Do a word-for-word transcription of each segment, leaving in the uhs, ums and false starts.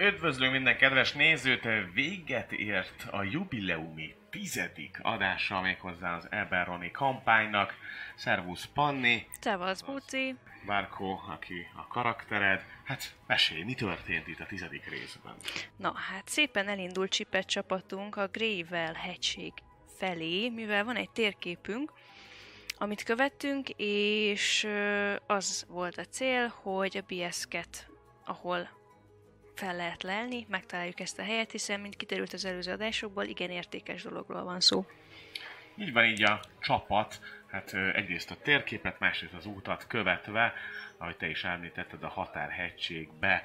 Üdvözlünk minden kedves nézőt! Véget ért a jubileumi tizedik adása méghozzá az Eberroni kampánynak. Szervusz Panni! Szevasz Buci! Várkó, aki a karaktered. Hát mesélj, mi történt itt a tizedik részben? Na hát szépen elindult csipet csapatunk a Greyvel hegység felé, mivel van egy térképünk, amit követtünk, és az volt a cél, hogy a Bieszket, ahol fel lehet lelni, megtaláljuk ezt a helyet, hiszen, mint kiderült az előző adásokból, igen értékes dologról van szó. Így van, így a csapat, hát egyrészt a térképet, másrészt az útat követve, ahogy te is említetted, a határhegységbe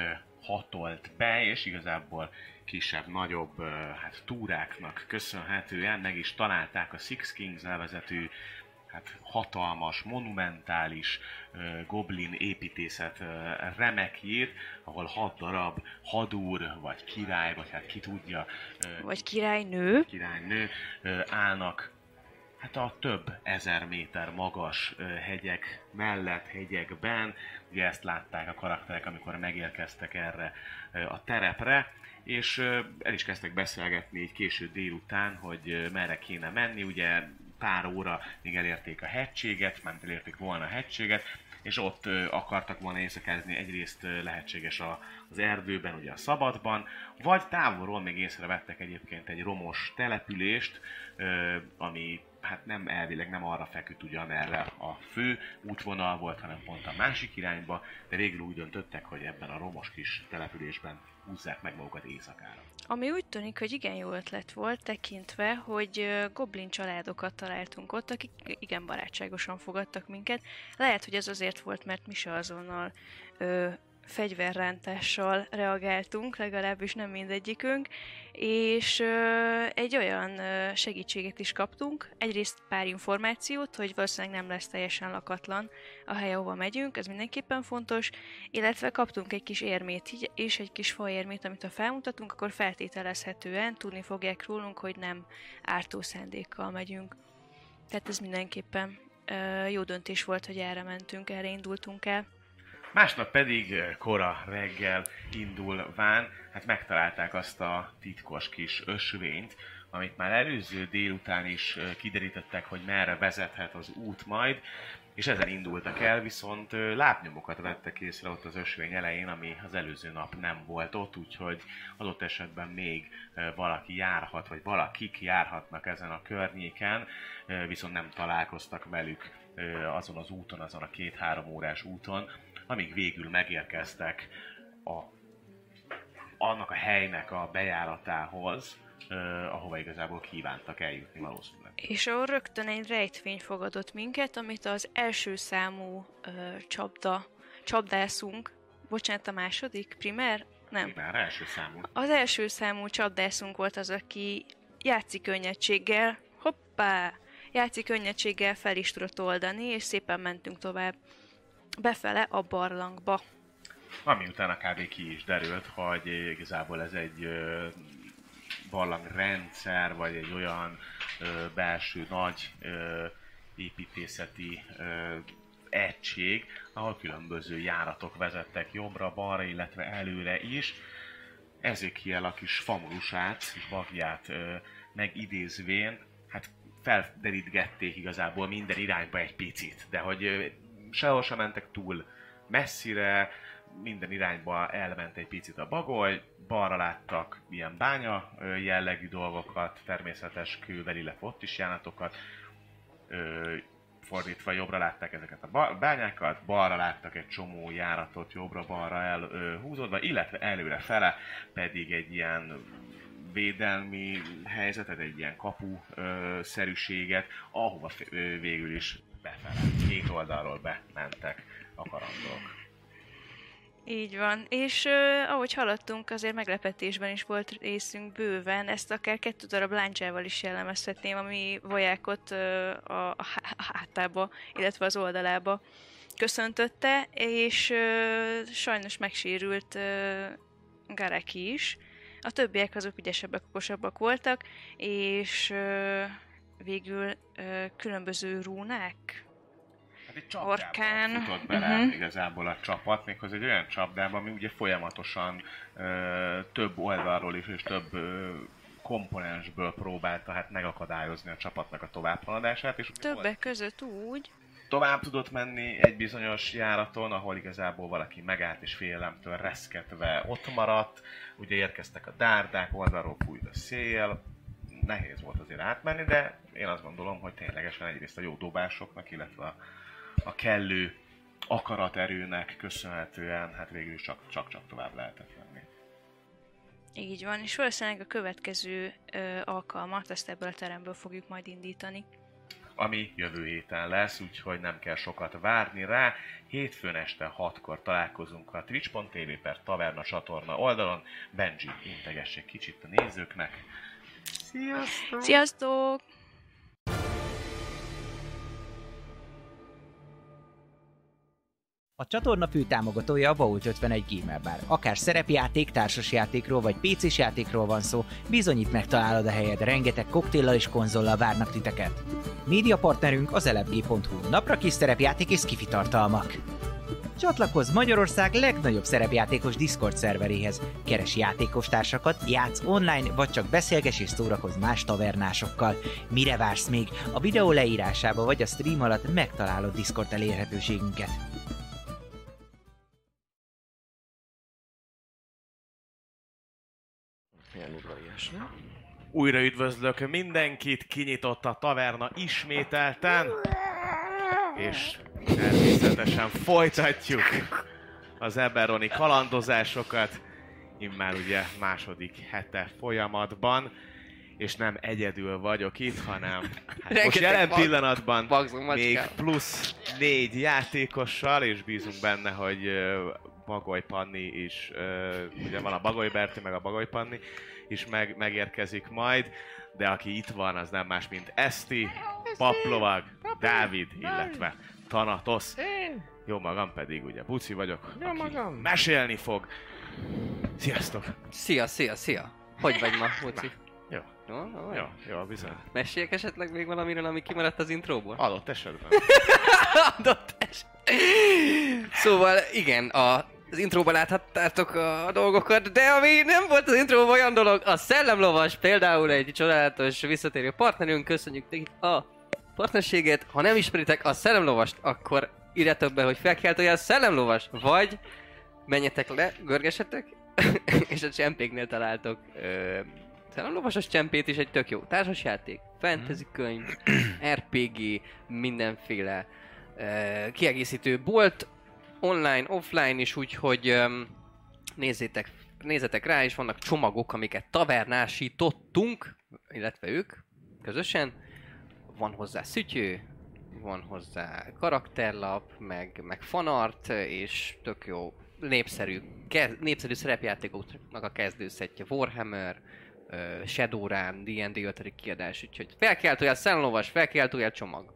hatolt be, és igazából kisebb-nagyobb hát, túráknak köszönhetően meg is találták a Six Kings nevezetű hát hatalmas, monumentális uh, goblin építészet uh, remekjét, ahol hat darab hadúr, vagy király, vagy hát ki tudja, uh, vagy királynő, királynő uh, állnak hát a több ezer méter magas uh, hegyek mellett, hegyekben. Ugye ezt látták a karakterek, amikor megérkeztek erre uh, a terepre, és uh, el is kezdtek beszélgetni egy késő délután, hogy uh, merre kéne menni. Ugye pár óra még elérték a hegységet, ment elérték volna a hegységet, és ott ö, akartak volna éjszakázni, egyrészt ö, lehetséges a, az erdőben, ugye a szabadban, vagy távolról még észrevettek egyébként egy romos települést, ö, ami hát nem elvileg nem arra feküdt ugye, amerre a fő útvonal volt, hanem pont a másik irányba, de végül úgy döntöttek, hogy ebben a romos kis településben húzzák meg magukat éjszakára. Ami úgy tűnik, hogy igen jó ötlet volt, tekintve, hogy goblin családokat találtunk ott, akik igen barátságosan fogadtak minket. Lehet, hogy ez azért volt, mert mi se azonnal ö, fegyverrántással reagáltunk, legalábbis nem mindegyikünk, és ö, egy olyan ö, segítséget is kaptunk, egyrészt pár információt, hogy valószínűleg nem lesz teljesen lakatlan a hely, ahova megyünk, ez mindenképpen fontos, illetve kaptunk egy kis érmét és egy kis faérmét, amit ha felmutatunk, akkor feltételezhetően tudni fogják rólunk, hogy nem ártó szándékkal megyünk. Tehát ez mindenképpen ö, jó döntés volt, hogy erre mentünk, erre indultunk el. Másnap pedig kora reggel indulván, hát megtalálták azt a titkos kis ösvényt, amit már előző délután is kiderítettek, hogy merre vezethet az út majd, és ezen indultak el, viszont lábnyomokat vettek észre ott az ösvény elején, ami az előző nap nem volt ott, úgyhogy adott esetben még valaki járhat, vagy valakik járhatnak ezen a környéken, viszont nem találkoztak velük azon az úton, azon a két-három órás úton, amíg végül megérkeztek a, annak a helynek a bejáratához, uh, ahova igazából kívántak eljutni valószínűleg. És ahol rögtön egy rejtvény fogadott minket, amit az első számú uh, csapda, csapdászunk, bocsánat, a második, primer? Nem. Primer, első számú. Az első számú csapdászunk volt az, aki játszik könnyedséggel, hoppá, játszik könnyedséggel fel is tudott oldani, és szépen mentünk tovább befele a barlangba. Ami utána kb. Ki is derült, hogy igazából ez egy ö, barlangrendszer, vagy egy olyan ö, belső nagy ö, építészeti ö, egység, ahol különböző járatok vezettek jobbra-balra, illetve előre is. Ezekiel a kis famulusát, bagját ö, megidézvén, hát felderítgették igazából minden irányba egy picit, de hogy ö, sehol sem mentek túl messzire, minden irányba elment egy picit a bagoly, balra láttak ilyen bánya jellegű dolgokat, természetes kővel, illetve ott is járatokat, fordítva jobbra látták ezeket a bányákat, balra láttak egy csomó járatot jobbra-balra elhúzódva, illetve előre fele pedig egy ilyen védelmi helyzetet, egy ilyen kapu-szerűséget, ahova végül is befele, két oldalról bementek a kalandorok. Így van, és uh, ahogy haladtunk, azért meglepetésben is volt részünk bőven, ezt akár kettő darab láncsával is jellemezhetném, ami Vojákot uh, a, a hátába, illetve az oldalába köszöntötte, és uh, sajnos megsérült uh, Gareki is. A többiek azok ügyesebbek, okosabbak voltak, és uh, végül uh, különböző rúnák, egy csapdába Orkán. futott bele Uh-huh. igazából a csapat, méghozzá egy olyan csapdába, ami ugye folyamatosan ö, több oldalról is és több ö, komponensből próbálta hát megakadályozni a csapatnak a továbbhaladását. És Többek között úgy, tovább tudott menni egy bizonyos járaton, ahol igazából valaki megállt és félelemtől reszketve ott maradt. Ugye érkeztek a dárdák, oldalról fújt a szél. Nehéz volt azért átmenni, de én azt gondolom, hogy ténylegesen egyrészt a jó dobásoknak, illetve a, a kellő akaraterőnek köszönhetően hát végül is csak-csak tovább lehetett menni. így van, és valószínűleg a következő ö, alkalmat ezt ebből a teremből fogjuk majd indítani. Ami jövő héten lesz, úgyhogy nem kell sokat várni rá. Hétfőn este hatkor találkozunk a twitch pont tv per taverna csatorna oldalon. Benji, integessék kicsit a nézőknek. Sziasztok! Sziasztok! A csatorna fő támogatója a Vault ötvenegy Gamer Bar. Akár szerepjáték, társasjátékról vagy pé cés játékról van szó, bizonyít megtalálod a helyed, rengeteg koktéllal és konzollal várnak titeket. Média partnerünk az elefg pont hu, napra kis szerepjáték és skifi tartalmak. Csatlakozz Magyarország legnagyobb szerepjátékos Discord szerveréhez. Keres játékostársakat, játsz online, vagy csak beszélges és szórakozz más tavernásokkal. Mire vársz még? A videó leírásába vagy a stream alatt megtalálod Discord elérhetőségünket. Milyen udvarias, nem? Újra üdvözlök mindenkit, kinyitott a taverna ismételten, és természetesen folytatjuk az Eberroni kalandozásokat, immár ugye második hete folyamatban, és nem egyedül vagyok itt, hanem hát most jelen pillanatban még plusz négy játékossal, és bízunk benne, hogy uh, Bagoly Panni is, uh, ugye van a Bagoly Berti, meg a Bagoly Panni is meg, megérkezik majd, de aki itt van, az nem más, mint Eszti, Paplovag, Dávid, illetve Thanatos. Jó magam pedig ugye Buci vagyok, Jó aki magam. mesélni fog. Sziasztok! Szia, szia, szia! Hogy vagy ma, Buci? Jó. Jó, jó, Jó, jó, bizony. Meséljek esetleg még valamiről, ami kimaradt az intróból? Adott esetben. Adott eset. Szóval igen, a, az intróban láthattátok a dolgokat, de ami nem volt az intróban olyan dolog, a Szellemlovas például egy csodálatos visszatérő partnerünk, köszönjük nekik a partnerséget. Ha nem ismeritek a Szellemlovast, akkor írjátok be, hogy felkeltője a Szellemlovas, vagy menjetek le, görgesetek, és a csempéknél találtok ö, Szellemlovasos csempét is, egy tök jó társasjáték, fantasy könyv, er pé gé, mindenféle uh, kiegészítő bolt, online, offline is, úgyhogy um, nézzétek, nézzetek rá, és vannak csomagok, amiket tavernásítottunk, illetve ők közösen. Van hozzá szütyő, van hozzá karakterlap, meg, meg fanart, és tök jó, népszerű, kez, népszerű szerepjátékoknak a kezdőszettje, Warhammer, Uh, Shadowrun, dé és dé ötödik kiadás, úgyhogy felkeltőjel Szellemlovas, felkeltőjel csomag.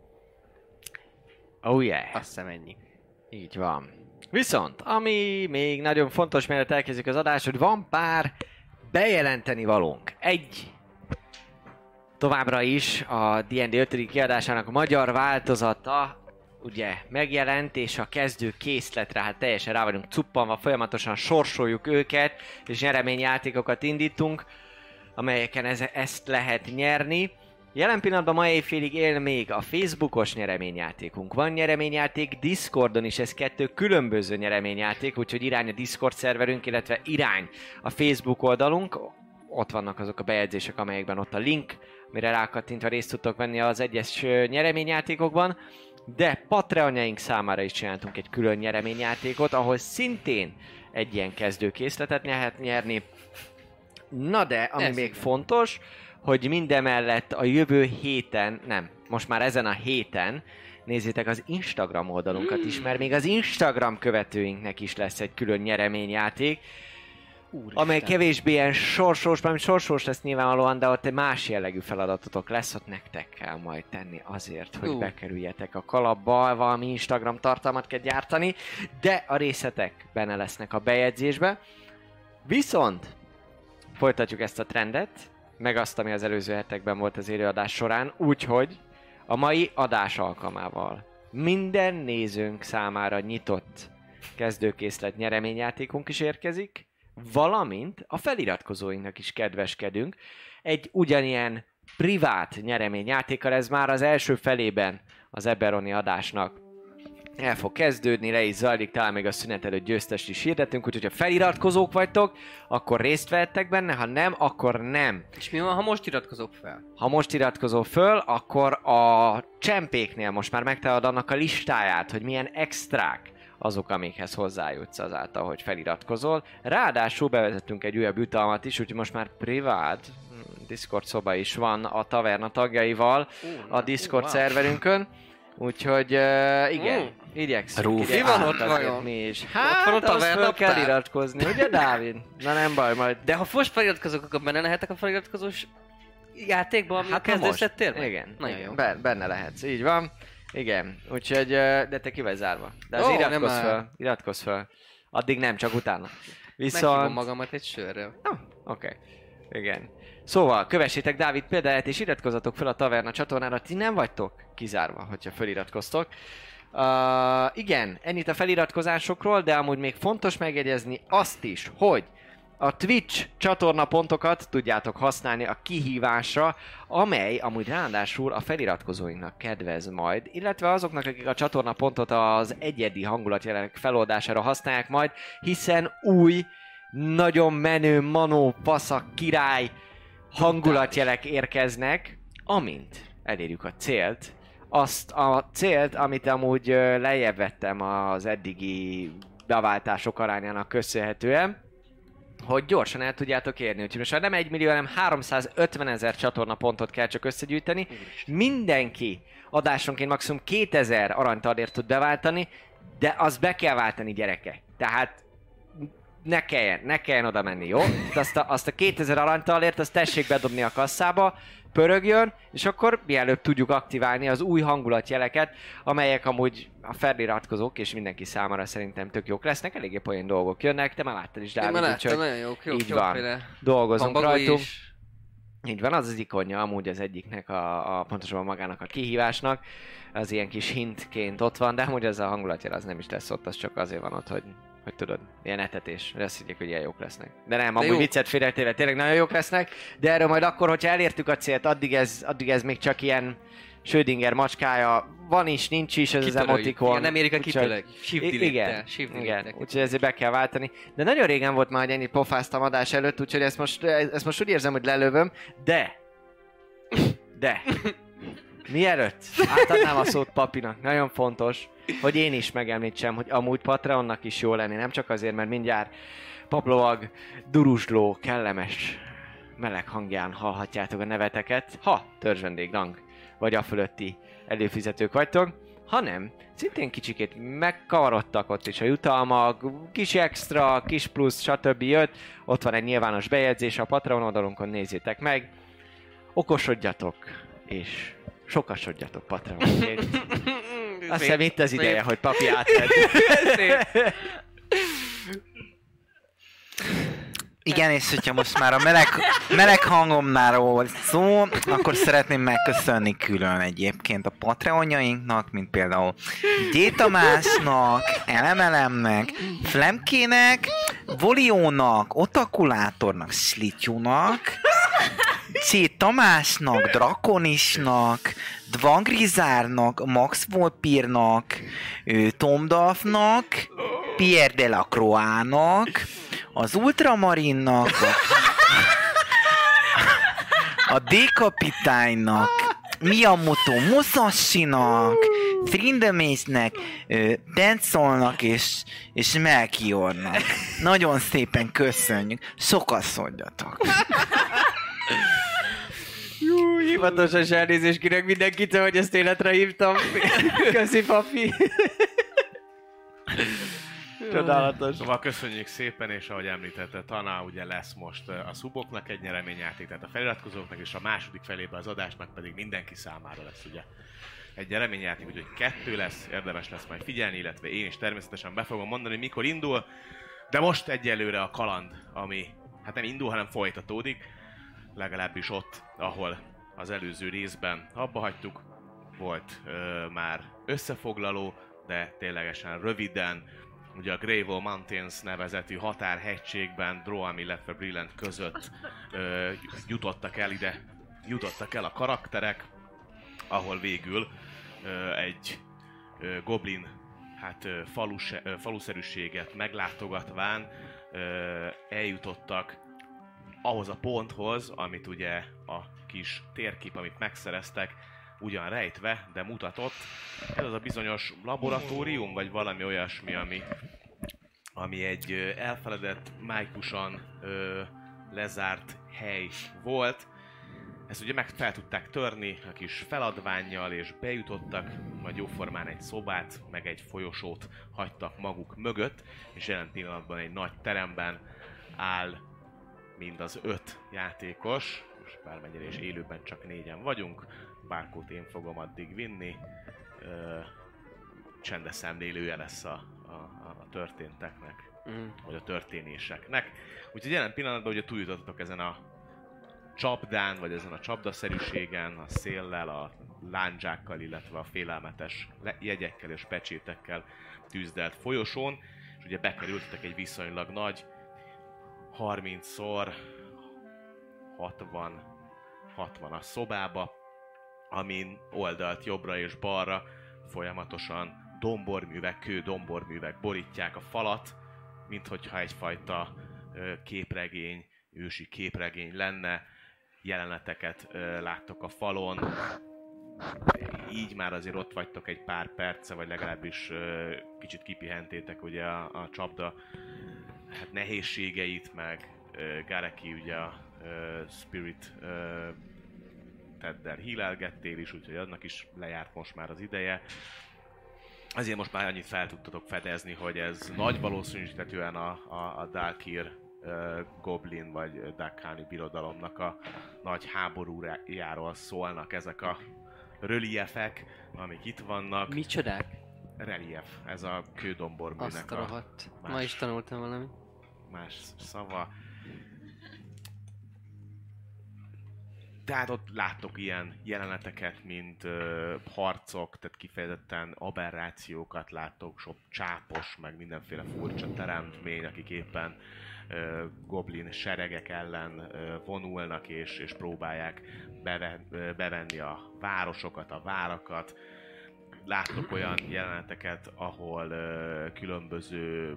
Oh yeah. Azt hiszem ennyi. Így van. Viszont, ami még nagyon fontos, mielőtt elkezdjük az adást, hogy van pár bejelenteni valónk. Egy, továbbra is a dé és dé ötödik kiadásának a magyar változata ugye megjelent, és a kezdő készletre hát teljesen rá vagyunk cuppanva, folyamatosan sorsoljuk őket, és nyereményjátékokat indítunk, amelyeken ez, ezt lehet nyerni. Jelen pillanatban ma éjfélig él még a Facebookos nyereményjátékunk. Van nyereményjáték Discordon is, ez kettő különböző nyereményjáték, úgyhogy irány a Discord szerverünk, illetve irány a Facebook oldalunk. Ott vannak azok a bejegyzések, amelyekben ott a link, mire rákattintva részt tudtok venni az egyes nyereményjátékokban. De Patreonjaink számára is csináltunk egy külön nyereményjátékot, ahol szintén egy ilyen kezdőkészletet lehet nyerni. Na de, ami Ez még igen. fontos, hogy mindemellett a jövő héten, nem, most már ezen a héten nézzétek az Instagram oldalunkat is, mert még az Instagram követőinknek is lesz egy külön nyereményjáték, Úristen. amely kevésbé ilyen sorsós, mert sorsós lesz nyilvánvalóan, de ott más jellegű feladatotok lesz, ott nektek kell majd tenni azért, hogy Ú. bekerüljetek a kalapba, valami Instagram tartalmat kell gyártani, de a részletek benne lesznek a bejegyzésbe. Viszont folytatjuk ezt a trendet, meg azt, ami az előző hetekben volt az élőadás során, úgyhogy a mai adás alkalmával minden nézőnk számára nyitott kezdőkészlet nyereményjátékunk is érkezik, valamint a feliratkozóinknak is kedveskedünk. Egy ugyanilyen privát nyereményjátékkal, ez már az első felében az Eberoni adásnak el fog kezdődni, le is zajlik, talán még a szünet előtt győztest is hirdetünk, úgyhogy ha feliratkozók vagytok, akkor részt vehettek benne, ha nem, akkor nem. És mi van, ha most iratkozok fel? Ha most iratkozol föl, akkor a csempéknél most már megtalálod annak a listáját, hogy milyen extrák azok, amikhez hozzájutsz azáltal, hogy feliratkozol. Ráadásul bevezettünk egy újabb jutalmat is, úgyhogy most már privát Discord szoba is van a taverna tagjaival uh, a Discord uh, wow. szerverünkön. Úgyhogy uh, igen, uh. igyekszünk. Rúf. Mi van ott vajon? Mi is. Hát, Hát, ott azt van a föl kell naptár. iratkozni, ugye Dávid? Na nem baj, majd. De ha most feliratkozok, akkor benne lehetek a feliratkozós játékban, ami hát a kezdőszettérben? Igen, Nagyon igen. jó. Ben, benne lehetsz, így van. Igen, úgyhogy, uh, de te ki vagy zárva. De az Ó, iratkozz nem áll. föl, iratkozz föl. Addig nem, csak utána. Meghívom Viszont... magamat egy sörrel. Oh, oké. Okay. Igen. Szóval, kövessétek Dávid példáját, és iratkozzatok fel a Taverna csatornára, ti nem vagytok kizárva, hogyha feliratkoztok. Uh, igen, ennyit a feliratkozásokról, de amúgy még fontos megjegyezni azt is, hogy a Twitch csatornapontokat tudjátok használni a kihívásra, amely amúgy ráadásul a feliratkozóinknak kedvez majd, illetve azoknak, akik a csatornapontot az egyedi hangulatjelenek feloldására használják majd, hiszen új, nagyon menő, manó, paszak, király hangulatjelek érkeznek, amint elérjük a célt. Azt a célt, amit amúgy ö, lejjebb vettem az eddigi beváltások arányának köszönhetően, hogy gyorsan el tudjátok érni. Úgyhogy most már nem egy millió, hanem háromszázötvenezer csatornapontot kell csak összegyűjteni. Mindenki adásonként maximum kétezer aranytalért tud beváltani, de azt be kell váltani, gyereke. Tehát ne kelljen, ne kelljen oda menni, jó? Azt a, azt a kétezer aranytalért, azt tessék bedobni a kasszába, pörögjön, és akkor mielőbb tudjuk aktiválni az új hangulatjeleket, amelyek amúgy a feliratkozók és mindenki számára szerintem tök jók lesznek, eléggé poén dolgok jönnek, te már láttad is, Dávid, Én már úgyhogy láttam, nagyon jók, jók, így jók van. féle dolgozunk hambagú rajtunk. is. Így van, az az ikonja amúgy az egyiknek, a, a pontosabban magának a kihívásnak, az ilyen kis hintként ott van, de amúgy ez a hangulatjel az nem is lesz ott, az csak azért van ott, hogy hogy tudod, ilyen etetés, hogy azt higgyék, hogy ilyen jók lesznek. De nem, amúgy viccet félretéve tényleg nagyon jók lesznek, de erről majd akkor, hogyha elértük a célt, addig ez, addig ez még csak ilyen Schrödinger macskája, van is, nincs is ez az emotikon. Igen, nem érik a Úgyhogy- kitörök. Shift I- igen, shift igen, delete-tel. úgyhogy ezért be kell váltani. De nagyon régen volt már, hogy ennyit pofáztam adás előtt, úgyhogy ezt most, ezt most úgy érzem, hogy lelövöm, de, de, mielőtt átadnám a szót Papinak, nagyon fontos, hogy én is megemlítsem, hogy amúgy Patreonnak is jó lenni, nem csak azért, mert mindjárt paplovag, duruzsló, kellemes, meleg hangján hallhatjátok a neveteket, ha törzsvendég rang vagy a fölötti előfizetők vagytok, hanem szintén kicsikét megkavarodtak ott is a jutalmak, kis extra, kis plusz, stb. Jött, ott van egy nyilvános bejegyzés a Patreon oldalunkon, nézzétek meg, okosodjatok, és sokasodjatok Patreonként. Azt hiszem itt az ideje, hogy Papi átvedd. Igen, és hogyha most már a meleg, meleg hangomnál volt szó, akkor szeretném megköszönni külön egyébként a Patreonjainknak, mint például D. Tamásnak, Elemelemnek, Flemkének, Voliónak, Otakulátornak, Slityunak, C. Tamásnak, Drakonisnak, Dvangrizárnak, Max Volpirnak, ö, Tom Duffnak, Pierre Delacroix-nak, az Ultramarinnak, a, a D-kapitánynak, Miyamoto Musashi-nak, Trindemésznek, Tenszolnak és, és Melchiornak. Nagyon szépen köszönjük, szokaszodjatok! Jú, hivatalos elnézést kérek mindenkitől, hogy ezt életre hívtam. Köszi, Papi. Csodálatos. Szóval köszönjük szépen, és ahogy említette Tana, ugye lesz most a szuboknak egy nyereményjáték, tehát a feliratkozóknak, és a második felében az adásnak pedig mindenki számára lesz ugye egy nyereményjáték, úgyhogy kettő lesz, érdemes lesz majd figyelni, illetve én is természetesen be fogom mondani, hogy mikor indul, de most egyelőre a kaland, ami hát nem indul, hanem folytatódik, legalábbis ott, ahol az előző részben abba hagytuk. volt ö, már összefoglaló, de ténylegesen röviden. Ugye a Greyville Mountains nevezetű határhegységben Droam, illetve Brilliant között ö, jutottak el ide, jutottak el a karakterek, ahol végül ö, egy ö, goblin hát, ö, falus, ö, faluszerűséget meglátogatván ö, eljutottak ahhoz a ponthoz, amit ugye a kis térkép, amit megszereztek, ugyan rejtve, de mutatott. Ez az a bizonyos laboratórium, vagy valami olyasmi, ami, ami egy ö, elfeledett, májkusan ö, lezárt hely volt. Ezt ugye meg fel tudták törni a kis feladvánnyal, és bejutottak, majd jóformán egy szobát, meg egy folyosót hagytak maguk mögött, és jelen pillanatban egy nagy teremben áll mind az öt játékos, most bármennyire is élőben csak négyen vagyunk, Bárkót én fogom addig vinni, ö, csendes szemlélője lesz a, a, a történteknek, mm. vagy a történéseknek. Úgyhogy jelen pillanatban ugye túljutottatok ezen a csapdán, vagy ezen a csapdaszerűségen, a széllel, a lándzsákkal, illetve a félelmetes jegyekkel és pecsétekkel tűzdelt folyosón, és ugye bekerültetek egy viszonylag nagy harmincszor hatvan hatvanas szobába, amin oldalt jobbra és balra folyamatosan domborművek, kő domborművek borítják a falat, minthogyha egyfajta képregény, ősi képregény lenne. Jeleneteket ö, láttok a falon, így már azért ott vagytok egy pár perce, vagy legalábbis ö, kicsit kipihentétek ugye a, a csapda hát nehézségeit, meg ö, Gareki ugye a ö, Spirit ö, teddel hílelgettél is, úgyhogy annak is lejárt most már az ideje. Azért most már annyit fel tudtatok fedezni, hogy ez nagy valószínűsítetően a, a, a Dalkir Uh, Goblin vagy Dakhani birodalomnak a nagy háborújáról szólnak ezek a reliefek, amik itt vannak. Micsodák? Relief, ez a kődomborműnek Azt a rohadt. Ma is tanultam valami. Más szava. Tehát ott láttok ilyen jeleneteket, mint uh, harcok, tehát kifejezetten aberrációkat láttok, sok csápos, meg mindenféle furcsa teremtmény, akik éppen uh, goblin seregek ellen uh, vonulnak és, és próbálják beve, uh, bevenni a városokat, a várakat. Láttok olyan jeleneteket, ahol uh, különböző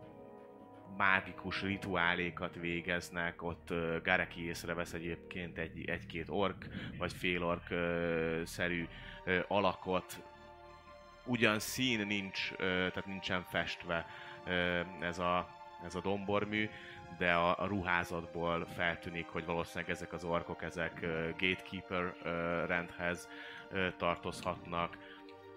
mágikus rituálékat végeznek, ott uh, Gareki észrevesz egyébként egy, egy-két ork, vagy félork-szerű uh, uh, alakot. Ugyan szín nincs, uh, tehát nincsen festve uh, ez, a, ez a dombormű, de a, a ruházatból feltűnik, hogy valószínűleg ezek az orkok, ezek uh, gatekeeper uh, rendhez uh, tartozhatnak.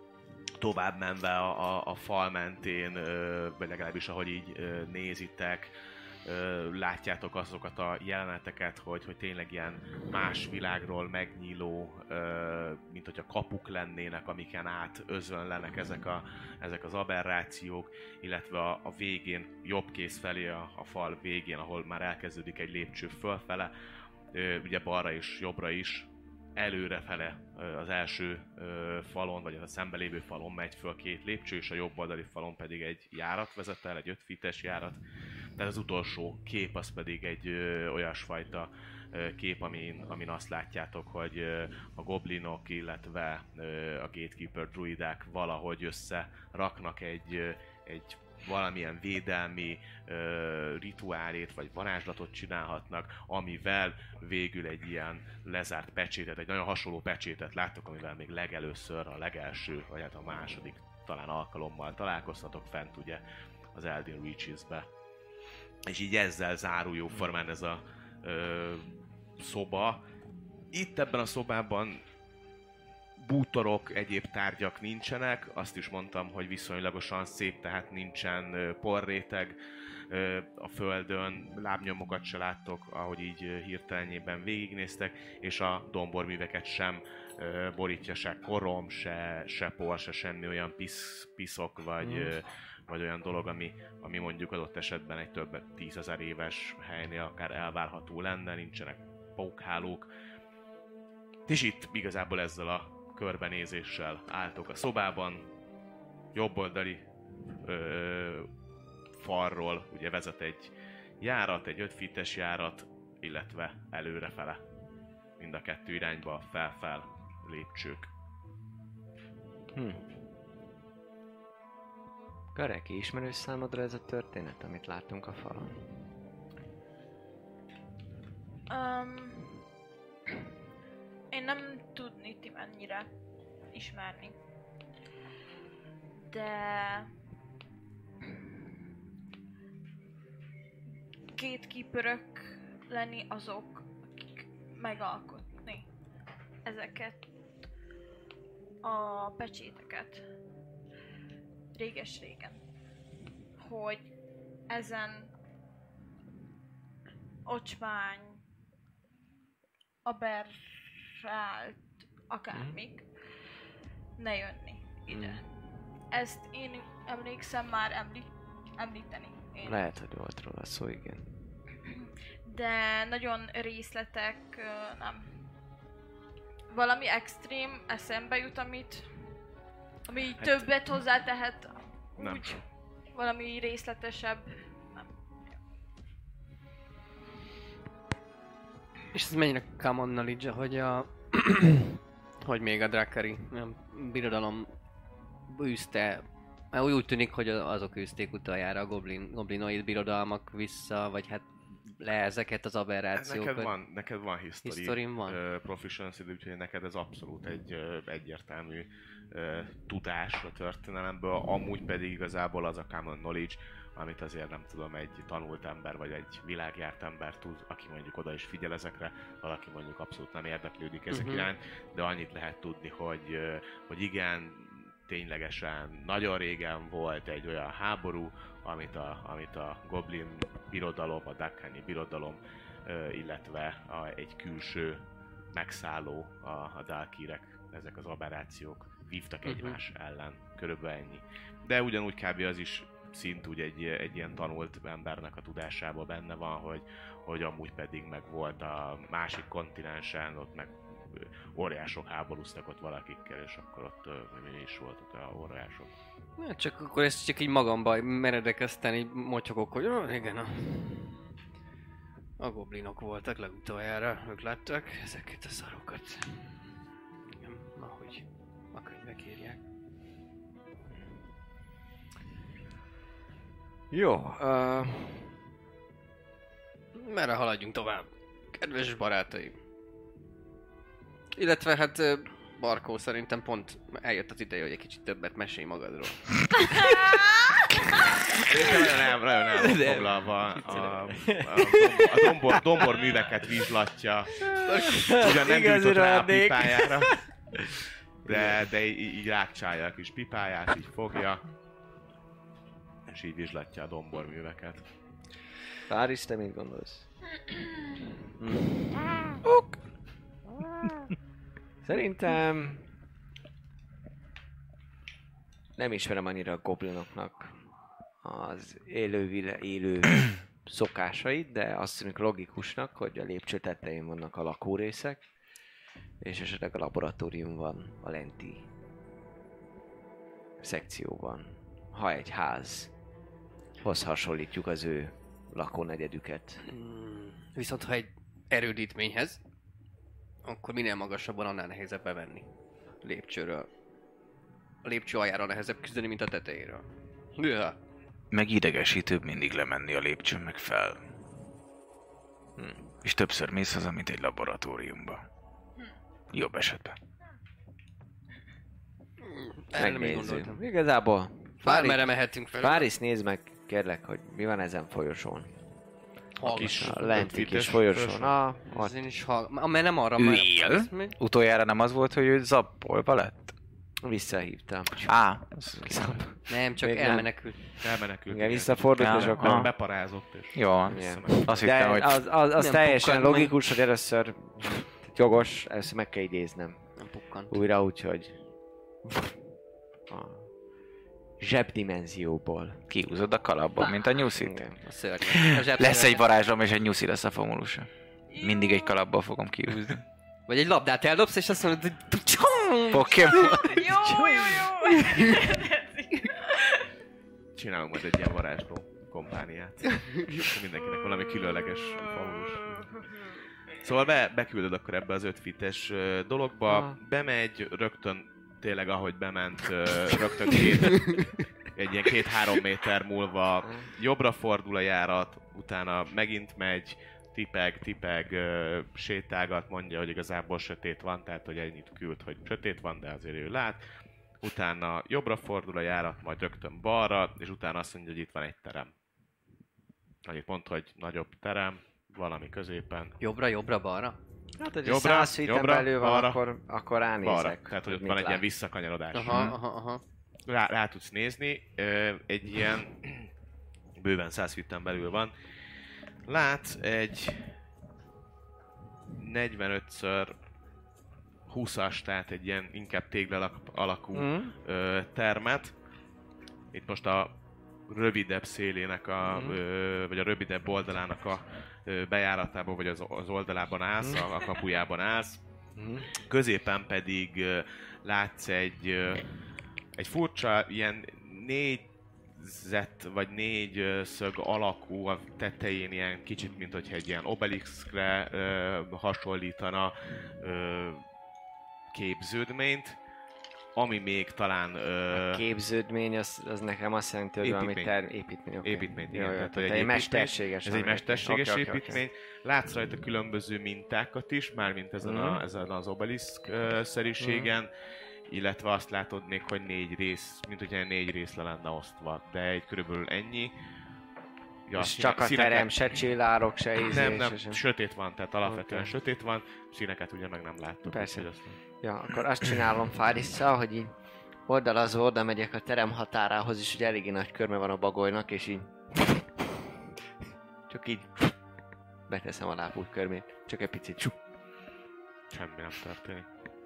Tovább menve a, a, a fal mentén, vagy legalábbis ahogy így nézitek, látjátok azokat a jeleneteket, hogy, hogy tényleg ilyen más világról megnyíló, mint hogyha kapuk lennének, amiken át özönlenek ezek, a, ezek az aberrációk, illetve a, a végén, jobb kéz felé, a, a fal végén, ahol már elkezdődik egy lépcső fölfele, ugye balra is, jobbra is, előrefele az első falon, vagy a szembe lévő falon megy föl két lépcső, és a jobb oldali falon pedig egy járat vezet el, egy öt fites járat. Tehát az utolsó kép az pedig egy olyasfajta kép, amin, amin azt látjátok, hogy a goblinok, illetve a gatekeeper druidák valahogy összeraknak egy, egy valamilyen védelmi uh, rituálét vagy varázslatot csinálhatnak, amivel végül egy ilyen lezárt pecsétet, egy nagyon hasonló pecsétet láttok, amivel még legelőször, a legelső, vagy hát a második talán alkalommal találkoztatok fent ugye az Elden Reaches-be. És így ezzel zárul jóformán ez a uh, szoba. Itt ebben a szobában bútorok, egyéb tárgyak nincsenek, azt is mondtam, hogy viszonylagosan szép, tehát nincsen porréteg a földön, lábnyomokat se láttok, ahogy így hirtelenjében végignéztek, és a domborműveket sem borítja se korom, se, se por, se semmi olyan pisz, piszok, vagy, mm. vagy olyan dolog, ami, ami mondjuk adott esetben egy több tízezer éves helynél akár elvárható lenne, nincsenek pókhálók. És itt igazából ezzel a körbenézéssel álltok a szobában. Jobboldali ö, falról ugye vezet egy járat, egy öt feet-es járat, illetve előrefele. Mind a kettő irányba fel-fel lépcsők. Hm. Gareki, ismerős számodra ez a történet, amit láttunk a falon? Um, én nem tudni ti mennyire ismerni. De... gatekeeperök lenni azok, akik megalkotni ezeket a pecséteket réges-régen. Hogy ezen ocsmány, aberrált akármik ne jönni ide. Ezt én emlékszem már emlí- említeni. Én. Lehet, hogy volt róla szó, igen. De nagyon részletek, ö, nem. Valami extrém eszembe jut, amit ami hát, többet hozzátehet, Nem. úgy valami részletesebb. Nem. És ez mennyire common knowledge, hogy a... hogy még a Drakari birodalom űzte... Mert úgy tűnik, hogy azok űzték utoljára a goblin, goblinoid birodalmak vissza, vagy hát le ezeket az aberrációkat. Neked van, neked van history, Historim van. Uh, proficiency, úgyhogy neked ez abszolút egy uh, egyértelmű uh, tudás a történelemből, amúgy pedig igazából az a common knowledge, amit azért nem tudom, egy tanult ember vagy egy világjárt ember tud, aki mondjuk oda is figyel ezekre, valaki mondjuk abszolút nem érdeklődik ezek uh-huh. iránt, de annyit lehet tudni, hogy, uh, hogy igen, ténylegesen nagyon régen volt egy olyan háború, amit a, amit a Goblin birodalom, a Dakkani birodalom, illetve a, egy külső megszálló, a, a Dalkirek, ezek az aberrációk vívtak uh-huh. egymás ellen, körülbelül ennyi. De ugyanúgy kb. Az is szint úgy egy, egy ilyen tanult embernek a tudásában benne van, hogy, hogy amúgy pedig meg volt a másik kontinensen, ott meg óriások háborúztak ott valakikkel, és akkor ott mi is volt ott a óriások. Ja, csak akkor ezt csak így magamba meredek, aztán így motyogok, hogy oh, igen, a... a goblinok voltak legutoljára, ők láttak ezeket a szarokat. Igen, ahogy a könyvek írják. Jó, uh... merre haladjunk tovább, kedves barátaim? Illetve hát Barkó szerintem pont eljött az ideje, hogy egy kicsit többet mesélj magadról. Nem, nagyon elfoglalva a, a, a dombor, dombor műveket vizslatja. Ugyan nem gyújtott rá a pipájára, de, de így, így rákcsálja a kis pipáját, így fogja, és így vizslatja a dombor műveket. Párizs, te mit gondolsz? Ok. Szerintem nem ismerem annyira a goblinoknak az élő, élő szokásait, de azt tűnik logikusnak, hogy a lépcső tetején vannak a lakórészek, és esetleg a laboratórium van a lenti szekcióban. Ha egy házhoz hasonlítjuk az ő lakónegyedüket. Hmm. Viszont ha egy erődítményhez, akkor minél magasabban, annál nehezebb bevenni. Lépcsőről. A lépcső aljára nehezebb küzdeni, mint a tetejéről. Ja. Meg idegesítőbb mindig lemenni a lépcsőn, meg fel. Hm. És többször mész haza, mint egy laboratóriumba. Jobb esetben. Megnézzük. Igazából... Bármerre mehetünk fel. Párizs, nézd meg, kérlek, hogy mi van ezen folyosón. A kis a lenti kis folyosón. Ah, az én is hall... Mert nem arra már... Él? Utoljára nem az volt, hogy ő zappolva lett? Visszahívtam. Á. Nem, csak Még elmenekült. Elmenekült. Igen, visszafordult, és akkor... beparázott, és... Jó, azt de hittem, hogy... az, az, az teljesen logikus, meg. hogy először jogos, először meg kell idéznem. Nem pukkant. Újra, úgyhogy... A zsebdimenzióból. Kihúzod a kalapból, mint a nyuszit. Igen. A szörnyek. Lesz egy varázslom, és egy nyuszi lesz a famulusa. Mindig egy kalapból fogom kihúzni. Vagy egy labdát eldobsz, és azt mondod, hogy Pokémon. Jó, jó, jó! Csinálunk majd egy ilyen varázsló kompániát. Mindenkinek valami különleges falus. Szóval be, beküldöd akkor ebbe az öt fites ö, dologba, Ah. bemegy, rögtön tényleg ahogy bement, ö, rögtön két, egy ilyen két-három méter múlva jobbra fordul a járat, utána megint megy, tipeg, tipeg, ö, sétálgat, mondja, hogy igazából sötét van, tehát hogy ennyit küld, hogy sötét van, de azért ő lát. Utána jobbra fordul a járat, majd rögtön balra, és utána azt mondja, hogy itt van egy terem. Annyit mondta, hogy nagyobb terem, valami középen. Jobbra, jobbra, balra? Hát, hogy Jobbra, száz feet-en jobbra, belül van, balra. akkor, akkor ránézek. Balra. Tehát, hogy ott mit van egy ilyen lát. visszakanyarodás. Aha, aha, aha. Rá, rá tudsz nézni, ö, egy ilyen bőven száz feet-en belül van. Látsz egy negyvenöt húszas, tehát egy ilyen inkább téglalak alakú Mm. ö, termet. Itt most a rövidebb szélének, a, Mhm. ö, vagy a rövidebb oldalának a ö, bejáratában, vagy az, az oldalában állsz, a, a kapujában állsz. Mm. Középen pedig ö, látsz egy, ö, egy furcsa, ilyen négyzet, vagy négy ö, szög alakú, a tetején ilyen kicsit, mint hogyha egy ilyen obelixre ö, hasonlítana ö, képződményt, ami még talán ö, Képződmény, az, az nekem azt jelenti, hogy valami Építmény. ter... építmény. Okay. építményt, Jó, igen. jó, Tehát, tehát hogy egy építmény. mesterséges. Ez egy valami. mesterséges Oké, oké, oké. építmény. Látsz rajta különböző mintákat is, mármint ezen, Mhm. a, ezen az obelisk-szerűségen, illetve azt látod még, hogy négy rész, mint hogyha négy részre lenne osztva, de egy körülbelül ennyi. Ja, És színe- csak a színeket- terem, se csillárok, se ízés. Nem, nem, se- sötét van, tehát alapvetően Oké. sötét van, színeket ugye meg nem láttuk. Persze. úgyhogy azt- Ja, akkor azt csinálom Fárisszal, hogy így oldalazva oda megyek a terem határához is, hogy eléggé nagy körme van a bagolynak, és így... Csak így... Beteszem a lábút körmét. Csak egy picit. Csuk. Semmi nem történik.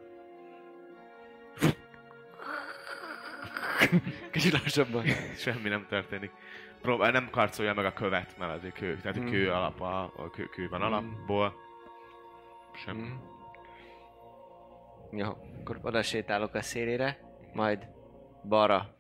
Kicsit lassabban. Semmi nem történik. Próbál, nem karcolja meg a követ, mert azért kő, tehát Mm. a kő alap, a, a kő, kő van Mm. alapból. Semmi. Mm. Jó, akkor oda sétálok a szélére, majd balra,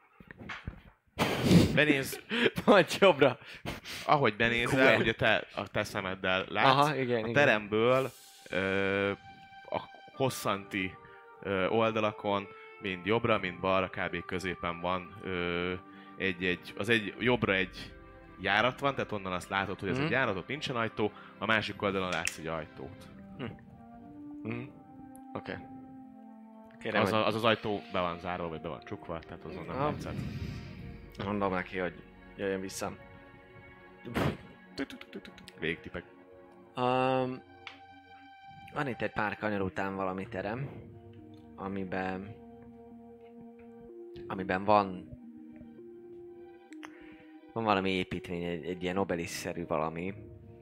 Benéz, majd jobbra. ahogy benézel, Cool. ugye te a te szemeddel látsz, Aha, igen, a igen. teremből ö, a hosszanti ö, oldalakon, mind jobbra, mind balra, kb. Középen van ö, egy-egy, az egy jobbra egy járat van, tehát onnan azt látod, hogy ez Mhm. egy járat, ott nincsen ajtó, a másik oldalon látsz egy ajtót. Mm. Oké. Okay. Kérem, Az, hogy a, az az ajtó be van zárva, vagy be van csukva, tehát azon nem Ah. látszat. mondom neki, hogy jöjjön vissza. Végtipek. Um, van itt egy pár kanyar után valami terem, amiben amiben van van valami építmény, egy, egy ilyen obelisk-szerű valami.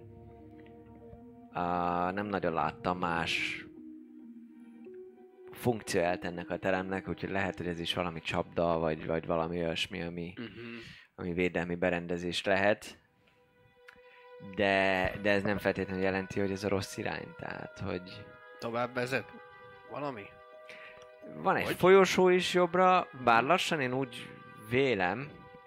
Uh, nem nagyon láttam más funkcióját ennek a teremnek, úgyhogy lehet, hogy ez is valami csapda, vagy, vagy valami olyasmi, ami, Mhm. ami védelmi berendezés lehet. De, de ez nem feltétlenül jelenti, hogy ez a rossz irány, tehát, hogy Tovább vezet? Valami? van egy Hogy? folyosó is jobbra, bár lassan én úgy vélem,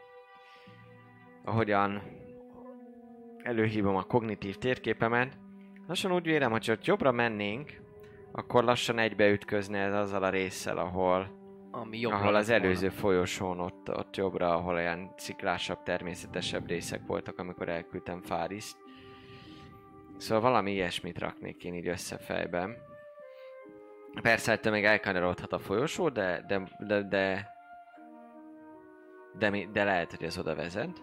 ahogyan előhívom a kognitív térképemet, lassan úgy vélem, hogy ha ott jobbra mennénk, akkor lassan egybeütközne ez azzal a résszel, ahol, Ami jobbra ahol az lett volna. előző folyosón ott, ott jobbra, ahol olyan sziklásabb, természetesebb részek voltak, amikor elküldtem Fáriszt. Szóval valami ilyesmit raknék én így összefejben. Persze, ettől még elkanyarodhat a folyosó, de, de, de, de, de, mi, de lehet, hogy ez oda vezet.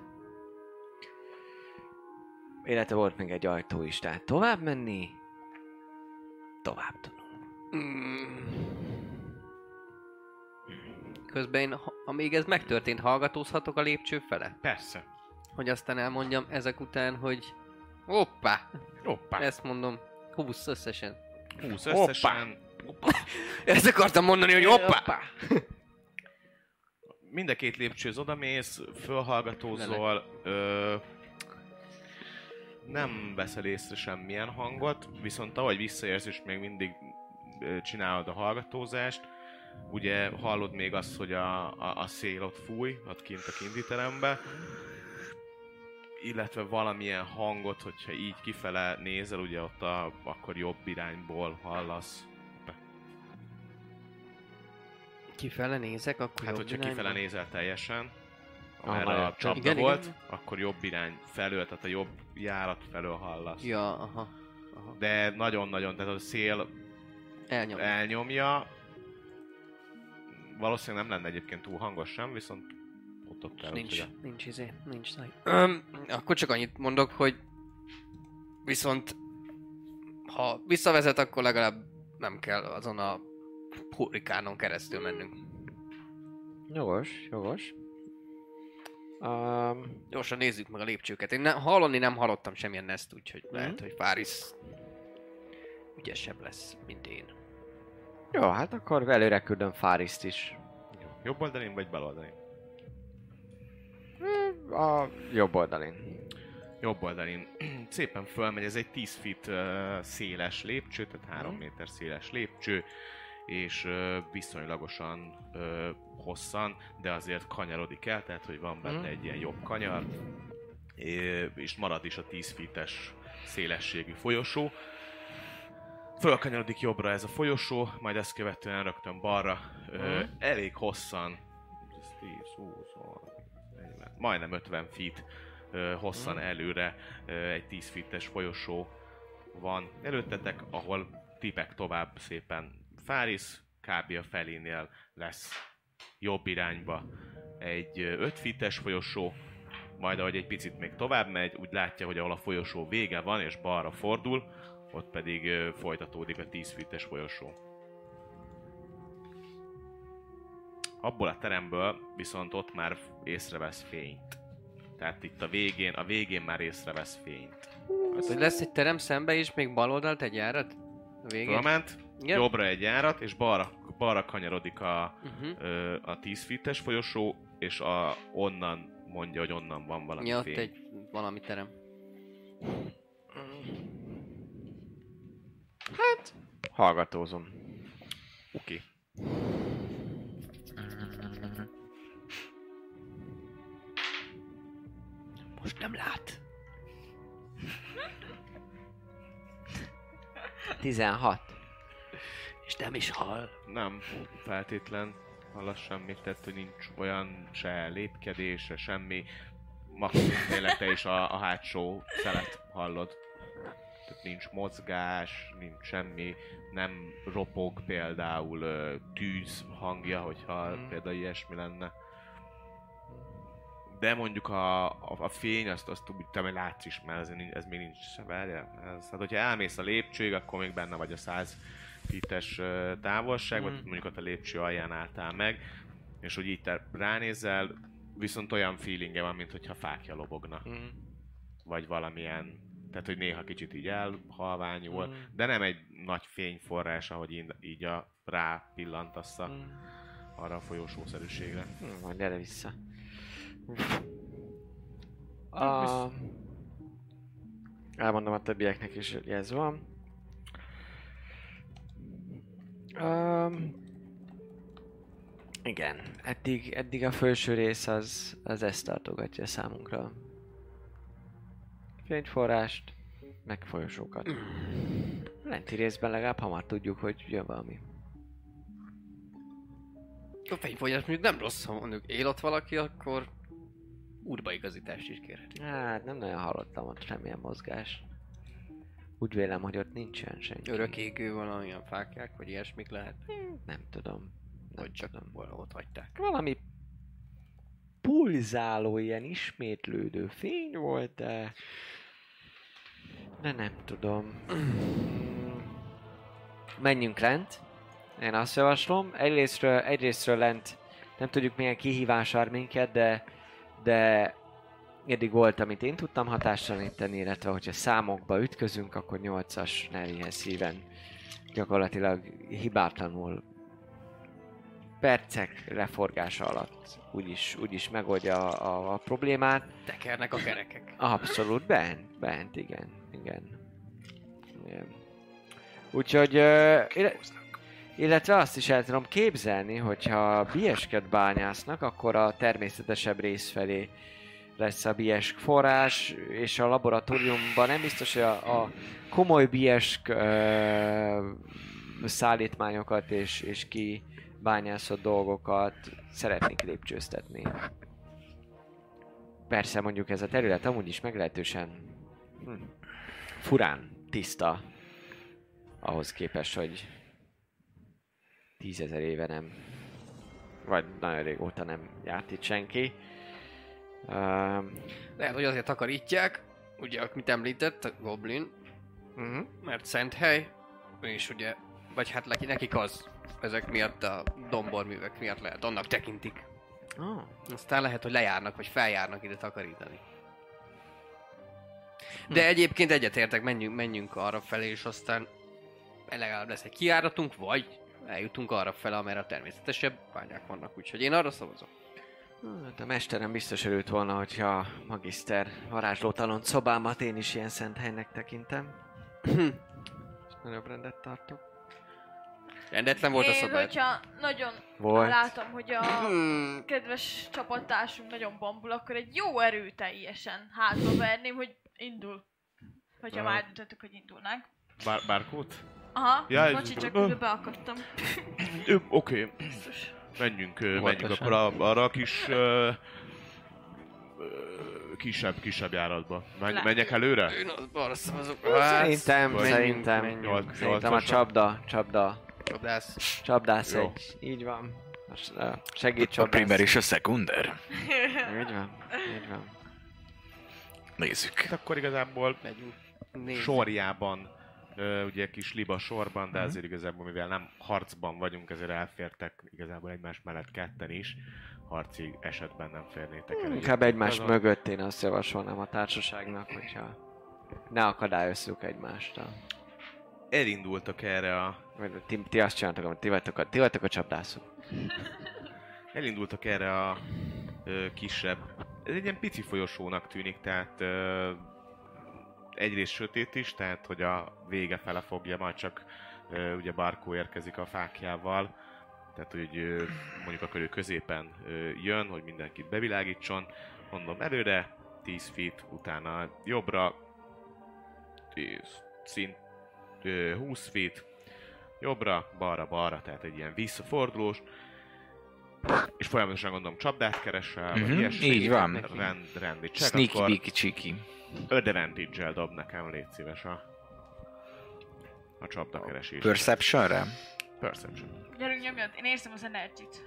Illetve volt még egy ajtó is, tehát tovább menni, tovább tudunk. Mm. Közben én, ha- amíg ez megtörtént, hallgatózhatok a lépcső fele? Persze. Hogy aztán elmondjam ezek után, hogy hoppá, Hoppá. ezt mondom, húsz összesen. húsz összesen. Ezt akartam mondani, hogy hoppá! Mind a két lépcsőhöz odamész, fölhallgatózol, ö, nem veszel észre semmilyen hangot, viszont ahogy visszaérsz, és még mindig ö, csinálod a hallgatózást, ugye hallod még azt, hogy a, a, a szél ott fúj, ott kint a kinditerembe, illetve valamilyen hangot, hogyha így kifele nézel, ugye ott a, akkor jobb irányból hallasz. Kifele nézek, akkor Hát, jobb hogyha irányba? kifele nézel teljesen, Ah, amerre már a csapda igen, volt, igen. akkor jobb irány felől, tehát a jobb járat felől hallasz. Ja, aha. aha. De nagyon-nagyon, tehát a szél Elnyom. elnyomja. Valószínűleg nem lenne egyébként túl hangos sem, viszont ott ott el, Nincs, ugye. nincs izé, nincs száj. Öm, akkor csak annyit mondok, hogy viszont ha visszavezet, akkor legalább nem kell azon a hurrikánon keresztül mennünk. Jogos, jogos. Um, Gyorsan nézzük meg a lépcsőket. Én ne, hallani nem hallottam semmilyen neszt, úgyhogy Mhm. lehet, hogy Fáris ügyesebb lesz, mint én. jó, hát akkor előre küldöm Fáriszt is. Jó. Jobb oldalin vagy bal oldalin? A jobb oldalin. Jobb oldalin. Szépen fölmegy, ez egy tíz feet uh, széles lépcső, tehát három méter széles lépcső, és uh, viszonylagosan uh, hosszan, de azért kanyarodik el, tehát hogy van benne egy ilyen jobb kanyar, és marad is a tíz feet-es szélességű folyosó. Fölkanyarodik jobbra ez a folyosó, majd ezt követően rögtön balra, ö, elég hosszan, tíz, húsz, negyven, majdnem ötven feet ö, hosszan előre ö, egy tíz feet-es folyosó van előttetek, ahol tipek tovább szépen Fáris, kb. A felénél lesz jobb irányba egy ö, öt feet-es folyosó, majd ahogy egy picit még tovább megy, úgy látja, hogy ahol a folyosó vége van és balra fordul, ott pedig ö, folytatódik a tíz feet-es folyosó. Abból a teremből viszont ott már észrevesz fényt. Tehát itt a végén, a végén már észrevesz fényt. Az, hogy lesz egy terem szembe is, még bal oldalt egy járat? A végén? Fölment, Igen? jobbra egy járat, és balra, balra kanyarodik a, Uh-huh. ö, a tíz feet-es folyosó, és a, onnan mondja, hogy onnan van valami Ja, ott fény. egy valami terem. Hallgatózom. Oké. Most nem lát. tizenhat. És nem is hall. Nem feltétlen hallasz semmit, tehát hogy nincs olyan se lépkedés, se semmi. Maximum tényleg te is a, a hátsó szelet hallod. Tehát nincs mozgás, nincs semmi, nem ropog például ö, tűz hangja, hogyha Mm. például ilyesmi lenne. De mondjuk a, a, a fény, azt, azt úgy te még látsz is, mert ez, ez még nincs se, várjál. Ez, hát hogyha elmész a lépcsőig, akkor még benne vagy a száz feet-es ö, távolságban, Mm. mm. mondjuk ott a lépcső alján álltál meg, és hogy így te ránézel, viszont olyan feelingje van, mintha fákja lobogna, Mm. vagy valamilyen, tehát hogy néha kicsit így elhalványul, Mm. de nem egy nagy fényforrás, ahogy így, így a rá pillantasz a, Mm. arra a folyosószerűségre. Hm, majd gyere vissza. A... Elmondom a többieknek is, hogy ez van. Um, igen, eddig, eddig a felső rész az, az ezt tartogatja számunkra. Fényforrást, meg folyosókat. Lenti részben legalább hamar tudjuk, hogy jön valami. A fényfogyás mondjuk nem rossz, ha mondjuk él ott valaki, akkor útbaigazítást is kérhet. Hát nem nagyon hallottam ott semmilyen mozgás. Úgy vélem, hogy ott nincsen senki. Örökégő valamilyen fákják, vagy ilyesmik lehet. Nem tudom. Nem Vagy csak tudom. valahol ott hagyták. Valami pulzáló, ilyen ismétlődő fény volt, de... De nem tudom. Menjünk lent. Én azt javaslom. Egyrésztről, egyrésztről lent nem tudjuk milyen kihívás vár minket, de, de eddig volt, amit én tudtam hatástalanítani, illetve hogyha számokba ütközünk, akkor nyolcas nevéhez szíven gyakorlatilag hibátlanul percek leforgása alatt úgyis, úgyis megoldja a, a, a problémát. Tekernek a kerekek. Abszolút, bent, bent, igen, igen. igen. Úgyhogy uh, Illetve azt is el tudom képzelni, hogyha biesket bányásznak, akkor a természetesebb rész felé lesz a biesk forrás, és a laboratóriumban nem biztos, hogy a, a komoly biesk ö, szállítmányokat és, és kibányászott dolgokat szeretnék lépcsőztetni. Persze mondjuk ez a terület amúgy is meglehetősen hm, furán tiszta ahhoz képest, hogy tízezer éve nem, vagy nagyon régóta nem járt itt senki. Uh, Lehet, hogy azért takarítják, ugye, amit említett, a Goblin, uh-huh. mert szent hely, és ugye, vagy hát neki, nekik az, ezek miatt a domborművek miatt lehet, annak tekintik. Oh. Aztán lehet, hogy lejárnak, vagy feljárnak ide takarítani. De egyébként egyetértek, menjünk, menjünk arra felé, és aztán legalább lesz egy kijáratunk, vagy eljutunk arra fel, amerre a természetesebb bányák vannak, úgyhogy én arra szavazom. Hát a mesterem biztos örült volna, hogyha a magiszter varázslótalon szobámat én is ilyen szent helynek tekintem. És nagyobb rendet tartok. Rendetlen volt a Én, szobád? hogyha nagyon Volt. látom, hogy a kedves csapattársunk nagyon bambul, akkor egy jó erőteljesen hátba verném, hogy indul. Hogyha Aha. már döntöttük, hogy indulnánk. Bár, bárkót? Aha, Ja, ja, ez- bocsi, csak közben beakadtam. Ö, Oké, okay. Biztos. menjünk, ö, menjünk Óvatosan. akkor a, arra a kis... Ö, ö, kisebb, kisebb járatba. Menj, Le. menjek előre? Én az arra szavazok. Szerintem, vagy- szerintem, menjünk, Nyolc- szerintem a nyolcasan? csapda, csapda, Csapdász. csapdász Jó. egy. Így van. Most, uh, segít A csapdász. primer és a szekunder. Így van, így van. Nézzük. Hát akkor igazából Megyünk. Nézzük. sorjában, ö, ugye kis liba sorban, Mhm. de azért igazából, mivel nem harcban vagyunk, ezért elfértek igazából egymás mellett ketten is. Harci esetben nem férnétek el. Inkább egymás Azon- mögött én azt javasolnám a társaságnak, hogyha ne akadályozzuk egymást. A... Elindultak erre a Vagy ti, ti azt csináltok, amit ti vagytok a, ti vagytok a csapdászok. Elindultak erre a ö, kisebb, ez egy ilyen pici folyosónak tűnik, tehát ö, egyrészt sötét is, tehát hogy a vége fele fogja, majd csak ö, ugye Barkó érkezik a fákjával, tehát hogy ö, mondjuk akkor ő középen ö, jön, hogy mindenkit bevilágítson, mondom előre, tíz feet, utána jobbra, tíz, szint, ö, húsz feet, jobbra, balra, balra, tehát egy ilyen visszafordulós, és folyamatosan gondolom csapdát keresel, vagy Mhm, ilyesmi. így van. Rend, rendi check, Sneaky akkor beaky cheeky. advantage-el dob nekem, légy szíves a, a csapdakeresés. Perceptionre? Perception. Gyerünk, nyomjad, én érzem az energit.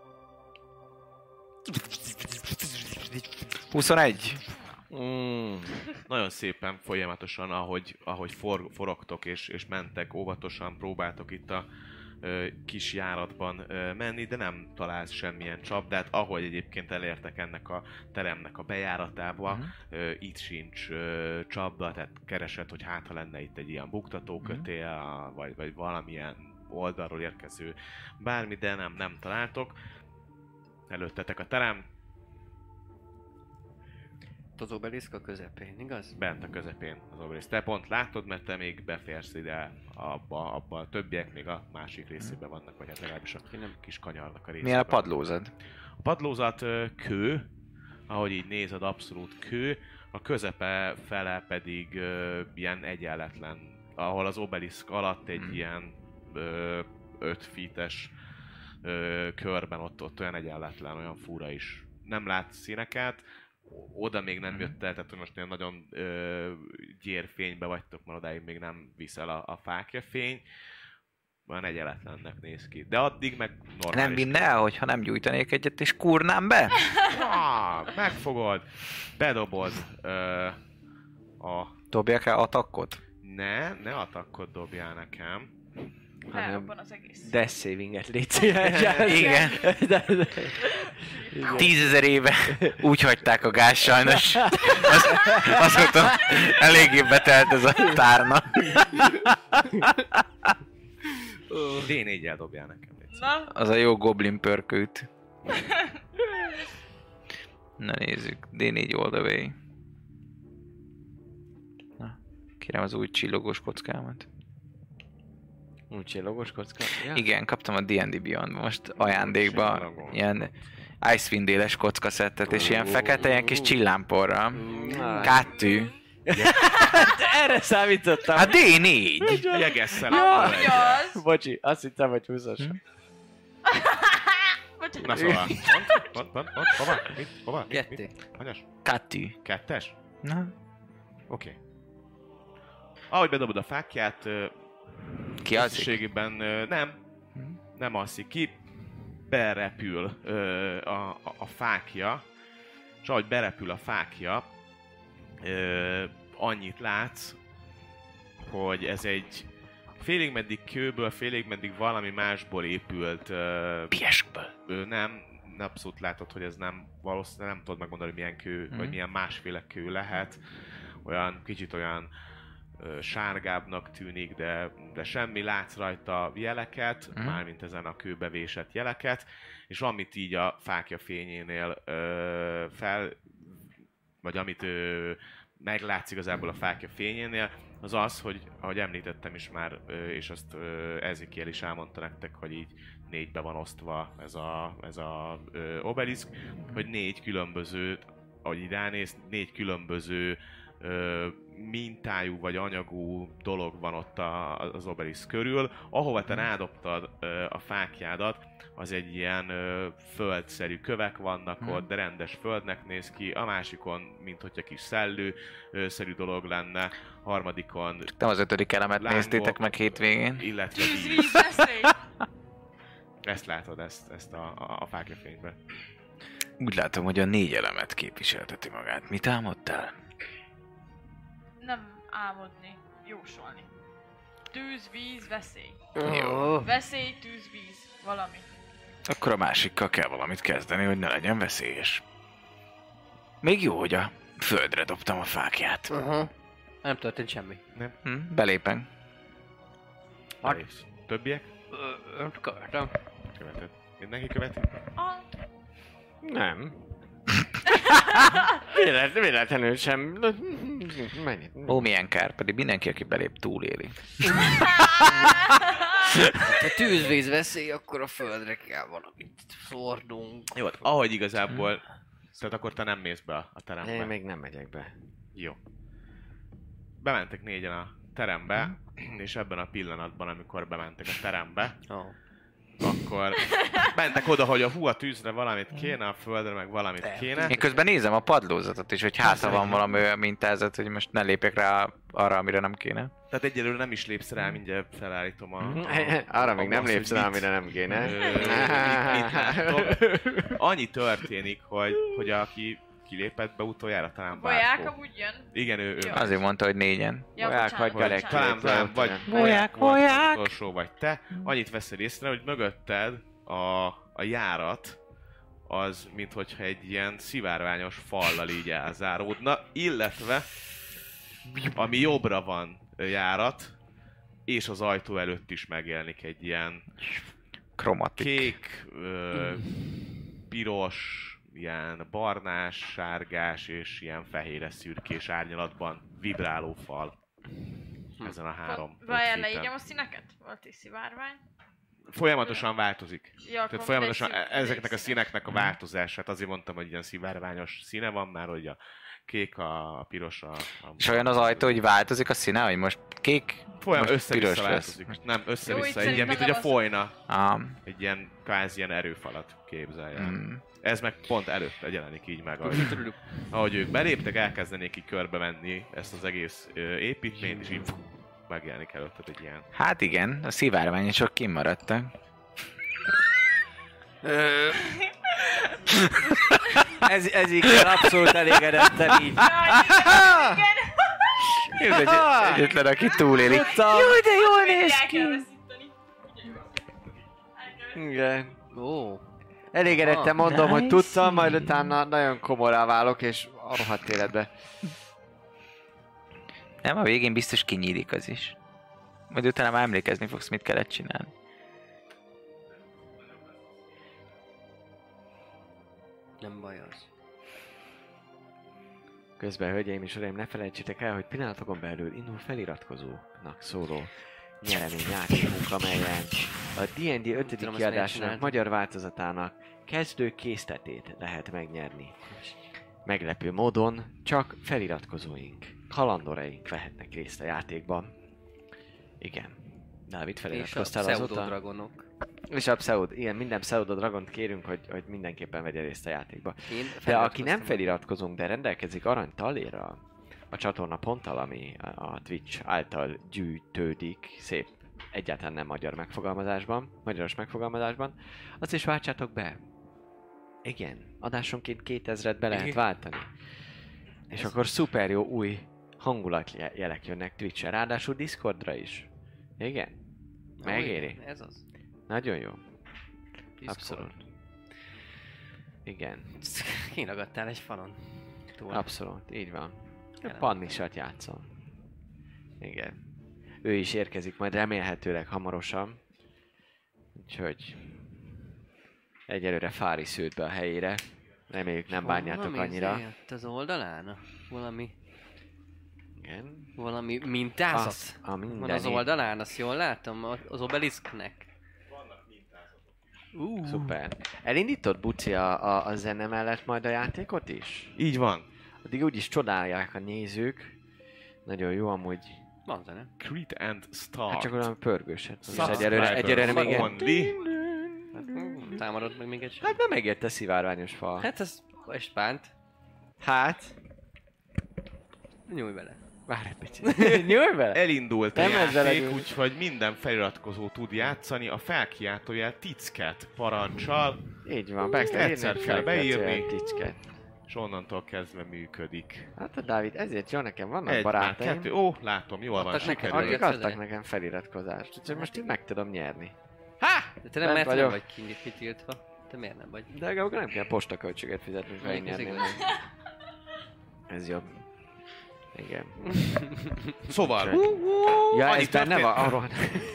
huszonegy. Mm. Nagyon szépen folyamatosan, ahogy, ahogy for, forogtok és, és mentek, óvatosan próbáltok itt a ö, kis járatban ö, menni, de nem találsz semmilyen csapdát, ahogy egyébként elértek ennek a teremnek a bejáratába, Mhm. ö, itt sincs ö, csapda, tehát keresed, hogy hát ha lenne itt egy ilyen buktatókötél, vagy, vagy valamilyen oldalról érkező bármi, de nem, nem találtok. Előttetek a terem, Az obeliszk a közepén, igaz? bent a közepén az obeliszk. Te pont látod, mert te még beférsz ide abba, abba a többiek még a másik részében vannak, vagy hát legalábbis a kis kanyarnak a részében. Milyen a padlózad? A padlózat ö, kő, ahogy így nézed, abszolút kő, a közepe fele pedig ö, ilyen egyenletlen, ahol az obeliszk alatt egy Hmm. ilyen ö, öt feet-es ö, körben ott, ott olyan egyenletlen, olyan fura is. Nem látsz színeket, oda még nem jött el, tehát hogy most ilyen nagyon ö, gyérfénybe vagytok, mert odáig még nem viszel a, a fákja fény. Olyan egyenletlennek néz ki. De addig meg normális. Nem vinne el, hogyha nem gyújtanék egyet és kúrnám be? Ah, megfogod, bedobod ö, a... Dobjak el attackot? Ne, ne attackot dobjál nekem. Felrobban az egész. Death savinget légy szíves. Igen. De, de, Tízezer éve úgy hagyták a gáz sajnos. Az, azóta eléggé betelt ez a tárna. dé négyel dobjál nekem. légy szíves. Na, Az a jó goblin pörkőt. Na nézzük. dé négy all the way. Na, kérem az új csillogós kockámat. Úgy csillogos kocka? Ja. Igen, kaptam a dé and dé Beyond most ajándékba ilyen Icewind éles kockaszettet, és ilyen fekete, ilyen kis csillámporral. Kettő. Erre számítottam. Hát dé négy! Jegesszel. Ah, mi az? Bocsi, azt hittem, hogy húszas. Hm? Bocsánat. Na szóval, pont, pont, pont, pont, hova? Mit? Hova? Mit? Kettő. Mit? Hanyas? Kettő. Kettes? Na, Oké. Okay. Ahogy bedobod a fákját, ö, ki az? összességében ö, nem, nem alszik ki, berepül ö, a, a, a fákja, és ahogy berepül a fákja, ö, annyit látsz, hogy ez egy félig meddig kőből, félig meddig valami másból épült... Ö, Pieskből. ö, nem, abszolút látod, hogy ez nem valószínűleg nem tudod megmondani, hogy milyen kő, Mhm. vagy milyen másféle kő lehet. Olyan, kicsit olyan ö, sárgábbnak tűnik, de, de semmi, látsz rajta jeleket, Mhm. mármint ezen a kőbe vésett jeleket, és amit így a fákja fényénél ö, fel, vagy amit ö, meglátsz igazából a fákja fényénél, az az, hogy ahogy említettem is már, ö, és azt ö, Ezekiel is elmondta nektek, hogy így négybe van osztva ez a, ez a ö, obeliszk, hogy négy különböző, ahogy így ránéz, négy különböző ö, mintájú vagy anyagú dolog van ott a, az obeliszk körül. Ahova te rádobtad ö, a fákjádat, az egy ilyen ö, földszerű kövek vannak Hmm. ott, de rendes földnek néz ki. A másikon, mint hogyha kis szellő ö, szerű dolog lenne. Harmadikon Nem az ötödik elemet lángok, néztétek meg hétvégén. illetve Víz, víz. víz, veszély. Ezt látod, ezt, ezt a, a, a fákjafényben. Úgy látom, hogy a négy elemet képviselteti magát. Mit álmodtál? Nem álmodni, jósolni. Tűz, víz, veszély. Jó. Veszély, tűz, víz. Valami. Akkor a másikkal kell valamit kezdeni, hogy ne legyen veszélyes. Még jó, hogy a földre dobtam a fákját. Aha. Nem történt semmi. Hm, belépen. Hát- És többiek? Követem. Követed. Mindenki követi? Ah, Nem. Vélet, véletlenül sem. Menj. Ó, milyen kár, pedig mindenki, aki belép, túléli. Ha tűzvíz veszély, akkor a földre kell valamit fordunk. Jó, hát ahogy igazából... Tehát akkor te nem mész be a terembe. Én még nem megyek be. Jó. Bementek négyen a terembe, és ebben a pillanatban, amikor bementek a terembe, Oh. akkor mentek oda, hogy a hú, a tűzre valamit kéne, a földre meg valamit kéne. Én közben nézem a padlózatot is, hogy hátra van valami olyan mintázat, hogy most ne lépjek rá arra, amire nem kéne. Tehát egyelőre nem is lépsz rá, mindjárt felállítom a... a Arra még a nem max, lépsz hogy rá, mit- amire nem kéne. Ö, mit, mit látok. Annyi történik, hogy, hogy aki kilépett be utoljára, talán Bolyák Bárkó. amúgy jön. Igen, ő, ő Jó. Azért mondta, hogy négyen. Ja, Bolyák bocsánat, vagy Gerek. bocsánat. Talán, talán vagy Bolyák, volt bolyák. az utolsó vagy te. Annyit veszel észre, hogy mögötted a, a járat az, minthogyha egy ilyen szivárványos fallal így elzáródna, illetve ami jobbra van járat, és az ajtó előtt is megjelenik egy ilyen Kromatik. kék, ö, piros, ilyen barnás, sárgás és ilyen fehéres szürkés árnyalatban vibráló fal. Ezen a három. öt Várjál, héten. leírjam a színeket? Volt egy szivárvány. Folyamatosan változik. Ja, Tehát akkor folyamatosan egy szín- e- ezeknek a egy színeknek a változását, azért mondtam, hogy ilyen szivárványos színe van már, hogy a kék, a, a piros, a... a És olyan az ajtó, hogy változik a színe, hogy most kék, Folyam, most piros össze-vissza lesz. változik. Nem, Jó, össze-vissza. itt Egy ilyen, mint hogy a szerintem nem folyna. Ah, Egy ilyen kvázi ilyen erőfalat képzelj el. mm. Ez meg pont előtte jelenik így meg, ahogy, ahogy ők beléptek, elkezdenék így körbe menni ezt az egész ö, építményt, és így fú, megjelenik előtted egy ilyen. Hát igen, a szivárványosok kimaradtak. Ez, ez így abszolút elégedetten így. Jaj, igen. Ez egy, egyetlen, aki túléli. Tudtam. Jó, de jól néz El ki! kell veszíteni. El kell Igen. Ó. Elégedetten Ah, mondom, hogy nice. tudtam, majd utána nagyon komorá válok, és a rohadt életbe. Nem, a végén biztos kinyílik az is. Majd utána már emlékezni fogsz, mit kellett csinálni. Nem baj az. Közben, hölgyeim és uraim, ne felejtsétek el, hogy pillanatokon belül indul feliratkozónak szóló nyereményjátékunk, amelyen a dé end dé ötödik Tudom, azt kiadásának megcsináltam. magyar változatának kezdő készletét lehet megnyerni. Meglepő módon csak feliratkozóink, kalandoraink vehetnek részt a játékban. Igen. Dávid, És a feliratkoztál azóta? pseudodragonok. És a pseud, igen, minden pseudodragont kérünk, hogy, hogy mindenképpen vegye részt a játékba. Én De aki nem feliratkoztam. feliratkozunk, de rendelkezik arany talérral, a csatorna ponttal, ami a a Twitch által gyűjtődik, szép, egyáltalán nem magyar megfogalmazásban, magyaros megfogalmazásban, azt is váltsátok be. Igen, adásonként kétezret be lehet Igen. váltani. És Ez- akkor szuper jó új hangulatjelek jönnek Twitch-en, ráadásul Discordra is. Igen? Ó, Megéri? igen, Ez az. Nagyon jó. Discord. Abszolút. Igen, Kiragadtál egy falon. Túl. abszolút, így van. Jelen. Pannisat játszom. Igen. Ő is érkezik majd remélhetőleg hamarosan. Úgyhogy egyelőre Fári szőtt be a helyére. Reméljük nem bánjátok Valami annyira. izé az oldalán? Valami, Igen. valami mintázat? Az, a Van minden. az oldalán, azt jól látom, a- az obelisknek. Uh, Szuper. Elindított Buci a, a, a zene mellett majd a játékot is? Így van. Addig úgyis csodálják a nézők. Nagyon jó amúgy. van zene. Creed and Start. Hát csak olyan pörgőset. És Subscriber egyelőre, egyelőre még egy... only. Hát, támadott meg még egy Hát nem megérte szivárványos fal. Hát ez espánt. Hát... Nyújj bele. Várj egy picit. Nyújj vele! Elindult a Nem ezzel játék, legyünk. úgyhogy minden feliratkozó tud játszani. A felkiáltójel Ticket parancsal, Így van, be kell Egyszer írni, kell fel kell beírni. csinálni Ticket. és onnantól kezdve működik. Hát a Dávid, ezért jó, nekem vannak Egy, már barátaim, kettő, ó, látom, jól van, Adtak neked sikerült. akik Eljössz adtak ide? nekem feliratkozást, úgyhogy most így meg tudom nyerni. De te nem, Bent mert nem vagyok. vagy kint kitiltva. Te miért nem vagy? De legalább nem kell postaköltséget fizetni, ha én Még ez nyerném igaz. meg. Ez jobb. Igen. Szóval, Ja, annyi ez benne történt- van, arról.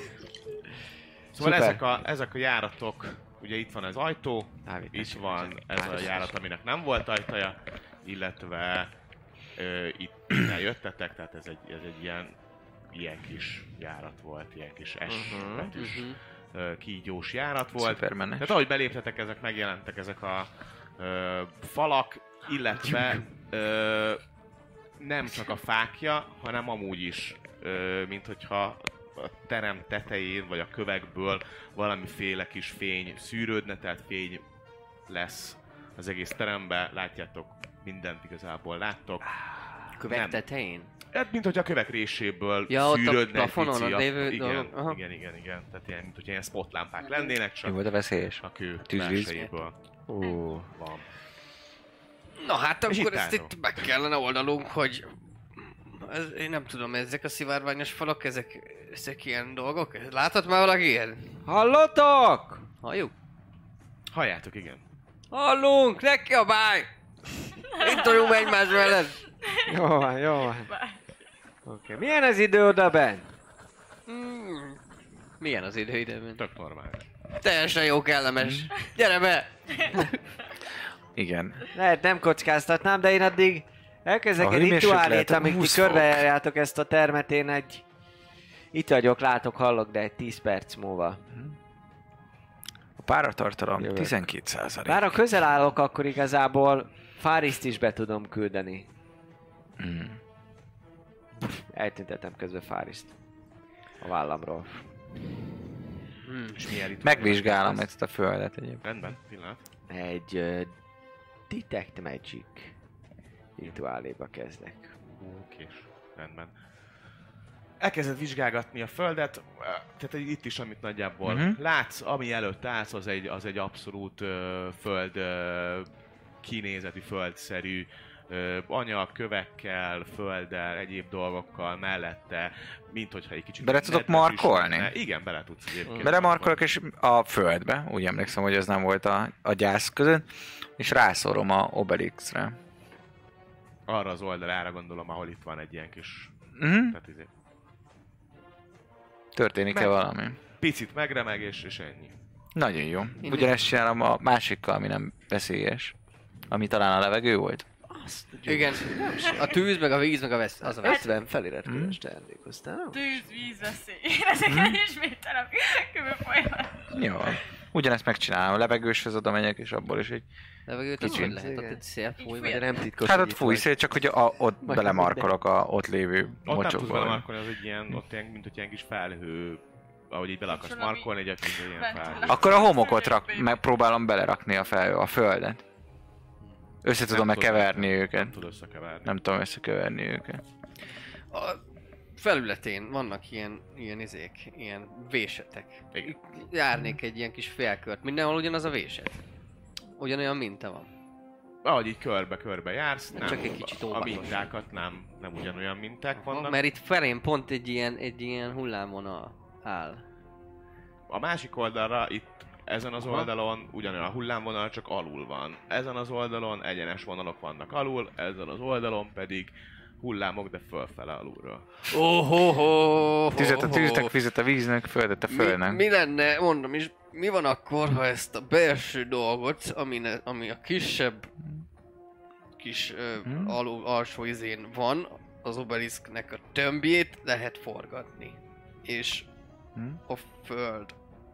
szóval Szuper. ezek, a, ezek a járatok, ugye itt van az ajtó, Dávid, itt tessék, van tessék. ez a Várj, járat, aminek nem volt ajtaja, illetve ö, itt innen jöttetek, tehát ez egy, ez egy ilyen, ilyen kis járat volt, ilyen kis S Mhm. betűs Mhm. ö, kígyós járat volt. Szupermenes. Tehát ahogy beléptetek, ezek megjelentek ezek a ö, falak, illetve ö, nem csak a fákja, hanem amúgy is, ö, mint hogyha a terem tetején vagy a kövekből valamiféle kis fény szűrődne, tehát fény lesz az egész teremben, látjátok, mindent igazából láttok. Kövek Nem. tetején? Hát, mint hogyha a kövek réséből Ja, ott a szűrődne egy plafonon pici, ott a- lévő igen, dolgok, aha. igen, igen, igen, tehát ilyen, mint hogyha ilyen spotlámpák lennének, Mi csak volt a veszélyes? a kő Tűzvíz. belsejéből Ú, van. Na hát És akkor itt ezt állunk. itt meg kellene oldanunk, hogy... Ez, én nem tudom, ezek a szivárványos falak, ezek, ezek ilyen dolgok? Látott már valaki ilyen? Hallottok? Halljuk? Halljátok, igen. Hallunk! Ne kiabálj! Itt vagyunk egymás mellett! Jó van, jó van. Oké, milyen az idő oda benn? Mm. Milyen az idő időben? Tök normális. Teljesen jó, kellemes. Gyere be! Igen. Lehet nem kockáztatnám, de én addig elkezdek A egy hőmérséklet rituálét, amíg ti húsz fok. körbejárjátok ezt a termet, én egy... Itt vagyok, látok, hallok, de egy tíz perc múlva. A páratartalom Jövök. tizenkét százalék. Bár ha közel állok, akkor igazából Fáriszt is be tudom küldeni. Mm. Eltüntetem közben Fáriszt. A vállamról. Hmm. És milyen rituál? Megvizsgálom ezt a földet egyébként. Rendben, pillanat. Egy uh, Detect Magic rituáléba kezdek. Oké, rendben. Elkezded vizsgálgatni a földet, tehát itt is, amit nagyjából Mhm. uh-huh. látsz, ami előtt állsz, az egy, az egy abszolút ö, föld, ö, kinézetű, földszerű ö, anyag, kövekkel, földdel, egyéb dolgokkal mellette, mint hogyha egy kicsit... Bele tudok nedves is markolni? lenne. Igen, bele tudsz egyébként. Belemarkolok és a földbe, úgy emlékszem, hogy az nem volt a, a gyász között, és rászorom a Obelixre. Arra az oldalára gondolom, ahol itt van egy ilyen kis... Mhm. Tehát izé, Történik-e Meg- valami? picit megremeg, és, és ennyi. Nagyon jó. Ugyanezt csinálom a másikkal, ami nem veszélyes. Ami talán a levegő volt. Azt Igen, a tűz, meg a víz, meg a vesz... az a vesz... ötven feliratkozás termék, aztán nem? Tűz, víz, veszély. Ezeken ismételem. Kövő folyamat. Jó. Ugyanezt megcsinálom, a levegőshöz oda megyek, és abból is egy... Levegőt az Kicsit. hogy lehet? Ott egy szél fúj, Így vagy Nem titkos. Hát hogy ott itt fúj vagy. szét, csak hogy a, ott Majd belemarkolok a ott lévő Ott nem tudsz mocsokba. belemarkolni, az egy ilyen, ott ilyen, mint hogy ilyen kis felhő, ahogy így bele akarsz Valami markolni, egy egy ilyen bent felhő. van. Akkor a homokot rak, megpróbálom belerakni a, fel, a földet. Össze Nem tudom-e tudod keverni össze- őket? Nem tudod összekeverni. Nem tudom összekeverni őket. A felületén vannak ilyen, ilyen izék, ilyen vésetek. Igen. Járnék egy ilyen kis félkört. Mindenhol ugyanaz a véset. Ugyanolyan minta van. Ahogy így körbe-körbe jársz, nem, Csak egy kicsit a óvatos. mintákat nem, nem ugyanolyan minták vannak. Mert itt felén pont egy ilyen, egy ilyen hullámvonal áll. A másik oldalra, itt ezen az Aha. oldalon ugyanolyan a hullámvonal, csak alul van. Ezen az oldalon egyenes vonalok vannak alul, ezen az oldalon pedig hullámok, de fölfele alulról. Oh, Tüzet a tűznek, vizet a víznek, földet a Mi, földnek. mi lenne, mondom is, mi van akkor, ha ezt a belső dolgot, ami, ne, ami a kisebb kis ö, Hmm. alul, alsó izén van, az obelisknek a tömbjét lehet forgatni. És Hmm? a föld.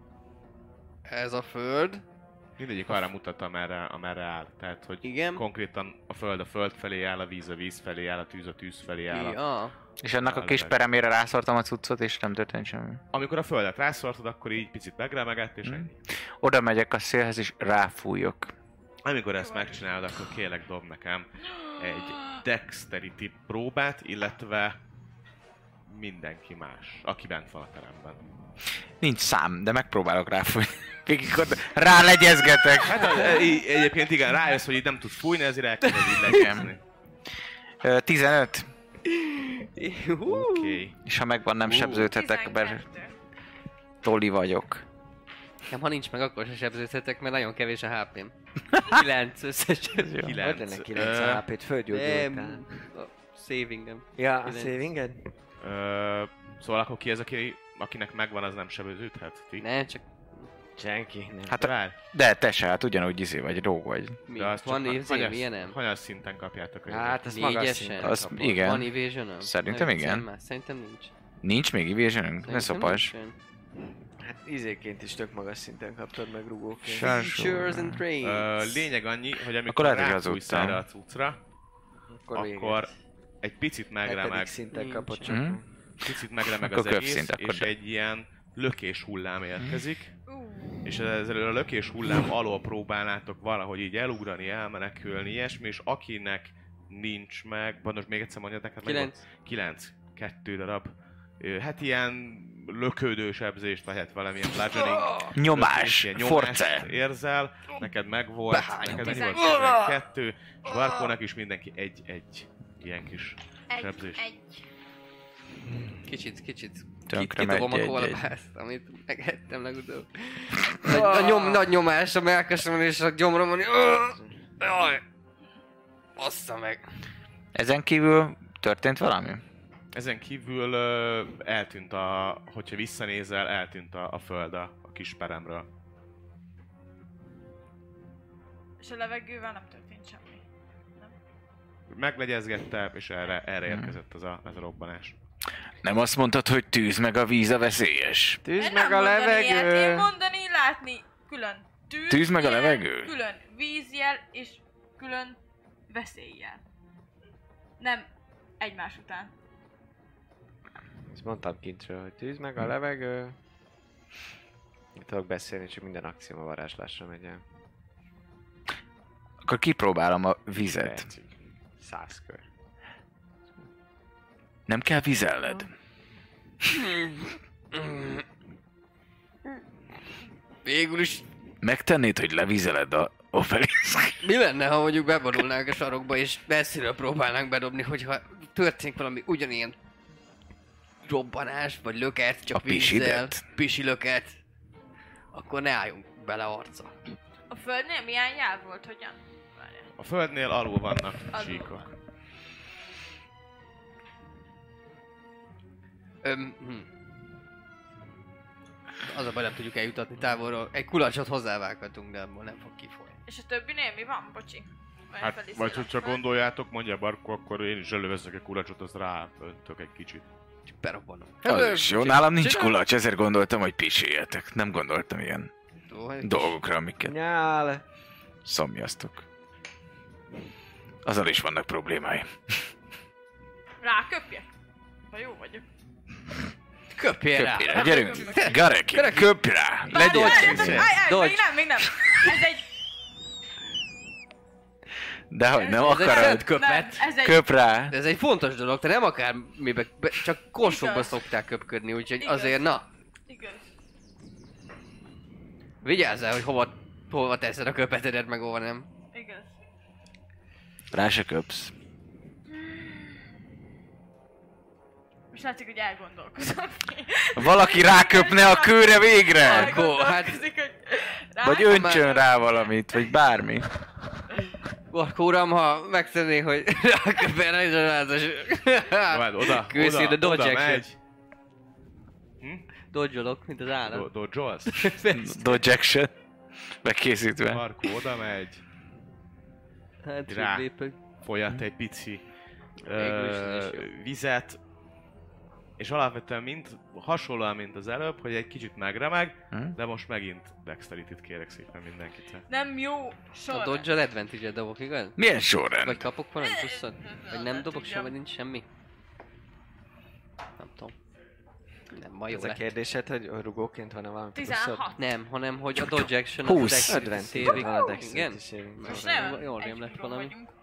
Ez a föld. Mindegyik arra mutat, amerre, amerre áll. Tehát, hogy Igen. konkrétan a föld a föld felé áll, a víz a víz felé áll, a tűz a tűz felé áll. A... Ja. És ennek a kis peremére rászortam a cuccot, és nem történt semmi. Amikor a földet rászortad, akkor így picit megremegett, és Hmm. ennyi. Oda megyek a szélhez, és ráfújok. Amikor ezt megcsinálod, akkor kérlek dob nekem egy dexterity próbát, illetve mindenki más, aki bent van a teremben. Nincs szám, de megpróbálok ráfújni. Végig oda rálegyezgetek. Hát a- í- egyébként igen, rájössz, hogy így nem tudsz fújni, ezért elkezded így legyezni. Ö, tizenöt. Oké. Okay. És ha megvan, nem Ú. sebződhetek, mert tizenkettő. toli vagyok. Nekem, ha nincs meg, akkor se sebződhetek, mert nagyon kevés a há pém. kilenc összesen. Jó. Hogy lenne kilenc. kilenc Ö, há pét, földgyógyultál. Nem, a savingem. Ja, a kilenc. savinged? Ö, szóval akkor ki az, aki, akinek megvan, az nem sebeződhet? Ti? Ne, csak Senki, nem. Hát Hát várj, de te se, hát ugyanúgy izé vagy, róg vagy. mi? de azt Van csak évzé, hanyas- milyenem? hanyas szinten kapjátok a Hát ez magas Négyesen? szinten Az kapod. igen. Van evasion-öm? Szerintem Ne igen. viccelj már, Szerintem nincs. Nincs még evasionünk? Ne Szerintem szopas. nincsen. Hát izéként is tök magas szinten kaptad meg rugóként. Sár- Features and traits. Ö, lényeg annyi, hogy Akkor amikor lehet, hogy ráfújsz hazudtam. erre a cuccra, Akkor, akkor egy picit megremeg, Hetedik szinten Nincs. kapod csak. Mhm. picit megremeg Akkor az egész, köpszint, akkor és de. egy ilyen lökés hullám érkezik, Ú, és ezzel a lökés hullám alól próbálnátok valahogy így elugrani, elmenekülni, ilyesmi, és akinek nincs meg, most még egyszer mondjad neked, meg Kilenc. kilenc, kettő darab, Ö, hát ilyen lökődő sebzést, vagy hát valamilyen bludgeoning, Nyomás, ilyen nyomást force. érzel, neked megvolt, Behányom. neked mennyi volt? Tizenkettő. Kettő, és Barkónak is mindenki egy-egy ilyen kis egy, sebzés. egy. Kicsit, kicsit. Tönkre Kidobom a megy egy- kolbászt, amit megettem legutóbb. Nagy, a nyom, nagy nyomás a melkasomon és a gyomromon. Jaj! Bassza meg. Ezen kívül történt valami? Ezen kívül ö, eltűnt a, hogyha visszanézel, eltűnt a, a föld a, a kis peremről. És a levegővel nem történt semmi. Meglegyezgette, és erre, erre Mhm. érkezett az a, ez a robbanás. Nem azt mondtad, hogy tűz meg a víz a veszélyes. Tűz Én meg nem a mondani ilyet, Én levegő! mondani, látni külön tűz, Tűz meg a levegő? külön vízjel és külön veszélyjel. Nem egymás után. Ezt mondtam kintről, hogy tűz meg a levegő. Itt tudok beszélni, csak minden akció a varázslásra megy el. Akkor kipróbálom a vizet. Percig. Száz kör. Nem kell vizelled. Végül is Megtennéd, hogy levizeled a obelisk. mi lenne, ha mondjuk bevonulnánk a sarokba és messziről próbálnánk bedobni, hogyha történik valami ugyanilyen robbanás, vagy löket, csak A vízzel, pisidet? pisi löket, akkor ne álljunk bele arca. A földnél milyen jár volt, hogyan? Várjál. A földnél alul vannak Alul síkok. van. Öm, hm. Az a baj, nem tudjuk eljutatni távolról. Egy kulacsot hozzávághatunk, de abból nem fog kifolyni. És a többinél mi van? Bocsi. Hát, vagy hogyha gondoljátok, mondja Barkó, akkor én is előveszek egy kulacsot, azt ráöntök egy kicsit. Csak berobbanom. Az is jó, nálam nincs kulacs, ezért gondoltam, hogy pisiljetek. Nem gondoltam ilyen dolgokra, amiket Nyál. szomjaztok. Azzal is vannak problémáim. Ráköpjek? Ha jó vagyok. Köpjél rá! Köpj rá, gyerünk! Gareki, köpj rá! Legyen Várj, szíves. állj, állj, Dodge. még nem, még nem. Ez egy... De hogy nem Ez egy akarod? szent köpet. Nem, ez egy... Köp rá! De ez egy fontos dolog, te nem akár mibe, be, csak korsókba Igaz. szokták köpködni, úgyhogy Igaz. azért na, Igaz. vigyázzál, hogy hova, hova teszed a köpetedet, meg hova nem. Igaz. Rá se köpsz. Most látszik, hogy elgondolkozom. Valaki ráköpne a kőre végre! Akkor, hát- Elgondolkozik, hogy... Vagy Rá- öntsön rá valamit, vagy bármi. Barkó uram, ha megtenné, hogy ráköpjél rá, és a lázas. Várj, oda, Köszi, oda, de dodge oda action. megy. Dodge-olok, mint az állat. Do- Dodge-olsz? Dodge action. Megkészítve. Markó oda megy, Hát, Rá. lépek. folyat egy pici Végül is ez ö, is jó. vizet, és alapvetően mint, hasonlóan, mint az előbb, hogy egy kicsit megremeg, Hm? de most megint dexterity-t kérek szépen mindenkit. Nem jó A sorra. Dodge-al advantage-et dobok, igaz? Milyen Vagy sorrend? kapok valami pluszot? Vagy nem dobok tudjam. sem, vagy nincs semmi? Nem tudom. Nem, ma jó Ez a lett. kérdésed, hogy rugóként van-e valami pluszod? tizenhat. Nem, hanem hogy a dodge action húsz. az a dexterity Advantage saving. van a Igen? dexterity saving. Most throw-ra. nem. Jól rém egy lett pro valami. vagyunk.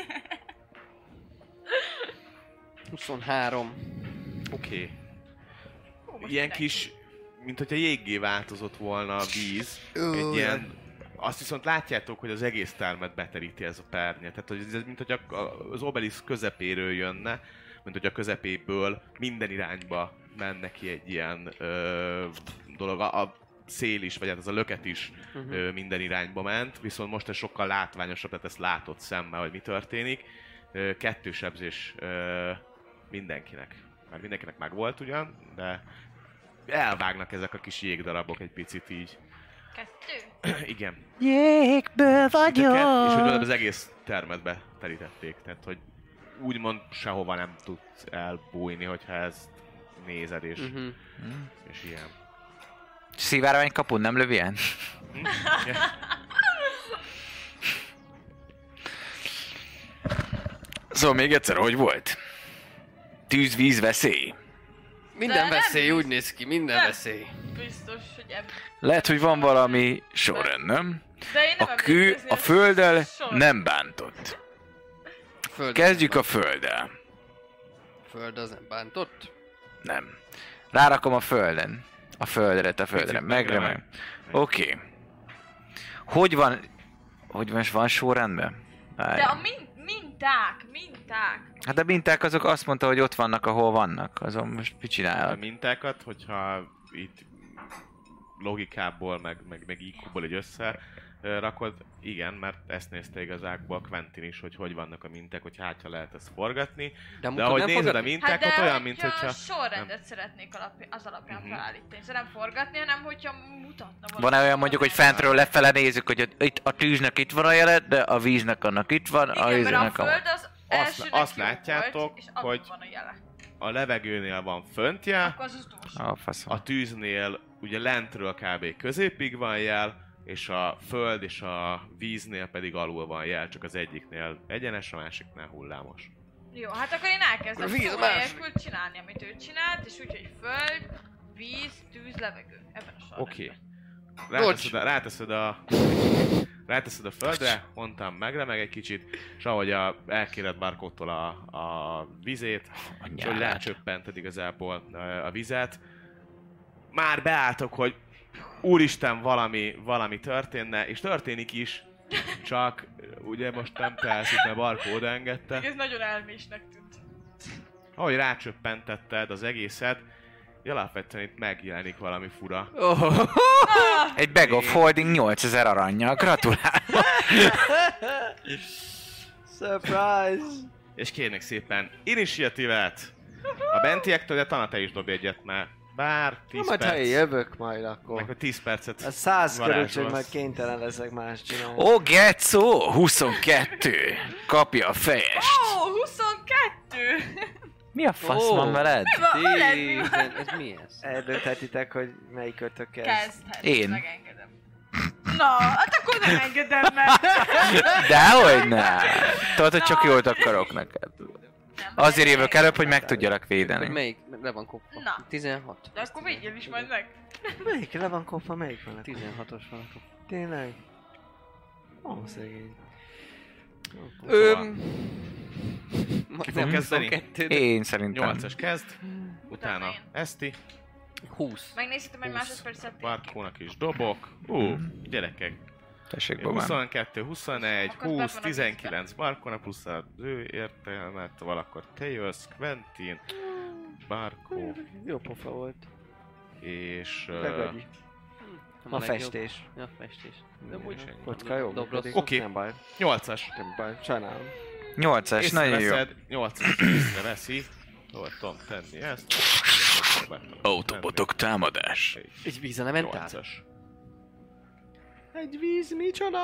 huszonhárom. Oké. Hú, most Ilyen mindenki. kis, mint hogyha jéggé változott volna a víz. Ó, Egy jaj. ilyen, azt viszont látjátok, hogy az egész termet beteríti ez a pernye. Tehát, hogy ez mint hogy a- a- az obelisz közepéről jönne, mint hogy a közepéből minden irányba menne ki egy ilyen ö, dolog. A, a szél is, vagy hát az a löket is Mhm. ö, minden irányba ment, viszont most ez sokkal látványosabb, tehát ezt látod szemmel, hogy mi történik. Ö, kettős sebzés ö, mindenkinek. Már mindenkinek meg volt ugyan, de elvágnak ezek a kis jégdarabok egy picit így. Kettő. Igen. Jégből Titeket, és hogy vagyok. tudod, az egész termet beterítették, tehát hogy úgymond sehova nem tudsz elbújni, hogyha ezt nézed, és, Mhm. és ilyen. Szivárvány kapun nem löv ilyen? Szóval még egyszer, hogy volt? Tűz, víz, veszély. Minden De nem veszély is. úgy néz ki, minden Nem. veszély. Biztos, hogy ebben. Lehet, hogy van valami sorrend, nem? De én nem A kő emlékezem, a földdel sor. nem bántott. Föld Kezdjük a a földdel. föld, az nem bántott. Nem. Rárakom a földön. A földre, a földre. Picit Megremeg. megremeg. Oké. Hogy van... Hogy van, van sorrendben? Várj. De a min- minták, minták. Hát a minták azok azt mondta, hogy ott vannak, ahol vannak. Azon most mit A csinálok? mintákat, hogyha itt logikából, meg, meg, meg í kú-ból így össze ö, rakod, igen, mert ezt nézte igazából a Quentin is, hogy hogy vannak a minták, hogy hát ha lehet ezt forgatni. De amúgy ahogy nem nézed a forgatni? mintákat, Hát de olyan, mint hogyha hogyha... sorrendet szeretnék alapj- az alapján Mhm. felállítani. Szóval nem forgatni, hanem hogyha mutatna valami. Van-e olyan mondjuk, hogy fentről lefele nézzük, hogy a- itt a tűznek itt van a jelet, de a víznek annak itt van, a Igen, mert a víznek a... föld az elsőnek azt jó látjátok, volt, és azon hogy- van a jele. a levegőnél van föntje, Akkor az utolsó. A faszom. a tűznél ugye lentről kb. Középig van jel, és a föld és a víznél pedig alul van jel, csak az egyiknél egyenes, a másiknál hullámos. Jó, hát akkor én elkezdem A víz szó más. nélkül csinálni, amit ő csinált, és úgy, hogy föld, víz, tűz, levegő. Ebben a sorrendben. Oké. Ráteszed, a, ráteszed a... Ráteszed a földre, mondtam megremeg egy kicsit, és ahogy a, elkéred Barkótól a, a vizét, és hogy rácsöppented igazából a, a vizet, már beálltok, hogy úristen, valami, valami történne, és történik is, csak ugye most nem tehetik, mert Barkó odaengedte. Ez nagyon elmésnek tűnt. Ahogy rácsöppentetted az egészet, alapvetően itt megjelenik valami fura. Oh. Egy bag of holding nyolcezer arannyal. Gratulálok! Surprise! És kérnek szépen initiatívet! A bentiektől, de Tana, te is dobj egyet, mert Bár tíz Na majd ha perc. én jövök majd akkor. Meg tíz percet A száz körül, varázsolsz. hogy majd kénytelen leszek más csinálni. Ó, Getszó, huszonkettő. Kapja a fejest. Ó, huszonkettő! Mi a fasz Ó. van veled? Mi van veled, mi van? Tízen- Ez mi ez? Eldönthetitek, hogy melyik ötök kezd. Kezdhet, Én. megengedem. Na, hát akkor nem engedem meg. Dehogy ne. Tudod, hogy csak Na, jót akarok neked. Nem, Azért nem jövök elő, hogy meg tudjalak Hogy védeni. melyik? Le van kopva. Na. tizenhat. De akkor vigyél is majd meg. Melyik le van kopva, melyik van? tizenhatos van a kopva. Tényleg? Ó, szegény. Öm... Ki fog kezdeni? Én szerintem. nyolcas kezd, utána én. Eszti, húsz. Megnézhetem egy húsz. másodpercet. Barkónak is dobok. Ú, gyerekek. Tessék, Én babám. huszonkettő, huszonegy, Akkor húsz, be van a tizenkilenc Barkónak plusz az ő értelmet, valakor te jössz, Quentin, Barkó Jó pofa volt. és... ö, Begagyi. Nem A legjobb. festés. Ja, festés. De úgy sem. Kocka jó. Dob működik. Oké. Nem baj. nyolcas. Nem baj. Sajnálom. nyolcas, nagyon jó. Észreveszed, nyolcas észreveszi. Hol tudom tenni ezt? Autobotok támadás. Egy vízelementál? nyolcas. Egy víz, micsoda?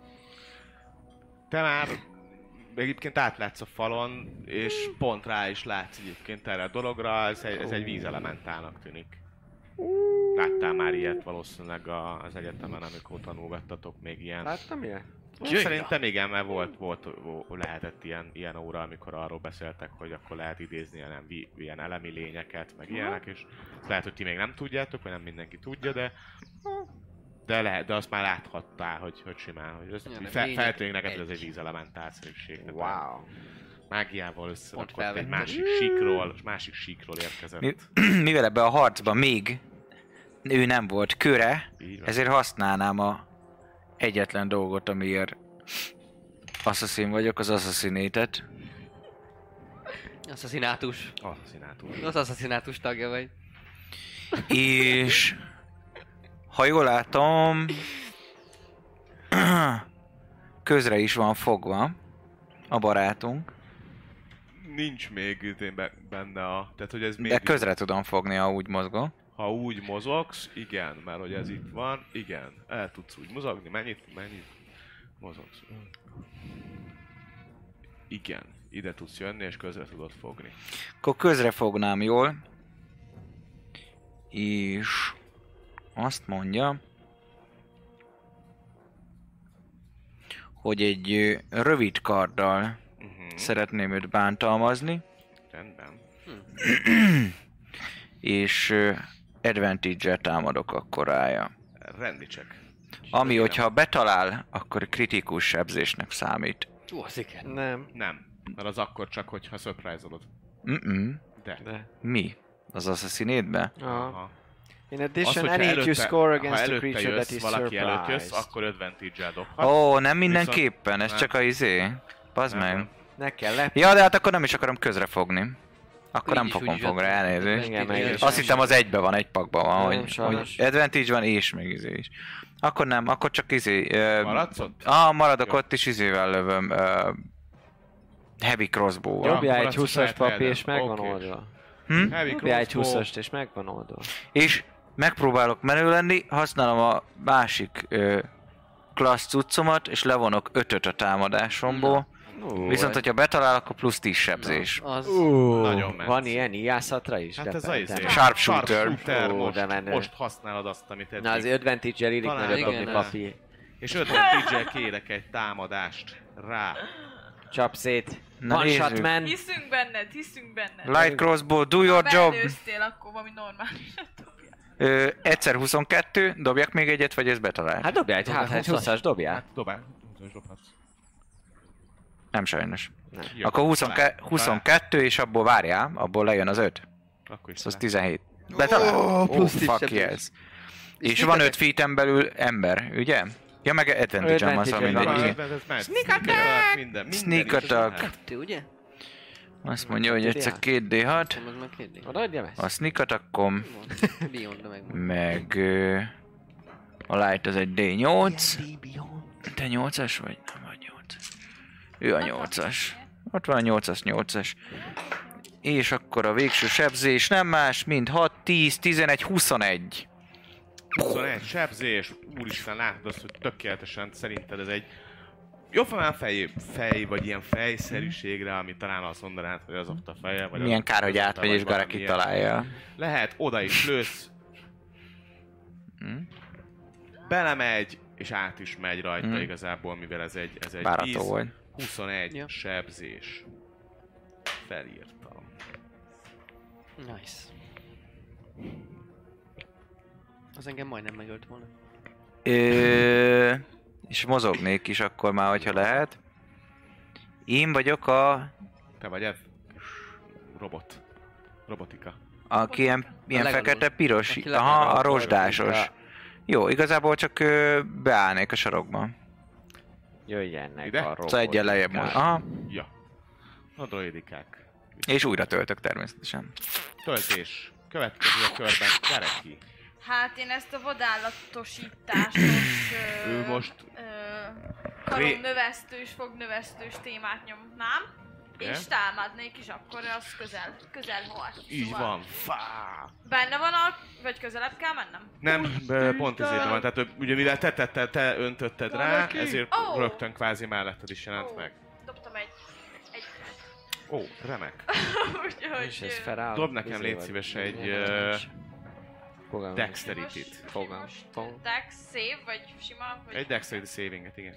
Te már egyébként átlátsz a falon, és pont rá is látsz egyébként erre a dologra, ez egy, ez egy vízelementálnak tűnik. Láttál már ilyet valószínűleg a, az egyetemen, amikor tanulgattatok még ilyen. Láttam ilyet? Jöjjön. Szerintem igen, mert volt, volt, volt lehetett ilyen, ilyen óra, amikor arról beszéltek, hogy akkor lehet idézni ilyen, vi- ilyen elemi lényeket, meg ilyenek, és lehet, hogy ti még nem tudjátok, vagy nem mindenki tudja, de de lehet, de azt már láthattál, hogy, hogy simán, hogy ez Ja, de fe, lények feltűnik neked, hogy ez egy. egy vízelementálszerűség. tehát Wow. Mágiával összerakott egy felvettem. másik síkról, másik síkról érkezett. Mi, mivel ebbe a harcban még ő nem volt köre, Így van. ezért használnám a egyetlen dolgot, amiért assassin vagyok, az assassinatet. Assaszinátus. Asszinátus. Az assaszinátus tagja vagy. És ha jól látom, közre is van fogva a barátunk, Nincs még ütén be- benne a... Tehát, hogy ez még... de közre tudom fogni, ha úgy mozgok. Ha úgy mozogsz, igen, mert hogy ez itt van, igen. El tudsz úgy mozogni, mennyit, mennyit mozogsz. Igen, ide tudsz jönni, és közre tudod fogni. Akkor közre fognám jól. És azt mondja, hogy egy ö, rövid karddal Uh-huh. szeretném őt bántalmazni, Rendben. és ö, advantage-el támadok akkor rája. Rendi check. Ami, hogyha betalál, akkor kritikus sebzésnek számít. Ú, az igen. Nem. Nem, mert az akkor csak, hogyha surprise-olod. Mm-mm. De. De. Mi? Az Assassinate-be? Aha. Aha. In Az, addition, hogyha any hit you score ha against a előtte creature that jössz, is valaki előtt jössz, surprised. akkor advantage-el dobhat. Ó, oh, nem mindenképpen, ez nem. csak a izé. Bazd Nem, meg. nem. Ne kell le... Ja, de hát akkor nem is akarom közre fogni. Akkor nem Így is, fogom úgy is fogni, ott- elnézést. Igen, meg Igen, is. Azt hittem az egybe van, egy pakban van, Nem, hogy, sajnos. hogy advantage van és még izé is. Akkor nem, akkor csak izé... Uh, Maradsz ott? Ah, maradok Jó. ott is izével lövöm. Uh, heavy crossbow-val. Dobjál akkor egy azt is húszas lehet papi, velem. és megvan Oké. oldva. Hm? Heavy Dobjál egy crossbow. húszast, és megvan oldva. És megpróbálok menő lenni, használom a másik uh, klassz cuccomat, és levonok ötöt a támadásomból. Ú, Viszont, hogyha betalál, akkor plusz tíz sebzés. Az... Ú, Nagyon ment. van ilyen ijászatra is? Hát De ez be- a de izé. nem. Sharpshooter. Sharpshooter Ó, most, de menő. most használod azt, amit eddig. Na, az advantage-el illik Talán nagyobb igen, dobni, ez- papi. És advantage-el kérek egy támadást rá. Csap szét. Na, One shot nézzük. man. Hiszünk benned, hiszünk benned. Light crossbow, do your Ha job. belőztél, akkor valami normális. Ö, egyszer huszonkettő, dobjak még egyet, vagy ez betalált? Hát dobjál egy, hát egy húszas dobjál. Hát dobál. Húszas dobhatsz. Nem sajnos. Jó, Akkor huszonke- talán. huszonkettő, és abból várjál, abból lejön az öt. Akkor is Szóval az le. tizenhét. Betalál? Ó, Oh, plusz tíz fuck sebzés. yes. És van öt feet-en belül ember, ugye? Ja, meg advantage-em van, szóval Advantage-em mindegy. van. Igen. Sneak attack! Minden, minden Sneak is attack. lehet. Kettő, ugye? Azt mondja, hogy egyszer két dé hat. Szóval az meg kérdés. Odaadjam ezt? A sneak attackom, Beyond, de meg. meg ö, a light az egy dé nyolc. Te nyolcas vagy? Nem vagy nyolcas. Ő a nyolcas. Ott van a nyolcas, nyolcas. És akkor a végső sebzés nem más, mint hat, tíz, tizenegy, huszonegy. huszonegy sebzés, úristen, látod azt, hogy tökéletesen szerinted ez egy jóformán fej, fej, vagy ilyen fejszerűségre, ami talán azt mondanád, hogy az ott a feje, vagy Milyen az kár, hogy az átmegy és valami Garaki ilyen. találja. Lehet, oda is lősz, Hm? belemegy, és át is megy rajta Hmm. igazából, mivel ez egy, ez egy Várható víz. volt. huszonegy Ja. sebzés. Felírtam. Nice. Az engem majdnem megölt volna. Ö, és mozognék is akkor már, hogyha lehet. Én vagyok a... Te vagy ez? Robot. Robotika. Aki ilyen, ilyen legalul. fekete-piros, Aki aha, legalul. a rozsdásos. Jó, igazából csak ö, beállnék a sarokban. Jöjjenek Ide? a robotikák. Szóval egyen lejjebb most. Aha. Ja. A droidikák. És újra töltök természetesen. Töltés. Következő a körben. Gareki. Hát én ezt a vadállatosításos... ö, Ő most- Ö, karomnövesztős, fognövesztős témát nyomnám. Igen? És támadnék is, akkor az közel, közel volt. Így van. Fá. Benne van a... vagy közelebb kell mennem? Nem, ö, pont ezért van. Tehát ö, ugye mivel te, te, te, te öntötted rá, Gareki. ezért Ó. rögtön kvázi melletted is jelent Ó. meg. Dobtam egy... egy... Ó, remek. Úgyhogy... És ez ö, feláll. Dob nekem, légy szíves, egy ö, Fogalmam. dexterity-t. Fogam. Most Fogam. dex, save, vagy sima, vagy... Egy dexterity savinget, igen.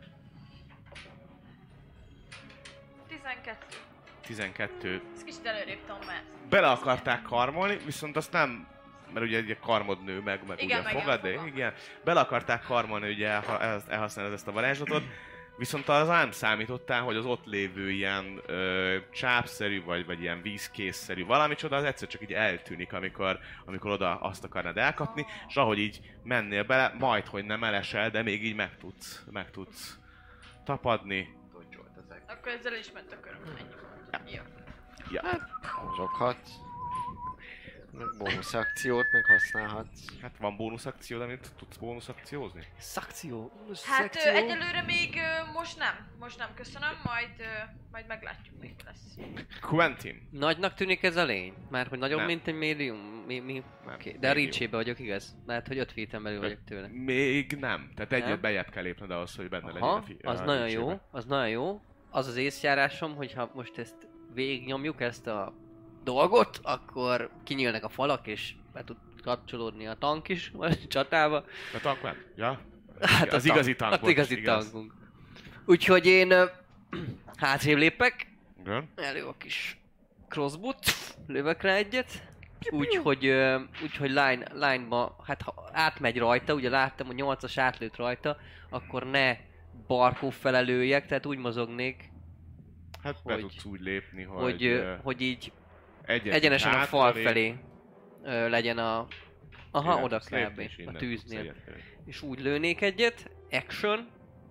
tizenkettő. tizenkettő. Ez kicsit előrébb tudom, mert... Bele akarták karmolni, viszont azt nem, mert ugye egy karmod nő meg, meg Igen, ugye meg fogad, igen, de fogam. igen. Bele akarták karmolni, ugye elha- el- elhasználod ezt a varázslatot, viszont az nem számítottál, hogy az ott lévő ilyen ö, csápszerű, vagy, vagy ilyen vízkészszerű valami csoda, az egyszer csak így eltűnik, amikor, amikor oda azt akarnád elkapni, és ahogy így mennél bele, majd, hogy nem elesel, de még így meg tudsz, meg tudsz tapadni. Akkor ezzel is ment a köröm. Ennyi. Jó. Ja. Mozoghatsz. Meg bónusz akciót meg használhatsz. Hát van bónusz akció, amit tudsz bónusz akciózni? Szakció. Hát ö, egyelőre még ö, most nem. Most nem, köszönöm, majd, ö, majd meglátjuk, még lesz. Quentin. Nagynak tűnik ez a lény? Már hogy nagyobb, Nem. mint egy médium? Mi, mi? Nem, Okay. De a médium. reach vagyok, igaz? Mert hogy öt feet-en belül vagyok tőle. Még nem. Tehát egyet Nem? bejebb kell lépned ahhoz, hogy benne legyen Aha, a fi- az a nagyon reach-ébe. jó, az nagyon jó. Az az észjárásom, hogyha most ezt végignyomjuk, ezt a dolgot, akkor kinyílnak a falak, és be tud kapcsolódni a tank is a csatába. A tank nem? Ja? Hát az a igazi tank, tank az igazi volt, igaz? tankunk. Úgyhogy én ö, hátrébb lépek, Igen. elő a kis crossbow-t, lövök rá egyet, úgyhogy ö, úgyhogy line, line-ba, hát ha átmegy rajta, ugye láttam, hogy nyolcas átlőtt rajta, akkor ne barkó felelőjek, tehát úgy mozognék, Hát be Hogy- tudsz úgy lépni, hogy, hogy, hogy, ö, hogy így egyet egyenesen a fal hátralép, felé ö, legyen a... Aha, innen oda tudsz lépni, kb. és A innen tudsz tűznél. egyet lépni. És úgy lőnék egyet, action.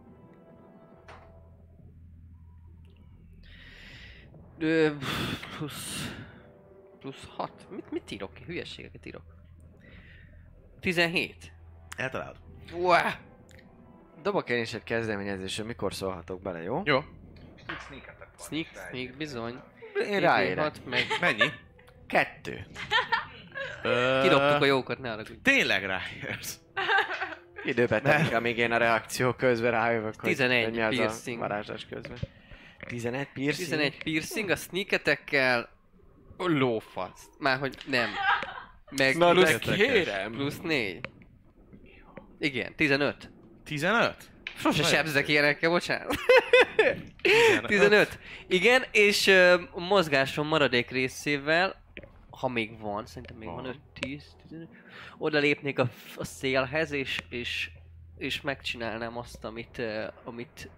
Ö, plusz... Plusz hat. Mit, mit írok ki? Hülyességeket írok. tizenhét. Eltalálod. Wow. Dobok én is egy kezdeményezésre, mikor szólhatok bele, jó? Jó. Sneak, sneak, bizony. Én ráérek. hat meg. Mennyi? Kettő. Ö, Kidobtuk a jókat, ne haragudj. Tényleg ráérsz. Időbe telik, amíg én a reakció közben rájövök, hogy, tizenegy hogy mi az piercing. a varázslás közben. tizenegy piercing? tizenegy piercing, a sneak attack-kel... Lófasz. Már hogy nem. Meg Na, plusz, de kérem! plusz négy. Igen, tizenöt. tizenöt? Sose Nagyon sebzek ilyenekkel, bocsánat. tizenöt. tizenöt. Igen, és ö, a mozgásom maradék részével, ha még van, szerintem még van, Van. öt, tíz, tizenöt, oda lépnék a, a szélhez, és, és, és megcsinálnám azt, amit, ö, amit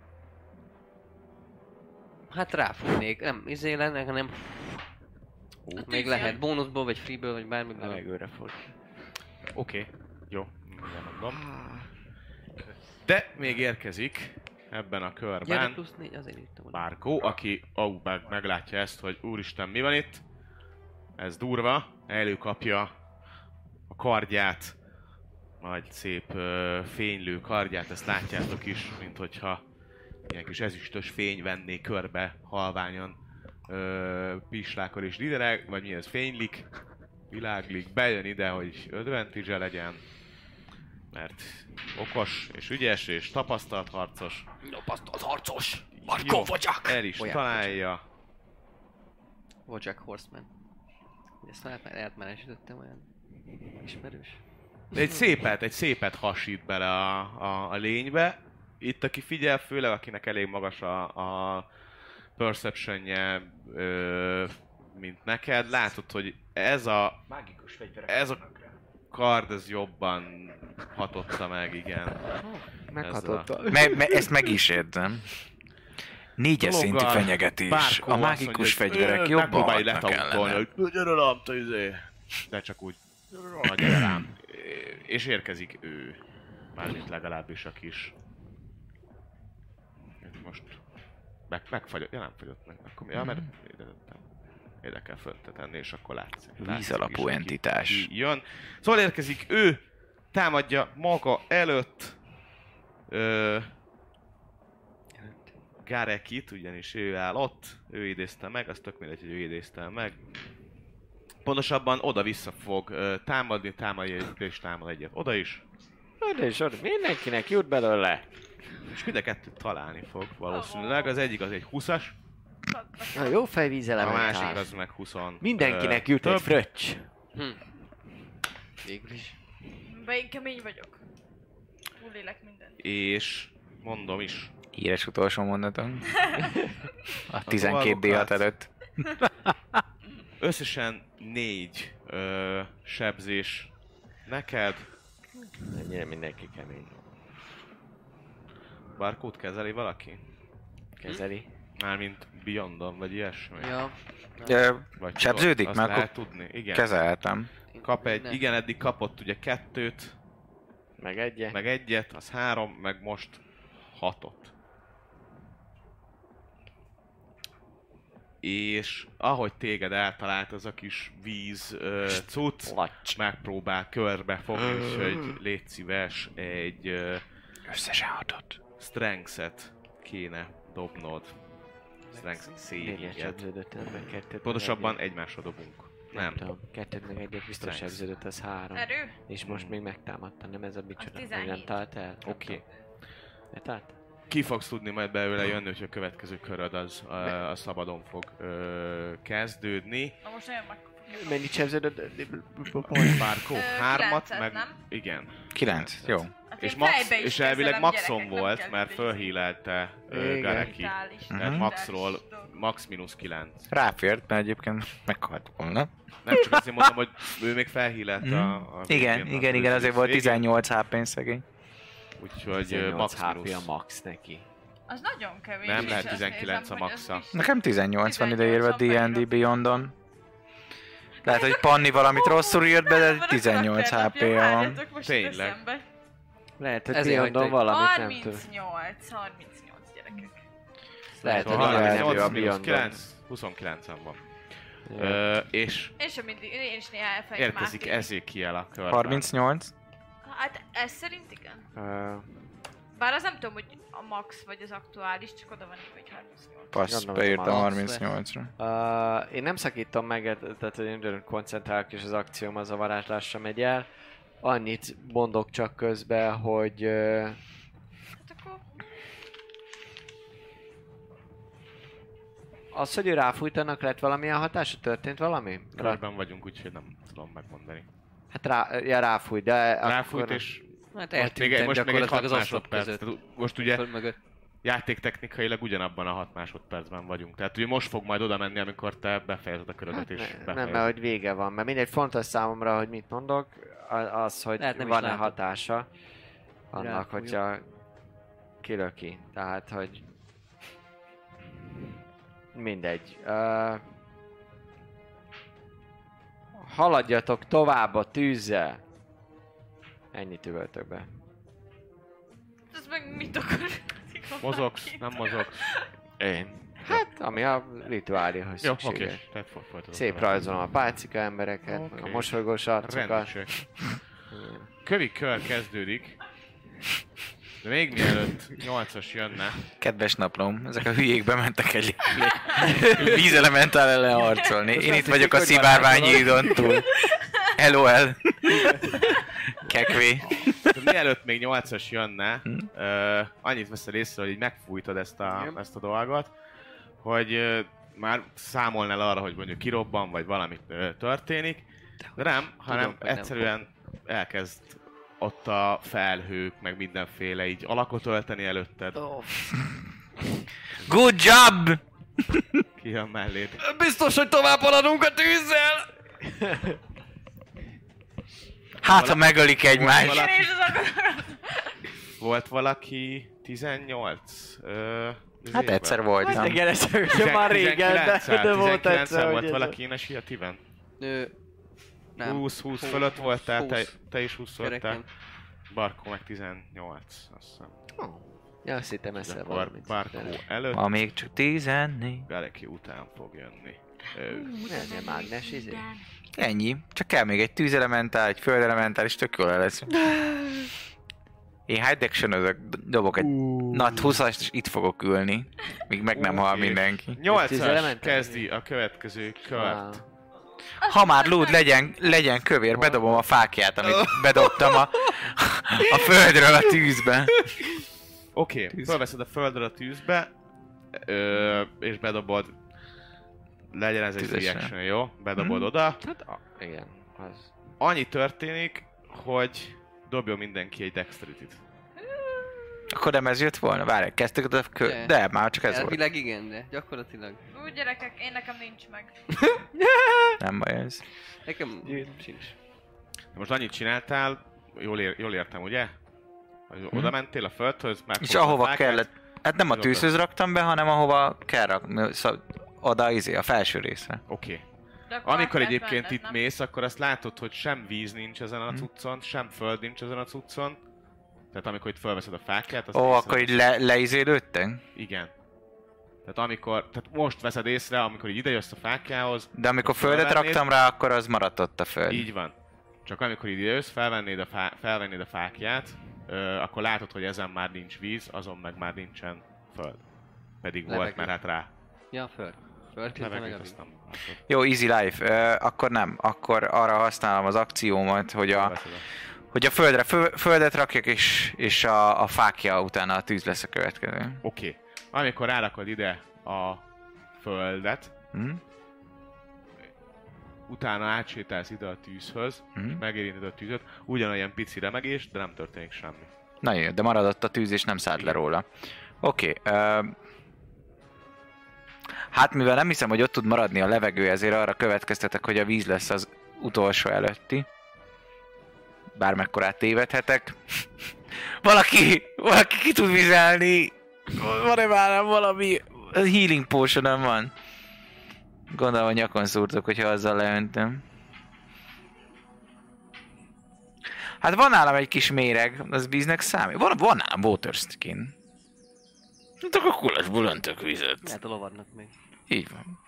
hát ráfognék. Nem izé lenne, hanem hát még tűzjel. lehet bónuszból, vagy freeből, vagy bármiből. Levegőre fog. Oké. Jó. Mindjárt mondom. De még érkezik ebben a Gyere, körben plusz négy, azért írtam oda. Bárkó, aki oh, meg, meglátja ezt, hogy úristen, mi van itt? Ez durva. Előkapja a kardját, nagy szép ö, fénylő kardját, ezt látjátok is, mint hogyha ilyen kis ezüstös fény venné körbe halványan ö, pislákol és lidereg, vagy mi ez, fénylik, világlik, bejön ide, hogy advantage legyen, mert okos és ügyes és tapasztalt harcos. Tapasztalt harcos! Marko Wojak! El is Wojak, találja. Wojak Horseman. Ezt már átmenesítettem, olyan ismerős. Egy szépet, egy szépet hasít bele a, a, a lénybe. Itt aki figyel, főleg akinek elég magas a, a perceptionje, ö, mint neked, látod, hogy ez a, Mágikus fegyverek. ez a kard, ez jobban hatotta meg, igen. Meghatotta. Me, me, ezt meg is érzem. Négyes szintű Loggal, fenyegetés. Bárkó A azt mágikus mondja, hogy, fegyverek ö, jobban megpróbálj hatnak letaukolni, ellene. hogy gyere rám, te izé. De csak úgy, na gyere rám. És érkezik ő. Mármint legalábbis a kis... Most... Meg, megfagyott, ja nem fagyott meg. Akkor, ja, mert ide, ide kell fönte tenni, és akkor látszik. Víz alapú entitás. Ki jön. Szóval érkezik ő, támadja maga előtt. Ö, Garekit, ugyanis ő áll ott, ő idézte meg, az tök mindegy, hogy ő idézte meg. Pontosabban oda-vissza fog ö, támadni, támadja egy, és támad egyet. Oda is. Oda és oda. Mindenkinek jut belőle. És mind a kettőt találni fog valószínűleg. Az egyik az egy húszas, Na, jó fej a vízelementál. másik az meg húsz. Mindenkinek ö, jut egy több. fröccs. Hm. Végül is. Be én kemény vagyok. Túlélek mindent. És mondom is. Híres utolsó mondatom. A tizenkét D hat alvokat. előtt. Összesen négy ö, sebzés neked. Ennyire mindenki kemény. Barkót kezeli valaki? Kezeli. Mármint Beyondon, vagy ilyesmi? Ja. Ö, Vagy Sebződik? azt Már lehet akkor tudni, igen. kezeltem. Kap egy, Nem. igen, eddig kapott ugye kettőt, Meg egye. meg egyet, az három, meg most hatot. És ahogy téged eltalált az a kis víz ö, cucc, Lacs. megpróbál körbe fogni, úgyhogy légy szíves, egy ö, Összesen hatott. strength-et kéne dobnod. Strength Négyet saving-et. sebződött, nem meg kettőt. Pontosabban meg egyet. egymásra dobunk. Nem Nem. tudom. Kettőt meg egyet biztos Strength. sebződött, az három. Erő? És most még megtámadta, nem ez a micsoda. Még nem tizenhét. talált el? Nem Oké. tudom. Megtalált? Ki fogsz tudni majd belőle jönni, hogy a következő köröd az a, a szabadon fog ö, kezdődni. Na most nagyon meg... Mennyit sebződött? Bárkó, Ö, hármat, kilencet, meg... nem? Igen. Kilenc, jó. Hát És, én max, fejbe is és elvileg kezelem, maxon gyerekek, nem volt, kell mert idézni. fölhílelte ö, Igen. Gareki. Vitális. Tehát Mhm. maxról Vitális dolog. max mínusz kilenc. Ráfért, mert egyébként meghaltuk volna. Nem csak azért mondom, hogy ő még felhílelte a, a Igen, végén, igen, az igen, azért volt végén. tizennyolc há pén szegény. Úgyhogy ö, tizennyolc max há pé a mínusz. max neki. Az nagyon kevés. Nem és lehet azt tizenkilenc nézem, a hogy az maxa. is- Nekem tizennyolc van ideírva tizennyolc D and D van Beyondon. Lehet, hogy Panni valamit rosszul írt be, de tizennyolc há pé van. Várjatok, most Tényleg. Tényleg. Eszembe. Lehet, hogy Ezért Beyondon hagyta, hogy- valamit nem tud. harmincnyolc, harmincnyolc gyerekek. Lehet, hogy Szóval legalább harmincnyolc a mínusz Beyondon. kilenc, huszonkilencen van. Ja. Ö, és Én sem mindig, én is néha elfelejtem érkezik átírni. Ezekiel a körben. harmincnyolc. Hát ez szerint igen. Ö, Bár az nem tudom, hogy a max vagy az aktuális, csak oda van írva, hogy harmincnyolc. Passz, Gondolom, beírtam max harmincnyolcra. Uh, én nem szakítom meg, tehát hogy én nagyon koncentrálok és az akcióm az a varázslásra megy el. Annyit mondok csak közben, hogy uh, Hát akkor... az, hogy ő ráfújtanak, lett valamilyen hatása? Történt valami? Rá, Körben vagyunk, úgyhogy nem tudom megmondani. hát rá, ja, ráfújt, de Ráfújt akkor... és Hát most még, eltűntem most még egy gyakorlatilag hat az asztalok másodperc. között. Tehát Most ugye Föl mögött. játéktechnikailag ugyanabban a hat másodpercben vagyunk. Tehát ugye most fog majd oda menni, amikor te befejezed a körödet Hát és ne, nem, befejezed. mert hogy vége van, mert mindegy fontos számomra, hogy mit mondok, a- az, hogy Lehet, nem is van-e látod. hatása annak, Ráfújja. hogyha kilöki. Tehát, hogy mindegy. Uh, haladjatok tovább a tűzzel. Ennyit üvöltök be. Ez meg mit akar? Mozogsz, nem mozogsz. Én. Hát, ami a rituálihoz Jó, szükséges. oké. Tehát fo- folytatod. Szép rajzolom a pálcika embereket, meg a Oké. mosolygós arcokat. Rendesek. Kövi kör kezdődik. De még mielőtt nyolcas jönne... Kedves naplóm, ezek a hülyék bementek egy vízelementál ellen harcolni. Én itt vagyok a szivárványi hídon túl. Hello el. Kekvé. De mielőtt még nyolcas jönne, uh, annyit veszel észre, hogy így megfújtad ezt a, ezt a dolgot, hogy uh, már számolnál arra, hogy mondjuk kirobban, vagy valami uh, történik, de nem, hanem Tudom, egyszerűen elkezd ott a felhők, meg mindenféle így alakot ölteni előtted. Oh. Good job! Kijön melléd. Biztos, hogy tovább haladunk a tűzzel! Hát, ha megölik egymást. Valaki... Volt valaki tizennyolc? Ö, Hát egyszer voltam. Igen, ez már régen, de, de volt egyszer, volt hogy valaki initiatíven? Ö, nem. húsz húsz fölött voltál, te, húsz. te is húsz voltál. Kereken. Barkó meg tizennyolc, azt hiszem. Oh. Ja, azt hittem messze Akkor valamit. Barkó előtt, Ma még csak tizennégy. Gareki után fog jönni. Ő. Ez egy mágnes izé. Ennyi. Csak kell még egy tűzelementál, egy földelementál, és tök jól el lesz. Én hide action-özök, dobok egy nat húszast, és itt fogok ülni. Míg meg nem hal Oké. mindenki. nyolcas Tűzelementál? kezdi a következő kört. Ha már lúd, legyen, legyen kövér, bedobom a fákját, amit bedobtam a, a földről a tűzbe. Oké, okay, felveszed a földről a tűzbe, ö, és bedobod. Legyen ez egy Tüzesen. reaction, jó? Bedobod Mhm. oda. Hát, ah, igen, az. Annyi történik, hogy dobjon mindenki egy dexterity-t. Akkor nem ez jött volna? Várj, kezdtük a kö... De. De, már csak ez volt. Elvileg igen, de gyakorlatilag. Úgy gyerekek, én nekem nincs meg. Nem baj ez. Nekem sincs. Most annyit csináltál, jól, ér, jól értem, ugye? Hogy oda mentél a földhöz, már És ahova kellett. Hát nem a tűzhöz raktam be, hanem ahova kell rakni. Szóval oda izé, a felső részre. Oké. Okay. De akkor Amikor át lehet egyébként menned, itt nem? mész, akkor azt látod, hogy sem víz nincs ezen a cuccon, sem föld nincs ezen a cuccon. Tehát amikor itt felveszed a fákját, azt Ó, észre- akkor így le, leizélődtek? Igen. Tehát amikor, tehát most veszed észre, amikor így idejössz a fákjához. De amikor akkor földet felvennéd- raktam rá, akkor az maradt ott a föld. Így van. Csak amikor így idejössz, felvennéd a, fá, felvennéd a fákját, ö, akkor látod, hogy ezen már nincs víz, azon meg már nincsen föld. Pedig volt, Levegő. mert hát rá. Ja, föld. Föld, közben meg a Levegőt víz. azt nem látod. Jó, easy life. Uh, akkor nem. Akkor arra használom az akciómat, hogy a, Felveszed hogy a földre fö, földet rakjak, és, és a, a fákja utána a tűz lesz a következő. Oké. Okay. Amikor rárakod ide a földet, Hm? utána átsétálsz ide a tűzhöz, Hm? és megérinted a tűzöt, ugyanolyan pici remegés, de nem történik semmi. Na jó, de maradott a tűz, és nem szállt le róla. Oké. Okay, uh, hát mivel nem hiszem, hogy ott tud maradni a levegő, ezért arra következtetek, hogy a víz lesz az utolsó előtti. Bármekkorát tévedhetek. valaki, valaki ki tud vizelni. Van-e már valami healing potion van? Gondolom, hogy nyakon szúrtok, hogyha azzal leöntem. Hát van nálam egy kis méreg, az víznek számít. Van, van nálam water skin. Hát akkor kulasból öntök vizet. Lehet a lovadnak még. Így van.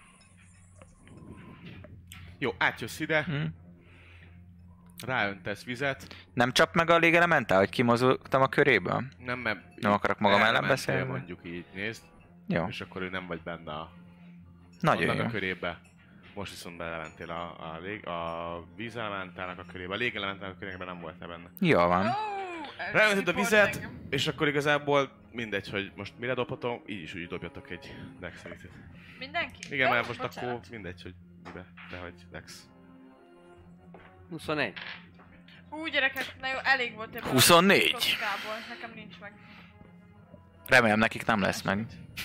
Jó, átjössz ide, Hm? ráöntesz vizet, Nem csap meg a légelementál, hogy kimozogtam a köréből? nem, mert Nem akarok magam ellen elmentél, beszélni? mondjuk így, nézd, Jó. és akkor ő nem vagy benne a, Nagyon annak jó. a körébe. Most viszont belementél a, a, lég, a vízelementának a körébe, a légelementának a körében nem voltál benne. Jó van. ez Ráöntöd a riport vizet, engem. és akkor igazából mindegy, hogy most mire dobhatom, így is úgy dobjatok egy dexterity-t. Mindenki? Igen, Jó, mert most bocsánat. akkor mindegy, hogy mibe, de hogy dex. huszonegy. Úgy gyerekek, na jó, elég volt ebből. huszonnégy. a kockából, nekem nincs meg. Remélem nekik nem lesz meg.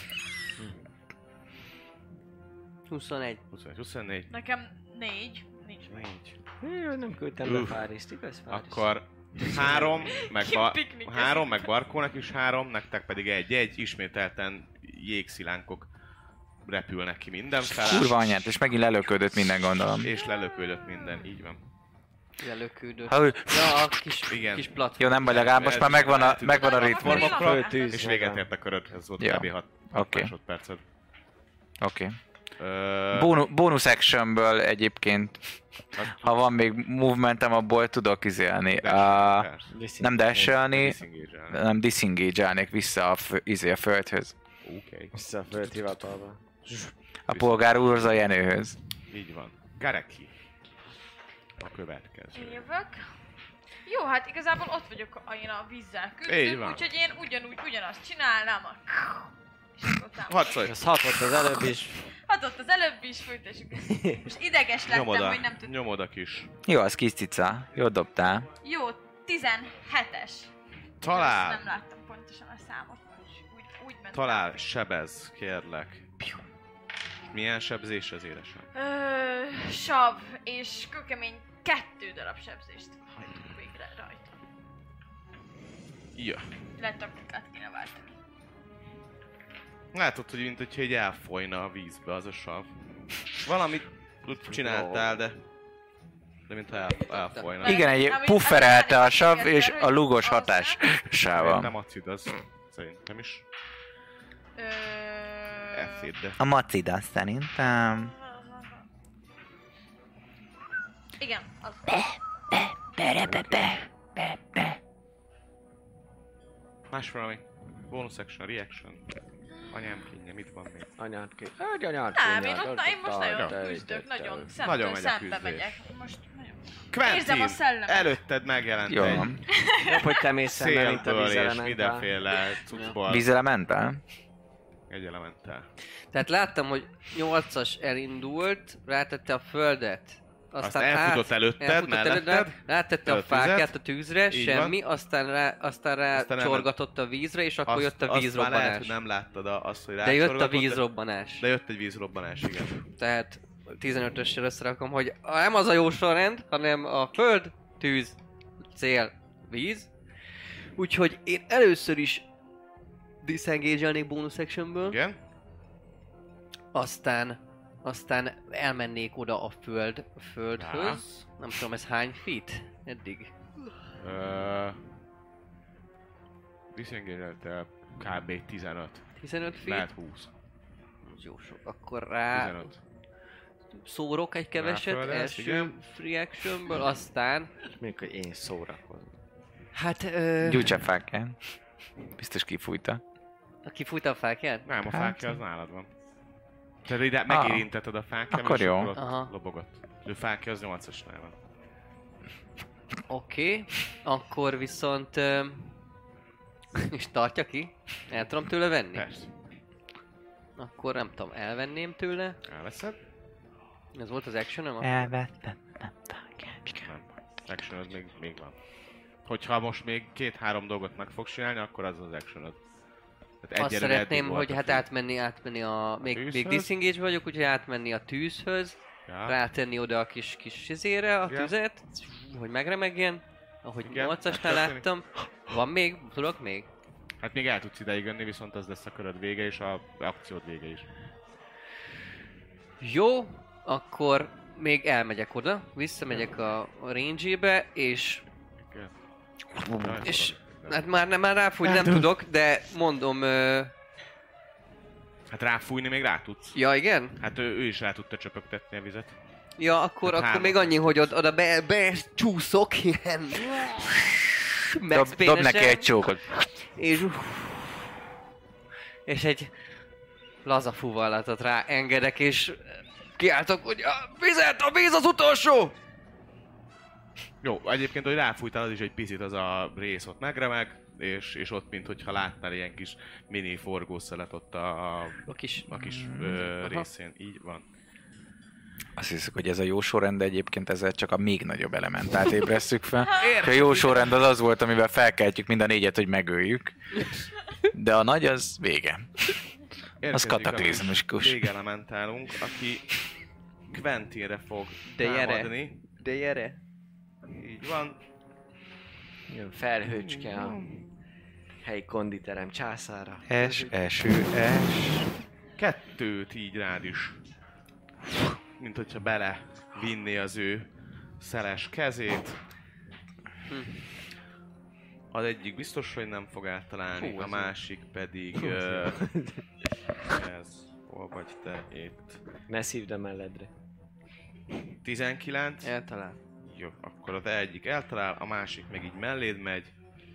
huszonegy. huszonegy, huszonnégy, Nekem négy, nincs meg. négy. Jó, nem küldtem be Uff. Fáriszt, igaz Fáriszt? Akkor három, meg, Ki ba- piknikezik? három, meg Barkónak is három, nektek pedig egy-egy, ismételten jégszilánkok repülnek ki mindenfele. Kurva anyát, és megint lelöködött minden gondolom. És lelökődött minden, így van. Előküldött. Ha ő... Ja, a kis, Igen. kis platform. Jó, nem vagy, legalább most már megvan a, megvan a ritmus. Akkor Formokról, illat- tűz. és véget ért a köröd, ez volt Ja. kb. hat Oké. másodperced. Oké. Ö... Bónu- bonus actionből egyébként, ha van még movementem, abból tudok izélni. Uh, nem dashelni, nem disengage-elnék vissza a, fö- izé a földhöz. Oké. Okay. Vissza a földhivatalba. A polgár úrhoz, a Jenőhöz. Így van. Gareki. A következő. Én jövök. Jó, hát igazából ott vagyok a, én a vízzel Így küzdök, van. úgyhogy én ugyanúgy ugyanazt csinálnám a... És akkor támadok. Hadd szólj! Ez hatott az előbb is. Hatott az előbb is, folytassuk. Most ideges lettem, Nyomod a, hogy nem tudom. nyomod a kis. Jó, az kis cica. Jól dobtál. Jó, tizenhetes. Talál! Ezt nem láttam pontosan a számot, úgy, úgy ment. Talál, rá. sebez, kérlek. Milyen sebzés az édesem? Ö, sav és kökemény kettő darab sebzést hajtunk végre rajta. Ja. Letaktikát kéne váltani. Látod, hogy mint hogyha egy elfolyna a vízbe az a sav. Valamit úgy csináltál, de... De mintha el, elfolyna. Igen, egy Ami- pufferelte a ami- sav és hogy a lugos az hatásával. Nem acid, az szerintem is. Ö... Acid, de... A macida szerintem. Igen, az. Be, be, be, be, be. Más valami. Bonus action, reaction. Anyám kénye, mit van még? Anyád ki. Hogy anyád Nem, ki, én, ott, na, én most anyád nagyon te- küzdök, te- nagyon Nagyon szemtől megy a szembe küzdés. megyek. Most nagyon... Quentin! Érzem a szellemet. Előtted megjelent Jó egy van. Jobb, hogy te mész szembe, mint a szélből és vízelementál. mindenféle cuccból. Vízelementál? Egy elementál. Tehát láttam, hogy nyolcas elindult, rátette a földet. Aztán elfutott előtted, elfutott melletted, előtted, rátette a a tüzet. fákját a tűzre, Így semmi, aztán rá, aztán rá Aztán nem- csorgatott a vízre, és akkor Azt- jött a azt már lehet, vízrobbanás. hogy nem láttad a- azt, hogy De jött a rácsorgatott, vízrobbanás. De jött egy vízrobbanás, igen. Tehát tizenötössel összerakom, hogy nem az a jó sorrend, hanem a föld, tűz, cél, víz. Úgyhogy én először is disengage-elnék bonus actionből, Igen? aztán aztán elmennék oda a föld, a földhöz. Nem tudom, ez hány feet eddig? Ö... Disengage-elte kb. tizenöt. tizenöt feet? Lehet húsz. Az jó sok. Akkor rá tizenöt. szórok egy keveset Ráföldez, első igen. free actionből, aztán... Még hogy én szórakozom. Hát... Ö... Gyújtsa fákján. Biztos kifújta. Aki fújta a fákját? Nem, a Hát- fákja az nálad van. Tehát ide megérintetted a fákja, Akkor és jó. akkor ott Aha. lobogott. Ő fákja az nyolcasnál van. Oké. Okay. Akkor viszont... Ö... és tartja ki? El tudom tőle venni? Persze. Akkor nem tudom, elvenném tőle. Elveszed? Ez volt az actionem? Elvettem. Nem. Actionod még, még van. Hogyha most még két-három dolgot meg fogsz csinálni, akkor az az actionod. Tehát Azt egyelőre szeretném, eddig hogy volt hát a fő. átmenni, átmenni a... Még, még tűzhöz? disengage vagyok, úgyhogy átmenni a tűzhöz. Ja. Rátenni oda a kis, kis izére, a Igen. tüzet, hogy megremegjen. Ahogy Igen, nyolcasnál ez történik. láttam. Van még? Tudok még? Hát még el tudsz ideig jönni, viszont az lesz a köröd vége és a akciód vége is. Jó, akkor még elmegyek oda, visszamegyek a, a range-ébe, és, Igen. és Jaj, hát már, nem, már ráfújni nem tudok, de mondom, ö, Hát ráfújni még rá tudsz. ja igen? Hát ő, ő is rá tudta csöpögtetni a vizet. Ja, akkor, Hát akkor három. még annyi, hogy oda, oda be, be csúszok, ilyen Dob, dob neki egy csókot. és, és egy laza fuvallatot rá engedek, és kiáltok, hogy a vizet, a víz az utolsó! Jó, egyébként, hogy ráfújtál, az is egy picit az a rész ott megremeg, és, és ott, mint hogyha láttál ilyen kis mini forgószelet ott a, a, A kis... a kis ö, Aha. részén. Így van. Azt hiszük, hogy ez a jó sorrend, de egyébként ezzel csak a még nagyobb elementált ébresztjük fel. A jó sorrend az az volt, amivel felkeltjük mind a négyet, hogy megöljük. De a nagy az vége. Érkezik kataklizmikus. a végelementálunk, aki Quentinre fog De gyere. támadni. De gyere! Így van. Jön felhőcske a helyi konditerem császára. Es, eső, es. Kettőt így rád is. Mint hogyha bele vinné az ő szeles kezét. Az egyik biztos, hogy nem fog eltalálni, Hú, a ez másik pedig... ö, ez... Hol vagy te itt? Ne szívd a melledre. tizenkilenc. Eltalál. Jó, akkor az egyik eltalál, a másik meg így melléd megy.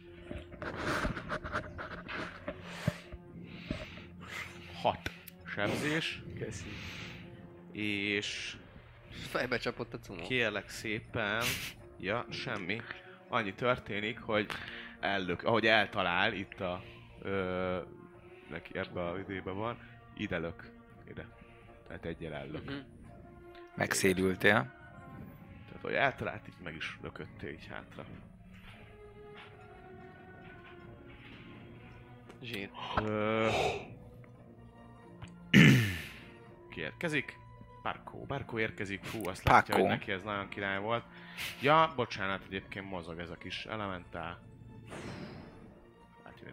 Hat sebzés. Köszi. És Fejbe csapott a cumó. kérlek szépen... Ja, semmi. Annyi történik, hogy ellök, ahogy eltalál itt a... Ö, neki ebbe a idébe van, ide lök. Ide. Tehát egyel ellök. Uh-huh. Megszédültél. Tehát, hogy eltalált, így meg is lököttél így hátra. Zsír. Ö... Ki érkezik? Barkó. Barkó érkezik. Fú, azt látja, Paco. hogy neki ez nagyon király volt. Ja, bocsánat, egyébként mozog ez a kis elementál. Hát jöjjön.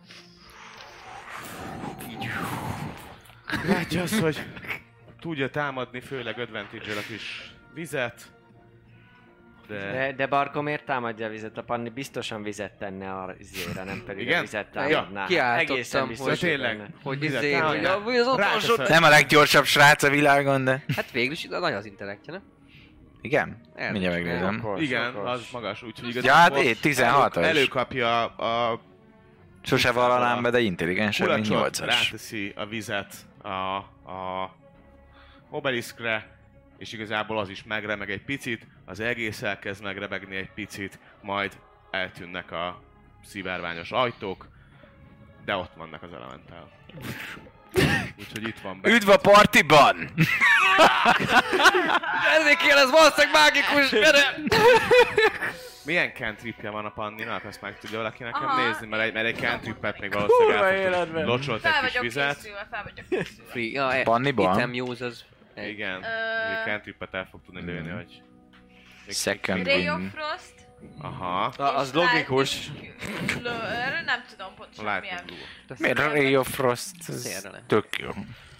Látja azt, hogy tudja támadni, főleg advantage-el a kis vizet. De... De, de Barko miért támadja a vizet? A Panni biztosan vizet tenne a izére, nem pedig Igen? a vizet Ja, támadná. kiáltottam, Egészen hogy biztos, tényleg. benne. Hogy Vizet izé, hogy támadja. a, hogy az utolsó... Rátesz a- Nem a leggyorsabb srác a világon, de... Hát végül is nagy az intellektje, nem? Igen? El- Mindjárt megnézem. Okos, Igen, okos. az magas, úgyhogy Ja, hát igazából én tizenhatos. elő, előkapja a Sose vallanám be, de intelligensebb, mint kulacsot, nyolcas. ráteszi a vizet a, a obeliskre, és igazából az is megremeg egy picit, az egész elkezd megrebegni egy picit, majd eltűnnek a szivárványos ajtók, de ott vannak az elementál. Úgyhogy itt van be. Üdv a partiban! Ezért kell ez valószínűleg mágikus, gyere! Milyen cantripje van a Panninak? Ezt meg tudja valaki nekem Aha. nézni? Mert egy, mert egy cantrippet még valószínűleg Kurva el életben. fog locsolt Fel egy kis vagyok vizet. készülve, fel vagyok készülve. Free, ja, e- Panniban? item use az... egy- Igen, Ö, egy cantrippet el fog tudni lőni, hogy... Second Ray of wind. Frost. Aha. A, az és logikus. Lightning Lure, nem tudom pontosan milyen. Lightning Lure. Ez Miért a Ray of Frost? Ez Szélre le. tök jó.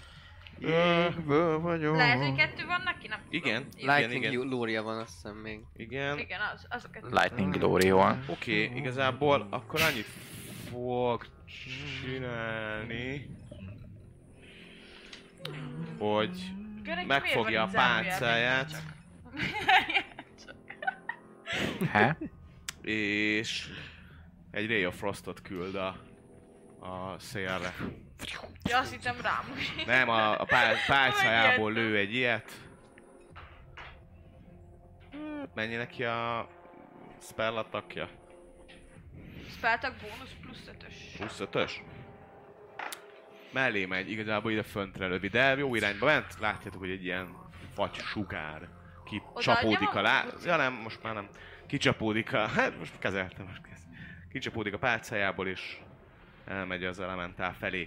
Lehet, hogy kettő van neki? Nem tudom. Igen, Jó. igen, Lightning igen. lúria van, azt hiszem még. Igen. Igen, az, az a kettő. Lightning Glory-val. Oké, okay, igazából akkor annyit fog csinálni, hogy Göreg, megfogja a miért van itt páncáját, He? és egy Ray of Frostot küld a, a szélre. Ja, azt hittem rám. Nem, a, a pál, pálcájából lő egy ilyet. Mennyi neki a spell attackja? Speltak bónusz plusz ötös. plusz ötös? Mellé megy, igazából ide föntre lövi, de jó irányba ment. Látjátok, hogy egy ilyen fagy sugár kicsapódik a lá... Ja nem, most már nem. Kicsapódik a... Hát most kezeltem, most kezd. Kicsapódik a pálcájából és elmegy az elementál felé.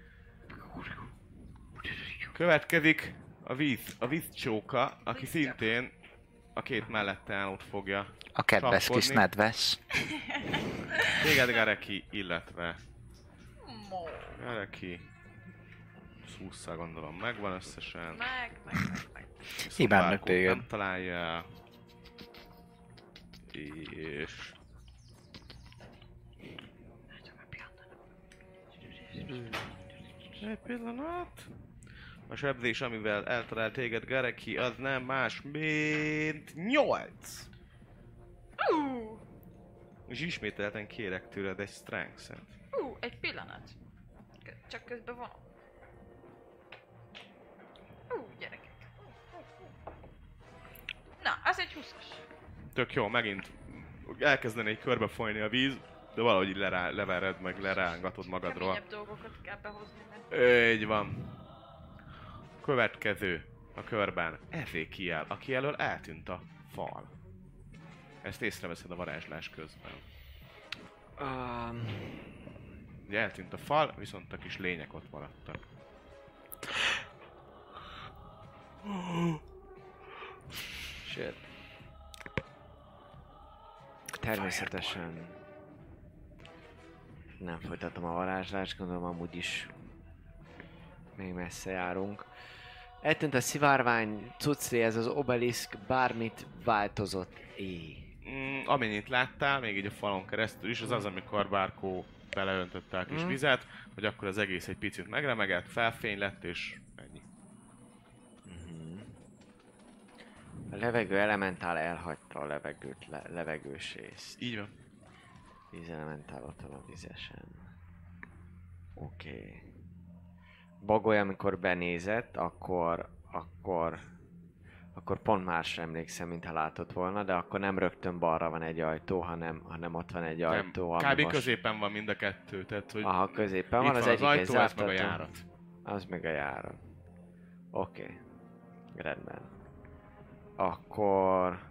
Következik a víz, a vízcsóka, aki szintén a két mellette állót fogja A kedves kis csapkodni. nedves. Téged Gareki, illetve Mo. Gareki. hússzal gondolom megvan összesen. Meg, meg, meg, meg. Viszont Hibán Barkót lőtt téged. nem találja el. És... Egy pillanat. A sebzés, amivel eltalál téged Gareki, az nem más, mint nyolc. Ú, És ismételten kérek tőled egy strength-et. ú, egy pillanat. K- Csak közben van. Ú, gyerekek. Na, az egy húszas. Tök jó, megint elkezdené körbefolyni a víz, de valahogy így lerá, levered meg, lerángatod magadról. Keményebb dolgokat kell behozni, mert... Így van. Következő a körben Ezekiel, aki elől eltűnt a fal. Ezt észreveszed a varázslás közben. Um, Ugye eltűnt a fal, viszont a kis lények ott maradtak. Shit. Természetesen nem folytatom a varázslást, gondolom amúgy is még messze járunk. Eltűnt a szivárvány, cucri, ez az obeliszk, bármit változott. É. Mm, amennyit láttál, még így a falon keresztül is, az az, amikor Barkó beleöntötte a kis Mm. vizet, hogy akkor az egész egy picit megremegett, felfény lett, és ennyi. A levegő elementál elhagyta a levegőt, le, levegős részt. Így van. Vízelementál ott van a vizesen. Oké. Okay. Bagoly, amikor benézett, akkor, akkor, akkor pont másra emlékszem, mintha látott volna, de akkor nem rögtön balra van egy ajtó, hanem, hanem ott van egy ajtó, Nem, ami kb. most... Középen van mind a kettő, tehát hogy Aha, középen itt van, az egyik egy ajtó, ez meg a zártató. járat. Az meg a járat. Oké. Okay. Rendben. Akkor...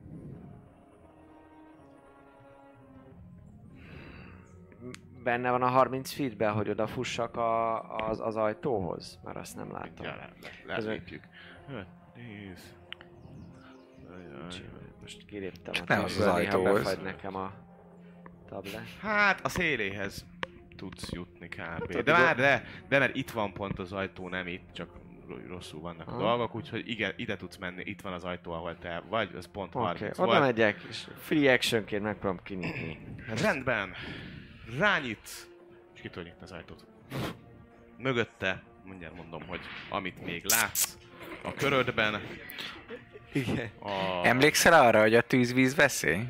Benne van a harminc feetben, hogy odafussak a, az, az ajtóhoz? Mert azt nem látom. Ja, le, le, lelépjük. Nézd. Most kiléptem Csak a nem az az tablóra, néha ajtóhoz. befagy nekem a tablet. Hát a széléhez tudsz jutni kb. tudod, De már, de, de mert itt van pont az ajtó, nem itt, csak rosszul vannak a Aha. dolgok, úgyhogy igen, ide tudsz menni, itt van az ajtó, ahol te vagy, ez pont Oké, harminc okay, oda volt. megyek, és free actionként megpróbálom kinyitni. Hát rendben, rányit, és ki tudod nyitni az ajtót. Mögötte, mindjárt mondom, hogy amit még látsz a körödben, Igen. a... Emlékszel arra, hogy a tűzvíz veszély?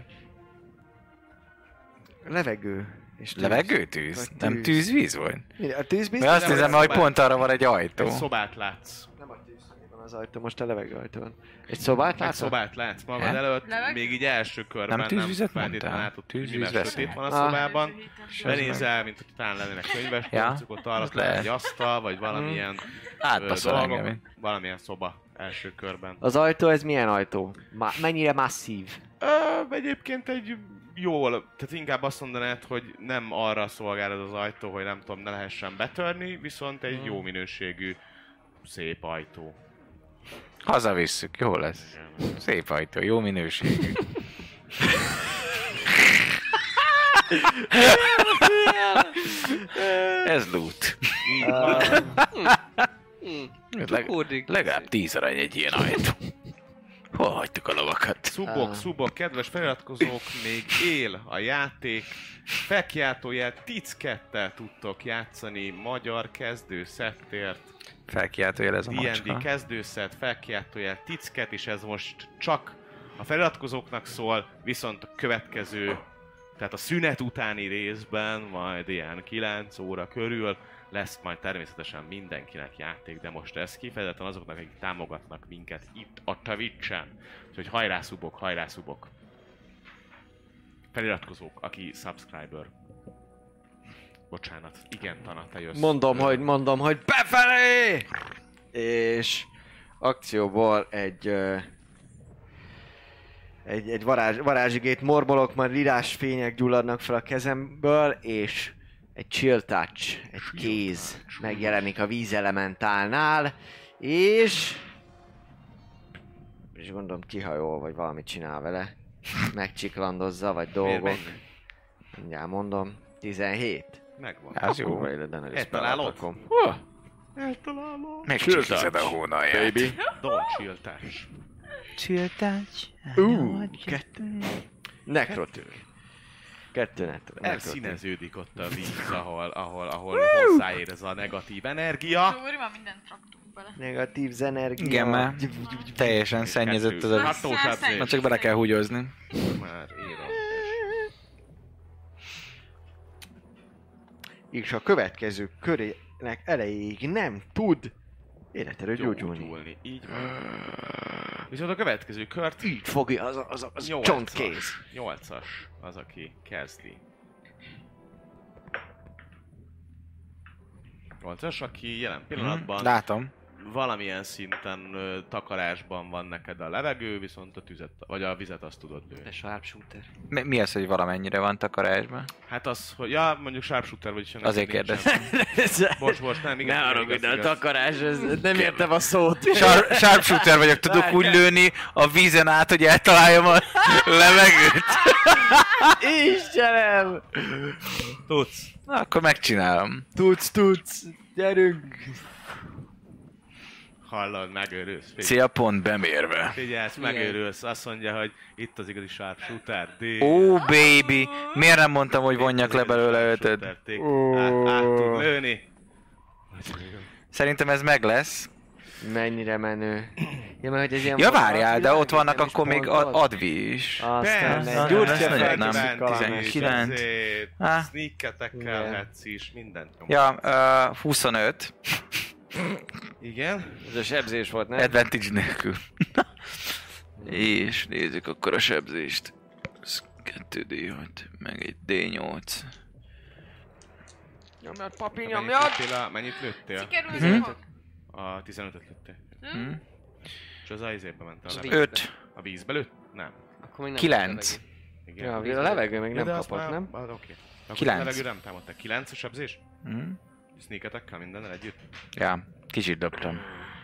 Levegő. És tűz. Levegőtűz? Vagy Nem tűz. tűzvíz volt? Mi- A tűz Mert biztos? azt nem, hiszem, ez hogy szobát- pont arra van egy ajtó. Egy szobát látsz. Nem a tűz, van az ajtó, most a levegő ajtó van. Egy szobát Egy látsz? szobát látsz magad He? előtt, Levegő? még így első körben Nem tűzvizet feltétlenül mondtál? látod, hogy Tűzvíz mivel veszély. sötét van a Ah. szobában. És az Benézel, mint hogy talán lennének könyves Ja, polcok, ott arra az lehet lehet. egy asztal, vagy valamilyen ö, Átpasszol dolgok, engem. valamilyen szoba első körben. Az ajtó, ez milyen ajtó? Ma- mennyire masszív? Ö, egyébként egy jól, tehát inkább azt mondanád, hogy nem arra szolgál ez az ajtó, hogy nem tudom, ne lehessen betörni, viszont egy jó minőségű, szép ajtó. Hazavisszük, jó lesz. Szép ajtó, jó minőségű. Ez loot. Leg, legalább tíz arany egy ilyen ajtó. Hol hagytuk a lovakat? Szubok, Ah. szubok, kedves feliratkozók, még él a játék. Felkiáltójel tickettel tudtok játszani magyar kezdőszettért. Felkiáltójel ez a D and D macska. kezdőszett, felkiáltójel ticket, és ez most csak a feliratkozóknak szól, viszont a következő, tehát a szünet utáni részben, majd ilyen kilenc óra körül lesz majd természetesen mindenkinek játék, de most ez kifejezetten azoknak, akik támogatnak minket itt a Twitch-en. Úgyhogy hajrá szubok, hajrá szubok. Feliratkozók, aki subscriber. Bocsánat, igen, Tana, te jössz. Mondom, hogy mondom, hogy befelé! És akcióból egy ö, egy, egy varázs, varázsigét morbolok, majd lilás fények gyulladnak fel a kezemből, és egy chill touch, egy kéz megjelenik a vízelementálnál, és és gondolom kihajol, vagy valamit csinál vele. Megcsiklandozza, vagy dolgok. mennyi? Mindjárt mondom. tizenhét. Megvan. Az jó. Kurva éleden el is Eltalálod? belerakom. Eltalálom. Megcsikized a hónalját. Baby. Don't chill touch. Csilltács. Ú, kettő. Nekrotűr. Kettő nekrotűr. Elszíneződik ott a víz, ahol, ahol, ahol hozzáér ez a negatív energia. Szóval már mindent raktunk bele. Negatív zenergia. Igen, már teljesen szennyezett az a... Hatósabb Száz- Már csak bele kell húgyozni. Már írom. És a következő körének elejéig nem tud életerő gyógyulni. Gyógyulni. Így van. Viszont a következő kört Így fogja az, az, az nyolcas. csontkéz. nyolcas az, aki kezdi. nyolcas, aki jelen pillanatban Látom. valamilyen szinten ö, takarásban van neked a levegő, viszont a tüzet, vagy a vizet azt tudod lőni. De sharpshooter. Mi, mi az, hogy valamennyire van takarásban? Hát az, hogy ja, mondjuk sharpshooter, vagyis ennek Azért nincsen. kérdeztem. Bocs, bocs, nem, igen. Ne igen, haragudj, igaz, de a igaz. takarás, ez, nem értem a szót. Sharp, sharpshooter vagyok, tudok úgy lőni a vízen át, hogy eltaláljam a levegőt. Istenem! Tudsz. Na, akkor megcsinálom. Tudsz, tudsz, gyerünk! hallod, megőrülsz. Figyelj. Cél pont bemérve. Figyelsz, megőrülsz, azt mondja, hogy itt az igazi sharpshooter, D. Ó, oh, baby! Miért nem mondtam, hogy vonjak le belőle ötöt? Át, át tud lőni. Szerintem ez meg lesz. Mennyire menő. Ja, mert hogy ez ilyen Ja, várjál, de világ, ott vannak nem is akkor még pontol? a- advi is. Aztán Persze, egy gyurcsa gyurcsa nagyon fel, nem. kis tizenkilenc. Azért, Á. sneak-etekkel Igen. hetsz is, mindent nyom. Ja, uh, huszonöt. Igen. Ez a sebzés volt, nem? Advantage nélkül. És nézzük akkor a sebzést. Ez kettő dé hat, meg egy dé nyolc. Nyomjad, papi, Mennyit nyomjad! lőttél? a- Mennyit lőttél? Sikerült? A tizenötöt lőttél. Hm? És az izébe ment a És levegő. öt. A vízbe lőtt? Nem. Akkor még nem Kilenc. volt Igen. levegő. Ja, a levegő még Ja, nem de azt kapott, már- nem? ah, Oké. Akkor Kilenc. a levegő nem támadtak. Kilenc a sebzés? Hm? Sneak-etekkel mindennel együtt? Ja, kicsit dobtam.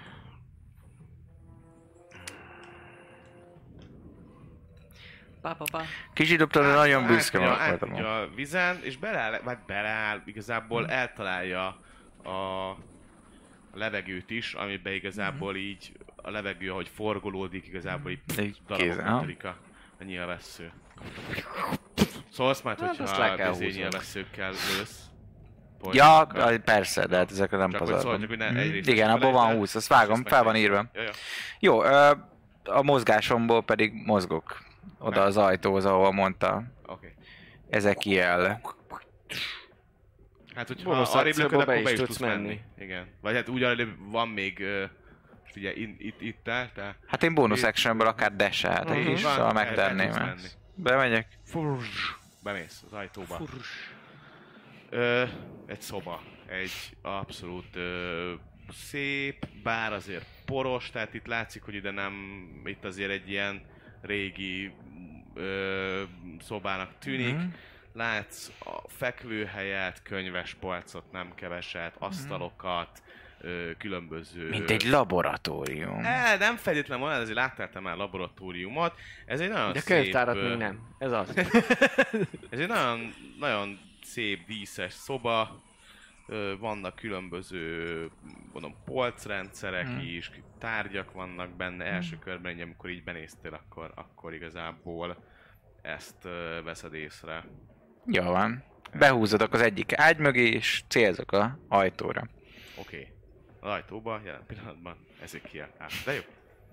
Pa, pa, pa. Kicsit dobtam, de nagyon büszke Átmegy a- voltam. átmegy a vizen, és beleáll, vagy beleáll, igazából eltalálja a, a levegőt is, amiben igazából így a levegő, ahogy forgolódik, igazából így Egy darabokra kézzel. törik a, a nyilvessző. Szóval azt majd, Hát, azt hogyha le kell bizony húzni. nyilvesszőkkel lősz. Ja, pontyokkal. persze, de hát ezekre nem Csak hogy szóval, pazarlom. csak hogy ne Hm? egyrészt Igen, ne abban van felejtsd el, húsz, azt vágom, és fel van meg- írva. Ja, ja. Jó, ö, a mozgásomból pedig mozgok oda Meg. az ajtóhoz, ahol mondta Oké. Ezekiel. Hát, hogyha Bónusz arrébb akcióból lököd, be akkor be is is tudsz tudsz menni. menni. Igen. Vagy hát úgy arrébb van még, ö, most ugye itt, itt, itt el, te... Hát én bonus actionből akár dash-eltek Mhm. is, Van, szóval el- el megtenném tudsz menni. ezt. Bemegyek. Bemész az ajtóba. Ö, egy szoba. Egy abszolút ö, szép, bár azért poros, tehát itt látszik, hogy ide nem, itt azért egy ilyen régi ö, szobának tűnik. Mhm. Látsz a fekvőhelyet, könyves polcot, nem keveset, asztalokat, ö, különböző... Mint egy laboratórium. E, nem feltétlenül van, ezért láttál te már laboratóriumot. Ez egy nagyon De szép... könyvtárat ö, még nem. Ez az. Ez egy nagyon, nagyon szép, díszes szoba. Ö, Vannak különböző, mondom, polcrendszerek Mhm. is, tárgyak vannak benne. Első körben, így, amikor így benéztél, akkor, akkor igazából ezt ö, veszed észre. Jó van. Behúzodok az egyik ágy mögé, és célzok a ajtóra. Oké. Okay. Az ajtóba jelen pillanatban Ezekiel áll. De jó.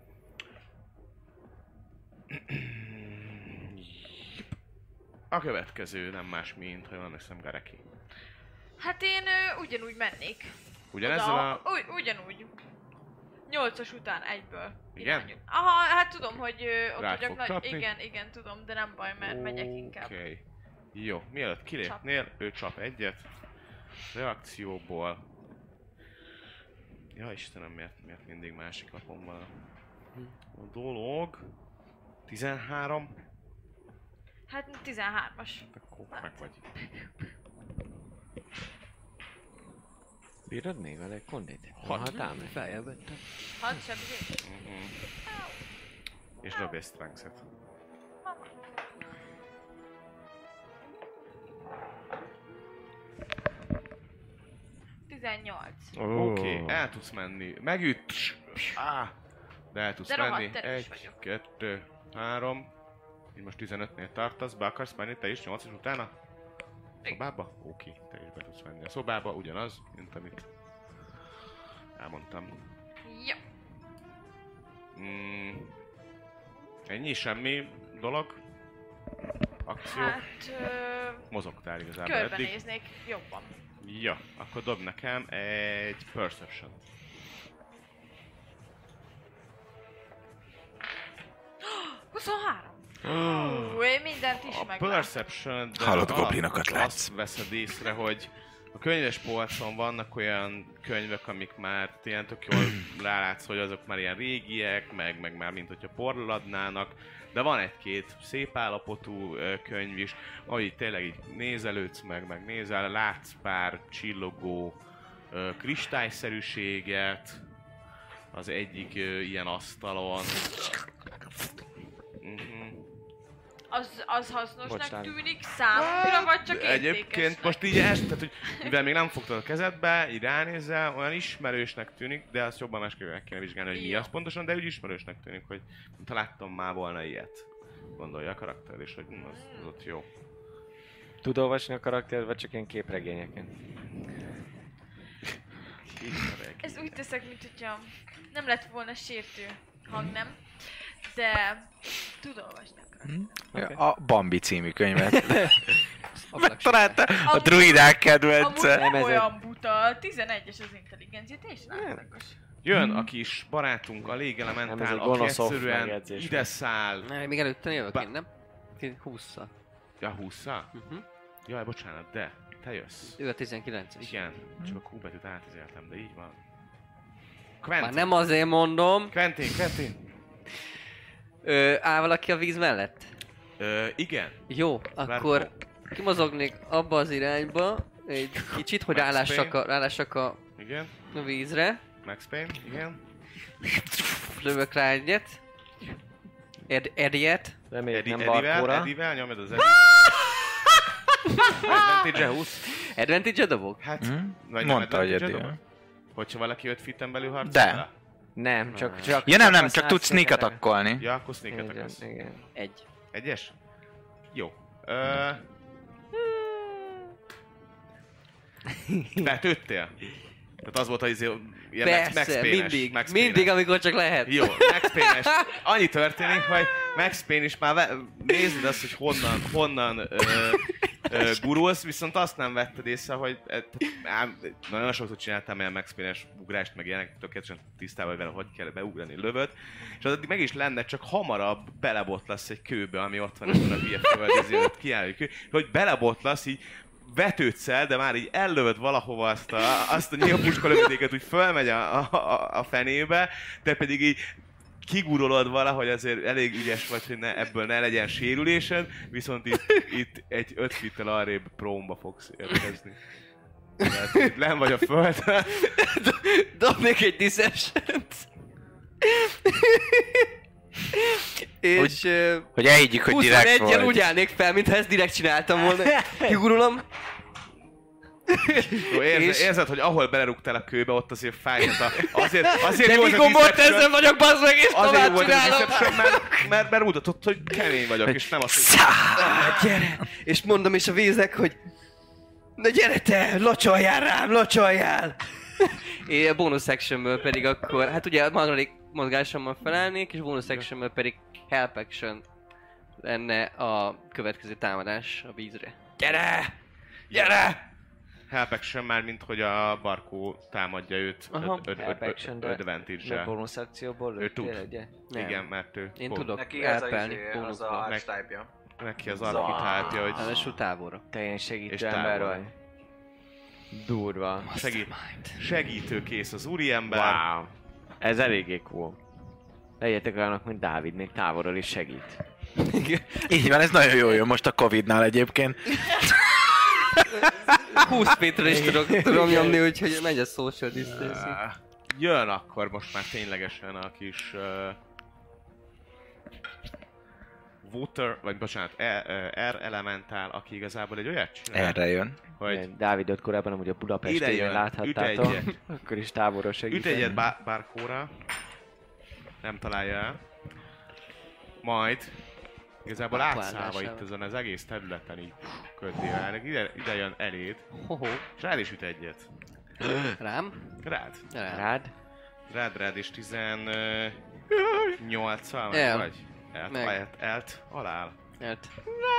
A következő nem más, mint, ha jól emlékszem, Gareki. Hát én ö, ugyanúgy mennék. Ugyanezzel Oda, a... Ugy, ugyanúgy. Nyolcas után egyből. Igen? Irányul. Aha, hát tudom, hogy ö, ott Rád vagyok fog nagy... csapni? Igen, igen, tudom, de nem baj, mert megyek inkább. Oké. Okay. Jó, mielőtt kilépnél, ő csap egyet. Reakcióból. Ja Istenem, miért, miért mindig másik lapon van a, a dolog. tizenhárom. Hát tizenhármas. Akkor meg vagy. Bírod még vele egy kondit? Hat. Hát ám, feljebb vettem. Hat sebzés. Uh-huh. És dobj egy strength-et. tizennyolc. Oké, okay, el tudsz menni. Megüt! Á, de el tudsz De rohadt menni. erős Egy, vagyok. kettő, három. Így most tizenötnél tartasz, be akarsz menni te is nyolcas utána? Szobába? Oké, okay, te is be tudsz menni a szobába, ugyanaz, mint amit elmondtam. Jó. Mm, ennyi, semmi dolog? Akció? Hát... Ö, Mozogtál igazából eddig. körbenéznék jobban. Ja, akkor dob nekem egy Perception. huszonhárom. Hú, én mindent is A meglátom. Perception, de Hallott alatt goblinokat látsz. azt veszed észre, hogy a könyves polcon vannak olyan könyvek, amik már ilyen tök jól rálátsz, hogy azok már ilyen régiek, meg, meg már mint hogyha porladnának, de van egy-két szép állapotú ö, könyv is, ahogy tényleg így nézelődsz meg, meg nézel, látsz pár csillogó ö, kristályszerűséget az egyik ö, ilyen asztalon. Uh-huh. az, az hasznosnak Bocsánat. tűnik számomra, vagy csak Egyébként értékesnek? most így es, tehát hogy mivel még nem fogtad a kezedbe, így ránézzel, olyan ismerősnek tűnik, de azt jobban másképp meg kéne vizsgálni, hogy mi Jó. az pontosan, de úgy ismerősnek tűnik, hogy mintha láttam már volna ilyet. Gondolja a karakter, és hogy hm, az, az ott jó. Tud olvasni a karaktert, vagy csak ilyen képregényeken? Ez úgy teszek, mint hogyha nem lett volna sértő hang, nem? De tud olvasni a karakter. A Bambi című könyvet. Ablak Megtalálta a Amúgy- druidák Amúgy kedvence. Nem, nem ez olyan buta, tizenegyes az intelligencia, teljesen átlagos. Jön a kis barátunk, a Nem, ez légelementál, egy aki gonosz egyszerűen megjegyzés ide volt. száll. Ne, még előtte jövök Ba- én, nem? hússzal. Ja, hússzal? Uh-huh. Jaj, bocsánat, de te jössz. Ő a tizenkilences. Igen, csak a Q betűt átizéltem, de így van. Már Quentin, nem azért mondom. Quentin, Quentin. Ö, áll valaki a víz mellett? Ö, igen. Jó, akkor kimozognék abba az irányba egy kicsit, hogy Max rálássak a, Payne. rálássak a Igen. a vízre. Max Payne, igen. Lövök rá egyet. Ed, Ediet. Reméljük Eddie, nem Edivel, barkóra. Edivel, nyomjad az Eddie. Advantage húsz. Advantage dobok? Hát, Hm? vagy nem Mondta, hogy advantage-e Eddie. dobod? Hogyha valaki öt fitten belül harcol De. vele? Nem, csak... csak Ja nem, nem, azt csak tudsz sneak átszékelre. attackolni. Ja, akkor sneak Igen, attack-olsz. igen. Egy. Egyes? Jó. Ö... Betőttél? Tehát az volt, hogy izé, ilyen Max, Max Persze, Payne-es, mindig, Max mindig, Payne-es. amikor csak lehet. Jó, Max Payne-es. Annyi történik, hogy Max Payne is már ve- nézed azt, hogy honnan, honnan ö, ö, gurulsz, viszont azt nem vetted észre, hogy e, ám, nagyon sokszor csináltam ilyen Max Payne-es ugrást, meg ilyenek, tökéletesen tisztában vele, hogy kell beugrani lövöd, és az addig meg is lenne, csak hamarabb belebotlasz egy kőbe, ami ott van ezen a hülye földizén, ott kiáll egy kő, hogy belebotlasz így, vetődsz el, de már így ellövöd valahova azt a, azt a nyílpuska lövedéket, úgy fölmegy a, a, a fenébe, te pedig így kigurolod valahogy, azért elég ügyes vagy, hogy ne, ebből ne legyen sérülésed, viszont itt, itt egy öt fittel arrébb prómba fogsz érkezni. Tehát itt len vagy a földön. Dobnék egy deception-t. És ö, Hogy elhiggyük, hogy direkt huszonegyen vagy. úgy állnék fel, mintha ezt direkt csináltam volna. Kigurulom. Jó, érzed, És- érzed, hogy ahol belerúgtál a kőbe, ott azért fájt a... Azért, azért De jó mi az a gombot deception, ezzel vagyok, bazd meg, és azért jó tovább volt az a csinálom. deception, mert, mert, mert mutatott, hogy kemény vagyok, és nem azt, hogy... Ah, gyere! És mondom is a víznek, hogy na gyere te, locsoljál rám, locsoljál! És a bonus actionből pedig akkor, hát ugye a maradék mozgásommal felállnék, és bonus actionből pedig help action lenne a következő támadás a vízre. Gyere! Gyere! Help action már, mint hogy a Barkó támadja őt Aha, öd- öd- help öd- action, de- advantage-sel. Meg bonus akcióból Ő lőttél tud. egyet? Nem. Igen, mert ő... Én bon- tudok Neki ez a, elpelni izé, az bónuszból. a Meg- archetype-ja. Neki az archetype-ja, hogy Ráadásul távolra. Te ilyen És segítő távol. ember vagy. Durva. segít, segítőkész az úriember. Wow. Ez eléggé cool. Legyetek olyanok, mint Dávid, még távolról is segít. Így van, ez nagyon jól jön most a Covidnál egyébként. húsz méterre is tudok, tudom nyomni, úgyhogy megy a social distancing. Ah, Jön akkor most már ténylegesen a kis... Uh, Water, vagy bocsánat, E- R Elementál, aki igazából egy olyat csinál, Erre jön. hogy Igen, Dávidot korábban amúgy a Budapest Ide tévén jön, láthattátok. üt egyet. Akkor is távolról üt segít. egyet bá- Barkóra, nem találja el, majd igazából Barkó átszállva állásával. itt ezen az egész területen így köddével, ide, ide jön eléd, Hoho. és rád is üt egyet. Rám? Rád. Rám. Rád? Rád, rád, és tizennyolccal meg El. vagy? Elt, Meg. Elt, elt, alál. Elt.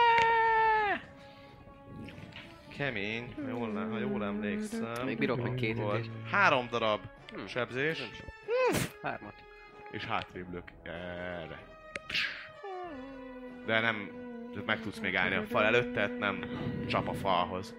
Kemény, ha jól, nem- ha jól emlékszem. Még bírok még két volt ütést. három darab Hm. sebzés, Hármat. és hátrébb lök erre. De nem, de meg tudsz még állni a fal előtt, tehát nem csap a falhoz.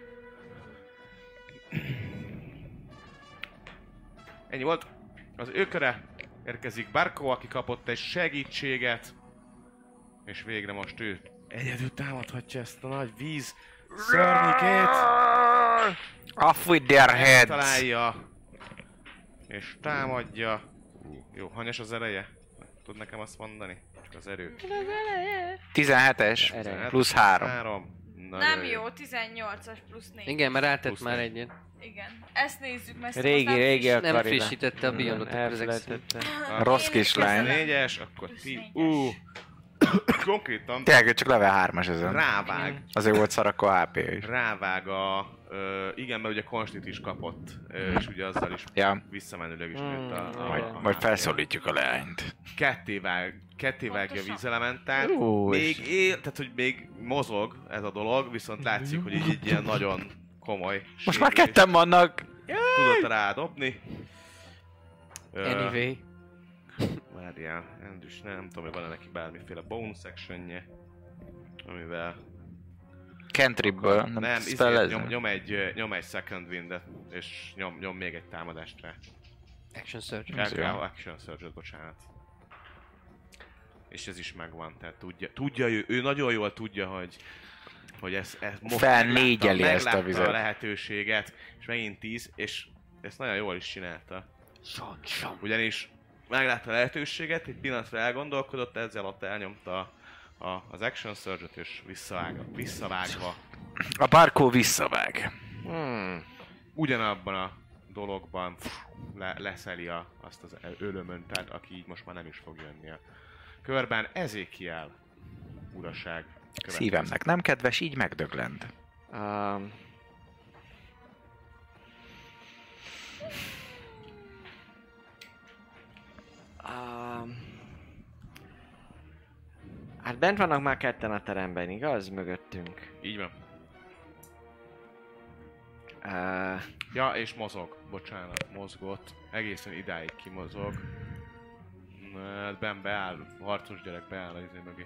Ennyi volt. Az ő köre. Érkezik Barkó, aki kapott egy segítséget. És végre most ő egyedül támadhatja ezt a nagy víz szörnyikét. Off with their heads! Találja. És támadja. Jó, hanyas az ereje? Tudod nekem azt mondani? Csak az erő. tizenhetes plusz három. három. Nem jó, tizennyolcas plusz négy. Igen, mert átett Plusz már négy. egyet. Igen. Ezt nézzük, mert ezt Régi, most nem régi a friss. Nem Karina. frissítette a Beyondot ezek szerint. Elfelejtette. Rossz Én kislány. is négyes, akkor Plusz ti... négyes. Ú, konkrétan Tényleg csak level hármas ezen. rávág. Azért volt szar akkor há pé is. Rávág a... Ö, igen, mert ugye konstit is kapott, ö, és ugye azzal is Ja. visszamenőleg is Hmm, nőtt a, a, Majd, a majd há pé. felszólítjuk a leányt. Ketté vág, ketté vágja a Pontosan. vízelementát. Ú, Még és- él, tehát hogy még mozog ez a dolog, viszont látszik, hogy így egy ilyen nagyon komoly Most már sérülés ketten vannak. tudott rádobni. Ö, Anyway. Várjál, Andris, nem tudom, hogy van-e neki bármiféle bonus actionje, amivel... Cantripből, nem, nem nem izé, spellezni. nyom, nyom, egy, ö, nyom egy second windet, és nyom, nyom még egy támadást rá. Action Surge. El jó. kell action surge bocsánat. És ez is megvan, tehát tudja, tudja ő, ő nagyon jól tudja, hogy hogy ez, ez most Felnégyeli meglátta- ezt a meglátta vizet. a lehetőséget, és megint tíz, és ezt nagyon jól is csinálta. Ugyanis meglátta a lehetőséget, egy pillanatra elgondolkodott, ezzel ott elnyomta a, az action surge-ot, és visszavág, visszavágva A Barkó visszavág. Hmm. ugyanabban a dologban le, leszeli a, azt az ölömön, tehát aki így most már nem is fog jönni a körben. Ezékiel uraság következik. Szívemnek nem kedves, így megdöglend. Um, um, hát bent vannak már ketten a teremben, igaz? Mögöttünk. Így van. Uh, Ja, és mozog. Bocsánat, mozgott. Egészen idáig kimozog. Na, Ben beáll, harcos gyerek beáll az izé mögé.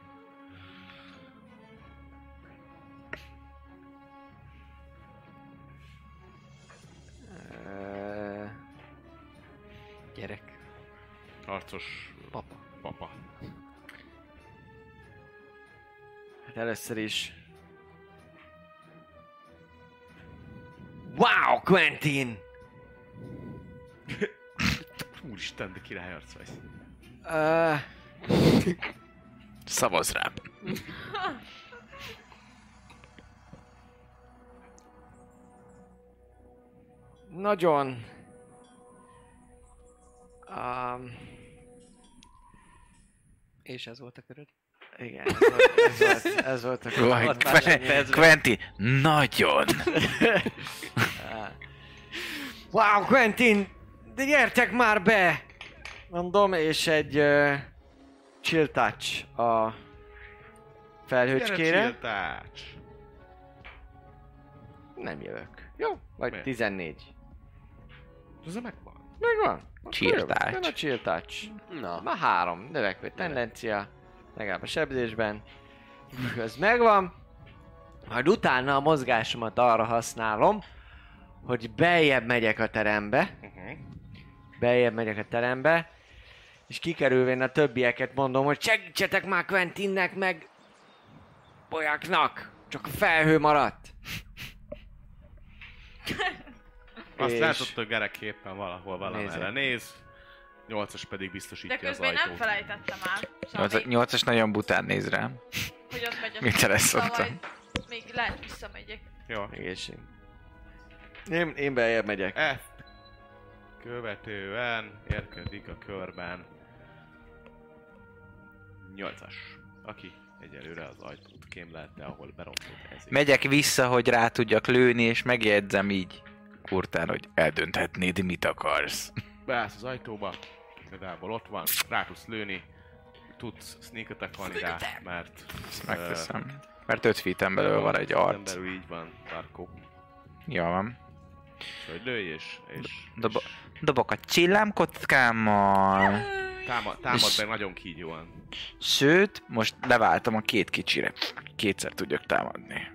uh, Gyerek. Harcos Papa. papa. hát először is... Wow, Quentin! Úristen, de királyarc vagy. Uh, Szavazz rám. nagyon... Um, És ez volt a köröd? igen, ez volt, ez volt, ez volt a Vaj, Hat Quen- másodpercben. Quentin, nagyon. Wow, Quentin! De gyertek már be! Mondom, és egy uh, chill touch a felhőcskére. Csilltács. Nem jövök. Jó? Vagy Miért? tizennégy. Ez megvan. Megvan? Akkor Chill jövök. touch. Jön a chill touch. Na. Már három növekvő tendencia. Legalább a sebzésben. Ez megvan. Majd utána a mozgásomat arra használom, hogy beljebb megyek a terembe. Uh-huh. Beljebb megyek a terembe. És kikerülvén a többieket mondom, hogy segítsetek már Quentinnek, meg bolyáknak. Csak a felhő maradt. Azt És- látott, hogy Gerek képpen valahol valamerre Nézek. néz. Nyolcas pedig biztosítja De az közben én nem ajtót. felejtettem el. Nyolc- Sami, Nyolcas nagyon bután néz rám. hogy ott megy a Mit te lesz szóval ott? majd még lehet visszamegyek. Jó. Egészség. Én, én beljebb megyek. Ezt követően érkezik a körben nyolcas, aki egyelőre az ajtót kémlelte, ahol berontott ezért. Megyek vissza, hogy rá tudjak lőni, és megjegyzem így kurtán, hogy eldönthetnéd, mit akarsz. Beállsz az ajtóba, igazából ott van, rá tudsz lőni, tudsz sneak attack-olni rá, mert... Ezt megteszem. Mert öt feet-en belül van egy öt feet-en arc. belül így van, Darko. Jó van. És hogy lőj és... és, Dobo- és Dobok a csillámkockámmal. támad, támad És- meg nagyon kígyóan. Sőt, most leváltam a két kicsire. Kétszer tudjak támadni.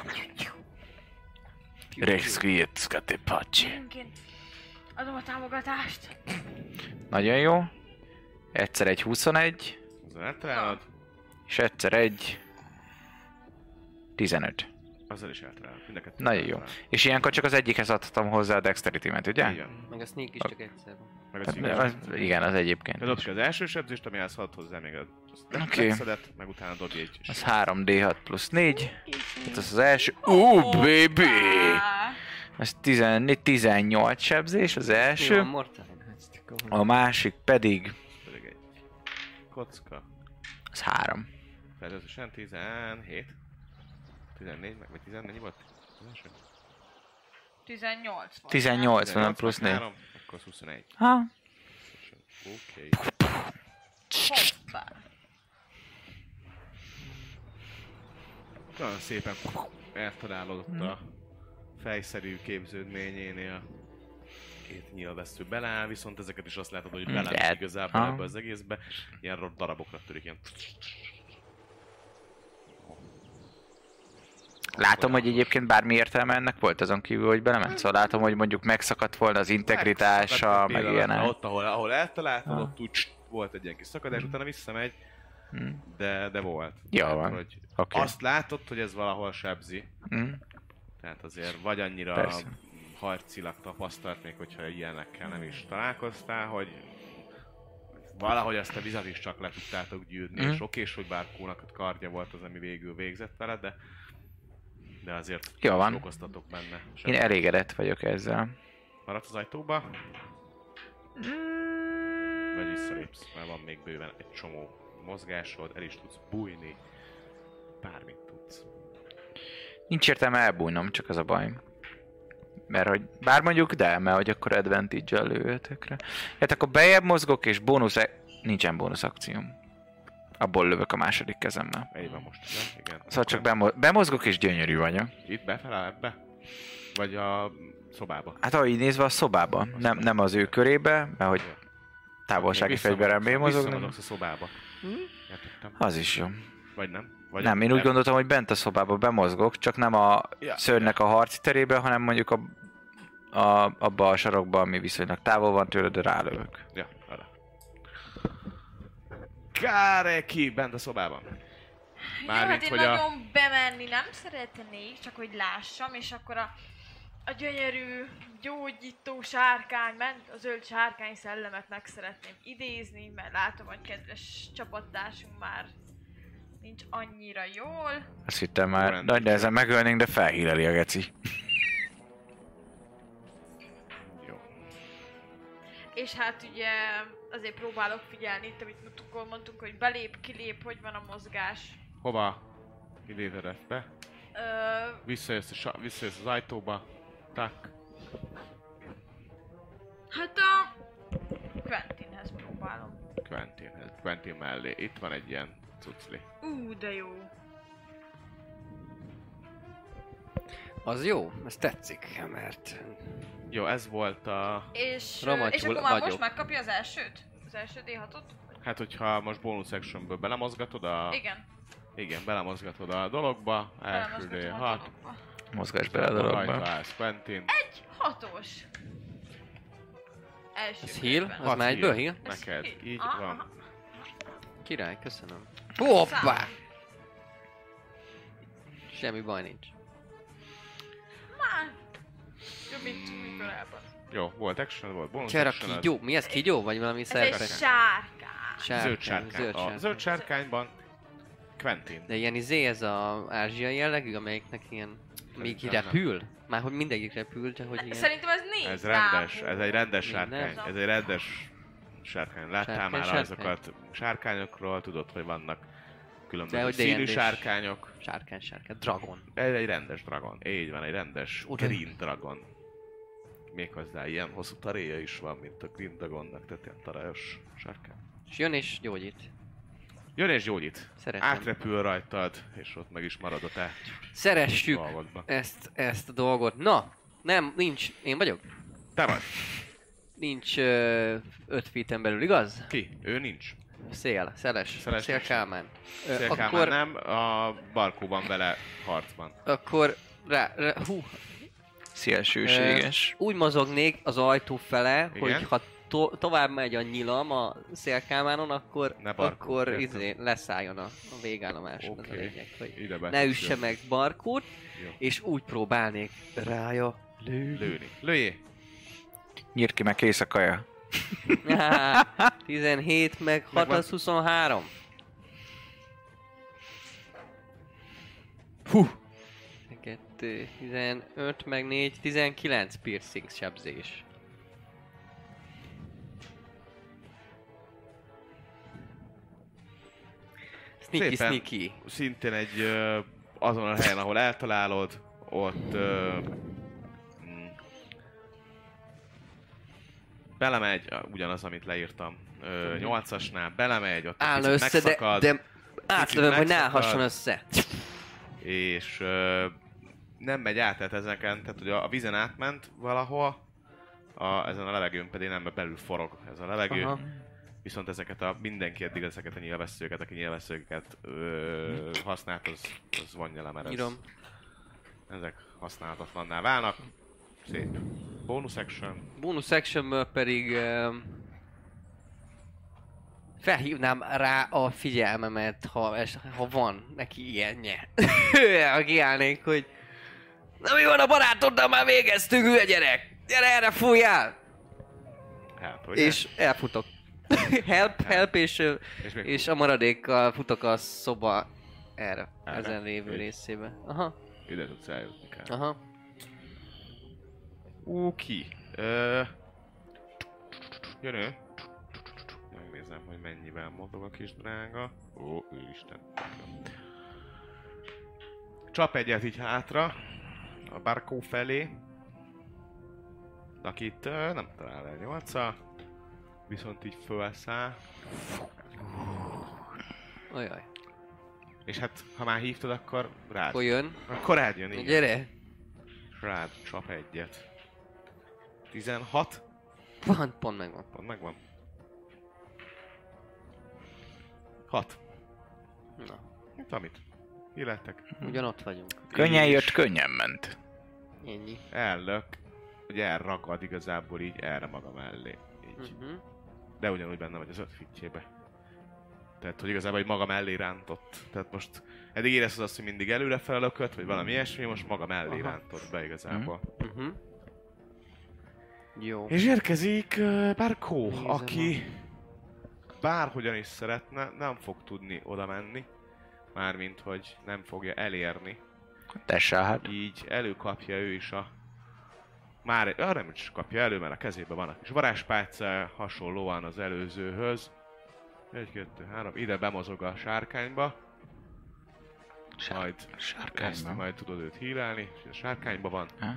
Rex Kwiatkate Pacsi. Önként adom a támogatást. Nagyon jó. Egyszer egy huszonegy, Azzal eltalálod, és egyszer egy tizenöt. azzal is eltalálod. Mind a kettőt Nagyon jó. eltalálod. És ilyenkor csak az egyikhez adtam hozzá a dexterity-met, ugye? Így van. Meg a sneak is csak egyszer van. Meg Hát, az, az, igen, az egyébként. Ez ott is az első sebzést, amihez hadd hozzá még a Oké. lexedet, meg utána dobj egy... Az három dé hat plusz négy. Tehát az az első. Ú, baby! Ez tizennégy, tizennyolc sebzés az Mi van, első. mortál? A másik pedig... Pedig egy kocka. Az három. Felelősen tizenhét. tizennégy, meg vagy tizennégy volt? Az első? tizennyolc van. tizennyolc van plusz négy. három, akkor az huszonegy. Ha? Oké. Hoppá. Nagyon szépen eltalálod a fejszerű képződményénél. Két nyilvessző beleáll, viszont ezeket is azt látod, hogy Hmm, beleáll de- igazából aha. ebbe az egészbe. Ilyen ro- darabokra törik, ilyen... Látom, hogy egyébként bármi értelme ennek volt azon kívül, hogy belement. Szóval látom, hogy mondjuk megszakadt volna az integritása, Megszakadt meg pillanatra, ilyenek. Ott, ahol, ahol eltaláltad, Ah. ott úgy cst, volt egy ilyen kis szakadás, utána visszamegy, Hmm. de, de volt. Jó Tehát, van. Hogy Oké. azt látod, hogy ez valahol sebzi. Hmm. Tehát azért vagy annyira Persze. harcilag tapasztalt, még hogyha ilyenekkel nem is találkoztál, hogy valahogy ezt a vizet is csak le tudtátok gyűrni, Mhm. és okés, hogy Barkónak a kardja volt az, ami végül végzett vele, de, de azért Jó van. okoztatok benne. Én elégedett vagyok ezzel. Maradsz az ajtóba? Vagy visszalépsz, mert van még bőven egy csomó mozgásod, el is tudsz bújni, bármit tudsz. Nincs értelme elbújnom, csak az a baj. Mert hogy, bár mondjuk, de, mert hogy akkor advantage-el lőhetek rá. Hát akkor bejebb mozgok, és bónusz... E- nincsen bónusz akcióm. Abból lövök a második kezemmel. Így van most, ne? Igen. Szóval csak bemo- bemozgok, és gyönyörű vagyok. Itt befele ebbe? Vagy a szobába? Hát ahogy nézve a szobába, nem, nem az ő körébe, mert hogy távolsági fegyveremmé mozogni. Visszamozogsz a szobába. Értettem. Az is jó. Vagy nem? Vagy Nem, én úgy gondoltam, hogy bent a szobába bemozgok, csak nem a Ja, szörnynek a harci terébe, hanem mondjuk a, a, abba a sarokba, ami viszonylag távol van tőle, de rálövök. Ja, arra. Káreki, bent a szobában. Mármint, Jó, hát hogy én a... nagyon bemenni nem szeretnék, csak hogy lássam, és akkor a, a gyönyörű, gyógyító sárkány, ment, a zöld sárkány szellemet meg szeretném idézni, mert látom, hogy kedves csapattársunk már nincs annyira jól. Azt hittem már, Rendben. nagy nehezen megölnénk, de felhíreli a geci. Jó. És hát ugye azért próbálok figyelni itt, amit mutukon mondtunk, hogy belép, kilép, hogy van a mozgás. Hova? Idézed be. Ö, Visszajössz, a sa- visszajössz az ajtóba. Tak. hát a Quentinhez próbálom. Quentinhez. Quentin mellé. Itt van egy ilyen cucli. Ú, de jó. Az jó, ez tetszik, mert... Jó, ez volt a... És, ö, Romatyul és akkor már vagyok. most megkapja az elsőt? Az első dé hatot? Hát, hogyha most bonus actionből belemozgatod a... Igen. Igen, belemozgatod a dologba. Első dé belemozgatom a hat. dologba. Mozgás bele a dologba. Rajta állsz, Quentin. Egy hatos. Első Ez heal? körben. Az Hat már egyből heal? Ez Neked. heal. Így Aha, van. aha. Király, köszönöm. Hoppá! Semmi baj nincs. Már. Jobb, mint korábban. Jó, volt action, volt bonus Csere action. az- kígyó, mi ez kígyó? Vagy valami Ez egy szerpek? sárkány. Sárkány, Zöld sárkány. zöld A sárkány. zöld sárkányban Quentin. De ilyen izé ez a ázsiai jellegű, amelyiknek ilyen... Még Szerintem repül? Már hogy mindegyik repül, de hogy ilyen... Szerintem ez négy Ez rendes, lábú. ez egy rendes Minden. sárkány. Ez egy rendes sárkány. Láttál Sárkány, már sárkány. azokat sárkányokról, tudod, hogy vannak De különböző hogy színű D and D-s. sárkányok. Sárkány, sárkány, dragon. Ez egy rendes dragon. Így van, egy rendes Oda. green dragon. Méghozzá ilyen hosszú taréja is van, mint a green dragonnak, tehát ilyen tarajos sárkány. És jön és gyógyít. Jön és gyógyít. Szeretem. Átrepül rajtad, és ott meg is marad a te Szeressük dolgodba. ezt, ezt a dolgot. Na, nem, nincs, én vagyok? Te vagy. Nincs ö, öt feet-en belül, igaz? Ki? Ő nincs. Szél, szeles, Szeles Szél nincs. Kálmán. Ö, Szélkámán akkor, nem, a Barkó van vele harcban. akkor rá, rá, hú, Szélsőséges. úgy mozognék az ajtó fele, Igen. hogy ha to- tovább megy a nyilam a Szélkámánon, akkor, Ne Barkót, akkor értem. izé, leszálljon a, a végállomáson, az a Oké. lényeg, hogy Ide be ne tudsz üsse jönni. meg Barkót, Jó. és úgy próbálnék rája lőni. Lőni. Lőjé! Nyírt ki, meg kész a kaja. tizenhét meg hat az huszonhárom. Hú! kettő, tizenöt meg négy, tizenkilenc piercing sebzés. Sneaky, Szépen. sneaky. Szintén egy ö, azon a helyen, ahol eltalálod, ott ö, mm, belemegy, ö, ugyanaz, amit leírtam, ö, nyolcasnál belemegy, ott egy Állna picit össze, de, megszakad, de átlövöm, hogy ne megszakad. állhasson össze. és ö, nem megy át, tehát ezeken, tehát ugye a vízen átment valahol, a, ezen a levegőn pedig nem belül forog ez a levegő. Aha. Viszont ezeket a, mindenki eddig ezeket a nyilvesszőket, aki nyilvesszőket ö, használt, az, az vonja le, mert ez, Írom. ezek használhatatlanná válnak. Szép. Bonus action. Bonus actionből pedig um, felhívnám rá a figyelmemet, ha, es, ha van neki ilyenje. Ha kiállnék, hogy na mi van a barátoddal, már végeztünk, hülye gyerek! Gyere erre, fújjál! Hát, ugye? És elfutok. help, help, és, ö, és, még és a maradékkal futok a szoba erre, Erre? ezen lévő Így. részébe. Aha, ide tudsz eljutni kell. aha. Oké. Ö... Jönő. Megnézem, hogy mennyivel mozog a kis drága. Ó, úristen. Csap egyet így hátra. A Barkó felé. Akit ö, nem talál el nyolccal. Viszont így fölszáll. Ajaj. És hát, ha már hívtad, akkor rád. Akkor jön. Akkor rád jön, igen. Gyere! És rád csap egyet. tizenhat. Pont, pont megvan. Pont megvan. hat. Na, Hát amit? Illettek. ugyanott vagyunk. Könnyen És- jött, könnyen ment. Ennyi. Ellök, hogy elragad igazából így erre maga mellé. Így. Uh-huh. De ugyanúgy benne vagy az öt fitjébe. Tehát, hogy igazából egy maga mellé rántott. Tehát most eddig érezted azt, hogy mindig előre felelökött, vagy valami ilyesmi, most maga mellé Aha. rántott be igazából. Uh-huh. Jó. És érkezik uh, Barkó, Nézem aki bárhogyan is szeretne, nem fog tudni oda menni. Mármint, hogy nem fogja elérni. Tesse hát. Így előkapja ő is a... Már arra nem is kapja elő, mert a kezében van a kis varázspálca, hasonlóan az előzőhöz. Egy, kettő, három, ide bemozog a sárkányba. Majd ezt Sárkányban. majd tudod őt hílálni, és a sárkányba van. Ha?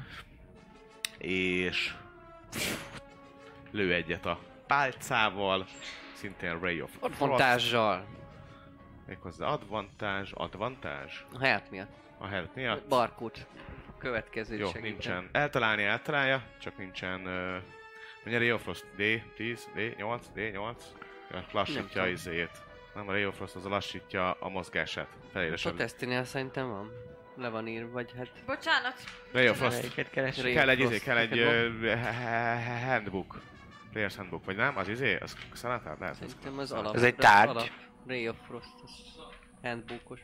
És lő egyet a pálcával, szintén Ray of Frost. Advantással. Méghozzá advantage, advantage A helyet miatt. a health miatt. Barkút. Következő Jó, segítem. nincsen. Eltalálni eltalálja, csak nincsen... Uh, mondja Ray of Frost D tíz, D nyolc, D nyolc. Lassítja Nem izét. Nem, a Ray of Frost az a lassítja a mozgását. Felére A sem. tesztinél szerintem van. Le van írva, vagy hát... Bocsánat. Ray of Frost. Melyiket keresünk? Ray Kell of egy izé, Frost. kell egy Neked uh, handbook. Player's handbook, vagy nem? Az izé? Az Xanatár? Lehet, az Szerintem az alap. Ez egy az tárgy. alap. Ray of Frost, az handbookos.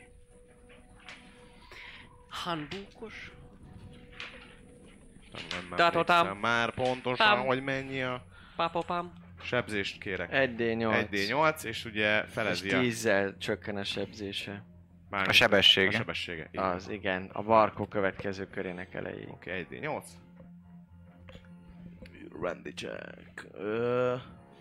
Handbookos? Nem, nem Tartottam. emlékszem már pontosan, Pám. hogy mennyi a Pápapám. sebzést kérek. egy dé nyolc. egy dé nyolc, és ugye És felezi a... tízzel csökken a sebzése. mármint A sebessége. A sebessége. igen. Az, igen. A Barkó következő körének elejéig. Oké, egy dé nyolc. Randy Jack. Ö...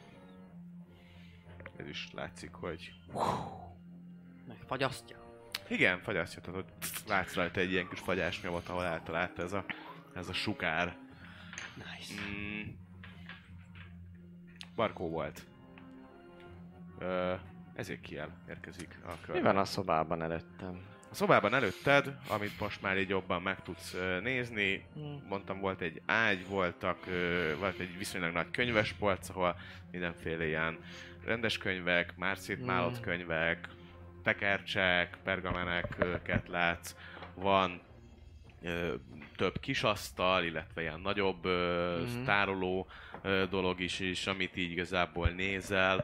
Ez is látszik, hogy... Megfagyasztja. Igen, fagyasztja, tehát hogy látsz rajta egy ilyen kis fagyás nyomot, ahol eltalált ez a, ez a sukár. Nice. Mm. Barkó volt. Ö, ezért kiel érkezik a kör. Mi van a szobában előttem? A szobában előtted, amit most már így jobban meg tudsz ö, nézni, mondtam, volt egy ágy, voltak, ö, volt egy viszonylag nagy könyvespolc, ahol mindenféle ilyen rendes könyvek, már szétmálott Mm. könyvek, tekercsek, pergameneket látsz, van ö, több kis asztal, illetve ilyen nagyobb ö, Mhm. tároló ö, dolog is, is, amit így igazából nézel.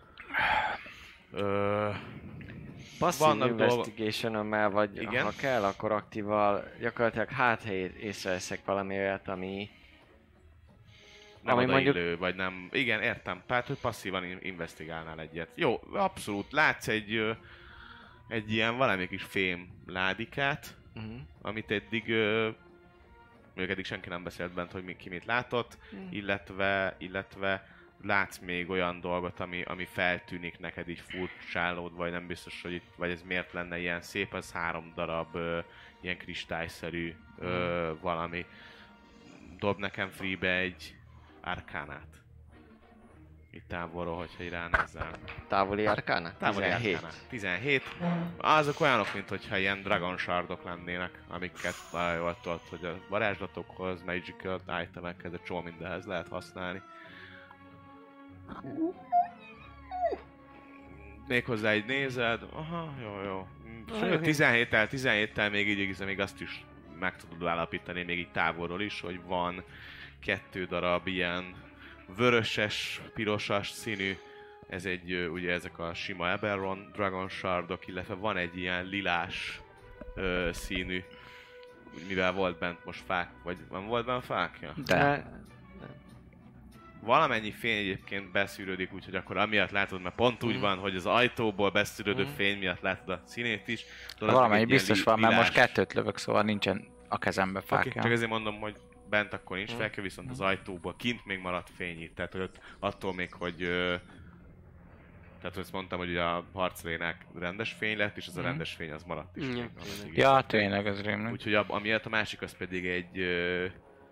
Ö, Passzív Vannak investigation-ömmel, vagy Igen. ha kell, akkor aktíval gyakorlatilag hát ha észreveszek valami olyat, ami nem Ami odaillő, mondjuk- vagy nem... Igen, értem. Tehát, hogy passzívan in- investigálnál egyet. Jó, abszolút. Látsz egy, ö, egy ilyen valami kis fém ládikát, Uh-huh. amit eddig... Ö, még eddig senki nem beszélt bent, hogy mi, ki mit látott, illetve, illetve látsz még olyan dolgot, ami, ami feltűnik neked így furcsálód, vagy nem biztos, hogy itt, vagy ez miért lenne ilyen szép, az három darab ö, ilyen kristályszerű ö, valami. Dob nekem freebe egy arkánát. Itt távolról, hogyha így ránézzel. Távoli árkána? Távoli tizenhét. arkánát. tizenhét. Azok olyanok, mint hogyha ilyen dragon shardok lennének, amiket nagyon jól tudod, hogy a varázslatokhoz, magical itemekhez, a csomó mindenhez lehet használni. Méghozzá így nézed, aha, jó, jó. Sőt, tizenhéttel, tizenhéttel még így igazán még azt is meg tudod állapítani, még így távolról is, hogy van kettő darab ilyen vöröses, pirosas színű, ez egy, ö, ugye ezek a sima Eberron Dragon Shardok, illetve van egy ilyen lilás ö, színű, mivel volt bent most fák, vagy van volt bent fákja? De... Valamennyi fény egyébként beszűrődik, úgyhogy akkor amiatt látod, mert pont úgy Mm. van, hogy az ajtóból beszűrődő Mm. fény miatt látod a színét is. Tudod, az Valamennyi meg egy biztos ilyen van, mert most lilás- kettőt lövök, szóval nincsen a kezembe Oké, fákja. csak ezért mondom, hogy bent akkor nincs Mm. fákja, viszont az ajtóból kint még maradt fény itt. Tehát hogy ott attól még, hogy... ö, Tehát azt mondtam, hogy ugye a harclének rendes fény lett, és az a Mhm. rendes fény az maradt is. Mm. még, Ja, ameddig is. Ja, tényleg, ez rémlik. Úgyhogy a, amiatt a másik az pedig egy... ö,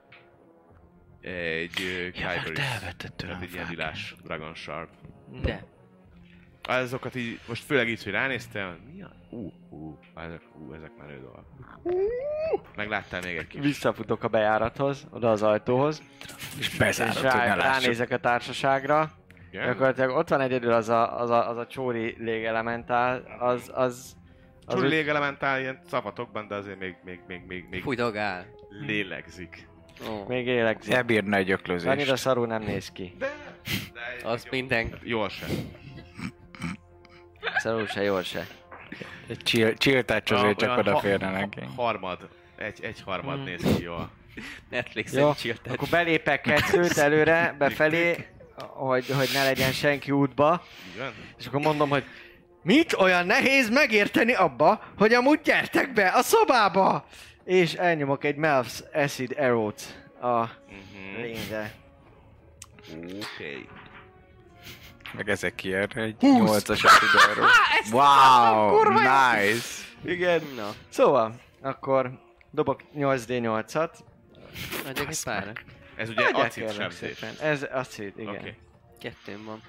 egy uh, Kyberis. elvetted tőlem Tehát egy a ilyen fákját. lilás Dragon Shard. De. Azokat így, most főleg így, hogy ránéztél, mi a... Ú, ú, ezek, ú, ezek menő dolgok. Megláttál még egy kis... Visszafutok a bejárathoz, oda az ajtóhoz, És és bezárod, hogy rá, ne lássuk. ránézek a társaságra. Igen? Gyakorlatilag ott van egyedül az a, az a, az a csóri légelementál, az, az, az Csúri úgy- légelementál ilyen szavatokban, de azért még, még, még, még, még Fújdogál. lélegzik. Ó, még élek. Elbírna egy Annyira öklözést. szarul nem néz ki. De... de az minden. Jól sem. Szarul se, jól se. Egy chill, chill touch azért csak Olyan odaférne ha- neki. ha- Harmad. Egy, egy harmad Mm. néz ki jól. Netflixen Jó, csilltett. akkor belépek kettőt előre, befelé, hogy, hogy ne legyen senki útba. Így van? És akkor mondom, hogy mit olyan nehéz megérteni abba, hogy amúgy gyertek be a szobába! És elnyomok egy Melf's Acid Arrow-t a Mhm. lényre. Oké. Meg ezek ki erre egy nyolcas atudáról. Wow, nice! Igen. Na, Szóval, akkor dobok nyolc dé nyolcat. adjak egy párra. Ez ugye Adják acid kérlek sebzés. szépen. Ez acid, igen. Oké. Okay. Kettőm van.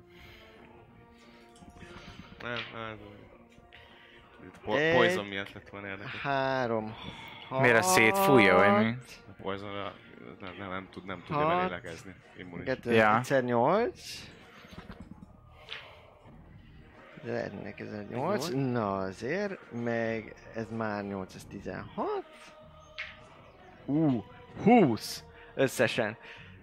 Nem, nem. Po- Egy. Poison miatt lett volna érdekes. Három, hat, Miért a szétfújja, vagy mi? A Poisonra nem, nem, nem, tud, nem tudja Hat. belélegezni. Immunis. Kettő, Ja. egyszer nyolc. Lehetnek ez a nyolc. Na azért, meg ez már nyolc, ez tizenhat. Ú, húsz összesen.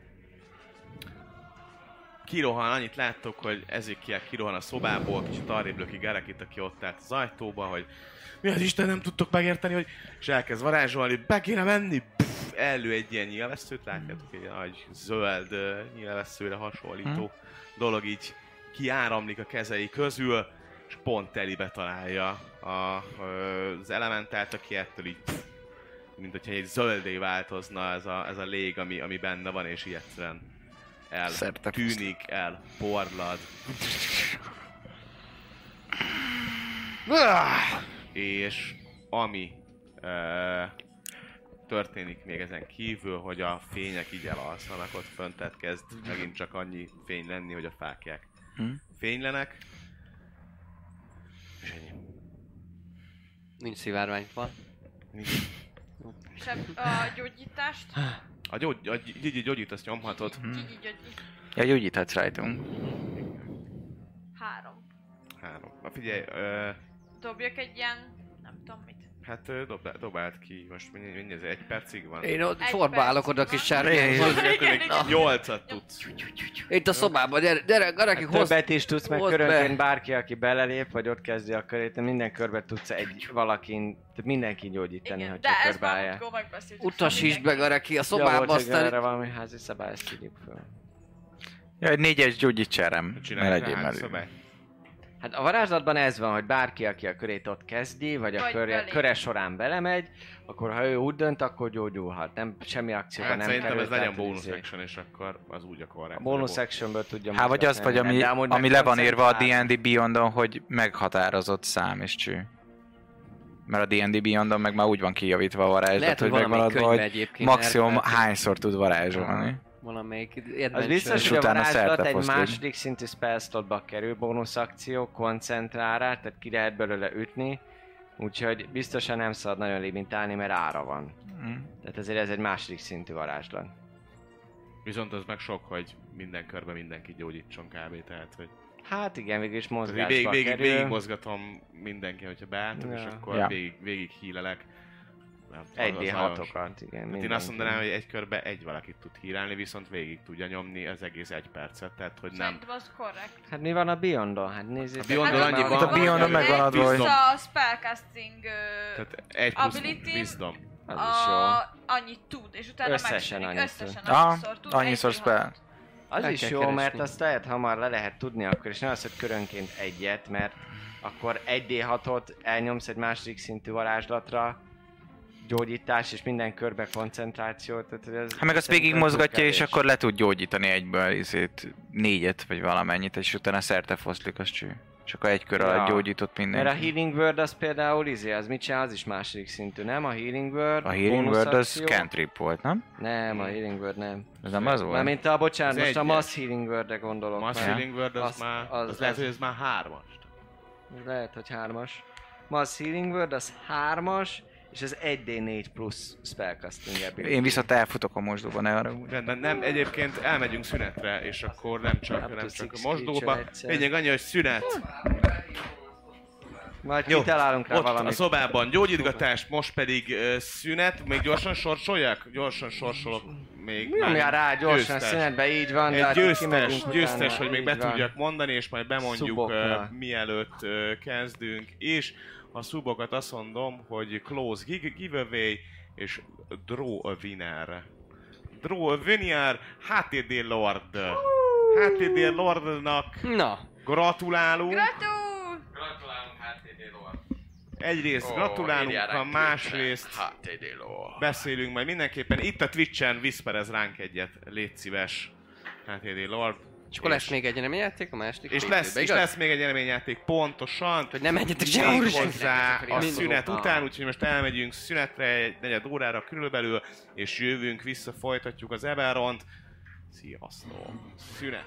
Kirohan, annyit láttok, hogy Ezekiel kirohan a szobából, kicsit arrébb löki Garekit, aki ott állt az ajtóba, hogy mi az Isten, nem tudtok megérteni, hogy... És elkezd varázsolni, be kéne menni, pff, elő egy ilyen nyilvesszőt, látjátok, egy nagy zöld uh, nyilvesszőre hasonlító dolog így kiáramlik a kezei közül, és pont telibe találja a, ö, az elementált, aki ettől így pff, mint hogyha egy zöldé változna ez a, ez a lég, ami, ami benne van, és így egyszerűen Szerte eltűnik, elporlad. És ami uh, történik még ezen kívül, hogy a fények így elalszanak ott fönt, tehát kezd megint csak annyi fény lenni, hogy a fáklyák Hm? fénylenek. És ennyi. Nincs szivárványfa. Nincs. És a gyógyítást? A gyógy, a gyógy, gyógyít azt nyomhatod. Hm? Gyigyi gyógyít. Ja, gyógyíthatsz rajtunk. Három. Három. Na figyelj, ö, Dobjak egy ilyen, nem tudom mit. Hát ö, dob, dobált ki, most mennyi, mennyi ez, egy percig van? Én ott Egy sorba állok perc oda a kis van. sárkányhoz. nyolcat tudsz. Itt a szobában, gyere, gyere, Garaki, Hát hozd! többet is tudsz, meg hozd be. körönként bárki, aki belelép, vagy ott kezdi a körét, te minden körbe tudsz egy valakin, tehát mindenki gyógyítani, Igen, hogy de csak ezt már körbálja. múltkor megbeszéltük. Utasítsd be, Garaki, a Jó, szobába, volt, hogy erre aztán... valami házi szabály, ezt tudjuk föl. Ja, egy négyes gyógyítserem, mert Csinálj legyél rá merő. szabály. Hát a varázslatban ez van, hogy bárki, aki a körét ott kezdi, vagy a Vagy köre, belép. köre során belemegy, akkor ha ő úgy dönt, akkor gyógyulhat. Nem, semmi akcióban Hát nem szerintem kerül, ez legyen tehát bonus izé. action, és akkor az úgy akkor A bonus actionből tudja Hát vagy az, vagy ami, de amúgy ami meg le van írva a D koncentrál. and D Beyondon, hogy meghatározott szám és cső. Mert a D and D Beyondon meg már úgy van kijavítva a varázslat, Lehet, hogy hogy valamelyik megmaradva, könyv hogy egyébként. maximum mert- hányszor tud varázsolni. Valamelyik Az adventure. biztos, És hogy a utána varázslat szerte egy foszlik. második szintű spell slotba kerül, bónusz akció, koncentrál rá, tehát ki lehet belőle ütni. Úgyhogy biztosan nem szabad nagyon limitálni, mert ára van. Mm. Tehát ezért ez egy második szintű varázslat. Viszont az meg sok, hogy minden körben mindenki gyógyítson kb. Tehát, hogy Hát igen, végül is végig, mozgásba végig, kerül. végig mozgatom mindenki, hogyha beálltok, Ja. és akkor Ja. végig, végig hílelek. Nem, az- egy az d nagyon hatokat, igen. Hát én azt mondanám, hogy egy körbe egy valakit tud hírálni, viszont végig tudja nyomni az egész egy percet, tehát hogy nem. Szerintem az korrekt. Hát mi van a Beyondon? Hát nézzétek. A Beyondon meg, annyi mert van, a Beyondon meg van adva, hogy- Vissza a spellcasting ö, Tehát egy plusz Ability- wisdom. Az is jó. a, annyit tud, és utána Összesen megszedik. annyit Összesen tud. Aha, annyiszor tud. annyiszor egy spell. D hatot. Az Meg is kell jó, keresni. mert azt lehet hamar le lehet tudni akkor, és nem az, hogy körönként egyet, mert akkor egy d hatot elnyomsz egy második szintű varázslatra, gyógyítás és minden körbe koncentráció. Tehát ez Hát meg azt szerintem végig mozgatja, túl és kevés. akkor le tud gyógyítani egyből izét, négyet, vagy valamennyit, és utána szerte foszlik, az cső. És akkor egy kör Ja. alatt gyógyított Mert a mindenki. Healing Word az például izé, az mit csinál, az is második szintű, nem? A Healing Word, A Healing bónusz Word az akció. cantrip volt, nem? Nem, a Healing Word nem. Ez nem az volt? Mármint a, bocsánat, Az most a egyes. Mass Healing Wordre gondolok. Mass mert Healing Word az, az- már, az- az, lehet, az- hogy ez már hármas. Lehet, hogy hármas. Mass Healing Word az hármas, és ez egy d négy plusz spellcasting ability. Én viszont elfutok a mosdóba, ne arra úgy. Rendben, nem, egyébként elmegyünk szünetre, és akkor nem Up csak, to nem csak six a mosdóba. creature egyszer. Lényeg annyi, hogy szünet. Majd Jó, kitalálunk rá ott valamit. a szobában gyógyítgatás, most pedig uh, szünet. Még gyorsan sorsoljak? Gyorsan sorsolok még. Mi nyomjál rá gyorsan győztes. szünetbe, így van, de Egy hát győztes, kimegyünk győztes, utána, hogy még így be van. tudjak mondani, és majd bemondjuk Szubokra. uh, mielőtt uh, kezdünk is. A szubokat azt mondom, hogy close gi- giveaway és draw a winner. Draw a winner, há té dé Lord. há té dé Lordnak Na, gratulálunk. Gratul! Gratulálunk há té dé Lord. Egyrészt gratulálunk, a másrészt há té dé Lord. beszélünk majd mindenképpen. Itt a Twitch-en Whisperez ránk egyet, légy szíves. há té dé Lord. és akkor lesz még egy nyereményjáték a második És félidőben, lesz, és igaz? lesz még egy eleményjáték, pontosan. Hogy nem menjetek sehol Még sem. hozzá a Mind- szünet Ah. után, úgyhogy most elmegyünk szünetre egy negyed órára körülbelül, és jövünk vissza, folytatjuk az Everont. Sziasztok! Szünet!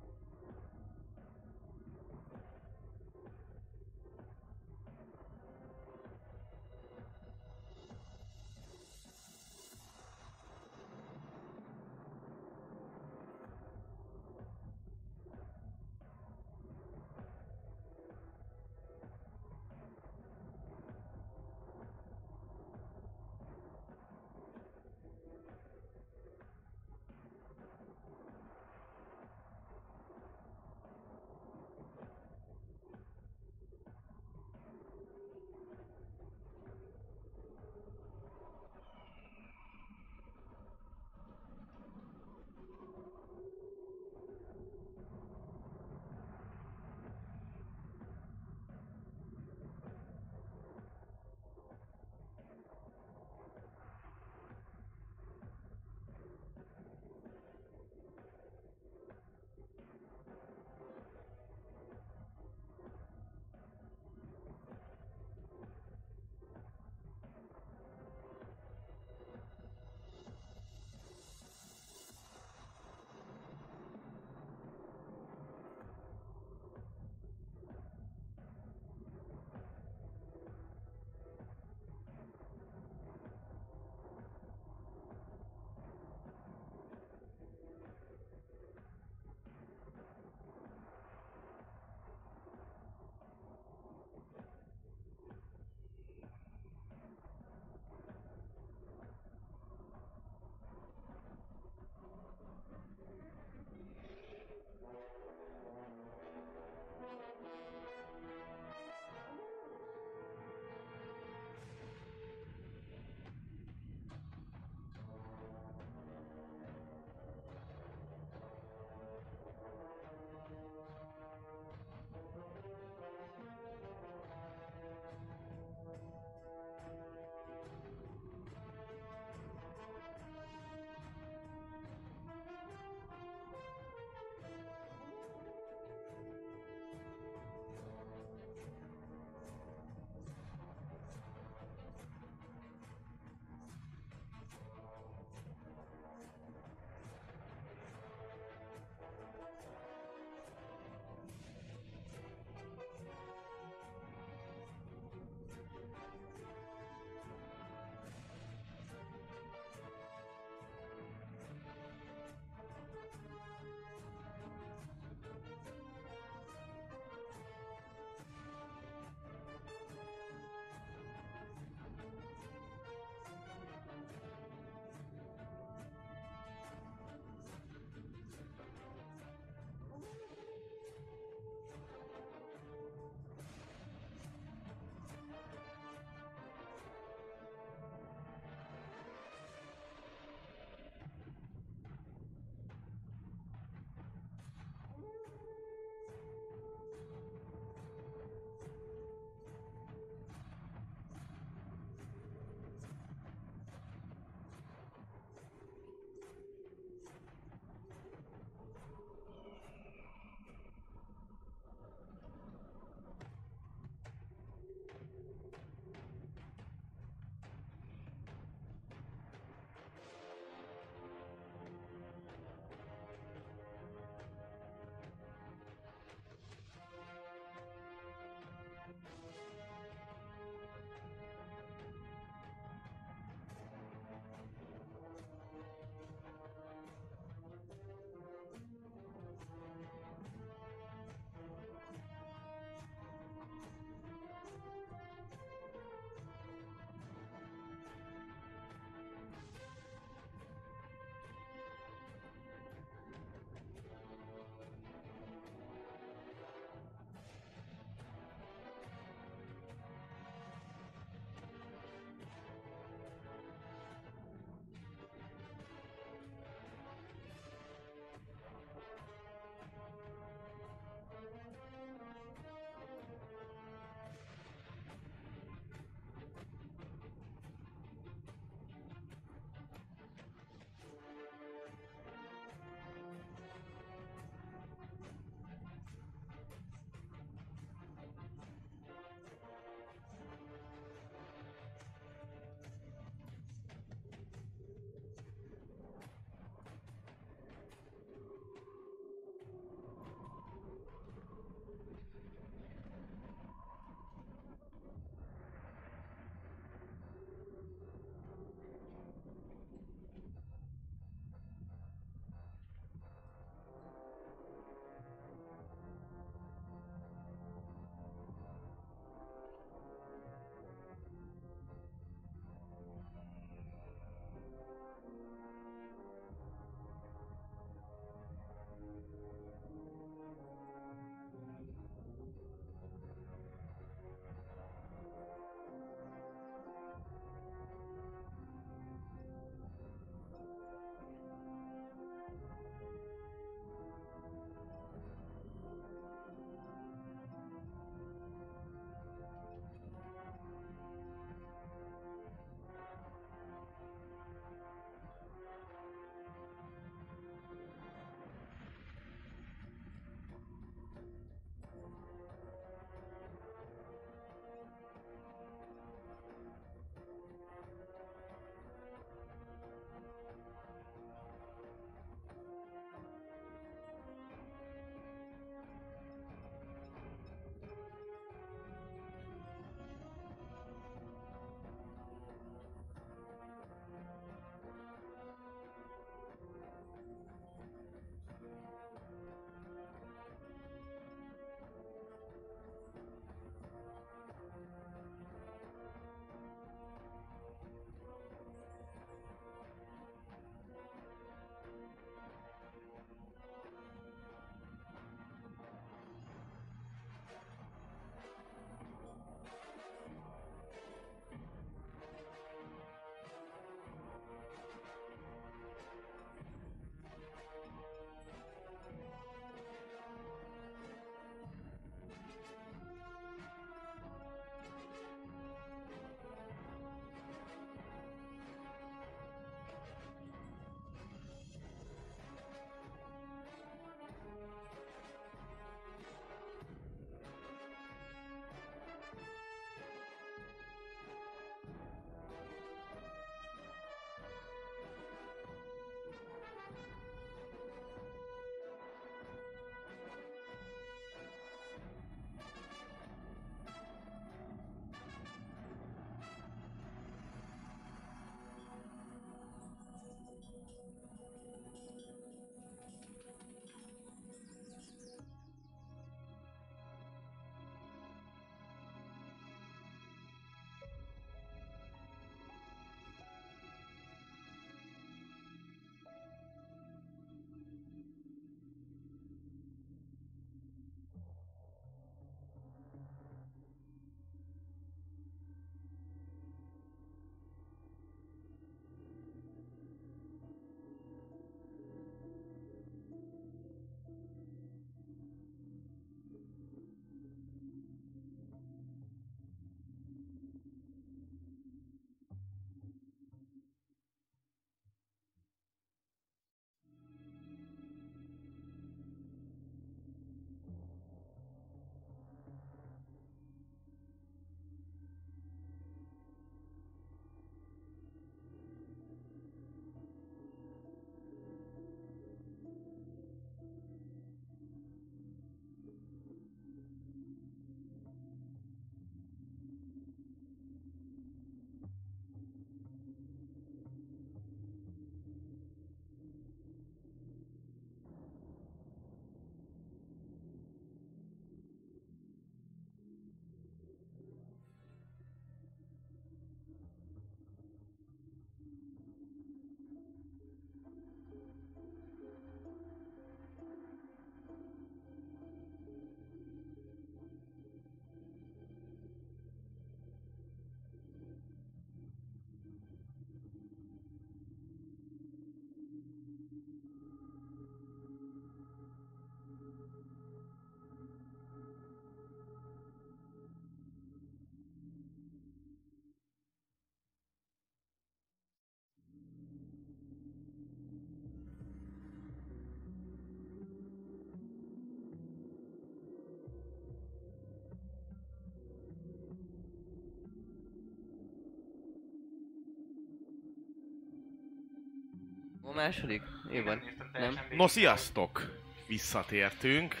második? Én van. Nem? No, sziasztok! Visszatértünk,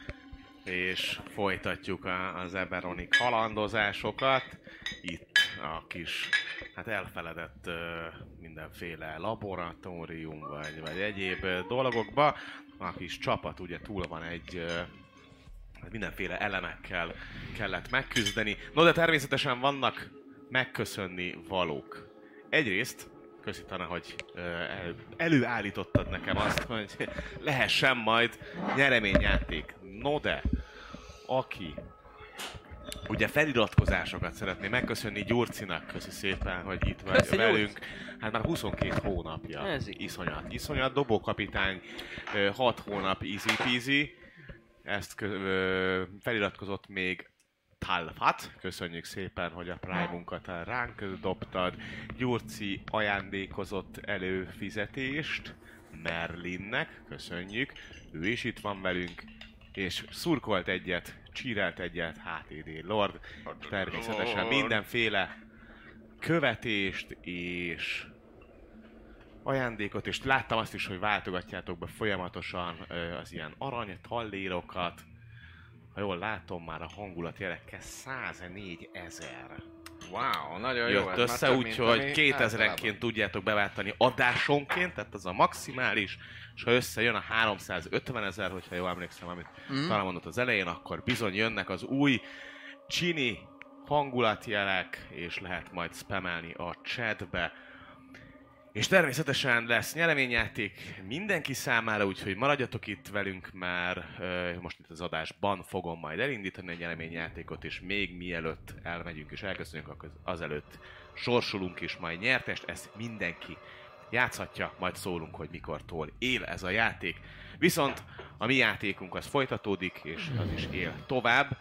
és folytatjuk a, az Eberoni kalandozásokat. Itt a kis, hát elfeledett uh, mindenféle laboratórium, vagy, vagy egyéb uh, dolgokba. A kis csapat ugye túl van egy uh, mindenféle elemekkel kellett megküzdeni. No, de természetesen vannak megköszönni valók. Egyrészt, köszi Tana, hogy uh, el, előállítottad nekem azt, hogy lehessen majd nyereményjáték. No de, aki ugye feliratkozásokat szeretné megköszönni Gyurcinak, köszi szépen, hogy itt vagy Köszi, velünk. Hát már huszonkettő hónapja. Ez így. Iszonyat, iszonyat. Dobókapitány hat hónap easy peasy. Ezt kö, ö, feliratkozott még Talfat. Köszönjük szépen, hogy a Prime-unkat ránk dobtad. Gyurci ajándékozott előfizetést Merlinnek. Köszönjük. Ő is itt van velünk. És szurkolt egyet, csírelt egyet há té dé Lord. Természetesen mindenféle követést és ajándékot, és láttam azt is, hogy váltogatjátok be folyamatosan az ilyen arany tallérokat. Ha jól látom, már a hangulatjelekkel száznégyezer ezer. Wow, nagyon jó. Jött össze, úgyhogy kétezrenként tudjátok beváltani adásonként, tehát az a maximális, és ha összejön a háromszázötven ezer, hogyha jól emlékszem, amit mm. talán mondott az elején, akkor bizony jönnek az új csini hangulatjelek, és lehet majd spamelni a chatbe. És természetesen lesz nyereményjáték mindenki számára, úgyhogy maradjatok itt velünk, mert uh, most itt az adásban fogom majd elindítani a nyereményjátékot, és még mielőtt elmegyünk és elköszönjük, akkor azelőtt sorsolunk is majd nyertest, ezt mindenki játszhatja, majd szólunk, hogy mikortól él ez a játék. Viszont a mi játékunk az folytatódik, és az is él tovább.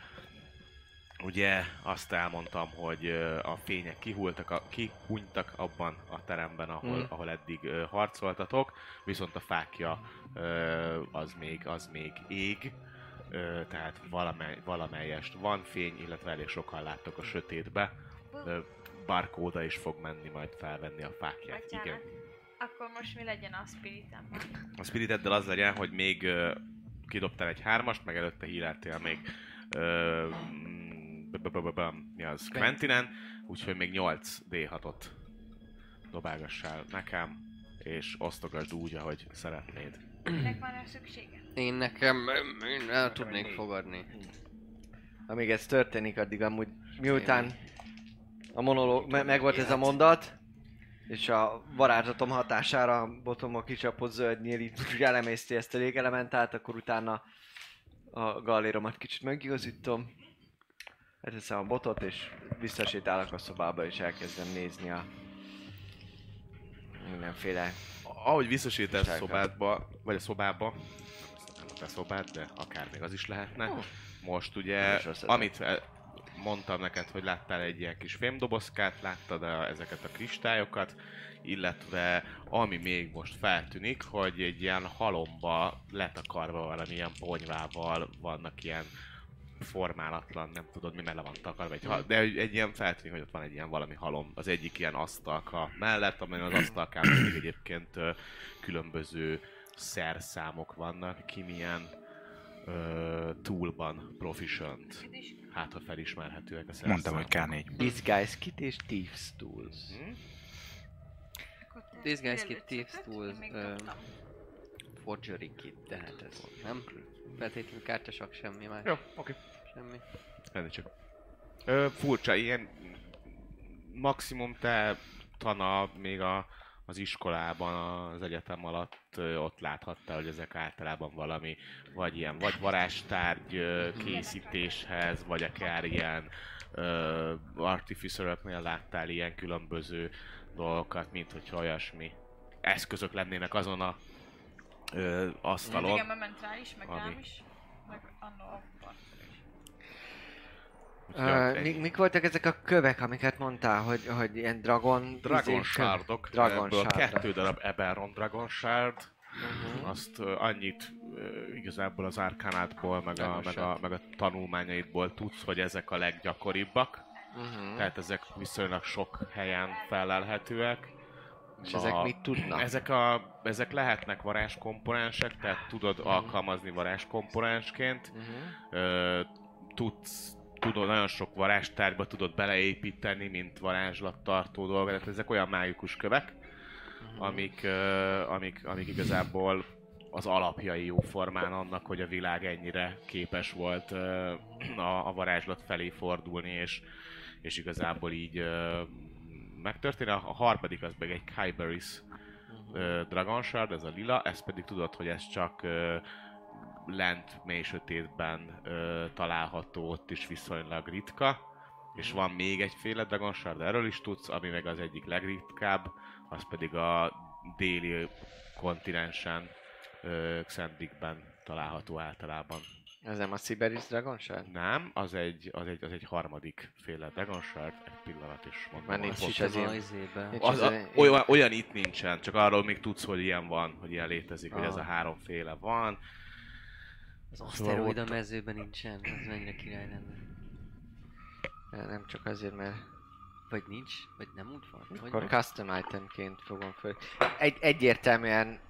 Ugye azt elmondtam, hogy a fények kihultak, a, kihunytak abban a teremben, ahol, mm. ahol eddig uh, harcoltatok, viszont a fákja uh, az, még, az még ég, uh, tehát valamely, valamelyest van fény, illetve elég sokan láttok a sötétbe. Uh, Barkóda is fog menni, majd felvenni a fákját. Bocsánat. Igen. Akkor most mi legyen a spiritemben? A spiriteddel az legyen, hogy még uh, kidobtál egy hármast, meg előtte híráltél még uh, mi az? Quentinen, úgyhogy még nyolc dé hatot dobálgassál nekem, és osztogasd úgy, ahogy szeretnéd. Minek van rá szüksége? Én nekem, én el tudnék fogadni. Amíg ez történik, addig amúgy miután a monológ, me- meg volt ez a mondat, és a varázslatom hatására a botomba kicsapott zöld nyíl így elemészti ezt a légelementált, akkor utána a galléromat kicsit megigazítom. Leteszem a botot, és visszasétálok a szobába, és elkezdem nézni a mindenféle... Ahogy visszasétálsz a szobádba, vagy a szobába, nem a te szobád, de akár még az is lehetne. Most ugye, amit mondtam neked, hogy láttál egy ilyen kis fémdobozkát, láttad a, ezeket a kristályokat, illetve ami még most feltűnik, hogy egy ilyen halomba letakarva valamilyen ponyvával vannak ilyen formálatlan, nem tudod mi mele van takarva, egy hal, de egy ilyen feltűnik, hogy ott van egy ilyen valami halom az egyik ilyen asztalka mellett, amelyen az asztalkán még egyébként ö, különböző szerszámok vannak, ki milyen ö, toolban proficient. Hát, ha felismerhetőek a szerszámok. Mondtam, hogy ká négy. Disguise Kit és Thieves Tools. Hm? Disguise Kit, Thieves Tools, uh, Forgery Kit, de hát ez nem feltétlenül kártyasak, semmi más. Jó, oké. Semmi. Ennél csak. Ö, furcsa, ilyen maximum te Tana még a, az iskolában, az egyetem alatt ö, ott láthattál, hogy ezek általában valami, vagy ilyen, vagy varázstárgy ö, készítéshez, vagy akár ilyen ö, artificeröknél láttál ilyen különböző dolgokat, mint hogyha olyasmi eszközök lennének azon a ö, asztalon. Igen, mert ment rá is, meg ami... rám is, meg anno a Uh, mik, mik voltak ezek a kövek, amiket mondtál, hogy, hogy ilyen dragon... Dragon shardok, Dragon ebből shard. kettő darab Eberron Dragon shard. Uh-huh. Azt uh, annyit uh, igazából az arkánátból, meg a, meg, a, meg a tanulmányaidból tudsz, hogy ezek a leggyakoribbak. Uh-huh. Tehát ezek viszonylag sok helyen felelhetőek. És ezek a, mit tudnak? Ezek, a, ezek lehetnek varázskomponensek, tehát tudod alkalmazni varázskomponensként. Uh-huh. Ö, tudsz, tudod, nagyon sok varázstárgyba tudod beleépíteni, mint varázslattartó dolgok. Tehát ezek olyan mágikus kövek, uh-huh. amik, ö, amik, amik igazából az alapjai jóformán annak, hogy a világ ennyire képes volt ö, a, a varázslat felé fordulni, és, és igazából így ö, megtörténni. A harmadik az meg egy Kyberis uh, Dragon Shard, ez a lila, ez pedig tudod, hogy ez csak uh, lent mély sötétben uh, található, ott is viszonylag ritka. És van még egyféle Dragon Shard, erről is tudsz, ami meg az egyik legritkább, az pedig a déli kontinensen, uh, Xandrikben található általában. Ez nem a Siberis Dragon Shard? Nem, az egy, az egy, az egy harmadik féle Dragon Shard, egy pillanat is mondom. Már nincs is az, ez az, az, olyan, olyan itt nincsen, csak arról még tudsz, hogy ilyen van, hogy ilyen létezik, ah. hogy ez a háromféle van. Az aszteroida mezőben nincsen, az mennyire király lenne. Nem csak azért, mert... Vagy nincs, vagy nem úgy van. Vagy akkor nem? custom itemként fogom föl. Egy, egyértelműen...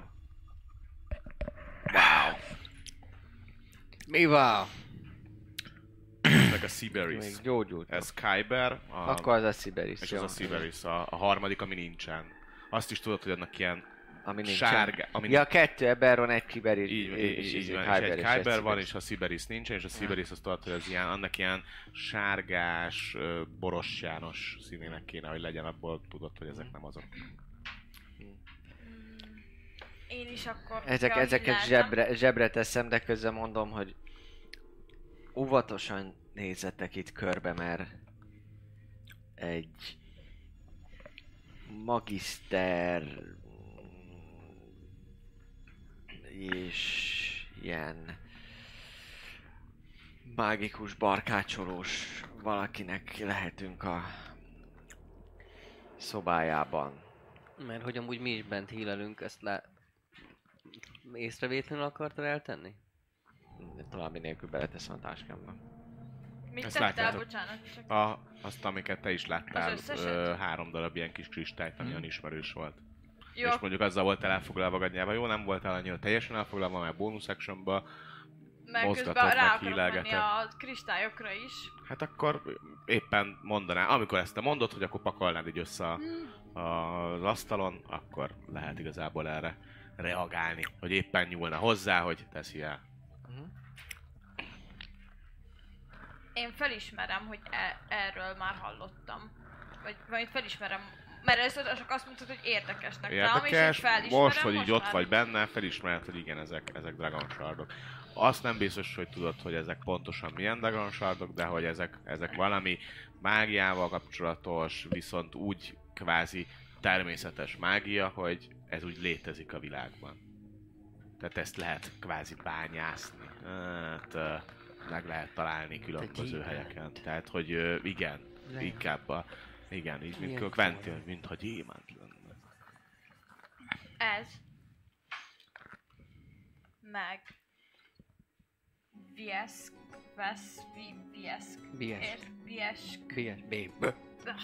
Wow! Mi van? Ezek a Siberis. Még gyógyult. Ez Kyber. A, akkor az a Siberis. És az a Siberis, a, a harmadik, ami nincsen. Azt is tudod, hogy annak ilyen ami sárga... Ami ja, kettő Eberron, egy Kyberis. Így, így, így, így van, és egy Kyber van, és a Siberis nincsen, és a Siberis azt tudod, hogy az ilyen, annak ilyen sárgás, borosjános színének kéne, hogy legyen, abból tudod, hogy ezek nem azok. Én is akkor... Ezek, ezeket zsebre, zsebre teszem, de közben mondom, hogy óvatosan nézzetek itt körbe, mert egy magiszter és ilyen mágikus barkácsolós valakinek lehetünk a szobájában. Mert hogy amúgy mi is bent hílelünk, ezt le... észrevétlenül akartad eltenni? További nélkül beleteszem a táskámba. Mit Ezt tettel, látjátok? bocsánat? Csak... A, azt, amiket te is láttál, ö, három darab ilyen kis kristályt, ami olyan ismerős volt. Jó. És mondjuk azzal voltál elfoglalva gadnyában. Jó, nem voltál annyira teljesen elfoglalva, mert bonus actionba meg mozgatod, közben rá meg akarok menni a kristályokra is. Hát akkor éppen mondaná, amikor ezt te mondod, hogy akkor pakolnád így össze a, a, az asztalon, akkor lehet igazából erre reagálni, hogy éppen nyúlna hozzá, hogy teszi el. Uh-huh. Én felismerem, hogy e- erről már hallottam. Vagy, vagy felismerem, mert először csak azt mondtad, hogy érdekesnek. Érdekes, Rám, most, hogy így most ott már... vagy benne, felismered, hogy igen, ezek, ezek Dragon Shardok. Azt nem biztos, hogy tudod, hogy ezek pontosan milyen Dragon Shardok, de hogy ezek, ezek valami mágiával kapcsolatos, viszont úgy kvázi természetes mágia, hogy ez úgy létezik a világban. Tehát ezt lehet kvázi bányászni. Hát, meg lehet találni különböző helyeken. Tehát, hogy igen, inkább a... Igen, így mint a Quentin, mint ha gyémánt lenne. Ez. Meg. Viesk. Vesz. Viesk. Viesk. Viesk. Viesk.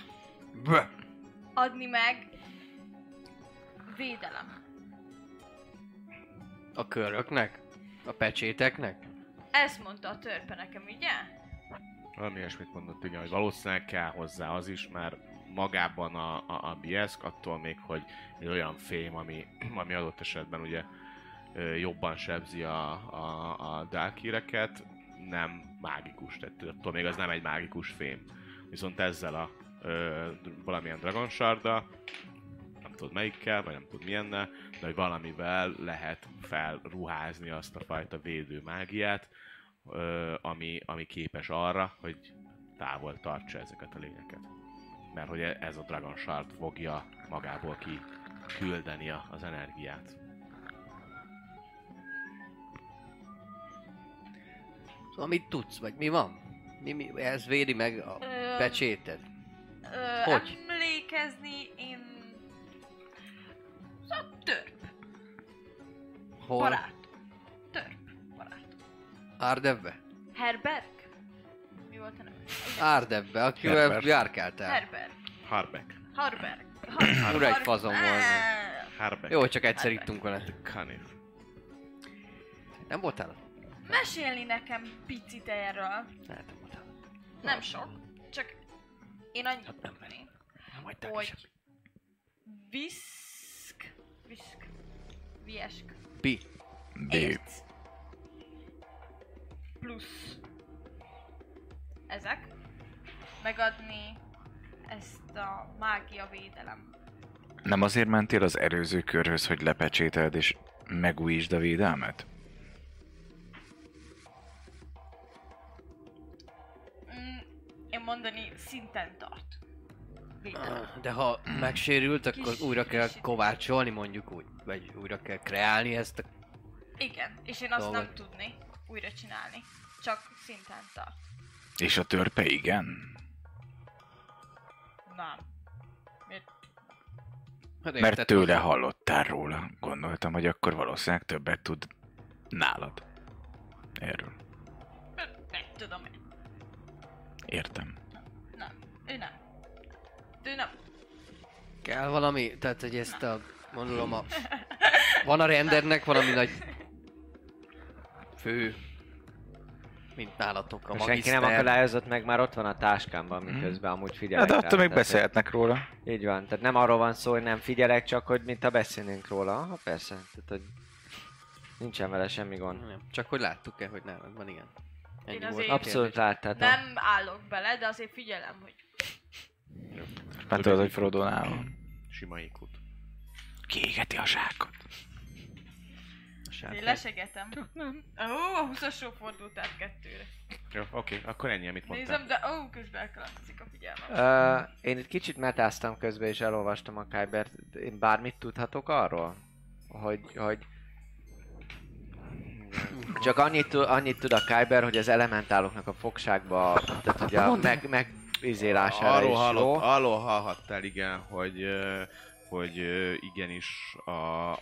Adni meg. Védelem. A köröknek? A pecséteknek? Ezt mondta a törpe nekem, ugye? Valami ilyesmit mondott, igen, hogy valószínűleg kell hozzá az is, mert magában a, a, a Biesk, attól még, hogy egy olyan fém, ami, ami adott esetben ugye jobban sebzi a, a, a Dalkireket, nem mágikus, tehát attól még az nem egy mágikus fém. Viszont ezzel a ö, valamilyen Dragon Sharddal, nem tudod melyikkel, vagy nem tudod milyennel, de hogy valamivel lehet felruházni azt a fajta védő mágiát, ö, ami, ami képes arra, hogy távol tartsa ezeket a lényeket. Mert hogy ez a Dragon Shard fogja magából ki küldeni az energiát. Szóval mit tudsz, vagy mi van? Mi, mi, ez védi meg a Ö, pecséted? Ö, Hogy? Emlékezni én... Szóval törp. Hol? Barát. Törp. Barát. Árdebbe? Herberg? Mi volt a neve? Árdebbe, akivel Herbert. járkáltál. Herberg. Harbeck. Harberg. Ura, egy fazon volt. Harbeck. Jó, csak egyszer ittunk vele. Kanif. Nem voltál? Mesélni nekem picit erről. Lehet, nem voltál. Nem sok, csak én annyit Hát nem. tudnék, Nem hagyták hogy semmit. viszk, viszk, viesk, Pi. B. ért, plusz ezek, megadni ezt a mágia védelem. Nem azért mentél az előző körhöz, hogy lepecsételd és megújítsd a védelmet? Mm, én mondani szinten tart. Védelem. De ha megsérült, akkor Kis- újra kell kis- kovácsolni mondjuk úgy. Vagy újra kell kreálni ezt a... Igen, és én azt Dolgot. nem tudni újra csinálni. Csak szinten tart. És a törpe igen? Nem. Miért? Hát Mert érted, tőle hogy- hallottál róla. Gondoltam, hogy akkor valószínűleg többet tud nálad. Erről. Nem tudom én. Értem. Nem. Ő nem. Ő nem. Kell valami, tehát hogy ezt a... Mondom a... Van a rendernek valami nagy... Fő... Mint nálatok a Ha senki magiszter. nem akadályozott meg, már ott van a táskámban, miközben amúgy figyelek Hát de rá, attól még tehát, beszélhetnek róla. hogy- Így van, tehát nem arról van szó, hogy nem figyelek, csak hogy mint ha beszélnénk róla. Ha persze, tehát hogy nincsen vele semmi gond. Nem, csak hogy láttuk-e, hogy nálad van, igen. Ennyi Én volt azért- a Abszolút kérdés. láttad. Nem állok bele, de azért figyelem, hogy Mert tudod, hogy Frodo-nál van. Sima ikut. Kiégeti a zsákot. én lesegetem. Ó, a huszasról fordult át kettőre. Jó, oké, akkor ennyi, amit mondtál. Nézem, de ó, közben elkalandozik a figyelmem. Uh, én itt kicsit metáztam közben és elolvastam a Kybert. Én bármit tudhatok arról? Hogy, hogy csak annyit, tud- annyit tud a Kyber, hogy az elementáloknak a fogságba, tehát hogy a meg, megizélására Arról, is jó. hallott, arról hallhattál, igen, hogy, ö, hogy ö, igenis a,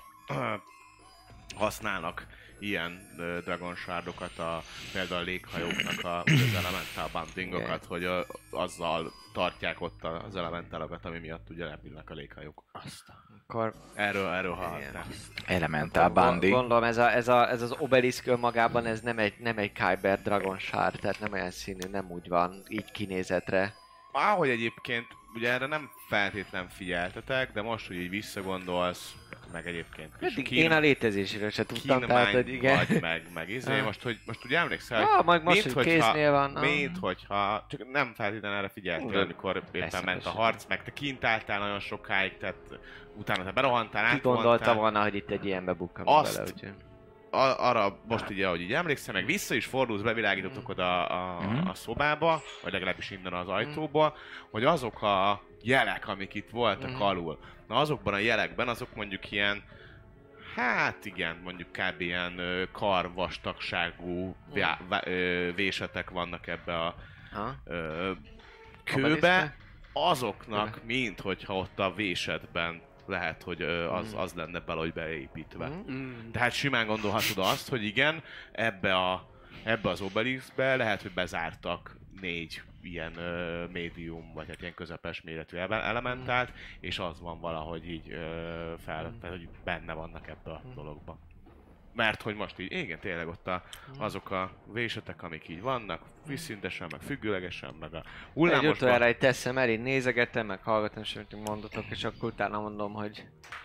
használnak ilyen ö, Dragon Shardokat, a, például a léghajóknak a, az Elemental Bandingokat, hogy ö, azzal tartják ott az elementálokat, ami miatt ugye repülnek a léghajók. Akkor Erről, erről hallhattál. Elementál Gond- Bandi. Gondolom ez, a, ez, a, ez az obelisk önmagában ez nem egy, nem egy Kyber Dragon Shard, tehát nem olyan színű, nem úgy van, így kinézetre. Ahogy egyébként, ugye erre nem feltétlen figyeltetek, de most, hogy így visszagondolsz, meg egyébként is Eddig kín- én a létezéséről se tudtam, tehát kínmány hogy igen. vagy, meg, meg izé, Ah. most, hogy, most ugye emlékszel, Ah, meg most, mint hogy kéznél van, ah. mint hogyha, csak nem feltétlenül erre figyeltél, Ura, amikor éppen persze, ment a persze. harc, meg te kint álltál nagyon sokáig, tehát utána te berohantál, Ki gondolta átvontál. volna, hogy itt egy ilyenbe bukkanunk Azt- bele, úgyhogy... A- arra most ugye, ahogy így emlékszem, meg vissza is fordulsz, bevilágítotok oda a, Mhm. a szobába, vagy legalábbis innen az ajtóba, hogy azok a jelek, amik itt voltak Mhm. alul, na azokban a jelekben, azok mondjuk ilyen, hát igen, mondjuk kb. Ilyen ö, karvastagságú vá- vá- ö, vésetek vannak ebbe a Ha? ö, kőbe, Obeliskbe? azoknak, Kőbe. mint hogyha ott a vésetben lehet, hogy ö, az, az lenne valahogy beépítve. Mhm. Mm. Tehát simán gondolhatod azt, hogy igen, ebbe, a, ebbe az Obelixbe lehet, hogy bezártak négy ilyen ö, médium, vagy hát ilyen közepes méretű ele- elementált, és az van valahogy így ö, fel, fel, hogy benne vannak ebbe a dologba. Mert hogy most így, igen, tényleg ott a, azok a vésetek, amik így vannak, vízszintesen, meg függőlegesen, meg a Egy hullámosban. utoljára egy teszem el, én nézegettem, meg hallgatom, és amit mondotok, és akkor utána mondom, hogy...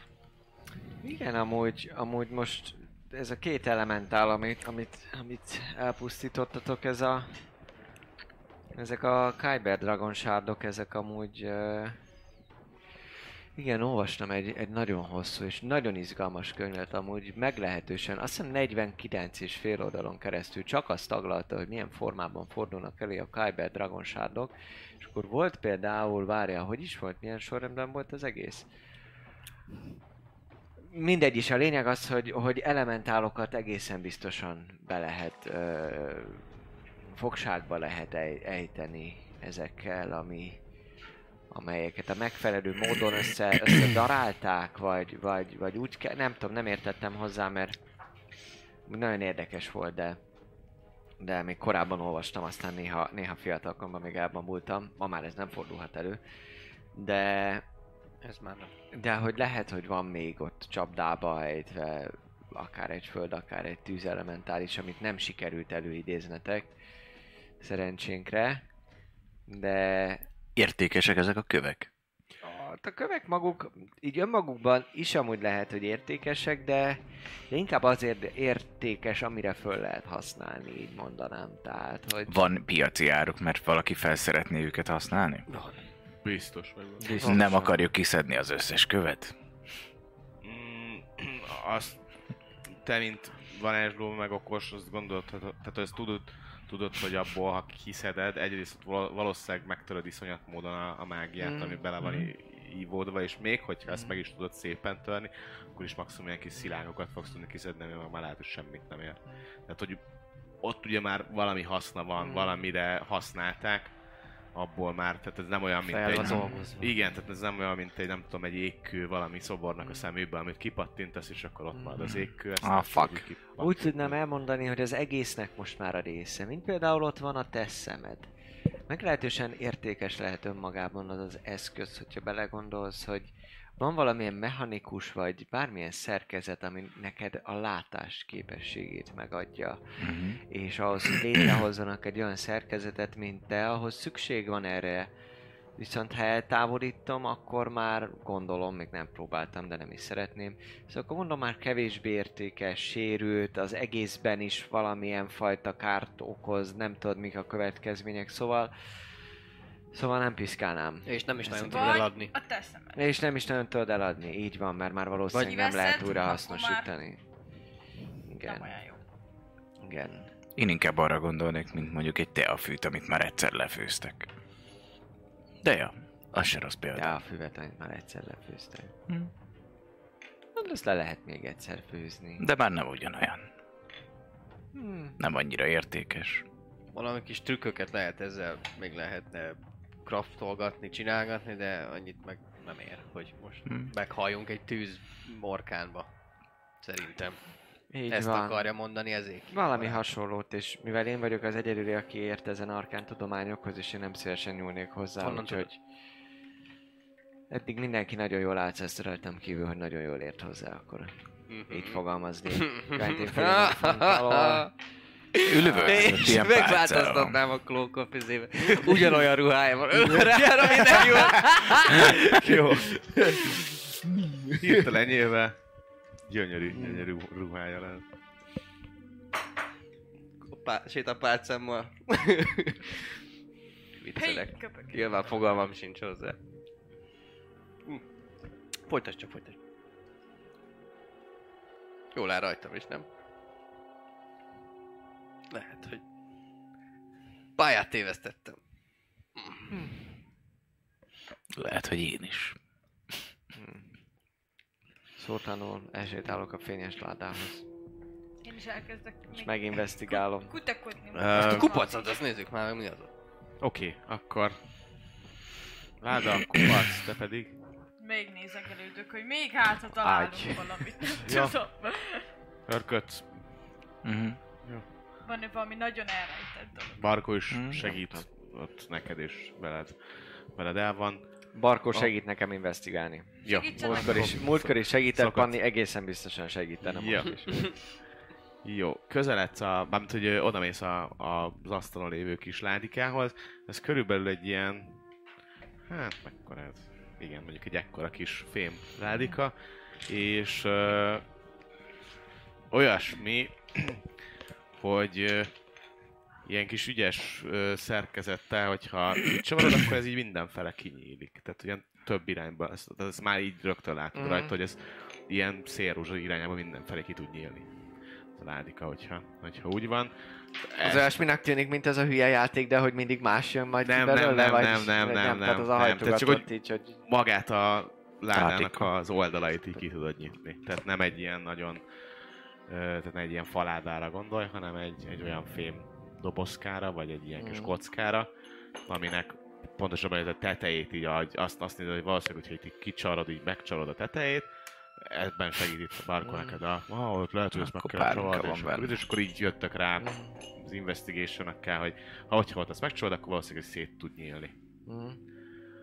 Igen, amúgy, amúgy most ez a két elementál, amit, amit, amit elpusztítottatok, ez a... Ezek a Kyber Dragon Shardok, ezek amúgy... Uh, igen, olvastam egy, egy nagyon hosszú és nagyon izgalmas könyvet amúgy, meglehetősen, azt hiszem negyvenkilenc és fél oldalon keresztül csak azt taglalta, hogy milyen formában fordulnak elé a Kyber Dragon Shardok, és akkor volt például, várjál, hogy is volt, milyen sorrendben volt az egész? Mindegy is, a lényeg az, hogy, hogy elementálokat egészen biztosan be lehet, ö, fogságba lehet ej, ejteni ezekkel, ami, amelyeket a megfelelő módon össze, összedarálták, vagy, vagy, vagy úgy kell, nem tudom, nem értettem hozzá, mert nagyon érdekes volt, de, de még korábban olvastam, aztán néha, néha fiatalkoromban még elbambultam, ma már ez nem fordulhat elő, de Ez már nem. De hogy lehet, hogy van még ott csapdába ejtve akár egy föld, akár egy tűzelementális, amit nem sikerült előidéznetek szerencsénkre, de Értékesek ezek a kövek? a, a kövek maguk, így önmagukban is amúgy lehet, hogy értékesek, de, de inkább azért értékes, amire föl lehet használni, így mondanám. Tehát, hogy... Van piaci áruk, mert valaki fel szeretné őket használni? Biztos meg. Biztos. Nem akarjuk kiszedni az összes követ? Mm, azt te, mint varázsló meg okos, azt gondolod, tehát ezt tudod, tudod, hogy abból, ha kiszeded, egyrészt val- valószínűleg megtöröd iszonyat módon a, a mágiát, mm. ami bele van í- ívódva, és még, hogyha ezt meg is tudod szépen törni, akkor is maximum ilyen kis szilángokat fogsz tudni kiszedni, ami már lehet, hogy semmit nem ér. Tehát, hogy ott ugye már valami haszna van, mm. valamire használták, abból már, tehát ez nem olyan, mint Fel egy... van dolgozva. Igen, tehát ez nem olyan, mint egy, nem tudom, egy égkő valami szobornak a szemében, amit kipattintasz, és akkor ott marad az égkő. Ezt Ah, nem fuck. tudod kipattintani. Úgy tudnám elmondani, hogy az egésznek most már a része, mint például ott van a te szemed. Meglehetősen értékes lehet önmagában az az eszköz, hogyha belegondolsz, hogy van valamilyen mechanikus vagy bármilyen szerkezet, ami neked a látás képességét megadja. Uh-huh. És ahhoz, hogy létrehozzanak egy olyan szerkezetet, mint te, ahhoz szükség van erre. Viszont ha eltávolítom, akkor már gondolom, még nem próbáltam, de nem is szeretném. Szóval akkor mondom, már kevésbé értékes, sérült, az egészben is valamilyen fajta kárt okoz, nem tudod mik a következmények, szóval... Szóval nem piszkálnám. És nem is nagyon tudod Vagy eladni. a te szemed. És nem is nagyon tudod eladni, így van, mert már valószínűleg nem lehet kiveszed, újra akkor hasznosítani. Nem Igen, olyan jó. igen. Én inkább arra gondolnék, mint mondjuk egy teafűt, amit már egyszer lefőztek. De ja, az se rossz De példa. a füvet, amit már egyszer lefőztem. Hm. Hát azt le lehet még egyszer főzni. De már nem ugyanolyan. Hmm. Nem annyira értékes. Valami kis trükköket lehet ezzel, még lehetne craftolgatni, csinálgatni, de annyit meg nem ér, hogy most Hmm. meghalljunk egy tűz orkánba. Szerintem. Így Ezt van. akarja mondani, ezért. Valami hasonlót, és mivel én vagyok az egyedüli, aki ért ezen arkán tudományokhoz, és én nem szívesen nyúlnék hozzá, Honnan úgyhogy... Eddig mindenki nagyon jól állt, ezt rajtam kívül, hogy nagyon jól ért hozzá, akkor Mhm. így fogalmazni. Quentin Freeman alól. Ő lövöldözött És ilyen pálcára. megváltoztatnám a klókot fizébe. Ugyanolyan ruhája van. Rára minden jó. Jó. Hirtelen nyilván gyönyörű, gyönyörű ruhája lesz. Pá- sétapálcámmal. Hey, Viccelek. köpök. Nyilván fogalmam sincs hozzá. Hm. Folytasd csak, folytasd. Jól áll rajtam is, nem? Lehet, hogy pályát tévesztettem. Lehet, hogy én is. Szótlanul elsétálok a fényes ládához, Én is elkezdek és még meginvesztigálom. kutakodni. Ö, Kupacot, azt nézzük már meg, mi az ott. Oké, okay, akkor... Láda, kupac, te pedig... Még nézek elődök, hogy még hátra találunk Ágy. valamit. Nem Ja. tudom. Örköt, Uh-huh. Van valami nagyon elrejtett dolog. Barkó is Hmm. segít ott neked és veled. Veled el van. Barkó segít nekem investigálni. Ja, Segítsenek. Múltkor is, múltkor is segített, Szokott. Panni egészen biztosan segítene Ja. most is. Jó, közeledsz a... Mármint, hogy ö, odamész a, a, az asztalon lévő kis ládikához. Ez körülbelül egy ilyen... Hát, mekkora ez? Igen, mondjuk egy ekkora kis fém ládika. És... Ö, olyasmi, hogy... Ö, ilyen kis ügyes ö, szerkezettel, hogyha így csavarod, akkor ez így mindenfele kinyílik. Tehát olyan több irányba, ezt, ezt már így rögtön látod Mhm. rajta, hogy ez ilyen szélrózsa irányába mindenfelé ki tud nyílni. Ez a ládika, hogyha, hogyha úgy van. Az olyasminak tűnik, mint ez a hülye játék, de hogy mindig más jön majd Nem, ki belőle, nem, nem, vagy, nem, nem, vagy nem, Tehát az a nem, nem. Tehát csak, hajtogatott hogy- így, hogy... Magát a ládának Ládika. az oldalait így ki tudod nyitni. Tehát nem egy ilyen nagyon, ö, tehát nem egy ilyen faládára gondolj, hanem egy, egy olyan fém dobozkára, vagy egy ilyen kis Mm. kockára, aminek pontosabban ez a tetejét így, ahogy azt, azt nézed, hogy valószínűleg, hogy így kicsarod, így megcsarod a tetejét, ebben segít itt a Barkó Mm. neked a, ah, ott lehet, hogy ezt meg Akkor kell pár munka csavarni, van és, akkor- benne. és akkor így jöttek rá az investigation kell, hogy ha hogyha ott ezt megcsalod, akkor valószínűleg szét tud nyílni. Mm.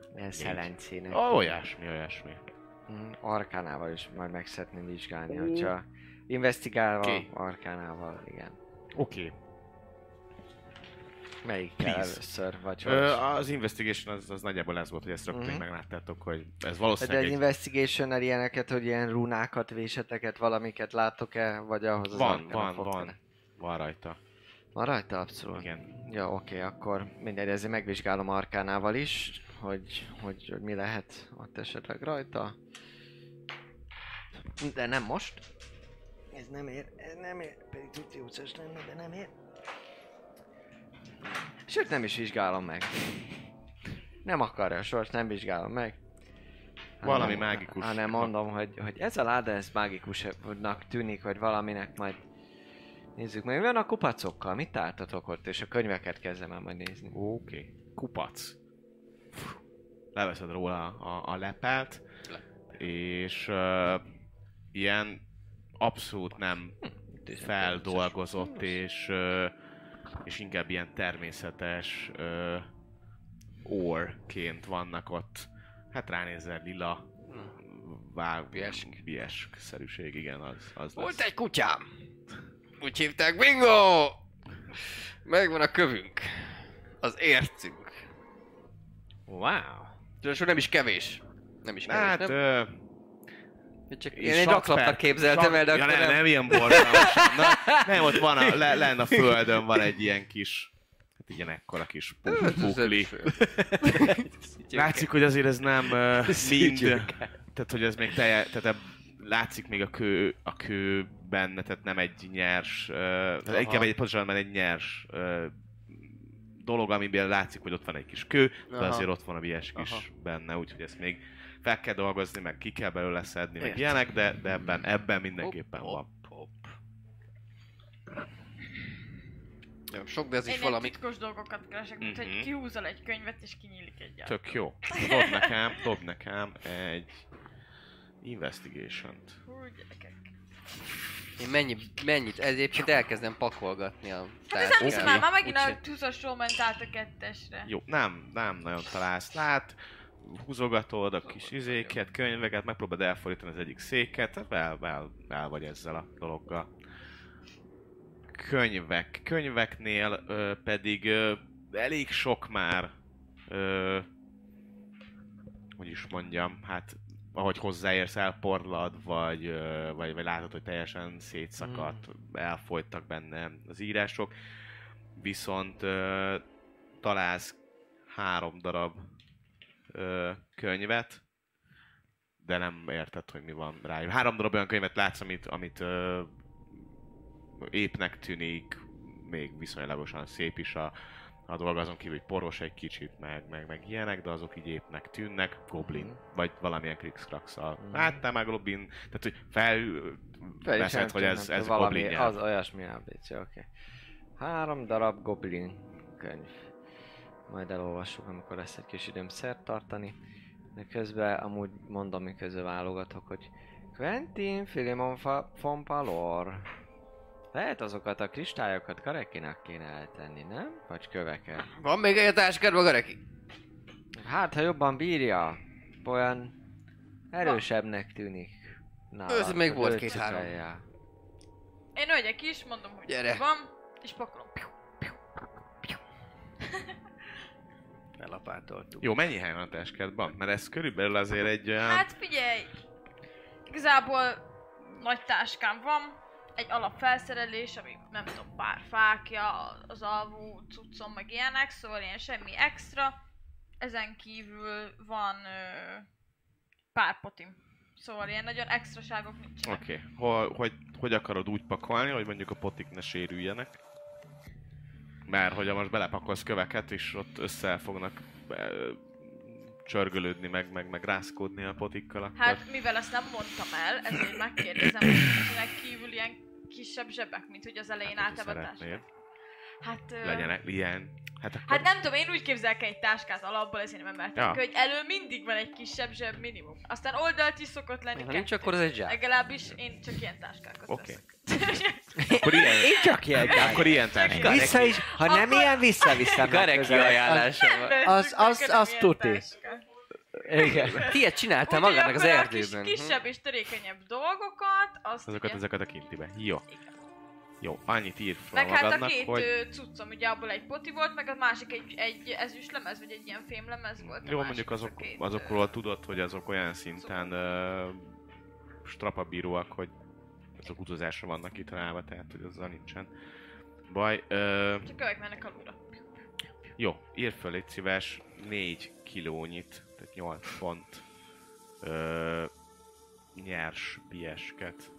Ilyen szelencének. Oh, olyasmi, olyasmi. Mm, Arkánával is majd meg szeretném vizsgálni, hogyha investigálva Oké. Arkánával, igen. Oké. Okay. Melyikkel Tíz. először, vagy hogy? Ö, az investigation az, az nagyjából ez volt, hogy ezt rögtön Mhm. megláttátok, hogy ez De valószínűleg egy egy... investigation-nel ilyeneket, hogy ilyen runákat, véseteket, valamiket látok-e, vagy ahhoz az Van, Arkana van, fog van. tenni? Van rajta. Van rajta abszolút? Igen. Ja, oké, akkor mindegy, ezért megvizsgálom Arkánával is, hogy, hogy, hogy mi lehet ott esetleg rajta. De nem most. Ez nem ér, ez nem ér, pedig tudja utcas lenne, de nem ér. Sőt, nem is vizsgálom meg. Nem akarja a sors, nem vizsgálom meg. Valami Hanem- mágikus. Hanem mondom, hogy, hogy ez a láda, ez mágikusnak tűnik, vagy valaminek majd... Nézzük meg, mi van a kupacokkal? Mit találtatok ott? És a könyveket kezdem el majd nézni. Oké. Okay. Kupac. Leveszed róla a, a lepelt, és uh, ilyen abszolút nem feldolgozott, és, uh, és inkább ilyen természetes uh, orként vannak ott. Hát ránézel, lila, vág, Biesk. biesk-szerűség, igen, az, az Volt lesz. egy kutyám! Úgy hívták, bingo! Megvan a kövünk. Az ércünk. Wow! Tudod, nem is kevés. Nem is kevés, Hát, nem? ö, Csak és én egy sok raklapnak per- képzeltem el, de ja, akkor nem, nem. nem ilyen borzalmas. Na, nem, ott van a, le, lenn a földön van egy ilyen kis, hát ilyen ekkora kis pu- pukli. Látszik, hogy azért ez nem uh, mind, tehát hogy ez még telje, tehát ebb, látszik még a kő, a kő benne, tehát nem egy nyers, uh, tehát inkább egy, pontosan egy nyers uh, dolog, amiben látszik, hogy ott van egy kis kő, de Aha. azért ott van a vies is Aha. benne, úgyhogy ezt még fel kell dolgozni, meg ki kell belőle szedni, meg Értem. ilyenek, de, de ebben, ebben mindenképpen Hopp, van. hopp, hopp. Jó, sok, de ez Én is ilyen valami. titkos dolgokat keresek, mint Mhm. hogy kihúzol egy könyvet és kinyílik egy Tök jó. Dob nekem, dob nekem egy investigation-t. Hú, gyerekek. Én mennyi, mennyit, egyébként elkezdem pakolgatni a Hát ez tárcát. nem hiszem el, már megint a Úgyse- húszasról ment át a kettesre. Jó, nem, nem nagyon találsz. Lát, húzogatod a kis izéket, könyveket, megpróbáld elfordítani az egyik széket, tehát el, el, el vagy ezzel a dologgal. Könyvek. Könyveknél ö, pedig ö, elég sok már, ö, hogy is mondjam, hát ahogy hozzáérsz, elporlad, vagy, ö, vagy, vagy látod, hogy teljesen szétszakadt, elfolytak benne az írások. Viszont ö, találsz három darab ö, könyvet, de nem érted, hogy mi van rájuk. Három darab olyan könyvet látsz, amit, amit ö, épnek tűnik, még viszonylagosan szép is a, a dolog, azon kívül, hogy poros egy kicsit, meg, meg, meg ilyenek, de azok így épnek tűnnek, goblin, Mhm. vagy valamilyen krikszkrakszal. Mhm. Hát te már goblin, tehát hogy fel Fel is veszed, hogy nem ez, tudom, ez valami, goblin nyelv. az olyasmi á bé cé, oké. Okay. Három darab goblin könyv. Majd elolvassuk, amikor lesz egy kis időm szert tartani. De közben amúgy mondom, miközben válogatok, hogy Quentin Philemon fa- von Palor. Lehet azokat a kristályokat Garekinak kéne eltenni, nem? Vagy köveket? Van még egy táskádban, Gareki? Hát, ha jobban bírja, olyan erősebbnek tűnik. Nála, Ez még hogy volt őt két-három. cipelje. Én megyek is, mondom, hogy Gyere. van, és pakolom. Piu. Elapátoltuk. Jó, mennyi hely van a táskádban? Mert ez körülbelül azért egy olyan... Hát figyelj! Igazából nagy táskám van, egy alapfelszerelés, ami nem tudom, pár fákja, az alvó cuccom, meg ilyenek, szóval ilyen semmi extra. Ezen kívül van ö, pár potim. Szóval ilyen nagyon extraságok nincsenek. Oké, okay. hogy, hogy akarod úgy pakolni, hogy mondjuk a potik ne sérüljenek? Mert hogyha most belepakolsz köveket, és ott össze fognak e, csörgölődni, meg, meg, meg rászkódni a potikkal, akkor... Hát mivel ezt nem mondtam el, ezért megkérdezem, hogy nincsenek kívül ilyen kisebb zsebek, mint hogy az elején Hát, hogyha általában szeretnél. táskák. Hát... ö, Legyenek ilyen... Hát akkor... Hát nem tudom, én úgy képzelek egy táskát alapból, ezért nem emeltem Ja. ki, hogy elő mindig van egy kisebb zseb minimum. Aztán oldalt is szokott lenni Ha nincs, kettő. akkor az egy zsák. Legalábbis én csak ilyen táskákat Oké. veszek. Akkor ilyen... Én csak ilyen Akkor ilyen táskák. Vissza is, ha nem Akkor- ilyen, visszaviszem. Gareki legközelebb. ajánlása van. Az- az- Nekem az ilyen tuti. táska. Igen. Tiet csináltál Úgyhogy magának az akkor a erdőben. Kis, kisebb és törékenyebb dolgokat, azt Azokat, ugye... ezeket a kintibe. Jó. Jó, annyit ír fel Meg hát a magadnak, két hogy... hogy... cuccom, ugye abból egy poti volt, meg a másik egy, egy ezüst lemez, vagy egy ilyen fémlemez volt. a Jó, másik, mondjuk az a azok, két, azokról tudod, hogy azok olyan szinten uh, strapabíróak, hogy azok utazásra vannak kitalálva, tehát hogy azzal nincsen baj. Uh, Csak kövek mennek alulra. jó, írd föl, légy szíves, négy kilónyit, tehát nyolc font uh, nyers biesket.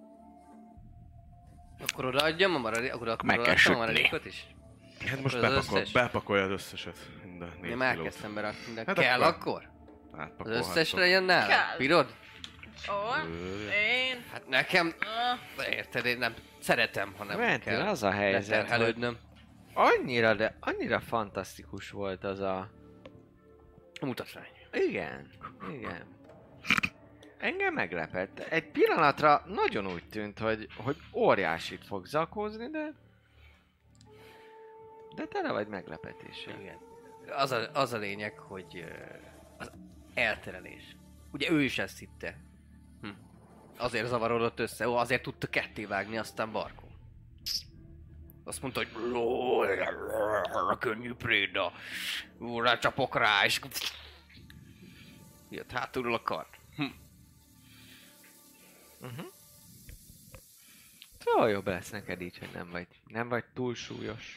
Akkor odaadjam a maradék, akkor akkor Meg kell odaadtam a sütni. maradékot is? Hát most Az bepakol, összes? bepakolja az összeset, mind a négy Én már kilót. elkezdtem berakni, de Hát kell akkor- akkor? Az Átpakolhatod. összes legyen nála? Kell. Bírod? Ó, Ö, én... Hát nekem, Ah, de érted, én nem szeretem, ha nem Mentél, kell az a helyzet, hogy leterhelődnöm. annyira, de annyira fantasztikus volt az a... Mutatvány. Igen, igen. Engem meglepett. Egy pillanatra nagyon úgy tűnt, hogy, hogy óriásit fog zakózni, de... De tele vagy meglepetéssel. Igen. Az a, az a lényeg, hogy ö, az elterelés. Ugye ő is ezt hitte. Hm. Azért zavarodott össze, ó, azért tudta ketté vágni, aztán Barkó. Azt mondta, hogy a könnyű préda. Ú, rácsapok rá, és jött hátulról a kard. Hm. Uh-huh. Szóval jobb lesz neked így, hogy nem vagy, nem vagy túl súlyos.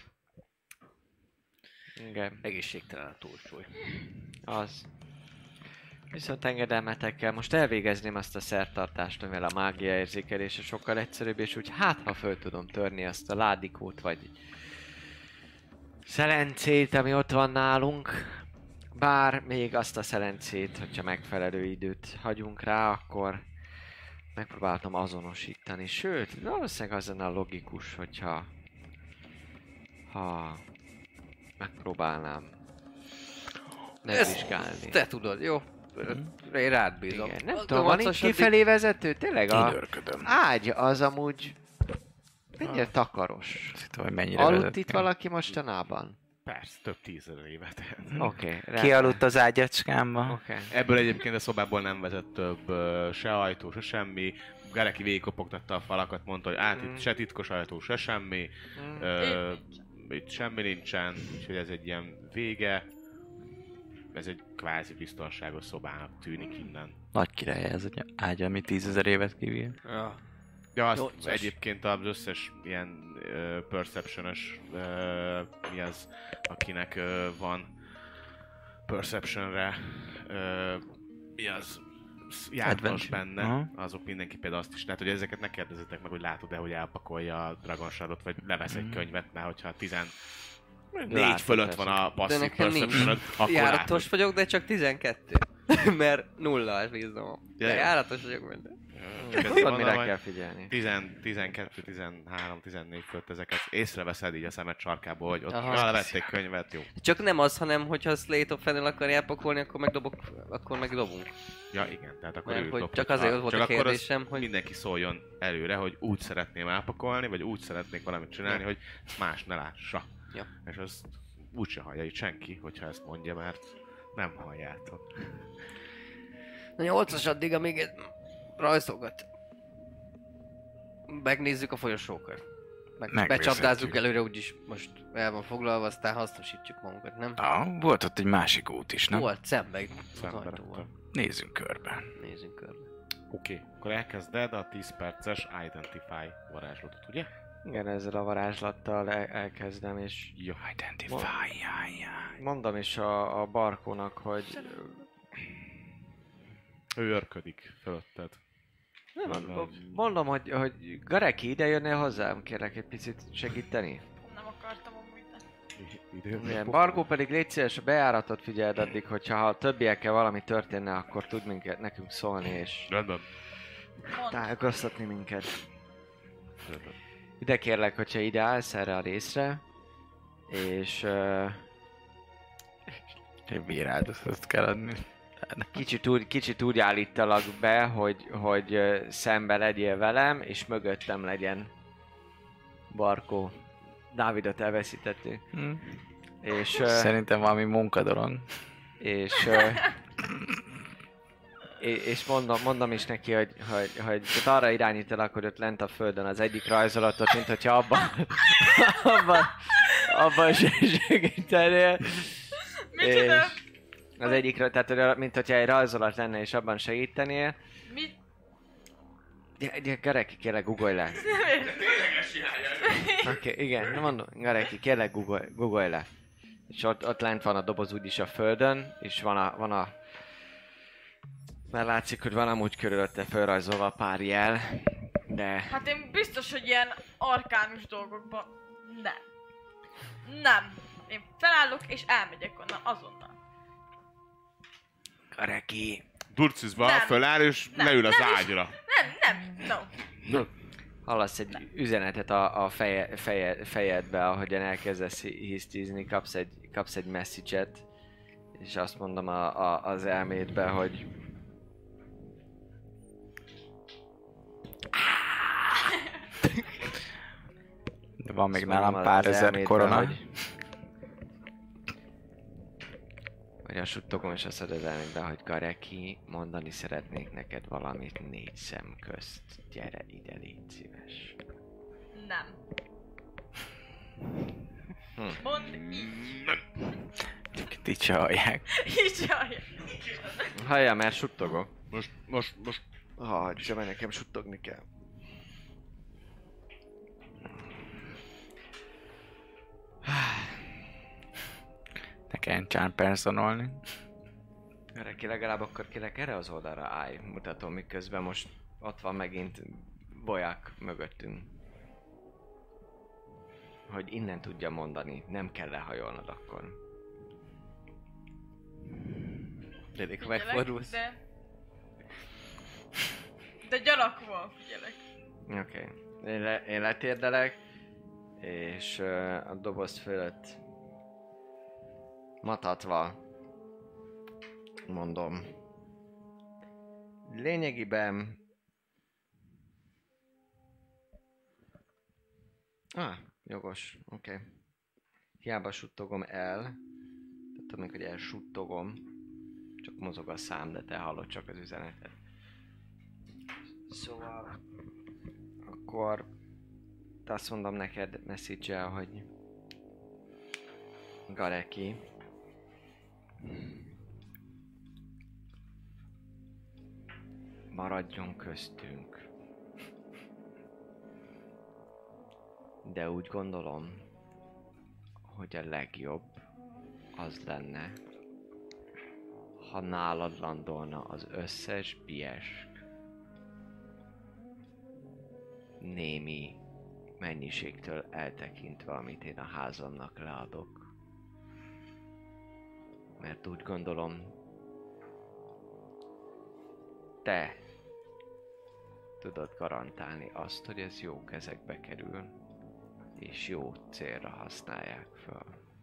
Igen, Egészségtelen a túlsúly. az. Viszont engedelmetekkel most elvégezném azt a szertartást, amivel a mágia érzékelése sokkal egyszerűbb, és úgy hát, ha föl tudom törni azt a ládikót, vagy szelencét, ami ott van nálunk. Bár még azt a szelencét, hogyha megfelelő időt hagyunk rá, akkor megpróbáltam azonosítani. Sőt, valószínűleg az lenne a logikus, hogyha ha megpróbálnám megvizsgálni. Te tudod, jó? Én rád bízom. Igen, nem A tudom, van itt nyolcasodik- kifelé vezető? Tényleg a Kidörködöm. ágy az amúgy mennyire takaros. Azt hittem, hogy mennyire Aludt vezettem. itt valaki mostanában? Persze, több tízezer éve. tehát. Oké, okay, Ki aludt az ágyacskámba? Oké. Okay. Ebből egyébként a szobából nem vezet több ö, se ajtó, se semmi. Gareki végigkopogtatta a falakat, mondta, hogy át Mm. itt se titkos ajtó, se semmi. Mm. Ö, itt semmi nincsen, úgyhogy ez egy ilyen vége. Ez egy kvázi biztonságos szobának tűnik innen. Nagy király ez az ágy, ami tízezer évet kibír. Ja. Ja, azt Nyolcas. egyébként az összes ilyen uh, perception-ös, uh, mi az, akinek uh, van perceptionre, uh, mi az, jános Adventure. benne, Aha. azok mindenki például azt is lehet, hogy ezeket ne kérdezzetek meg, hogy látod-e, hogy elpakolja a Dragon Shardot, vagy levesz egy Mhm. könyvet, mert hogyha tizennégy Látod, fölött persze. van a De passzív nekem nincs. perception akkor Járatos látod. vagyok, de csak tizenkettő. Mert nulla a vízdomom. De Ja, ja. járatos vagyok benne. Csak ezt Tudod, mondom, mire hogy kell figyelni. tíz, tizenkettő, tizenhárom, tizennégy fölött ezeket észreveszed így a szemed sarkából, hogy ott Aha. ja, levették könyvet, jó. Csak nem az, hanem hogyha Slate of Hand-el akarja elpakolni, akkor megdobok, akkor megdobunk. Ja igen, tehát akkor Mert ő hogy dob, csak hogyha- azért volt csak a akkor az kérdésem, hogy- mindenki szóljon előre, hogy úgy szeretném elpakolni, vagy úgy szeretnék valamit csinálni, Ja. hogy más ne lássa. Ja. És azt úgyse hallja itt senki, hogyha ezt mondja, mert nem halljátok. Na nyolcas addig, amíg rajzolgat. Megnézzük a folyosókat. Meg Megnézhetjük. becsapdázzuk előre, úgyis most el van foglalva, aztán hasznosítjuk magunkat, nem? Ah, volt ott egy másik út is, nem? Volt, szembe az Szembe ajtóval. raktam. Nézzünk körbe. Nézzünk körbe. Oké, okay. akkor elkezded a tíz perces Identify varázslatot, ugye? Igen, ezzel a varázslattal el- elkezdem, és Jó. Identify, jaj, jaj. mondom is a, a Barkónak, hogy Ő örködik fölötted. nem, Mondom. mondom, hogy, hogy Gareki, ide jönnél hozzám, kérlek egy picit segíteni. Nem akartam amúgy, de... Idő. Igen, Barkó pedig légy szíves, a bejáratot figyeld addig, hogyha ha a többiekkel valami történne, akkor tud minket, nekünk szólni és Rendben. Mondd. tájékoztatni minket. Rendben. Ide kérlek, hogyha ide állsz erre a részre, és uh, Egy bírálatot kell adni. kicsit, úgy, kicsit úgy állítalak be, hogy, hogy uh, szembe legyél velem, és mögöttem legyen Barkó. Dávidot elveszítettük. Hm. És, uh, Szerintem valami munkadolog. és uh, É- és mondom, mondom is neki, hogy, hogy, hogy tehát arra irányítalak, hogy ott lent a földön az egyik rajzolatot, mint hogyha abban, abban, abban segítenél. Micsoda? És az egyikre, tehát mint hogyha egy rajzolat lenne és abban segítenél. Mit? Gyere, Gareki, kérlek, googolj le. Oké, okay, igen, nem mondom, Gareki, kérlek, googolj, googolj le. És ott, ott lent van a doboz úgyis a földön, és van a, van a... Már látszik, hogy van amúgy körülötte felrajzolva pár jel, de... Hát én biztos, hogy ilyen arkánus dolgokban nem. Nem. Én felállok és elmegyek onnan azonnal. Gareki... Durcisba Nem. föláll és Nem, leül az nem is. ágyra. Nem, nem, no. Hallasz egy nem. üzenetet a, a feje, feje, fejedbe, ahogyan elkezdesz hisztizni, kapsz egy, kapsz egy message-et, és azt mondom a, a, az elmédbe, hogy De van még azt mondom nálam az pár ezer elmédbe, korona. Hogy, hogy a suttogom, és azt mondod az elmédbe, hogy Gareki, mondani szeretnék neked valamit négy szem közt. Gyere ide, légy szíves. Nem. Hm. Mondd így. Itt se hallják. Így hallja. Halljál, mert suttogok. Most, most, most Ha, hagyja, mert nekem suttogni kell. Ne kelljen csán personolni. Erre ki legalább akkor kérlek erre az oldalra állj, mutatom, miközben most ott van megint Bolyák mögöttünk. Hogy innen tudja mondani, nem kell lehajolnod akkor. Dedik, ha megfordulsz. De... De gyanakvóan figyelek. Oké. Okay. Én, le, én letérdelek, és uh, a doboz fölött matatva mondom. Lényegében... Ah, jogos, oké. Okay. Hiába suttogom el, tehát tudom, hogy elsuttogom, csak mozog a szám, de te hallod csak az üzenetet. Szóval... Akkor... Azt mondom neked message-el, hogy... Gareki... Maradjon köztünk. De úgy gondolom, hogy a legjobb az lenne, ha nálad landolna az összes biesk. Némi mennyiségtől eltekintve, amit én a házamnak leadok. Mert úgy gondolom, te tudod garantálni azt, hogy ez jó kezekbe kerül, és jó célra használják föl.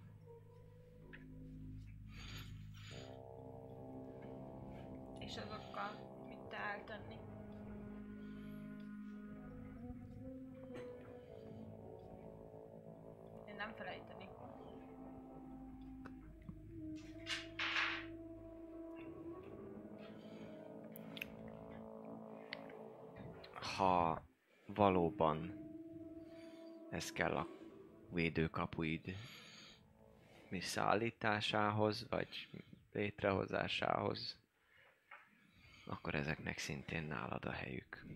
És azokkal mit te eltenni? Én nem felejteni. Ha valóban ez kell a védőkapuid visszaállításához, vagy létrehozásához, akkor ezeknek szintén nálad a helyük.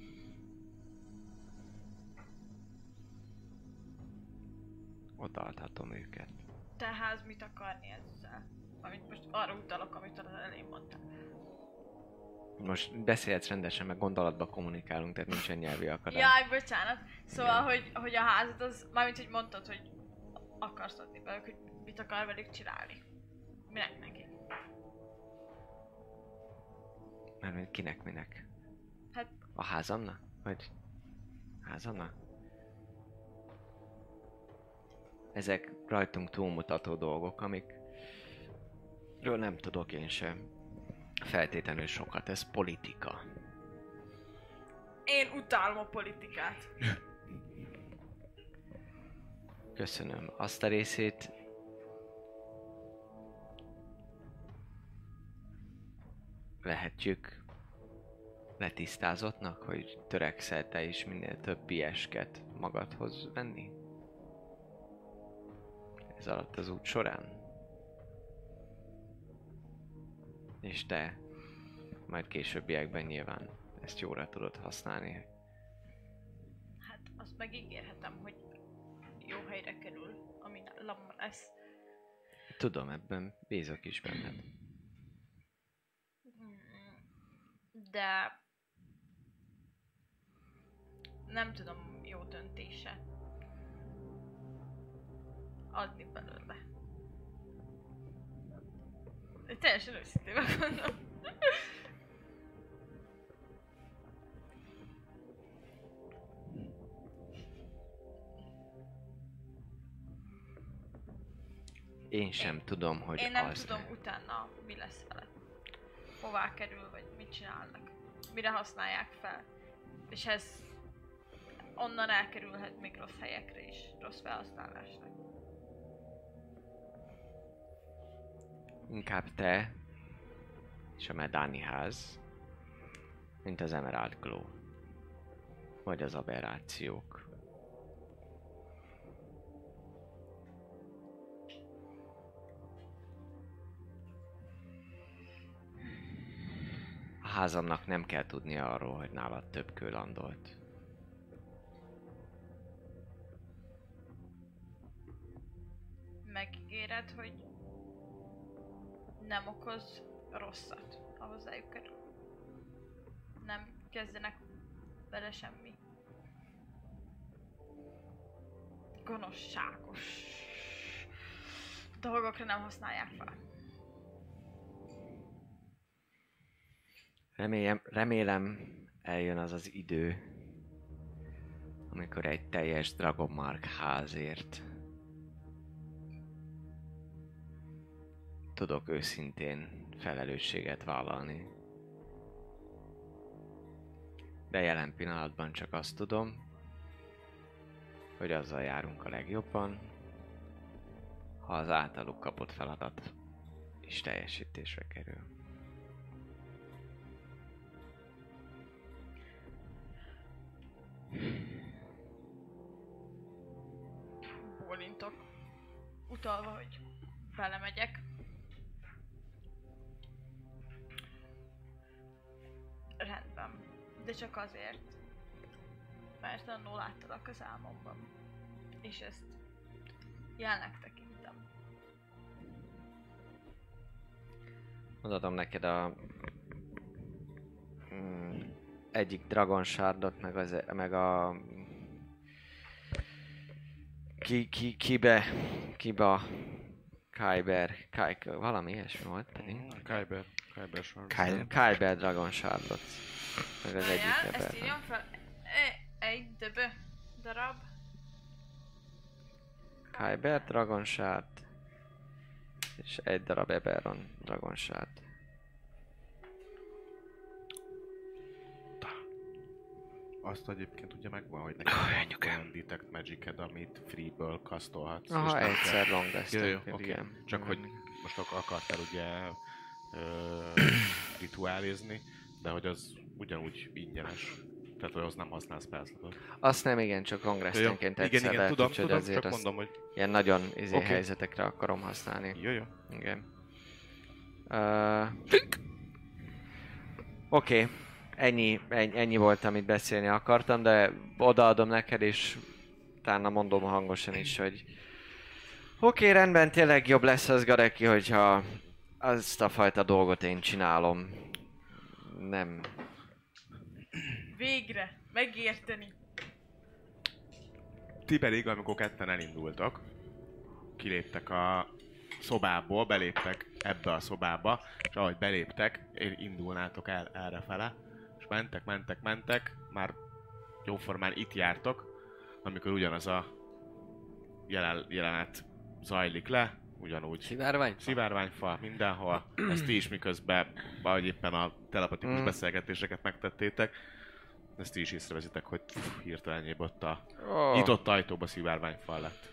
Odaadhatom őket. Te ház mit akarni ezzel? Amit most arra utalok, amit az elején mondtál. Most beszélhetsz rendesen, meg gondolatba kommunikálunk, tehát nincsen nyelvi akadály. Jaj, bocsánat. Szóval, Igen. hogy, hogy a házad az, mármint, hogy mondtad, hogy akarsz adni velük, hogy mit akar velük csinálni. Minek neki? Mert kinek, minek? Hát, A házamnak? Vagy házamnak? Ezek rajtunk túlmutató dolgok, amikről nem tudok én sem feltétlenül sokat. Ez politika. én utálom a politikát. Köszönöm. Azt a részét lehetjük letisztázottnak, hogy törekszel te is minél több ilyesket magadhoz venni? Ez alatt az út során? És te majd későbbiekben nyilván ezt jóra tudod használni. Hát azt megígérhetem, hogy jó helyre kerül, ami nálam lesz. Tudom, ebben bízok is benned. De nem tudom jó döntése adni belőle. Teljesen őszintén megmondom. Én sem én, tudom, hogy Én nem az... tudom utána mi lesz vele. Hová kerül, vagy mit csinálnak. Mire használják fel. És ez onnan elkerülhet még rossz helyekre is, rossz felhasználásnak. Inkább te és a Medani ház, mint az Emerald Glow. Vagy az aberrációk. A házamnak nem kell tudnia arról, hogy nálad több kő landolt. Megígéred, hogy nem okoz rosszat, ha hozzájuk kerül. Nem kezdenek vele semmi gonoszságos dolgokra nem használják fel. Remélem, remélem eljön az az idő, amikor egy teljes Dragonmark házért tudok őszintén felelősséget vállalni. De jelen pillanatban csak azt tudom, hogy azzal járunk a legjobban, ha az általuk kapott feladat is teljesítésre kerül. Bólintok, utalva, hogy belemegyek. Rendben, de csak azért, mert annól láttalak az álmomban, és ezt jelnek tekintem. Adatom neked a mm, egyik Dragon Shardot, meg, az, meg a ki, ki, kibe, kiba, Kyber, Kyber, valami ilyesmi volt pedig. Kyber, Kyber Shard. Kyber, Kyber Dragon Shardot. Meg az egyik Várjál, ezt Eberron. írjam fel. E, egy döbö darab. Kyber Dragon Shard. És egy darab Eberron Dragon Shard. Azt egyébként ugye megvan, hogy neked van olyan Detect Magic-ed, amit free-ből kasztolhatsz. Aha, és nem egyszer kell- long Jó, restet, jó, oké. igen. Csak hogy most ak- akartál ugye ö, rituálizni, de hogy az ugyanúgy ingyenes. Tehát, hogy az nem használsz percet. Azt nem, igen, csak long restenként igen, egyszer igen, lehet, tudom, úgyhogy tudom, azért csak azt mondom, hogy ilyen nagyon izé Oké. helyzetekre akarom használni. jó, jó. Igen. Uh, Oké, okay. ennyi, ennyi, ennyi volt, amit beszélni akartam, de odaadom neked, és utána mondom hangosan is, hogy oké, okay, rendben, tényleg jobb lesz az, Gareki, hogyha azt a fajta dolgot én csinálom. Nem. Végre, megérteni. Ti pedig, amikor ketten elindultak, kiléptek a szobából, beléptek ebbe a szobába, és ahogy beléptek, indulnátok el errefele, és mentek, mentek, mentek, már jóformán itt jártok, amikor ugyanaz a jelen, jelenet zajlik le, ugyanúgy Szivárvány? szivárványfa mindenhol, ezt ti is miközben, vagy éppen a telepatikus Mm. beszélgetéseket megtettétek, ezt ti is észreveszitek, hogy pff, hirtelenjébb ott a Oh. nyitott ajtóba szivárványfal lett.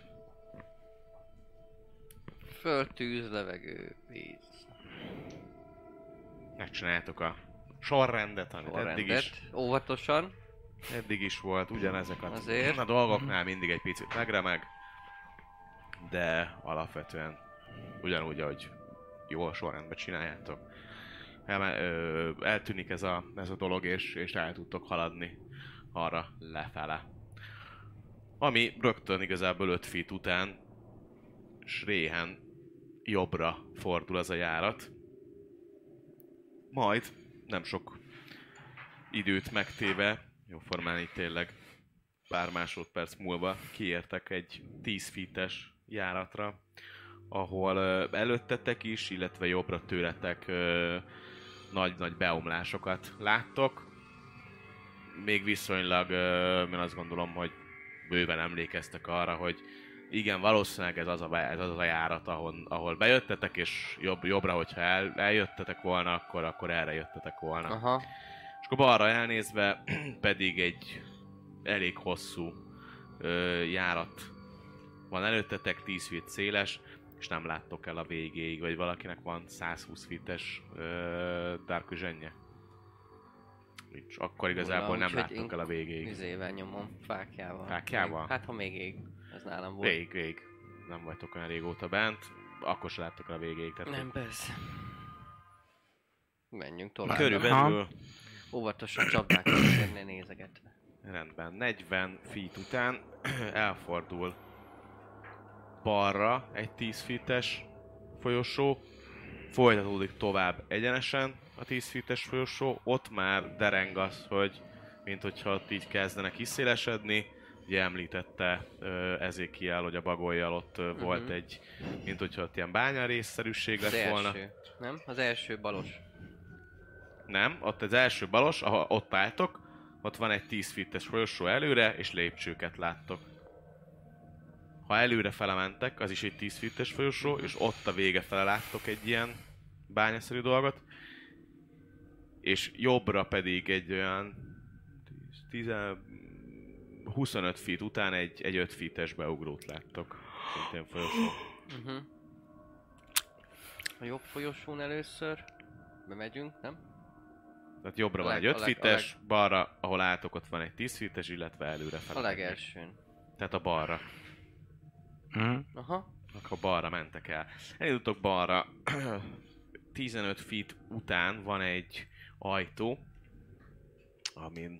Föld, tűz, levegő, víz. megcsináljátok a sorrendet, amit Sorrendet. eddig is, Óvatosan. eddig is volt, ugyanezeket Azért. a dolgoknál mindig egy picit megremeg, de alapvetően ugyanúgy, ahogy jól sorrendben csináljátok. El, ö, eltűnik ez a, ez a dolog, és, és el tudtok haladni arra lefele. Ami rögtön igazából öt feet után sréhen jobbra fordul az a járat. Majd nem sok időt megtéve, jóformán így tényleg pár másodperc múlva kiértek egy tíz feet-es járatra, ahol ö, előttetek is, illetve jobbra tőletek ö, nagy-nagy beomlásokat láttok. Még viszonylag, ö, én azt gondolom, hogy bőven emlékeztek arra, hogy igen, valószínűleg ez az a, ez az a járat, ahol, ahol bejöttetek, és jobb, jobbra, hogyha el, eljöttetek volna, akkor, akkor erre jöttetek volna. Aha. És akkor balra elnézve pedig egy elég hosszú ö, járat van előttetek, tíz feet széles, és nem láttok el a végéig, vagy valakinek van száz húsz feet-es ö, Dark Vision-je. Nincs. Akkor igazából Nulla, nem úgyhogy láttok el a végéig. Izével nyomom, fákjával. Fákjával? Még, hát ha még ég, ez nálam volt. Rég, rég. Nem vagytok olyan régóta bent, akkor se láttok el a végéig. Tehát Nem, persze. Menjünk tovább. körülbelül Óvatosan csapdákat kérni nézegetve. rendben, negyven feet után elfordul balra egy tíz feet-es folyosó, folytatódik tovább egyenesen a tíz feet-es folyosó, ott már dereng az, hogy mint hogyha ott így kezdenek kiszélesedni. Ugye említette uh, Ezekiel, hogy a bagolyjal ott uh, volt Mhm. egy, mint hogyha ott ilyen bányarészszerűség Az lett volna. első, nem? Az első balos. Nem, ott az első balos, ahol ott álltok, ott van egy tíz feet-es folyosó előre, és lépcsőket láttok. Ha előre fele mentek, az is egy tíz feet-es folyosó, és ott a vége fele láttok egy ilyen bányaszerű dolgot. És jobbra pedig egy olyan tíz, huszonöt feet után egy, egy öt feet-es beugrót láttok. Szintén folyosó. Uh-huh. A jobb folyosón először bemegyünk, nem? Tehát jobbra A van leg- egy a öt leg- a feet-es, balra, ahol álltok, ott van egy tíz feet-es, illetve előre fele. A legelsőn. Tehát a balra. Hm? Aha. Akkor balra mentek el. Eljutok balra. tizenöt feet után van egy ajtó, amin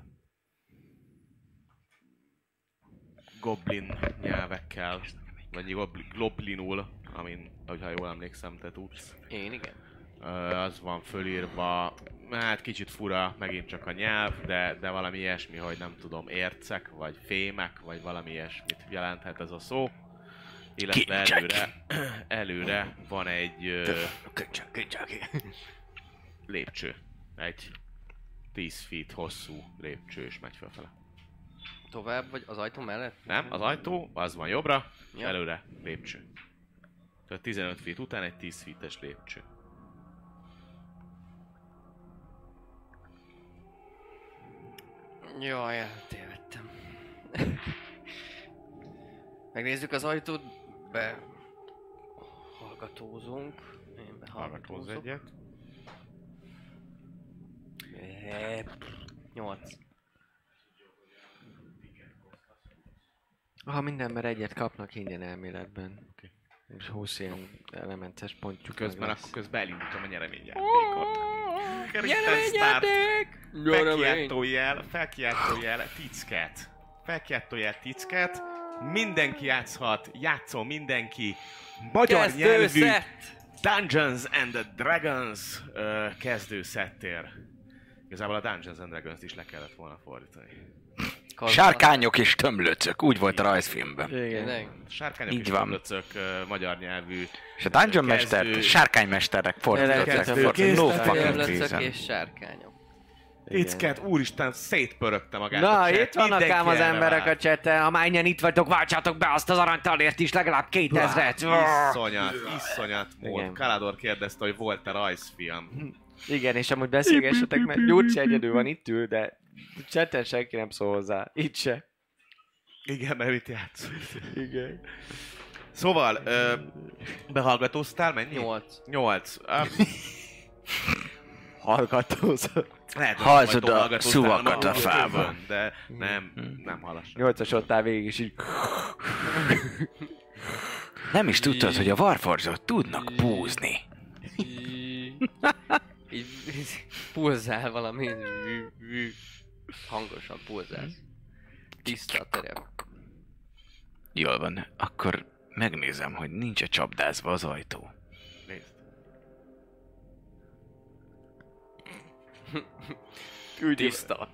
goblin nyelvekkel, vagy gobli- goblinul, amin, ha jól emlékszem, te tudsz. Én igen. Ö, az van fölírva, hát kicsit fura megint csak a nyelv, de, de valami ilyesmi, hogy nem tudom, ércek, vagy fémek, vagy valami ilyesmit jelenthet ez a szó. Illetve előre, előre van egy ö, lépcső. Egy tíz feet hosszú lépcső, és megy felfele. Tovább, vagy az ajtó mellett? Nem, az ajtó, az van jobbra, és Ja. előre lépcső. Tehát tizenöt feet után egy tíz feet-es lépcső. Jaj, eltévedtem. Megnézzük az ajtót, be hallgatózunk. Én Hallgatózz behallgatózok. egyet. Eh, Nyolc. Ha mindenben egyet kapnak ingyen elméletben. És húsz ilyen elementes pontjuk Közben meg akkor lesz. közben elindítom a nyereményjátékot. Nyereményjáték! Felkiáltójel, felkiáltójel, ticket. Felkiáltójel, ticket. Mindenki játszhat, játszol mindenki. Magyar nyelvű Kezdőszett! Dungeons and the Dragons uh, kezdőszettér. Igazából a Dungeons and Dragons-t is le kellett volna fordítani. Sárkányok és tömlöcök, úgy volt a rajzfilmben. Igen. Tényleg? Sárkányok Így és van. tömlöcök uh, magyar nyelvű. És a Dungeon Kezdő- Mester, sárkánymesterek fordították. Kezdő- For kész- no kész- fucking Tömlöcök reason. és sárkányok. Ticket, úristen, szétpörögte magát. Na, a chat. itt vannak Mindenki ám az erre emberek vár. a chatten. Ha már innen itt vagytok, váltsátok be azt az aranytalért is, legalább kétezret. Iszonyat, iszonyat mód. Igen. Kalador kérdezte, hogy volt-e rajzfilm. Igen, és amúgy beszélgessetek, mert Gyurcsi egyedül van itt ül, de chatten senki nem szól hozzá. Itt se. Igen, mert mit játszol? Igen. Szóval, ö, behallgatóztál mennyi? Nyolc. Nyolc. Ö, hallgatózott. Lehet, hogy Halzod majd a hallgatóztál szuvakat a maguk fában. jövőn, de nem, nem hallass. Nyolcas ottál végig is így... Nem is tudtad, hogy a Warforged tudnak búzni. Így, így, így pulzál valami. Hangosan pulzálsz. Tiszta a terep. Jól van, akkor megnézem, hogy nincs-e csapdázva az ajtó. Nézd. Tiszta.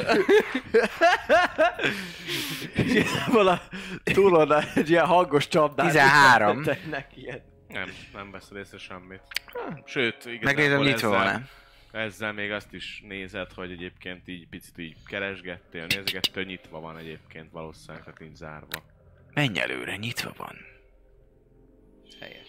Igazából a túlon egy ilyen hangos csapdát. tizenhárom. Tennek ilyet. Nem, nem veszed észre semmit. Sőt, igazából Megnézem, nyitva ezzel, van-e. ezzel még azt is nézed, hogy egyébként így picit így keresgettél, nézgettél, nyitva van egyébként valószínűleg, tehát nincs zárva. Menj előre, nyitva van. Helyes.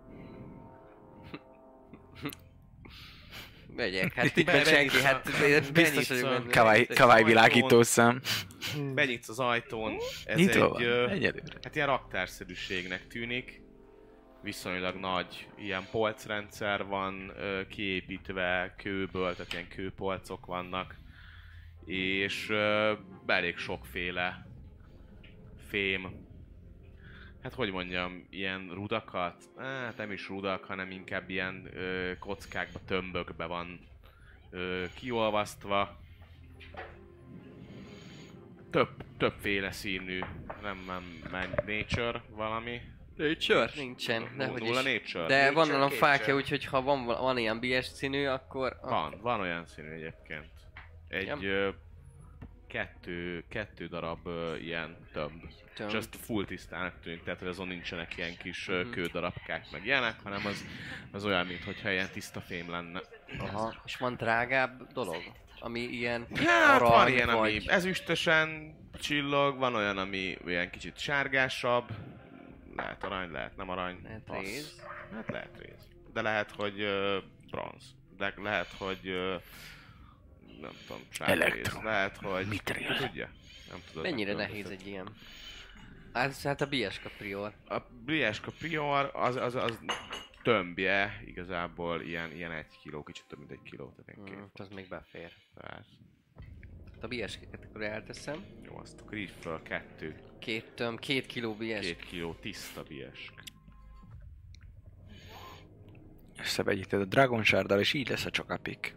Megyek, hát így meg senki, hát biztos, hogy menni. Kavály, kavály világító szem. Benyitsz az ajtón, ez Nyitva egy, van, ö, menj előre. hát ilyen raktárszerűségnek tűnik. Viszonylag nagy ilyen polcrendszer van ö, kiépítve kőből, tehát ilyen kőpolcok vannak. És ö, elég sokféle fém. Hát hogy mondjam, ilyen rudakat, hát nem is rudak, hanem inkább ilyen ö, kockákba, tömbökbe van ö, kiolvasztva. Több, többféle színű, nem, nem, nem nature valami. Nature? Nincsen, nehogy Nulla is. nature? De van Nature, nálam fákja, nature. úgyhogy ha van, van ilyen bé es színű, akkor... Van, van olyan színű egyébként. Egy Ja. ö, kettő, kettő darab ö, ilyen tömb. Tömb. És azt full tisztának tűnik, tehát hogy azon nincsenek ilyen kis ö, Mhm. kődarabkák meg ilyenek, hanem az, az olyan, mintha ilyen tiszta fém lenne. Aha, és van drágább dolog? Ami ilyen Hát van arany, ilyen, vagy... ami ezüstösen csillog, van olyan, ami ilyen kicsit sárgásabb. Lehet arany, lehet nem arany. Lehet Az- réz. Hát lehet réz. De lehet, hogy uh, bronz. De lehet, hogy uh, nem tudom, sárga réz. Elektro. Lehet, hogy... Mithril. Tudja? Nem tudod. Mennyire megkülönböztetni. nehéz egy ilyen? Hát, hát a Bieska Prior. A Brieska Prior az, az, az tömbje igazából ilyen, ilyen egy kiló, kicsit több mint egy kiló. Tehát ilyen Mm, két az még befér. perc. A Bieskeket akkor elteszem. Jó, azt akkor így föl kettő. Két töm, két kiló Biesk. Két kiló tiszta biesk. Összevegyíted a Dragon Sharddal, és így lesz a csokapik.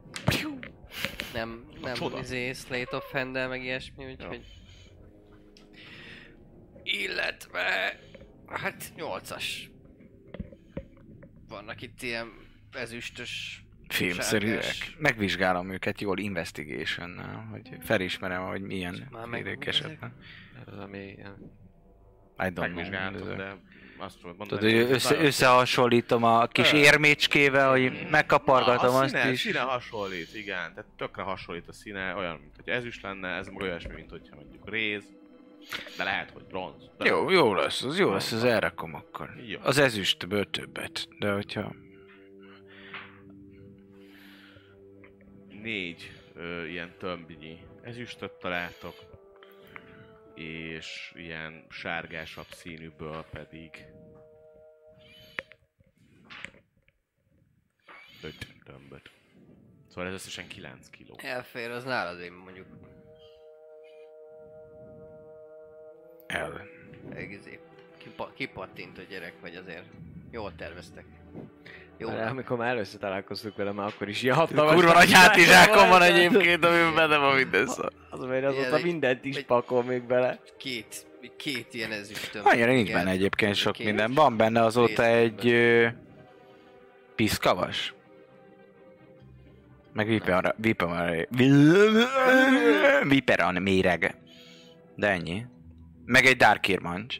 Nem, nem, csoda. izé, Slate of Hand-del, meg ilyesmi, úgyhogy... Illetve... Hát nyolcas. Vannak itt ilyen ezüstös... Filmszerűek. sárgás. Megvizsgálom őket jól investigation-nál, hogy felismerem, hogy milyen Már meg- férők esetben. Ez ami ilyen... I don't know. Megvizsgáltam, de azt tudom mondani, Tudod, hogy össze, összehasonlítom a kis Ö. érmécskével, hogy megkapargatom a azt színe, is. színe hasonlít, igen. Tehát tökre hasonlít a színe, olyan, mint hogy ezüst lenne, ez meg olyasmi, mint hogyha mondjuk réz. De lehet, hogy bronz. De Jó, jó lesz, az jó lesz, az elrakom akkor. Jó. Az ezüstből többet, de hogyha... Négy ö, ilyen tömbnyi ezüstöt találtok. És ilyen sárgásabb színűből pedig... öt tömböt. Szóval ez összesen kilenc kiló. Elfér, az nálad én mondjuk. El. Egészé. Kipa, kipattint a gyerek, vagy azért jól terveztek. Jó, Jó, nem? amikor már először találkoztunk vele, már akkor is ilyen hatalmas... Kurva nagy hátizsákom van egyébként, amiben benne van minden szó. Az, mert azóta Ilyen egy- mindent is egy- pakol még bele. Két, két ilyen ezüstöm. Annyira nincs Igen. benne egyébként sok Két. minden. Van benne azóta Részletben. egy... Ö, piszkavas. Meg viperan... Viperan... Viperan méreg. De ennyi. Meg egy Dark Mancs.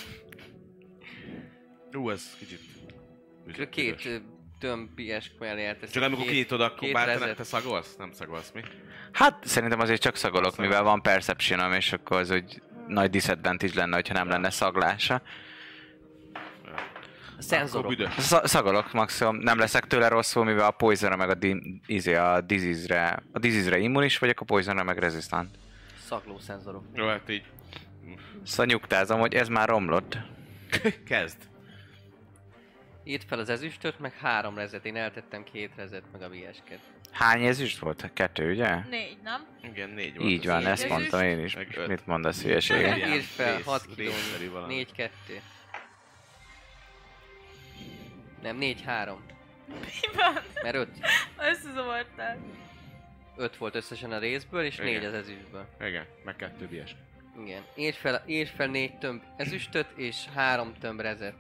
Ú, ez kicsit... Csak két ö, tömb Biesk mellé elteszem. Csak amikor Két- kinyitod, akkor két bár te, rezet. ne- te szagolsz? Nem szagolsz, mi? Hát szerintem azért csak szagolok, mivel van perceptionom, és akkor az úgy nagy disadvantage lenne, hogyha nem lenne szaglása. A szenzorok. Akkor büdös. Sz- szagolok maximum, nem leszek tőle rosszul, mivel a poisonra meg a, di- izé, a disease-re, a disease-re immunis vagyok, a poisonra meg resistant. Szagló szenzorok. Jó, hát így... Szóval nyugtázom, hogy ez már romlott. Kezd. Írd fel az ezüstöt, meg három rezet. Én eltettem két rezet, meg a viesket. Hány ezüst volt? Kettő, ugye? Négy, nem? Igen, négy volt. Így van, Négy ezt ezüst, mondtam én is. meg öt. Mit mondasz hülyeséget? Ilyen Írd fel, rész- hat részszerű kilónyi. valami. négy kettő. Nem, négy három. Mi van? Mert öt. Összezavartál. öt volt összesen a részből, és Igen. négy az ezüstből. Igen, meg kettő vies. Igen. Írd fel, írd fel négy tömb ezüstöt, és három tömb rezet.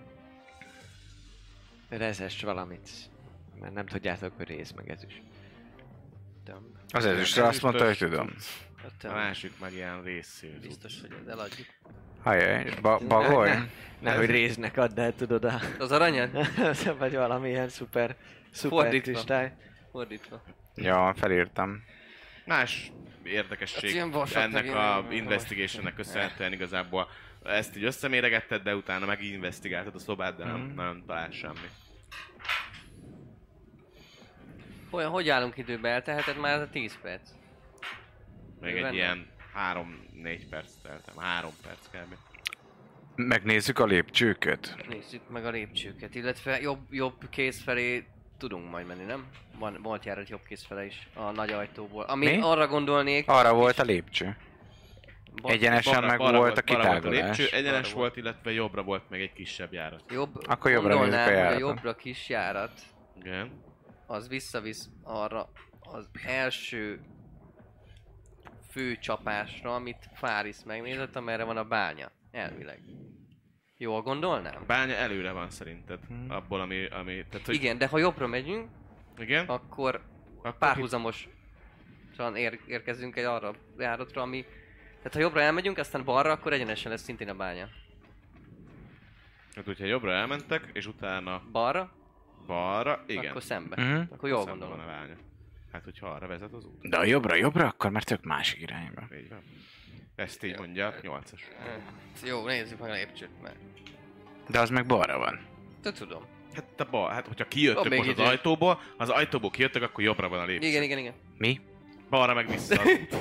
Rezes valamit. Mert nem tudjátok, hogy rész meg ezüst. Tömb. Az ezüstre azt mondta, hogy tudom. A A tömb. másik meg ilyen részszínű. Biztos, hogy ez eladjuk. Hajjaj, ba- bagolj? Nehogy réznek add el, tudod, a... Az aranyat? vagy valamilyen szuper, szuper Fordítva. kristály. Fordítva. Ja, felírtam. Más Hát érdekesség ilyen vasat ennek meg a ilyen- investigationnek köszönhetően igazából ezt így összeméregetted, de utána meg investigáltad a szobát, de nem, Mhm. nem találsz semmi. Olyan, hogy állunk időbe? Elteheted már ez a tíz perc? Még Bőven egy nem. ilyen három-négy perc teltem, három perc kb. Megnézzük a lépcsőköt. Nézzük meg a lépcsőket, illetve jobb, jobb kéz felé tudunk majd menni, nem? Van, volt járat jobb kéz fele is a nagy ajtóból. Ami Mi? arra gondolnék... Arra volt a lépcső. Ba- Egyenesen meg volt a balra volt a kitárgulás. lépcső, egyenes Balra volt, illetve jobbra volt még egy kisebb járat. Jobb, Akkor jobbra gondolnám, nézzük a hogy a járatot. jobbra kis járat, Igen. az visszavisz arra az első fő csapásra, amit Fáris megnézett, amerre van a bánya. Elvileg. Jól gondolnám? A bánya előre van szerinted, Hmm. abból ami... ami tehát, hogy Igen, de ha jobbra megyünk, Igen? akkor Akkor párhuzamosan ér, érkezünk egy arra járatra, ami... Tehát ha jobbra elmegyünk, aztán balra, akkor egyenesen lesz szintén a bánya. Hát, hogyha jobbra elmentek, és utána Balra, balra, igen. akkor szembe. Mhm. Akkor jól Szemben gondolom. van a bánya. Hát, hogyha arra vezet az út. De a jobbra-jobbra, akkor már tök másik irányba. Így van. Ezt így mondja, nyolcas. Jó, nézzük meg a lépcsőt, mert... De az meg balra van. Te tudom. Hát, te bal, hát hogyha kijöttök Van még most az idő. ajtóból, ha az ajtóból kijöttök, akkor jobbra van a lépcső. Igen, igen, igen. Mi? Balra meg vissza az út.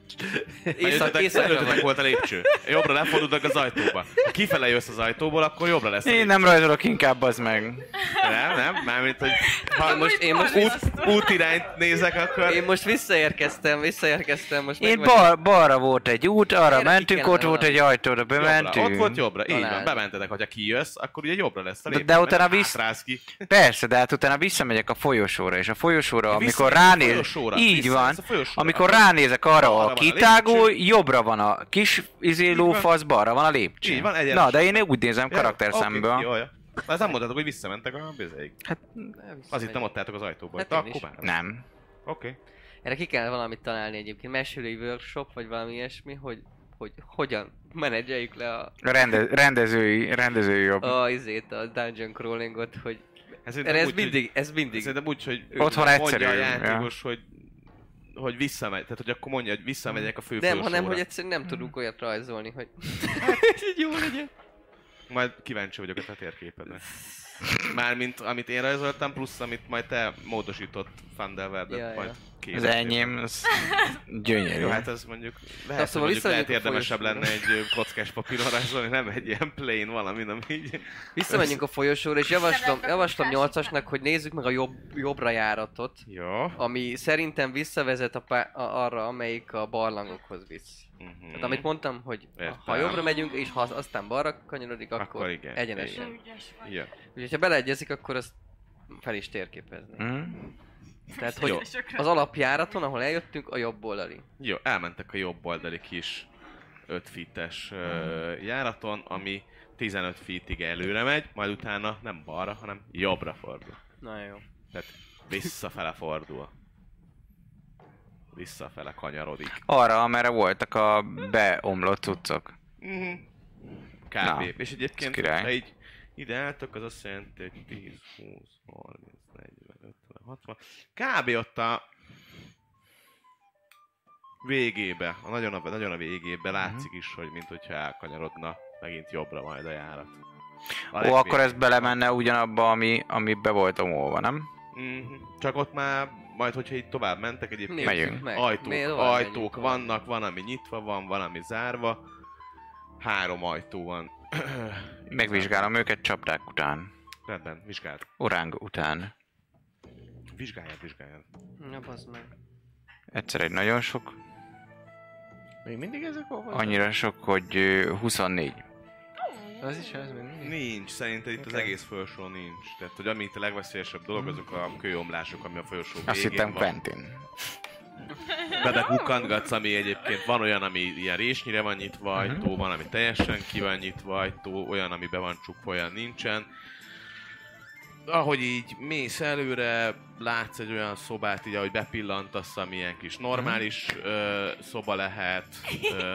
Észak, Előttetek- északra előttetek vagy. volt a lépcső. Jobbra lefordultak az ajtóba. Ha kifele jössz az ajtóból, akkor jobbra lesz a Én lépcső. nem rajzolok inkább, az meg. Nem, nem, mármint, hogy ha Most én most, út, útirányt nézek, akkor... én most visszaérkeztem, visszaérkeztem, most Én meg vagyok. bal, balra volt egy út, arra Erre mentünk, ki ott kellene volt egy ajtóra, Jobbra. bementünk. Ott volt jobbra, így van, Talán. bementetek, hogyha kijössz, akkor ugye jobbra lesz a De- lépcső. de utána mert vissz- átrász ki. Persze, de hát utána visszamegyek a folyosóra, és a folyosóra, amikor Visszamész a ránéz... folyosóra, Így visszamész van. a folyosóra. Amikor ránézek arra Balra a van a kitágó, lépcső. jobbra van a kis izé lófasz, balra van a lépcső. Így van, egyenes. Na, de én úgy nézem Ja, karakter oké, szemből. Jó, jó. De azt nem mondtátok, hogy visszamentek a bizeig. Visszamegyek. Az itt nem ott álltok az ajtóból. Hát Hát én akkor is. már. Nem. Oké. Erre ki kell valamit találni egyébként, mesélői workshop, vagy valami ilyesmi, hogy, hogy hogyan menedzseljük le a, A rende, rendezői, rendezői jobb. a, izét, a dungeon crawlingot, hogy Ez, Mert ez mindig, ez mindig. Szerintem úgy, hogy Otthon mondja egyszerű, a ja. játékos, hogy hogy visszamegy, tehát hogy akkor mondja, hogy visszamegyek a fő Nem, folyosóra. hanem hogy egyszerűen nem tudunk olyat rajzolni, hogy így jó legyen. Majd kíváncsi vagyok a te térképedre. Mármint amit én rajzoltam, plusz amit majd te módosított Fandelverdet Ja, ja. majd Az kézzel. enyém, az gyönyörű. Jó, hát ez mondjuk lehet, szóval hogy mondjuk lehet visszamegyünk a érdemesebb folyosóra. lenne egy ö, kockás papíron rajzolni, nem egy ilyen plain valami, nem így. Visszamegyünk a folyosóra, és javaslom, Visszamegyünk a javaslom kockás nyolcasnak, hogy nézzük meg a jobb, jobbra járatot, Jó. ami szerintem visszavezet a pá- a, arra, amelyik a barlangokhoz visz. Uh-huh. Tehát amit mondtam, hogy Értem. ha jobbra megyünk, és ha aztán balra kanyarodik, akkor, Akkor igen, egyenesen. igen. Ügyes vagy. Ja. Úgyhogy ha beleegyezik, akkor azt fel is térképezni. Hm? Tehát, hogy Jó. az alapjáraton, ahol eljöttünk, a jobb oldali. Jó, elmentek a jobb oldali kis öt feet-es ö, járaton, ami tizenöt feetig előre megy, majd utána nem balra, hanem jobbra fordul. Na jó. Tehát visszafele fordul. Visszafele kanyarodik. Arra, amerre voltak a beomlott cuccok. Mhm. Kb. Na, És egyébként, ez király. ha így ide álltok, az azt jelenti, hogy tíz, húsz, harminc, negyven, ötven, hatvan. Kb. Ott a végébe, a nagyon a, nagyon a végébe látszik is, hogy mint hogyha elkanyarodna megint jobbra majd a járat. A Ó, legvégén. akkor ez belemenne ugyanabba, ami, ami be volt omolva, nem? Mhm. Csak ott már, majd hogyha itt tovább mentek, egyébként Nézzük Megyünk. meg. ajtók, Miért tovább ajtók megyünk tovább? vannak, van ami nyitva van, van ami zárva. Három ajtó van. Megvizsgálom őket csapdák után. Rendben, vizsgáld. Orang után. Vizsgáljad, vizsgáljad. Na, bazd meg. Egyszer egy nagyon sok, Még mindig ezek voltak? annyira sok, hogy ö, huszonnégy. Az is ez még mindig? Nincs, szerintem itt az Oké. egész folyosó nincs. Tehát, hogy ami itt a legveszélyesebb dolog, azok a kőomlások, ami a folyosó Azt végén hittem van. Quentin. Bedekukkantgatsz, ami egyébként van olyan, ami ilyen résnyire van nyitva ajtó, van, ami teljesen ki van nyitva ajtó, olyan, ami be van csukva, olyan nincsen. Ahogy így mész előre, látsz egy olyan szobát, így ahogy bepillantasz, ami ilyen kis normális ö, szoba lehet. Ö,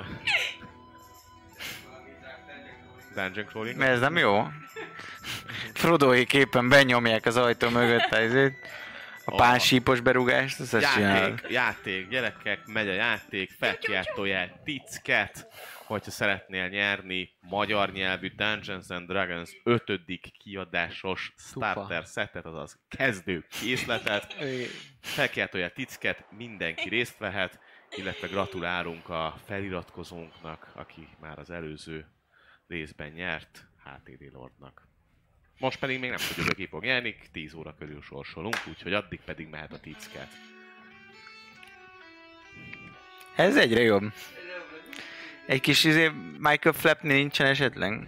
Dungeon crawling. Mert ez nem jó? Frodoék éppen benyomják az ajtó mögött a izét. A pánsípos berúgást, az ezt csinál. Játék, játék, gyerekek, megy a játék, felkiáltójel, ticket, hogyha szeretnél nyerni magyar nyelvű Dungeons and Dragons ötödik kiadásos starter settet, azaz kezdő készletet. Felkiáltójel, ticket, mindenki részt vehet, illetve gratulálunk a feliratkozónknak, aki már az előző részben nyert, há té dé Lordnak. Most pedig még nem tudjuk, hogy ki fog nyerni, tíz óra körül sorsolunk, úgyhogy addig pedig mehet a ticket. Ez egyre jobb. Egy kis izé Michael Flapnél nincsen esetleg?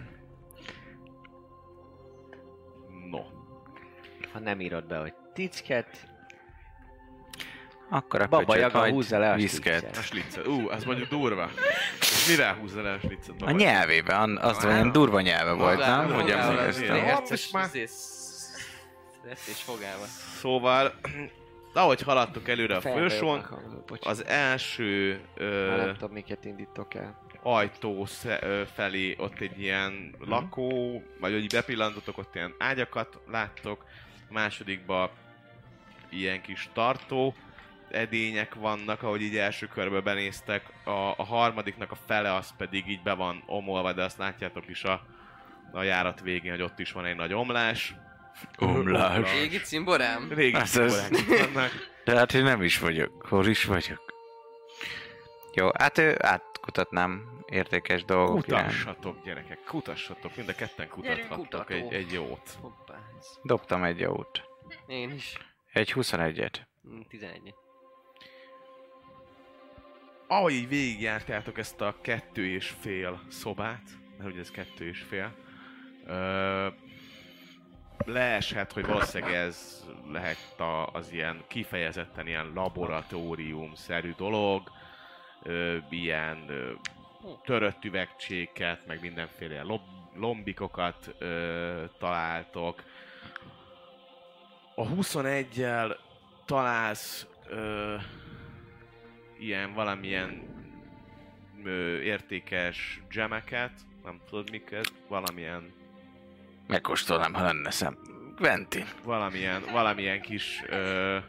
No. Ha nem írod be, hogy ticket, Akkor a Baba köcsöt Yaga majd húzza le a viszket. sliccet. A sliccet. Ú, az mondjuk durva. És mire húzza le a sliccet? A nyelvében, azt mondja, olyan durva nyelve volt, nem? Hogy fogával, emlékeztem. igen. Herces már- és fogával. Szóval, ahogy haladtok előre a Felbe folyosón, jobban hangzó, bocs. az első Már ö, nem tudom, miket indítok el. ajtó sze- ö, felé ott egy ilyen lakó, vagy hogy így bepillantotok, ott ilyen ágyakat láttok. A másodikba ilyen kis tartó edények vannak, ahogy így első körbe benéztek. A, a harmadiknak a fele az pedig így be van omolva, de azt látjátok is a, a járat végén, hogy ott is van egy nagy omlás. Omlás. Régi cimborám? Régi Ez az- cimborák vannak. De hát én nem is vagyok. Hol is vagyok? Jó, hát ő átkutatnám értékes dolgok iránt. Kutassatok, gyerekek, kutassatok, mind a ketten Gyerünk, kutathattok kutató. egy, egy jót. Hoppá. Dobtam egy jót. Én is. Egy huszonegyet. Mm, tizenegy. Ahogy így végigjártátok ezt a kettő és fél szobát, mert ugye ez kettő és fél, ö, leeshet, hogy valószínűleg ez lehet a, az ilyen kifejezetten ilyen laboratórium-szerű dolog, ö, ilyen ö, törött üvegcséket, meg mindenféle ilyen lob- lombikokat ö, találtok. A huszonegyel találsz ö, ilyen valamilyen ö, értékes gemeket, nem tudod miket, valamilyen Megkóstolnám, ha lenne szem. Quentin. valamilyen, valamilyen kis ö,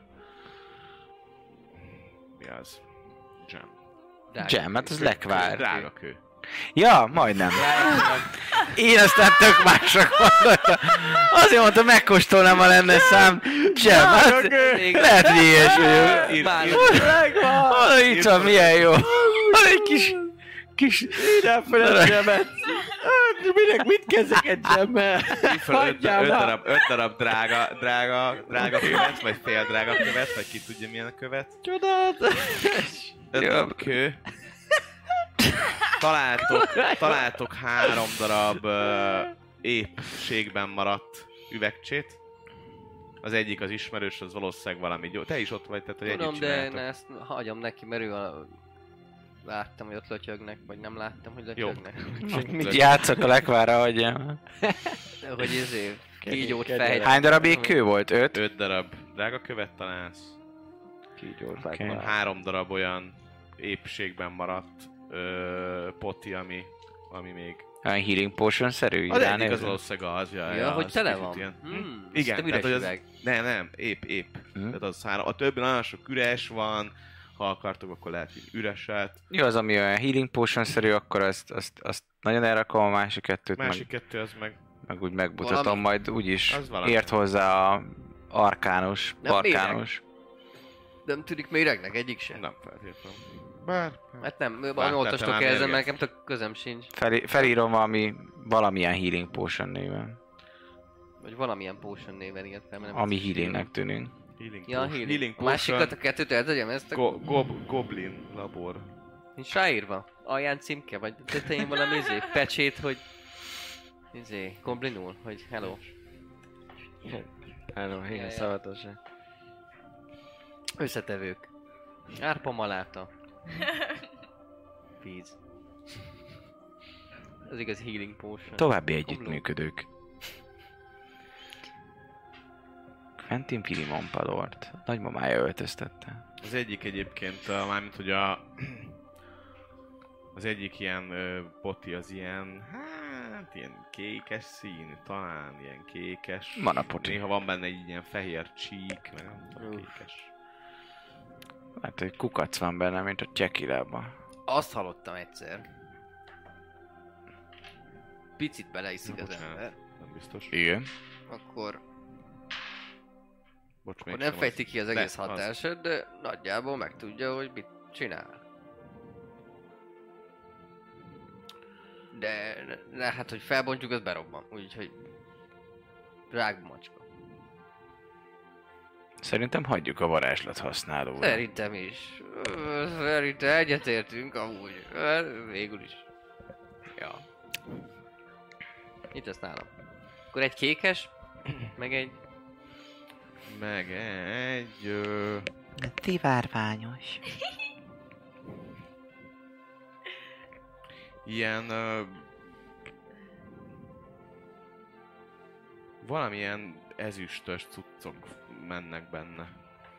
mi az? Gem. Gem, hát az lekvár. Drága kő. Ja, majdnem. Én aztán tök másra gondoltam. Azért mondtam, megkóstolnám, ha lenne szám. Gem, hát lehet, hogy ilyes vagyok. Ír- Bár- ír- Hol itt van, milyen jó. Van egy kis... kis... Ide fel a zsemet! Minek mit kezdek egy zsemmel? Ír fel öt, Hagyjál öt, már! darab, öt darab drága, drága, drága követ, vagy fél drága követ, vagy ki tudja milyen a követ. Csodálatos! Öt Jó. darab kő. Találtok, találtok három darab uh, épségben maradt üvegcsét. Az egyik az ismerős, az valószínűleg valami gyó. Te is ott vagy, tehát hogy együtt Tudom, de én csináltok. ezt hagyom neki, mert ő a... Láttam, hogy ott lötyögnek, vagy nem láttam, hogy Jó. lötyögnek. Mit játszok a lekvára, hogy... De hogy ezért kígyót kedvelem. fejt. Hány darab kő volt? Öt? Öt darab drága követ találsz. Kígyót Oké. okay. Három darab olyan épségben maradt ö, poti, ami, ami még... Olyan healing potion-szerű? így Az egyik az ránézem? valószínűleg az, ja, Ja, hogy az tele kicsit van. ilyen- Hmm, Igen, azt a tehát hogy az... üres üveg. Nem, nem, épp, épp. Hm? Tehát az három. A többi nagyon sok üres van, ha akartok, akkor lehet így üreset. Jó, az, ami olyan healing potion-szerű, akkor azt, azt, azt nagyon elrakom, a másik kettőt, Másik meg, kettő az meg... meg úgy megmutatom, Valami- majd úgyis Az valami. ért hozzá a arkánus, Nem barkánus. Nem tűnik méregnek egyik sem. Nem feltétlenül. Bár... Hát nem, Bár, valami tehát te oltostok már érzem, mérget. mert nekem tök közöm sincs. Fel, felírom valami, valamilyen healing potion néven. Vagy valamilyen potion néven írt fel, mert nem Ami biztos, healingnek tűnik. Healing Ja, potion. healing. Healing A másikat, potion. a kettőt el tegyem, ezt a... Go- gob- goblin labor. Nincs ráírva? Alján címke, vagy tetején valami izé, pecsét, hogy... Izé, goblinul, hogy hello. Hello, Ja, ja. igen, szavatosság. Összetevők. Árpa maláta. Víz. Ez igaz healing potion. További együttműködők. Quentin Filimon Palort. Nagymamája öltöztette. Az egyik egyébként, uh, mármint hogy a... Az egyik ilyen uh, poti az ilyen, hát ilyen kékes színű, talán ilyen kékes. Van a poti. Néha van benne egy ilyen fehér csík, meg nem tudom, kékes. Hát egy kukac van benne, mint a Csekilában. Azt hallottam egyszer. Picit beleiszik Na, az bocsánat. ember, Nem biztos. Igen. akkor, Bocs, akkor még nem sem fejti az. ki az De, egész az. hatását, de nagyjából megtudja, hogy mit csinál. De, de hát, hogy felbontjuk, az berobban. Úgyhogy rágba macska. Szerintem hagyjuk a varázslat használóra. Szerintem is. Ö, Szerintem egyetértünk amúgy. Ö, Végül is. Ja. Itt lesz nálam. Akkor egy kékes, meg egy... Meg egy... Ö... Szivárványos. Ilyen... Ö... Valamilyen ezüstös cuccok mennek benne.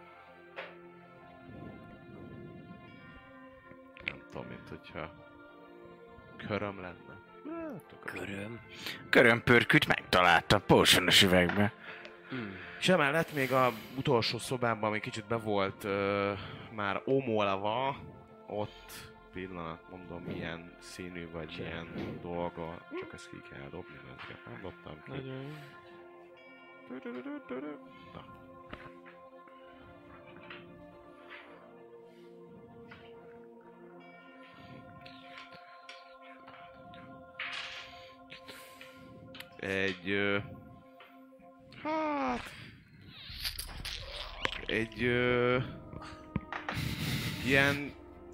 Nem tudom, mint hogyha... Köröm lenne. Köröm. Körömpörküt megtalálta potionos üvegbe. Mm. És emellett még a utolsó szobában, ami kicsit be volt ö, már omolva, ott pillanat, mondom, milyen színű vagy milyen dolga, csak ezt ki kell dobni, ezeket nem dobtam ki. Na. Egy... Ö, hát... Egy... Ö, ilyen...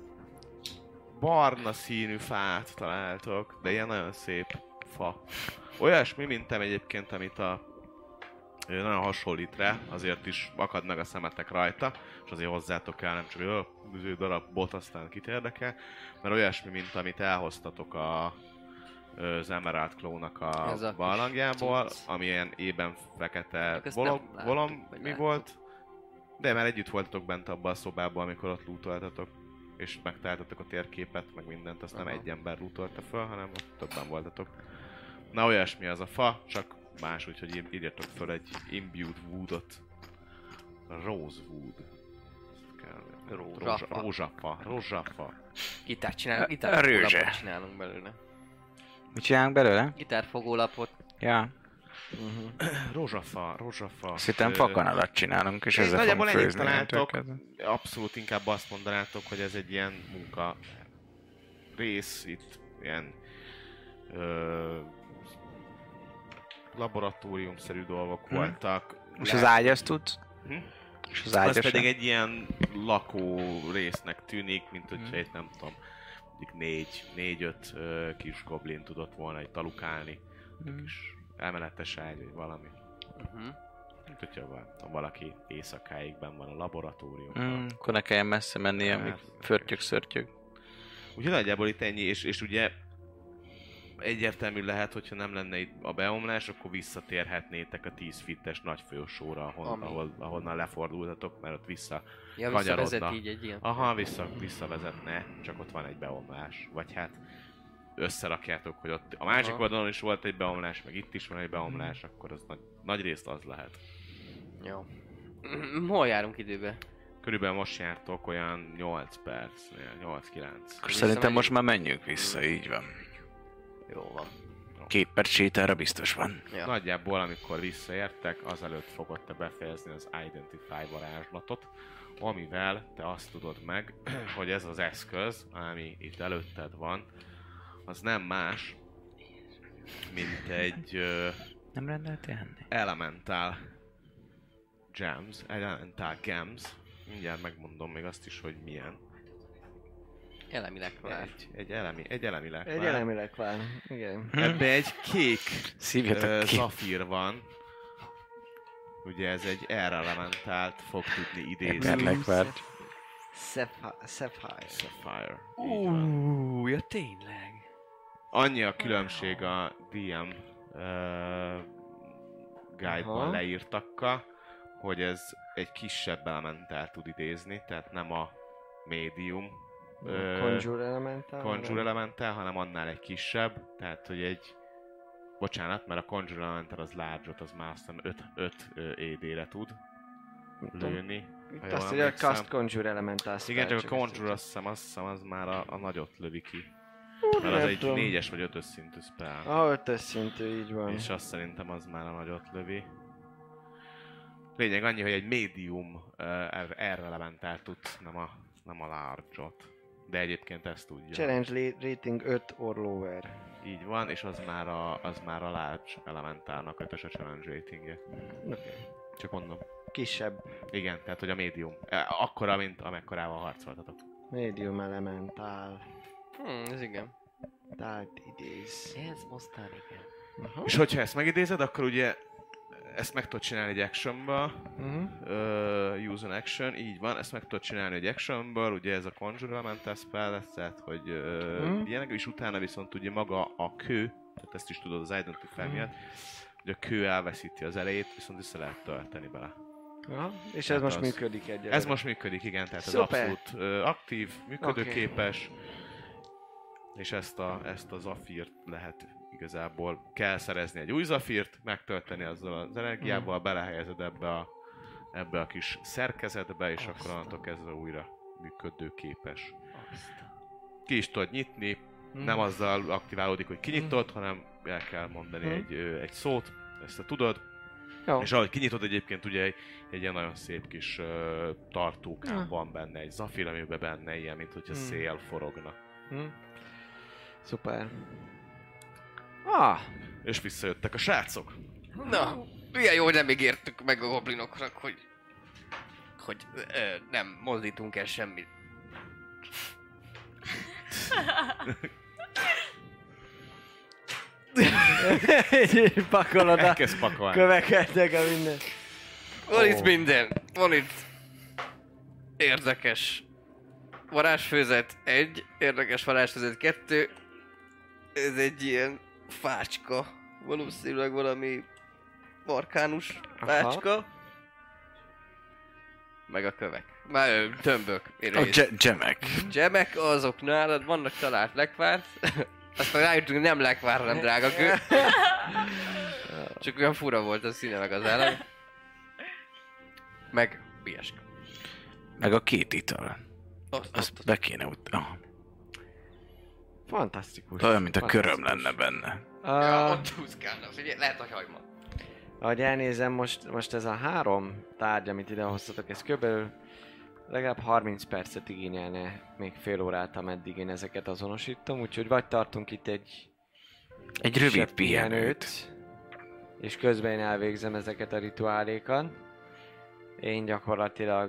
barna színű fát találtok, de ilyen nagyon szép fa. Olyasmi, mint em egyébként, amit a... ö, nagyon hasonlít rá, azért is akad meg a szemetek rajta, és azért hozzátok el, nem csak hogy a darab bot, aztán kit érdekel, mert olyasmi, mint amit elhoztatok a az Emerald Claw-nak a, Ez a barlangjából, cucc. ami ilyen ében fekete Ezt volom, nem láttuk, volom vagy mi láttuk. volt? De már együtt voltatok bent abban a szobában, amikor ott lootoltatok, és megtaláltatok a térképet, meg mindent, azt nem Aha. egy ember lootolta föl, hanem ott többen voltatok. Na olyasmi az a fa, csak más, úgyhogy ír- írjatok föl egy imbued woodot. Rosewood. Ezt kell- Rózsafa. Rózsa- Rózsafa. Rózsafa. Gitárt csinálunk, A gitárfogólapot rőzse. csinálunk belőle. Mit csinálunk belőle? Gitárfogólapot. Ja. Rózsafa, rózsafa. Azt hittem Ö, fakanalat csinálunk, és Ez ezzel nagyjából fogunk ennyit főzni. találtok. innentől Abszolút inkább azt mondanátok, hogy ez egy ilyen munka rész, itt ilyen ö, laboratóriumszerű dolgok Hm. voltak. És az ágy azt tudsz? Hm? És az Az ágy pedig egy ilyen lakó résznek tűnik, mint hogyha Hm. itt nem tudom, mondjuk négy, négy-öt ö, kis goblin tudott volna itt alukálni. Hm. Kis emeletes ágy, vagy valami. Uh-huh. Mint hogyha val- valaki éjszakáig benn van a laboratóriumban. Mm, akkor ne kelljen messze menni, amíg Hát, förtyög-szörtyög. Úgyhogy nagyjából itt ennyi, és, és ugye egyértelmű lehet, hogyha nem lenne itt a beomlás, akkor visszatérhetnétek a tíz fittes nagy folyosóra, ahol, Ami. ahol, ahonnan lefordultatok, mert ott vissza... Ja, Kanyarodna. visszavezet így egy ilyen. Aha, vissza, visszavezetne, csak ott van egy beomlás. Vagy hát összerakjátok, hogy ott a másik Aha. oldalon is volt egy beomlás, meg itt is van egy beomlás, akkor az nagy, nagy részt az lehet. Jó. Hol járunk időbe? Körülbelül most jártok olyan nyolc percnél, nyolc-kilenc. Akkor szerintem most már menjünk vissza, így van. Jó van. Két perc sétára biztos van. Ja. Nagyjából amikor visszaértek, azelőtt fogod te befejezni az Identify varázslatot, amivel te azt tudod meg, hogy ez az eszköz, ami itt előtted van, az nem más, mint egy ö, Nem rendeltél ennél? Elemental Gems, Elemental Gems. Mindjárt megmondom még azt is, hogy milyen. Elemi lekvár. Egy, egy elemi, egy elemi lekvár. Egy elemi lekvár, igen. Ebbe egy kék Szívjatok ö, ki. zafír van. Ugye ez egy erre elementált fog tudni idézni. Eperlekvár. Sapphire. Sapphire. Sapphire. Így van. Úúúú, ja tényleg. Annyi a különbség a dé em uh, guide-ban Aha. leírtakkal, hogy ez egy kisebb elementál tud idézni, tehát nem a medium ö, Conjure Elemental. conjure elementál, hanem annál egy kisebb, tehát hogy egy bocsánat, mert a conjure elemental az large-ot, az már azt hiszem öt é dé-re tud lőni. Itt ha jól azt, hogy a emlékszem. Cast Conjure Elemental spell, Igen, csak a ezt conjure tudjuk. azt hiszem, azt hiszem, az már a, a nagyot lövi ki. Ú, Mert az nem egy tudom. négyes vagy ötös szintű spell. Ah, ötös szintű, így van. És azt szerintem az már a nagyot lövi. Lényeg annyi, hogy egy medium uh, erre elementál tudsz, nem a, nem a large-ot. De egyébként ezt tudja. Challenge la- rating öt or lower. Így van, és az már a, az már a large elementálnak ötös a challenge ratingje. Okay. Csak mondom. Kisebb. Igen, tehát hogy a medium. E, akkora, mint amekkorával harcoltatok. Medium Elemental. Hm, ez igen. Tehát idéz. Ez mostán igen. Aha. És hogyha ezt megidézed, akkor ugye ezt meg tudod csinálni egy actionba. Uh-huh. Uh, use an action, így van, ezt meg tudod csinálni egy actionből, ugye ez a Conjure Elemental spell lesz, tehát hogy uh, Mhm. ilyenek, és utána viszont ugye maga a kő, tehát ezt is tudod az Identify Mhm. miatt, hogy a kő elveszíti az elejét, viszont vissza lehet tölteni bele. Aha. És ez Tehát most az- működik egyelőre. Ez most működik, igen, tehát Szuper. ez abszolút uh, aktív, működőképes, és ezt a, ezt a zafírt lehet igazából, kell szerezni egy új zafírt, megtölteni azzal az energiával, belehelyezed ebbe a, ebbe a kis szerkezetbe, és akkor onnantól kezdve újra működőképes. Ki is tudod nyitni, nem azzal aktiválódik, hogy kinyitod, hanem el kell mondani egy, ö, egy szót, ezt te tudod, Jó. és ahogy kinyitod egyébként ugye egy, egy ilyen nagyon szép kis ö, tartókán Ja. van benne, egy zafír, amiben benne ilyen, mint hogyha Hmm. szél forogna. Hm. Szuper. Ah, És visszajöttek a srácok. Na, milyen jó, hogy nem ígértük meg a goblinoknak, hogy... hogy ö, nem mozdítunk el semmit. pakolod a Elkezd pakolni. köveket, meg a minden. Van itt minden. Van itt érdekes varázsfőzet egy, érdekes varázsfőzet kettő. Ez egy ilyen fácska. Valószínűleg valami markánus fácska. Meg a kövek. Már ö, tömbök. A Rész. ge- gemek. Gemek azok nálad, vannak talált lekvár. Aztán rájöttünk, nem lekvár, hanem drága kő. Csak olyan fura volt a színe meg az állam. Meg bieska. Meg a két ital. Azt, azt, Azt be kéne ut... Oh. Fantasztikus. Olyan, mint a köröm Fantasztikus. lenne benne. Ja, Ah, ott húzkálnak. Figyelj, lehet a hagyma. ahogy elnézem, most, most ez a három tárgy, amit idehoztatok, ez körülbelül legalább harminc percet igényelne, még fél órát, ameddig én ezeket azonosítom, úgyhogy vagy tartunk itt egy Egy rövid kisebb pihenőt. és közben én elvégzem ezeket a rituálékat. Én gyakorlatilag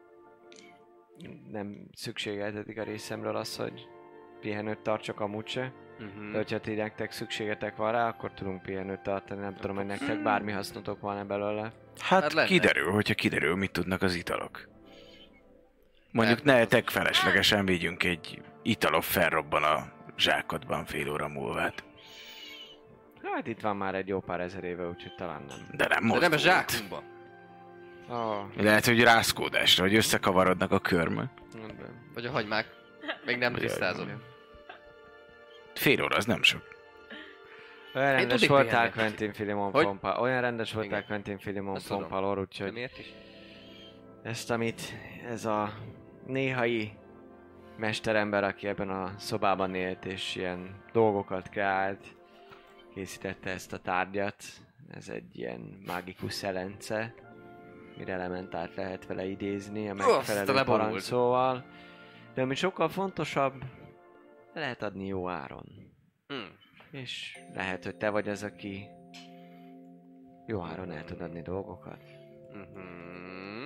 nem szükségeltetik a részemről az, hogy pihenőt tartsak amúgy se. Uh-huh. De hogyha ti nektek szükségetek van rá, akkor tudunk pihenőt tartani, nem tudom, hogy nektek bármi hasznotok van-e belőle. Hát, Hát lenne. kiderül, hogyha kiderül, mit tudnak az italok. Mondjuk Hát, ne az- tek feleslegesen vigyünk egy italok felrobban a zsákodban fél óra múlvát. Hát itt van már egy jó pár ezer éve, úgyhogy talán nem. De nem De most nem a volt. zsákunkba. Oh, Lehet, hogy rászkódásra, hogy összekavarodnak a körmök. Vagy a hagymák. Még nem tisztázom. Fél óra, az nem sok. olyan rendes tudnék voltál pihenni. Quentin Filimon Hogy? Pompa, olyan rendes voltál Igen. Quentin Filimon Azt tudom. Pompalor, De úgyhogy miért is? ezt, amit ez a néhai mesterember, aki ebben a szobában élt és ilyen dolgokat kreált, készítette ezt a tárgyat. Ez egy ilyen mágikus szelence, mire elementált lehet vele idézni a megfelelő leborult. parancsszóval. De ami sokkal fontosabb, lehet adni jó áron. Hmm. És lehet, hogy te vagy az, aki Jó áron el tud adni dolgokat. Mhm.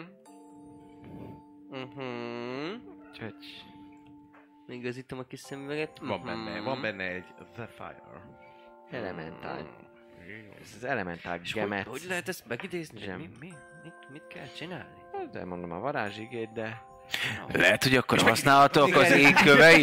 Mhm. Úgyhogy... Igazítom a kis szemüveget. Van benne, van benne egy The Fire. Elementál. Ez az elementál És hogy, gemet. hogy lehet ezt megidézni? Zsem. Mi, mi, mit, mit kell csinálni? De mondom a varázsigét, de... Lehet, hogy akkor használhatók az ég kövei?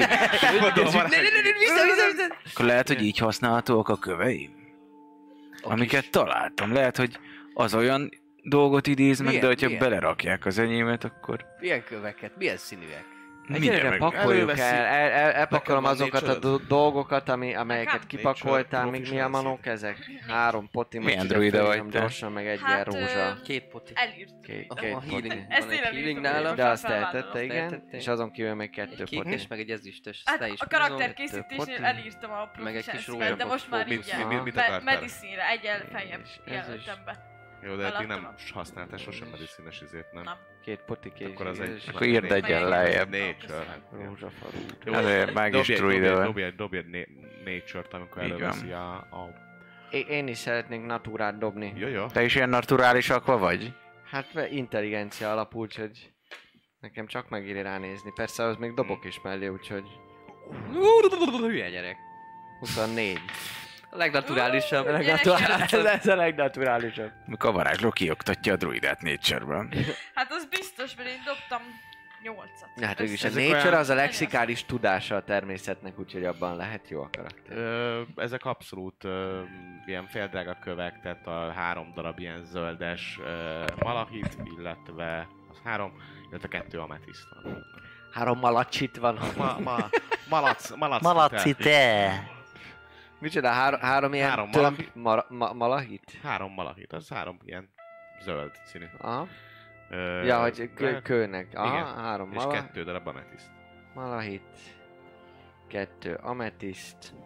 Akkor lehet, hogy így használhatók a kövei? Amiket találtam. Lehet, hogy az olyan dolgot idéz meg, Milyen, de hogyha milyen? belerakják az enyémet, akkor... Milyen köveket? Milyen színűek? Egyre meg- pakoljuk előveszi. el, el, el elpakolom van azokat a nature. do- dolgokat, ami, amelyeket Nekem? kipakoltál, Nature, még mi a manok ezek? Három poti, most Milyen ide druida fölírom vagy te? gyorsan, meg egy Hát, ilyen rózsa. ö, Két poti. Elírt. Két, Aha, két a poti. healing. Ezt Van egy én healing elírtam, nálam. most De már azt felvállalom. eltette, igen. Eltette. És azon kívül még kettő Egy poti. kékes, meg egy ezüstös. Hát le is a húzom. karakterkészítésnél poti. elírtam a Meg egy kis proficiency-vel, de rózsapot most már fog. így Mit- el. mit- mit Me- akartál? Medicine-re egyel feljebb És ez jelöltem be. Jó, de eddig nem Alattam. használtál sosem medicines izét, nem? Nem. Két poti, két Akkor az egy... Akkor írd egyen lejjebb. Nature. hát, jó. rózsafarú. Jó, Azért mágis dobj egy- druida dobj egy- vagy. Dobj egy, dobj egy na- nature-t, amikor Így előveszi a... a... É- Én is szeretnék naturát dobni. Jó, jó. Te is ilyen naturális akva vagy? Hát mert intelligencia alapú, úgyhogy nekem csak megéri ránézni. Persze az még dobok is mellé, úgyhogy Hülye gyerek. huszonnégy. A legnaturálisabb. A legnaturálisabb. Ez a legnaturálisabb. Mikor a varázsló kioktatja a druidát nature-ből. Hát az biztos, mert én dobtam nyolcat. Hát végülis a Ezek nature olyan- az a lexikális tudása a természetnek, úgyhogy abban lehet jó a karakter. Ö, ezek abszolút ö, ilyen féldrága kövek, tehát a három darab ilyen zöldes ö, malachit, illetve az három, illetve kettő ametiszt van. Három malacsit van. Ma, ma, malac, malac, Malacite! Micsoda, három, három ilyen Három tömb malachit. ma, ma, malachit? Három malachit, az három ilyen zöld színű. Aha. Ö, Ja, hogy kő, de- kőnek. Aha, igen. három És mala, kettő darab ametiszt. malahit. Kettő ametiszt.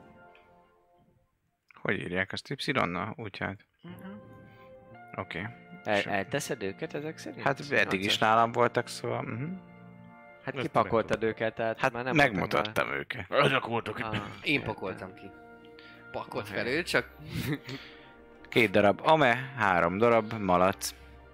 Hogy írják azt Y-nal? Úgy hát. Oké. Okay. El, elteszed őket ezek szerint? Hát eddig is nálam voltak, szóval... Uh-huh. Hát Ezt kipakoltad őket, tehát Hát már nem megmutattam őket. Azok voltak Ah, Én pakoltam ki. Pakolt fel ő, csak Két darab ame, három darab malac.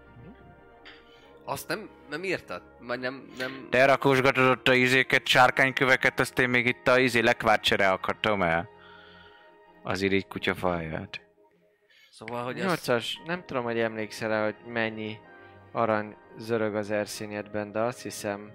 azt nem, nem írtad? Vagy nem, nem... Te rakosgatod ott a izéket, sárkányköveket, azt én még itt a izé lekvárcsere akartam el. Az irigy kutyafaját. Szóval, hogy azt... nyolcas, nem tudom, hogy emlékszel-e, hogy mennyi arany zörög az erszényedben, de azt hiszem,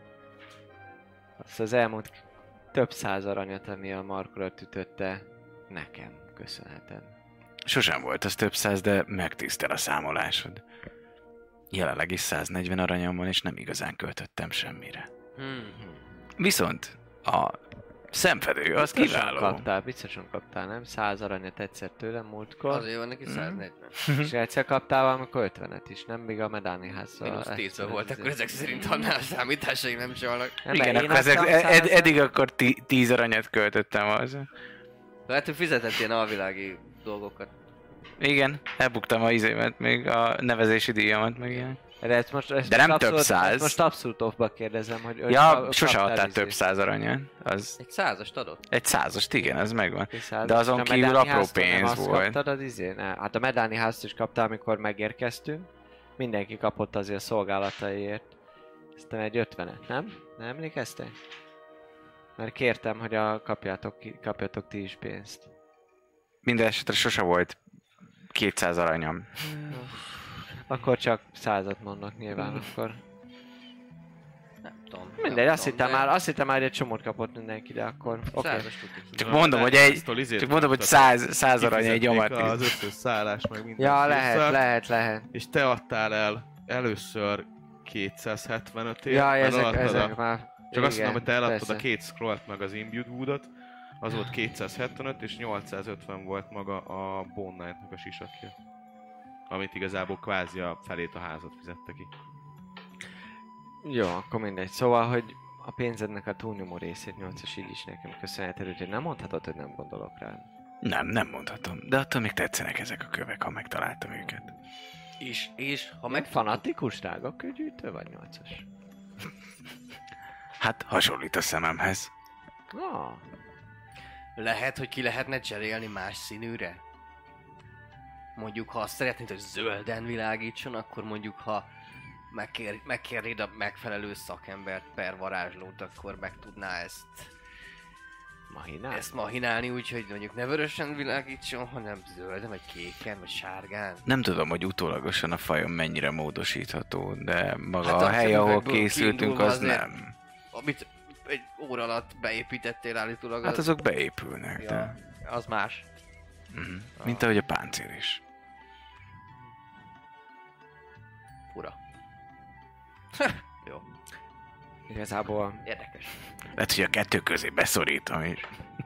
azt az elmúlt több száz aranyat, ami a markolat ütötte, nekem köszönheted. Sosem volt az több száz, de megtisztel a számolásod. Jelenleg is száznegyven aranyom van, és nem igazán költöttem semmire. Hmm. Viszont a szemfedő az Biztosan kiváló. kaptál, biztosan kaptál, nem? száz aranyat egyszer tőlem múltkor, Azért van neki száznegyven. és egyszer kaptál valamikor ötvenet is, nem? Még a Medáni házszal. Mínusz tízből volt, akkor ezek szerint annál a számításaim nem csalnak. Igen, akkor ezek, ed, eddig akkor tí, tíz aranyat költöttem az. Lehet, hogy fizetett ilyen alvilági dolgokat. Igen, elbuktam a izémet, még a nevezési díjamat, meg ilyen. De, ezt most, ezt De most nem több abszolút, száz. ezt most abszolút off-ba kérdezem, hogy... hogy Ja, ka- sose kaptál adtál izé- több száz aranyat. Az Egy százast adott? egy százast, igen, ez megvan. egy százas, De azon és a kívül Medáni apró háztól nem pénz azt volt. Kaptad az izé? Ne, hát a Medáni házt is kaptál, amikor megérkeztünk. Mindenki kapott azért a szolgálataiért. Aztán egy ötvenet, nem? Nem emlékeztek? Mert kértem, hogy a kapjátok, ki- kapjatok ti is pénzt. Minden esetre sose volt kétszáz aranyom. Akkor csak százat mondnak nyilván, akkor... Nem tudom. Mindegy, nem azt tudom, hittem de már, azt hittem már, hogy egy csomót kapott mindenki, de akkor... Oké. Százas tuti. Csak mondom, hogy egy, Aztól izét csak mondom, hogy kaptad. száz, száz arany egy Kifizették amat. az összes szállás, meg minden. Ja, lehet, vissza, lehet, lehet. És te adtál el először kétszázhetvenötért, Ja, mert ezek, eladtad ezek a, már... Csak azt mondom, hogy te eladtad persze. a két scrollt meg az Imbued Woodot, az volt kétszázhetvenöt, és nyolcszázötven volt maga a Bone Knight-nak a sisakja. Amit igazából kvázi a felét a házat fizette ki. Jó, akkor mindegy. Szóval, hogy a pénzednek a túlnyomó részét nyolcas így is nekem köszönheted, úgyhogy nem mondhatod, hogy nem gondolok rá. Nem, nem mondhatom. De attól még tetszenek ezek a kövek, ha megtaláltam őket. És, és, ha Meg meg... fanatikus drágakőgyűjtő vagy nyolcas? Hát hasonlít a szememhez. Ah, Lehet, hogy ki lehetne cserélni más színűre? mondjuk ha azt szeretnéd, hogy zölden világítson, akkor mondjuk ha megkér, megkérnéd a megfelelő szakembert per varázslót, akkor meg tudná ezt Mahinál? ezt mahinálni, úgyhogy mondjuk ne vörösen világítson, hanem zölden, vagy kéken, vagy sárgán. Nem tudom, hogy utólagosan a fajom mennyire módosítható, de maga Hát a a hely, ahol szemüvegből készültünk, kiindulva az azért- nem. Amit egy óra alatt beépítettél állítólag, Hát azok beépülnek, ja, de... az más. Uh-huh. Mint ahogy a páncél is. Fura. Jó, Igazából érdekes. Lehet, hogy a kettő közé beszorítom is.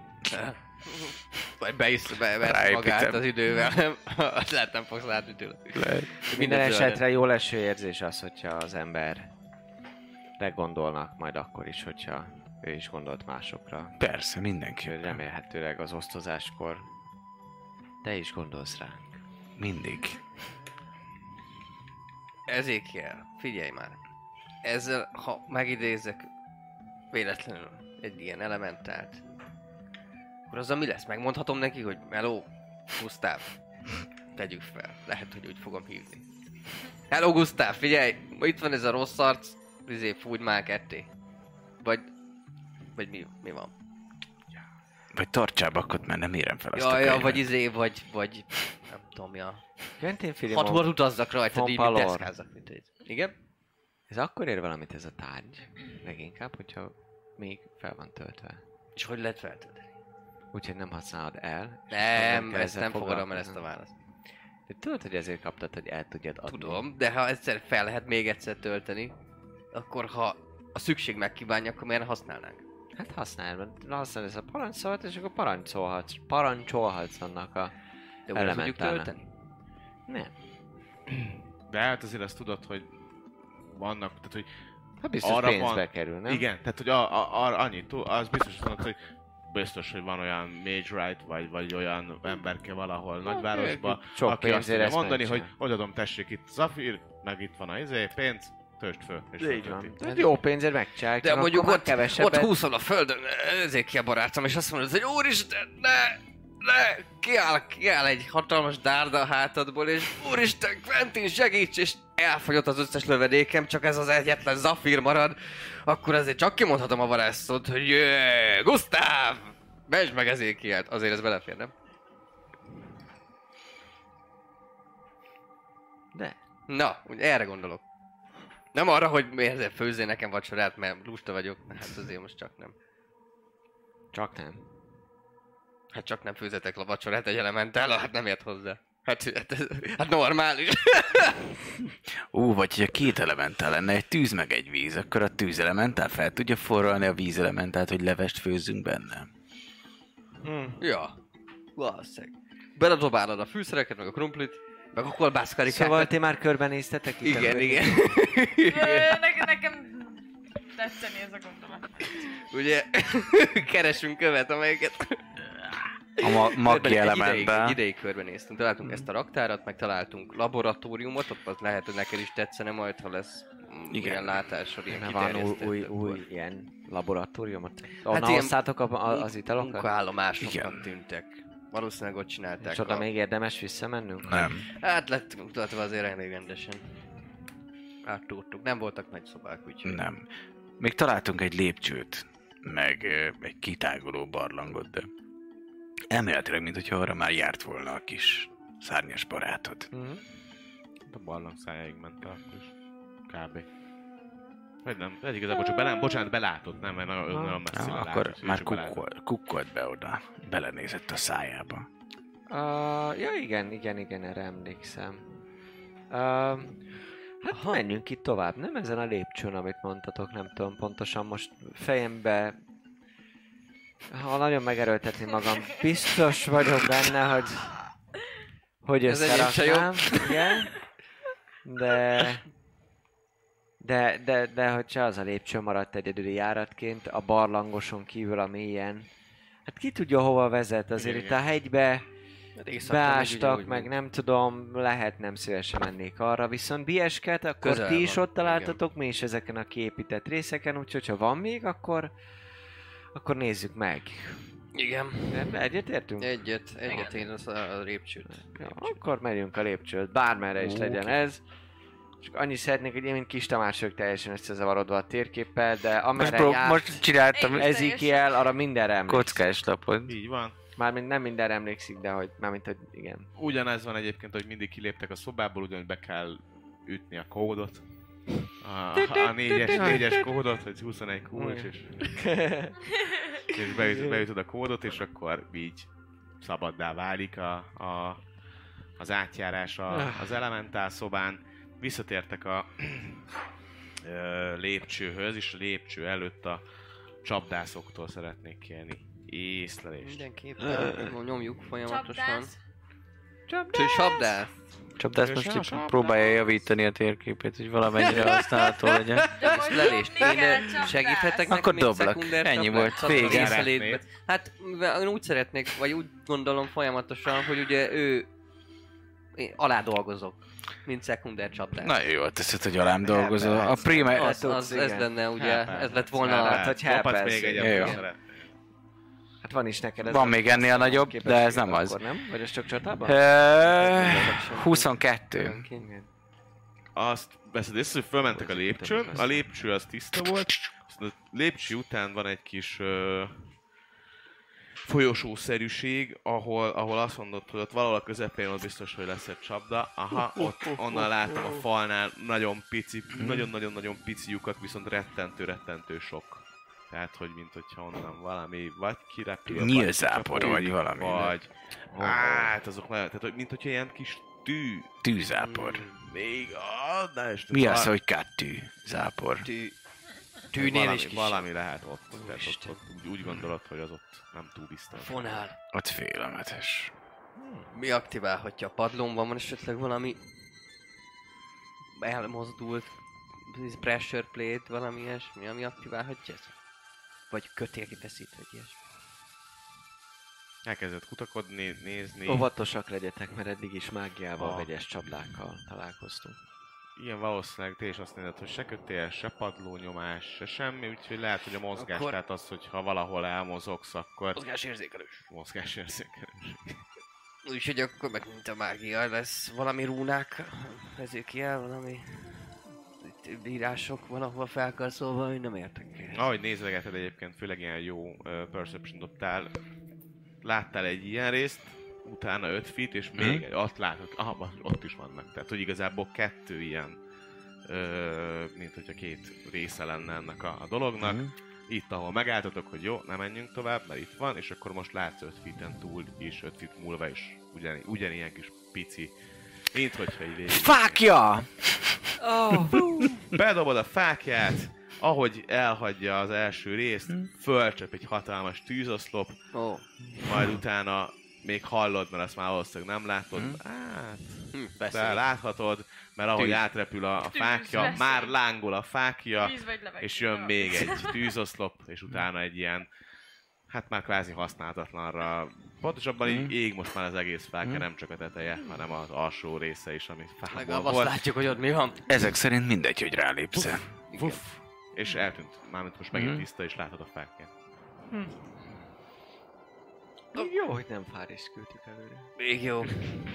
Vagy beisz, be, be Ráépítem. magát az idővel, nem? Azt lehet nem fogsz látni tőle. Lehet. minden zölden. esetre jó leső érzés az, hogyha az ember gondolnak majd akkor is, hogyha ő is gondolt másokra. Persze, mindenki. Úgyhogy remélhetőleg az osztozáskor te is gondolsz ránk. Mindig. Ezékiel, figyelj már. Ezzel, ha megidézek véletlenül egy ilyen elementált, akkor azzal mi lesz? Megmondhatom neki, hogy Hello, Gusztáv, tegyük fel. Lehet, hogy úgy fogom hívni. Hello, Gusztáv, figyelj! Itt van ez a rossz arc, izé, fújj már ketté. Vagy... Vagy mi, mi van? Vagy tartsál bakot, mert nem érem fel azt a Ja, ja, könyvet. vagy izé, vagy, vagy... Nem tudom, ja. Quentin Hat Filimon, hónapot utazzak rajta, von így mint Palor. deszkázzak, mint egy. Igen? ez akkor ér valamit ez a tárgy? Leginkább, hogyha még fel van töltve. És hogy lehet feltölteni? Úgyhogy nem használod el. és Nem, kell ezt ezzel nem fogadom el ezt a foglalkozni. választ. De tudod, hogy ezért kaptad, hogy el tudjad adni. Tudom, de ha egyszer fel lehet még egyszer tölteni, akkor ha a szükség megkívánja, akkor miért ne használnánk? Hát használj, mert használod ezt a parancsszót, és akkor parancsolhatsz, parancsolhatsz annak a De úgy le tudjuk elementálnak. tölteni? Nem. De hát azért azt tudod, hogy vannak, tehát hogy Hát biztos arra pénzbe van- kerül, nem? igen, tehát hogy a, a, a, annyit, tud- az biztos tudod, hogy biztos, hogy van olyan mage right, vagy, vagy olyan emberke valahol nagyvárosban, sok aki azt pénzért tudja ezt mondani, hogy megcsinál. odaadom, tessék itt Zafir, meg itt van a izé, pénz, töltsd föl. És Így föltölti. van. Hát jó pénzért megcsinálják, De csak mondjuk akkor már ott, kevesebbet... ott húszol a földön, ezért ki a barátom, és azt mondod, hogy úristen, ne, ne, kiáll, kiáll egy hatalmas dárda a hátadból, és úristen, Quentin, segíts, és elfogyott az összes lövedékem, csak ez az egyetlen Zafír marad, akkor azért csak kimondhatom a varázsszót, hogy jöjj, Gusztáv, vesd meg ezért kiált, azért ez belefér, nem? De. Na, úgy erre gondolok. Nem arra, hogy miért főzzél nekem vacsorát, mert lusta vagyok, hát azért most csak nem. Csak nem. Hát csak nem főzetek a vacsorát egy elementál, hát nem ért hozzá. Hát, hát, hát normális. Ó, vagy hogyha két elementál lenne, egy tűz meg egy víz, akkor a tűzelementál fel tudja forralni a vízelementált, hogy levest főzzünk benne. Ja, valószínűleg. Beledobálod a fűszereket, meg a krumplit, meg a kolbászkarikákat. Szóval ti már körbenéztetek itt? Igen, igen. Ö, ne, nekem tetszeni ez a gondolat. Ugye, keresünk követ, amelyeket... A ma- magi Egy ideig, elementben. egy ideig körbenéztünk. Találtunk ezt a raktárat, meg találtunk laboratóriumot, ott az lehet, hogy neked is tetszene majd, ha lesz mm, Igen. ilyen látásod, ilyen Van új, kiterjesztett. új, akkor- új ilyen laboratóriumot? Onnan Hát ilyen hoztátok a, a, az italokat? Munkaállomásoknak Igen. tűntek. Valószínűleg ott csinálták. És oda a... még érdemes visszamennünk? Nem. Hát lettünk mutatva azért elég rendesen. Áttúrtuk. Nem voltak nagy szobák, úgyhogy... Nem. Még találtunk egy lépcsőt, meg ö, egy kitáguló barlangot, de elméletileg, mintha arra már járt volna a kis szárnyas barátod. Mhm. A barlang szájáig ment el akkor is. Kb. Vagy nem, ez igazából csak belám, bocsánat, belátott, nem, mert nagyon, nagyon messzire Na, lát, akkor úgyhogy már csak belátott. kukkol, kukkolt be oda, belenézett a szájába. Uh, ja igen, igen, igen, erre emlékszem. Uh, hát Aha. menjünk itt tovább, nem ezen a lépcsőn, amit mondtatok, nem tudom pontosan most fejembe... Ha nagyon megerőltetni magam, biztos vagyok benne, hogy... Hogy Ez enyém se összeraknám, igen. De... De, de, de hogyha az a lépcső maradt egyedüli járatként, a barlangoson kívül a mélyen, hát ki tudja hova vezet, azért Igen, itt a hegybe Hát éjszaka megy beástak, ugyanúgy, meg mint- nem tudom, lehet nem szívesen mennék arra, viszont Biesket, akkor Közel ti is van, ott találtatok, mi is ezeken a kiépített részeken, úgyhogy ha van még, akkor, akkor nézzük meg. Igen. Ebbe egyetértünk? Egyet, egyet én az a lépcsőt. Ja, akkor megyünk a lépcsőt, bármerre is legyen ez. Csak annyit szeretnék, hogy én, mint Kis Tamás vagyok teljesen összezavarodva a térképpel, de Most, amerre prób- jár most csináltam Én- Ezekiel, arra mindenre emlékszik. kockás lapot. Így van. Mármint nem mindenre emlékszik, de hogy, mármint, hogy igen. Ugyanez van egyébként, hogy mindig kiléptek a szobából, ugyanúgy be kell ütni a kódot. A, a négyes, négyes kódot, hogy huszonegy kulcs, és, és beüt, beütöd a kódot, és akkor így szabaddá válik a, a, az átjárás a, az elementál szobán. Visszatértek a ö, lépcsőhöz, és a lépcső előtt a csapdászoktól szeretnék kérni észlelést. Mindenképpen nyomjuk folyamatosan. Csapdász. Csapdász! Csapdász És most a itt csapdász. próbálja javítani a térképét, hogy valamennyire használható legyen. De most Lelést. dobni kell Én csapdász. segíthetek Akkor nekem egy doblak. szekunder Ennyi csapdást? volt. Vége. Csapdász észrelétbe. Szeretnéd. Hát mivel én úgy szeretnék, vagy úgy gondolom folyamatosan, hogy ugye ő... Én alá dolgozok, mint szekunder csapdász. Nagyon jól teszed, hogy alám dolgozol. A persze. prima... Az, az, ez igen. lenne ugye, Hát, ez lett volna a... Hát, hogy helpelsz, Dobhatsz még igen. egyet, Jó. ha szeretnéd. Hát van is neked ez. Van a- még ennél nagyobb, de ez nem az. Akkor nem? Vagy ez csak csatában? Ö, huszonkettő. Igen. Azt veszed észre, hogy fölmentek a lépcsőn, a lépcső az tiszta volt, aztán a lépcső után van egy kis ö, folyosószerűség, ahol, ahol azt mondod, hogy ott valahol a közepén ott biztos, hogy lesz egy csapda. Aha, ott onnan látom a falnál nagyon pici, nagyon-nagyon-nagyon pici lyukat, viszont rettentő-rettentő sok. Tehát, hogy mint hogyha onnan valami vagy kirepül, Nyílzápor vagy, vagy valami, Vagy, hát azok nagyon, tehát hogy mint hogyha ilyen kis tű. Tűzápor. Még, ah, na és Mi az, hogy kettő zápor? Tű... Tűnél valami, is kis. valami lehet ott. Tehát ott, ott úgy, úgy gondolod, hogy az ott nem túl biztos. Fonál. Ott félelmetes. Mi aktiválhatja? A padlón van esetleg valami... elmozdult... pressure plate, valami ilyesmi, ami aktiválhatja ezt? Vagy kötélkifeszít, vagy ilyesmi. Elkezdett kutakodni, nézni. Óvatosak legyetek, mert eddig is mágiával, Ah. vegyes csapdákkal találkoztunk. Ilyen valószínűleg te is azt mondod, hogy se kötél, se padlónyomás, se semmi, úgyhogy lehet, hogy a mozgás, Akkor- tehát az, hogy ha valahol elmozogsz, akkor Mozgásérzékelős. mozgásérzékelős. Úgyhogy akkor meg mint a mágia lesz valami rúnák, ezek ilyen, valami itt írások valahol felkarszolva, hogy nem értek. Ahogy nézegeted egyébként, főleg ilyen jó uh, perception dobtál, láttál egy ilyen részt, utána öt feet, és még Mhm. egy, ott látod, aha, basz, ott is vannak. Tehát, hogy igazából kettő ilyen, ö, mint hogyha két része lenne ennek a, a dolognak. Mhm. Itt, ahol megálltatok, hogy jó, nem menjünk tovább, mert itt van, és akkor most látsz öt feeten túl is, öt feet múlva is ugyan, ugyanilyen kis pici, mint hogyha így végig... Fákja! Bedobod a fákját, ahogy elhagyja az első részt, fölcsap egy hatalmas tűzoszlop, Ó, oh. majd utána még hallod, mert azt már valószínűleg nem látod. Hm. Hát, hm, de beszél. láthatod, mert ahogy Tűz. átrepül a, a Tűz, fákja, beszél. már lángol a fákja, Víz vagy levegő. és jön Jó. még egy tűzoszlop, és utána egy ilyen, hát már kvázi használhatatlanra. Pontosabban így ég most már az egész fákja, nem csak a teteje, hanem az alsó része is, ami fából Legalább azt volt. látjuk, hogy ott mi van. Ezek szerint mindegy, hogy rálépsz. Fuff, és eltűnt. Mármint most megint Mhm. tiszta, és látod a fákját. Jó, hogy nem Fáris küldtük előre. Még jó.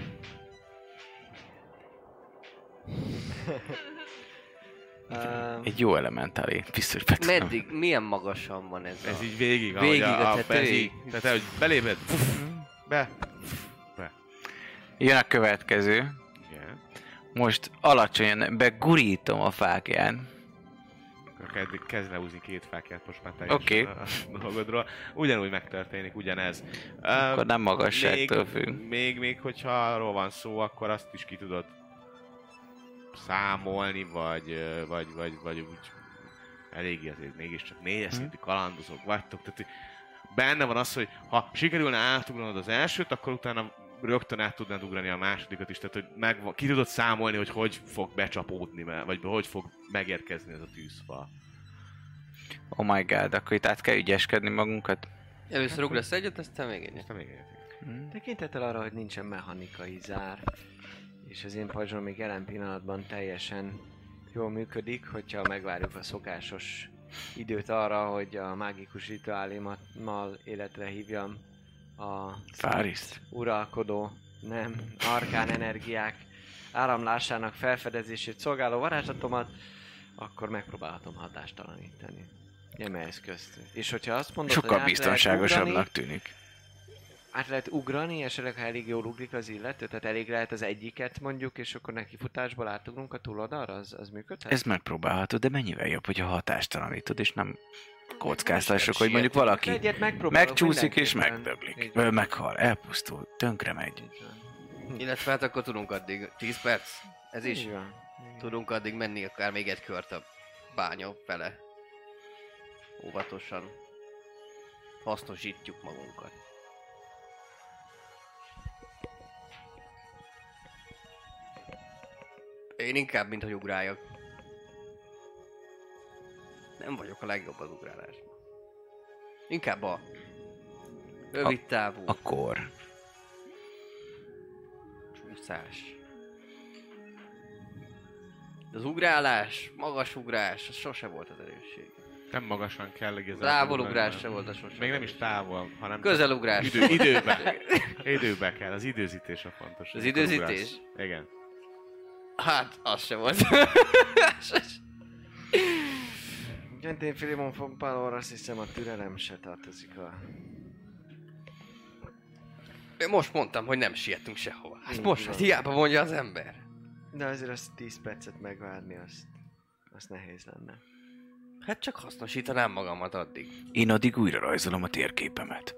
Um, Egy jó elementálé, biztos be tudom. Meddig, milyen magasan van ez Ez a... így végig, Végig ahogy a a, a, tetőig. ez így, tehát ahogy beléped, fuff, be, Jön a következő. igen. Most alacsonyan begurítom a fákján. Akkor kezd, kezd lehúzni két fákját most már teljesen Oké. a a dolgodról. Ugyanúgy megtörténik, ugyanez. Akkor nem magasságtól még, függ. még, még, hogyha arról van szó, akkor azt is ki tudod számolni, vagy, ö, vagy, vagy, vagy úgy eléggé azért mégiscsak négyes szintű kalandozók vagytok. Tehát hogy benne van az, hogy ha sikerülne átugranod az elsőt, akkor utána rögtön át tudnád ugrani a másodikat is, tehát hogy meg, ki tudod számolni, hogy hogy fog becsapódni, vagy hogy fog megérkezni ez a tűzfal. Oh my god, akkor itt át kell ügyeskedni magunkat. Először ugrasz egyet, aztán még egyet. Aztán még egyet. Tekintettel arra, hogy nincsen mechanikai zár, és az én pajzsom még jelen pillanatban teljesen jól működik, hogyha megvárjuk a szokásos időt arra, hogy a mágikus rituálémmal életre hívjam a Fáriszt. uralkodó, nem, arkán energiák áramlásának felfedezését szolgáló varázslatomat, akkor megpróbálhatom hatástalanítani. Nyomelyeszközt. És hogyha azt mondod, Sokkal hogy át biztonságosabbnak lehet tűnik. át lehet ugrani, esetleg ha elég jól ugrik az illető, tehát elég lehet az egyiket mondjuk, és akkor neki futásból átugrunk a túloldalra, az, az működhet? Ez megpróbálhatod, de mennyivel jobb, hogyha hatástalanítod, és nem kockáztassuk, hogy mondjuk valaki Egyet megpróbálok megcsúszik és mindenképpen. megdöblik. Így Ö, van. meghal, elpusztul, tönkre megy. Így van. Illetve hát akkor tudunk addig tíz perc. Ez is. Így van. Tudunk addig menni akár még egy kört a bánya fele. Óvatosan. Hasznosítjuk magunkat. Én inkább, mint hogy ugráljak. Nem vagyok a legjobb az ugrálásban. Inkább a rövid távú Akkor csúszás. De az ugrálás, magas ugrás, az sose volt az erősség. Nem magasan kell igazából. Távolugrás se volt a sose. Még nem is távol, hanem Közelugrás. idő, időbe. Időbe kell, az időzítés a fontos. Az amikor időzítés? ugrálsz. Igen. Hát, az se volt. Gentén Filimon von Pálor, azt hiszem a türelem se tartozik a... Én most mondtam, hogy nem sietünk sehova. Hát Így most, van. hát hiába mondja az ember. De azért azt tíz percet megvárni, azt, azt nehéz lenne. Hát csak hasznosítanám magamat addig. én addig újra rajzolom a térképemet.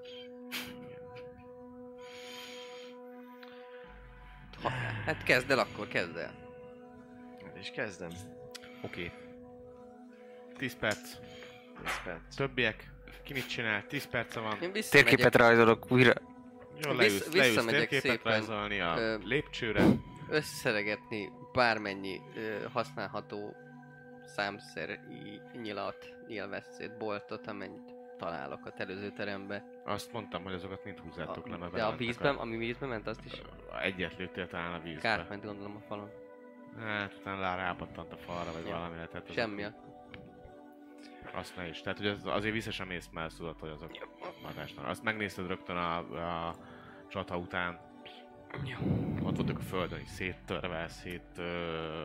Ha, hát kezd el akkor, kezd el. Hát is kezdem. Oké. Okay. tíz perc. tíz perc. Többiek. Ki mit csinál? tíz perce van. Én visszamegyek. Térképet rajzolok újra. Jó, Vissz- leülsz, leülsz visszamegyek térképet szépen, rajzolni a ö, lépcsőre. Összeregetni bármennyi ö, használható számszeri nyilat, nyilvesszét, boltot, amennyit találok az előző terembe. Azt mondtam, hogy azokat mind húzzátok le, mert De a bementek vízben, ami vízbe ment, azt is Egyet lőttél talán a vízbe. kárt ment gondolom a falon. Hát utána lá- rápattant a falra, vagy Ja. valamire. Tehát azok- Semmi. a- Azt ne is. Tehát, hogy az, azért vissza sem ész, mert tudod, hogy azok hatástalan. Azt megnézted rögtön a, a csata után. Ott voltak a földön, így széttörve, szét ö,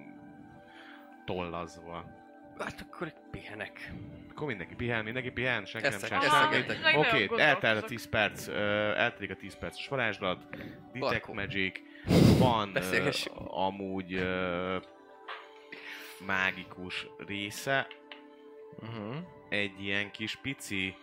tollazva. Hát akkor pihenek. Akkor mindenki pihen, mindenki pihen, senki Eszek, nem csinál eszek, semmit. eszek. Meg Oké, nagyon okay, eltelt a gondolkozok. tíz perc, ö, eltelik a tíz perces varázslat, Detect Barkó. Magic, van ö, Beszélgessünk. amúgy ö, mágikus része, Uh-huh. egy ilyen kis pici,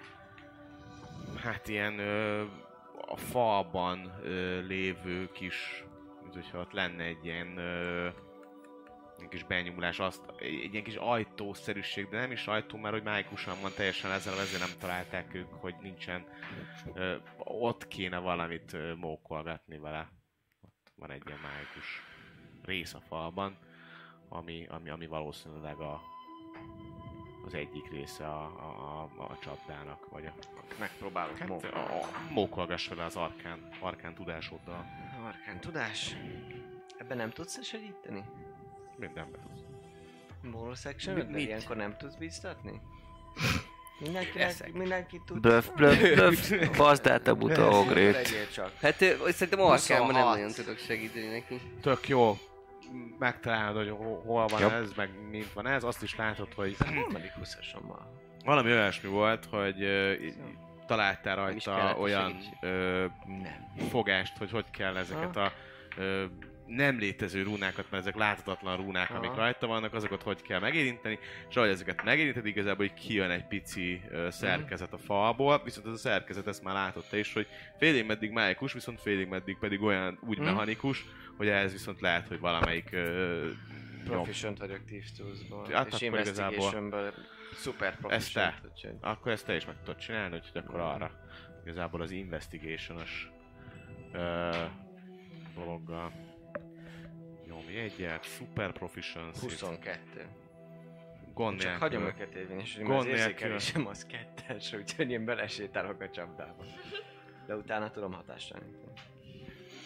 hát ilyen ö, a falban ö, lévő kis, mint hogyha ott lenne egy ilyen ö, egy kis benyúlás, azt, egy, egy ilyen kis ajtószerűség, de nem is ajtó, mert hogy mágikusan van teljesen ezzel, ezért nem találták ők, hogy nincsen, ö, ott kéne valamit ö, mókolgatni vele. Ott van egy ilyen mágikus rész a falban, ami, ami, ami valószínűleg a az egyik része a, a, a, a csapdának, vagy a... Megpróbálok Hát, mókolni. a, a, mókolgass vele az arkán, arkán tudásoddal. Arkán tudás. Ebben nem tudsz segíteni? Mindenben tudsz. Bonus Mi- action de mit? ilyenkor nem tudsz bíztatni? Mindenkinek, Eszek. mindenki tud. Bluff, bluff, bluff. Baszd át a buta ogrét. Legyél csak. Hát ö, szerintem arkánban nem huszonhat. nagyon tudok segíteni neki. Tök jó. Megtalálod, hogy ho- hol van Jobb. ez, meg mint van ez. Azt is látod, hogy A harmadik húszasommal. valami olyasmi volt, hogy ö, í- találtál Nem is rajta kellett a olyan segítség. ö, Nem. fogást, hogy hogy kell ezeket a ö, nem létező rúnákat, mert ezek láthatatlan rúnák, Aha. amik rajta vannak, azokat hogy kell megérinteni, és ahogy ezeket megérinted, igazából hogy kijön egy pici ö, szerkezet a falból, viszont ez a szerkezet, ezt már látod te is, hogy félig meddig mágikus, viszont félig meddig pedig olyan úgy Mhm. mechanikus, hogy ehhez viszont lehet, hogy valamelyik ö, nyom. Proficient vagyok Thieves Tools-ból. Hát és akkor Investigationből super Ezt te. proficient, úgyhogy... Akkor ezt te is meg tudod csinálni, úgyhogy akkor arra igazából az investigation-os ö, dologgal nyomj egyet, super proficiency, huszonkettő. gond Csak nélkül. hagyom őket érvényesülni, Gond mert az nélkül. érzékelésem az kettes, úgyhogy én belesétálok a csapdába. De utána tudom hatásra.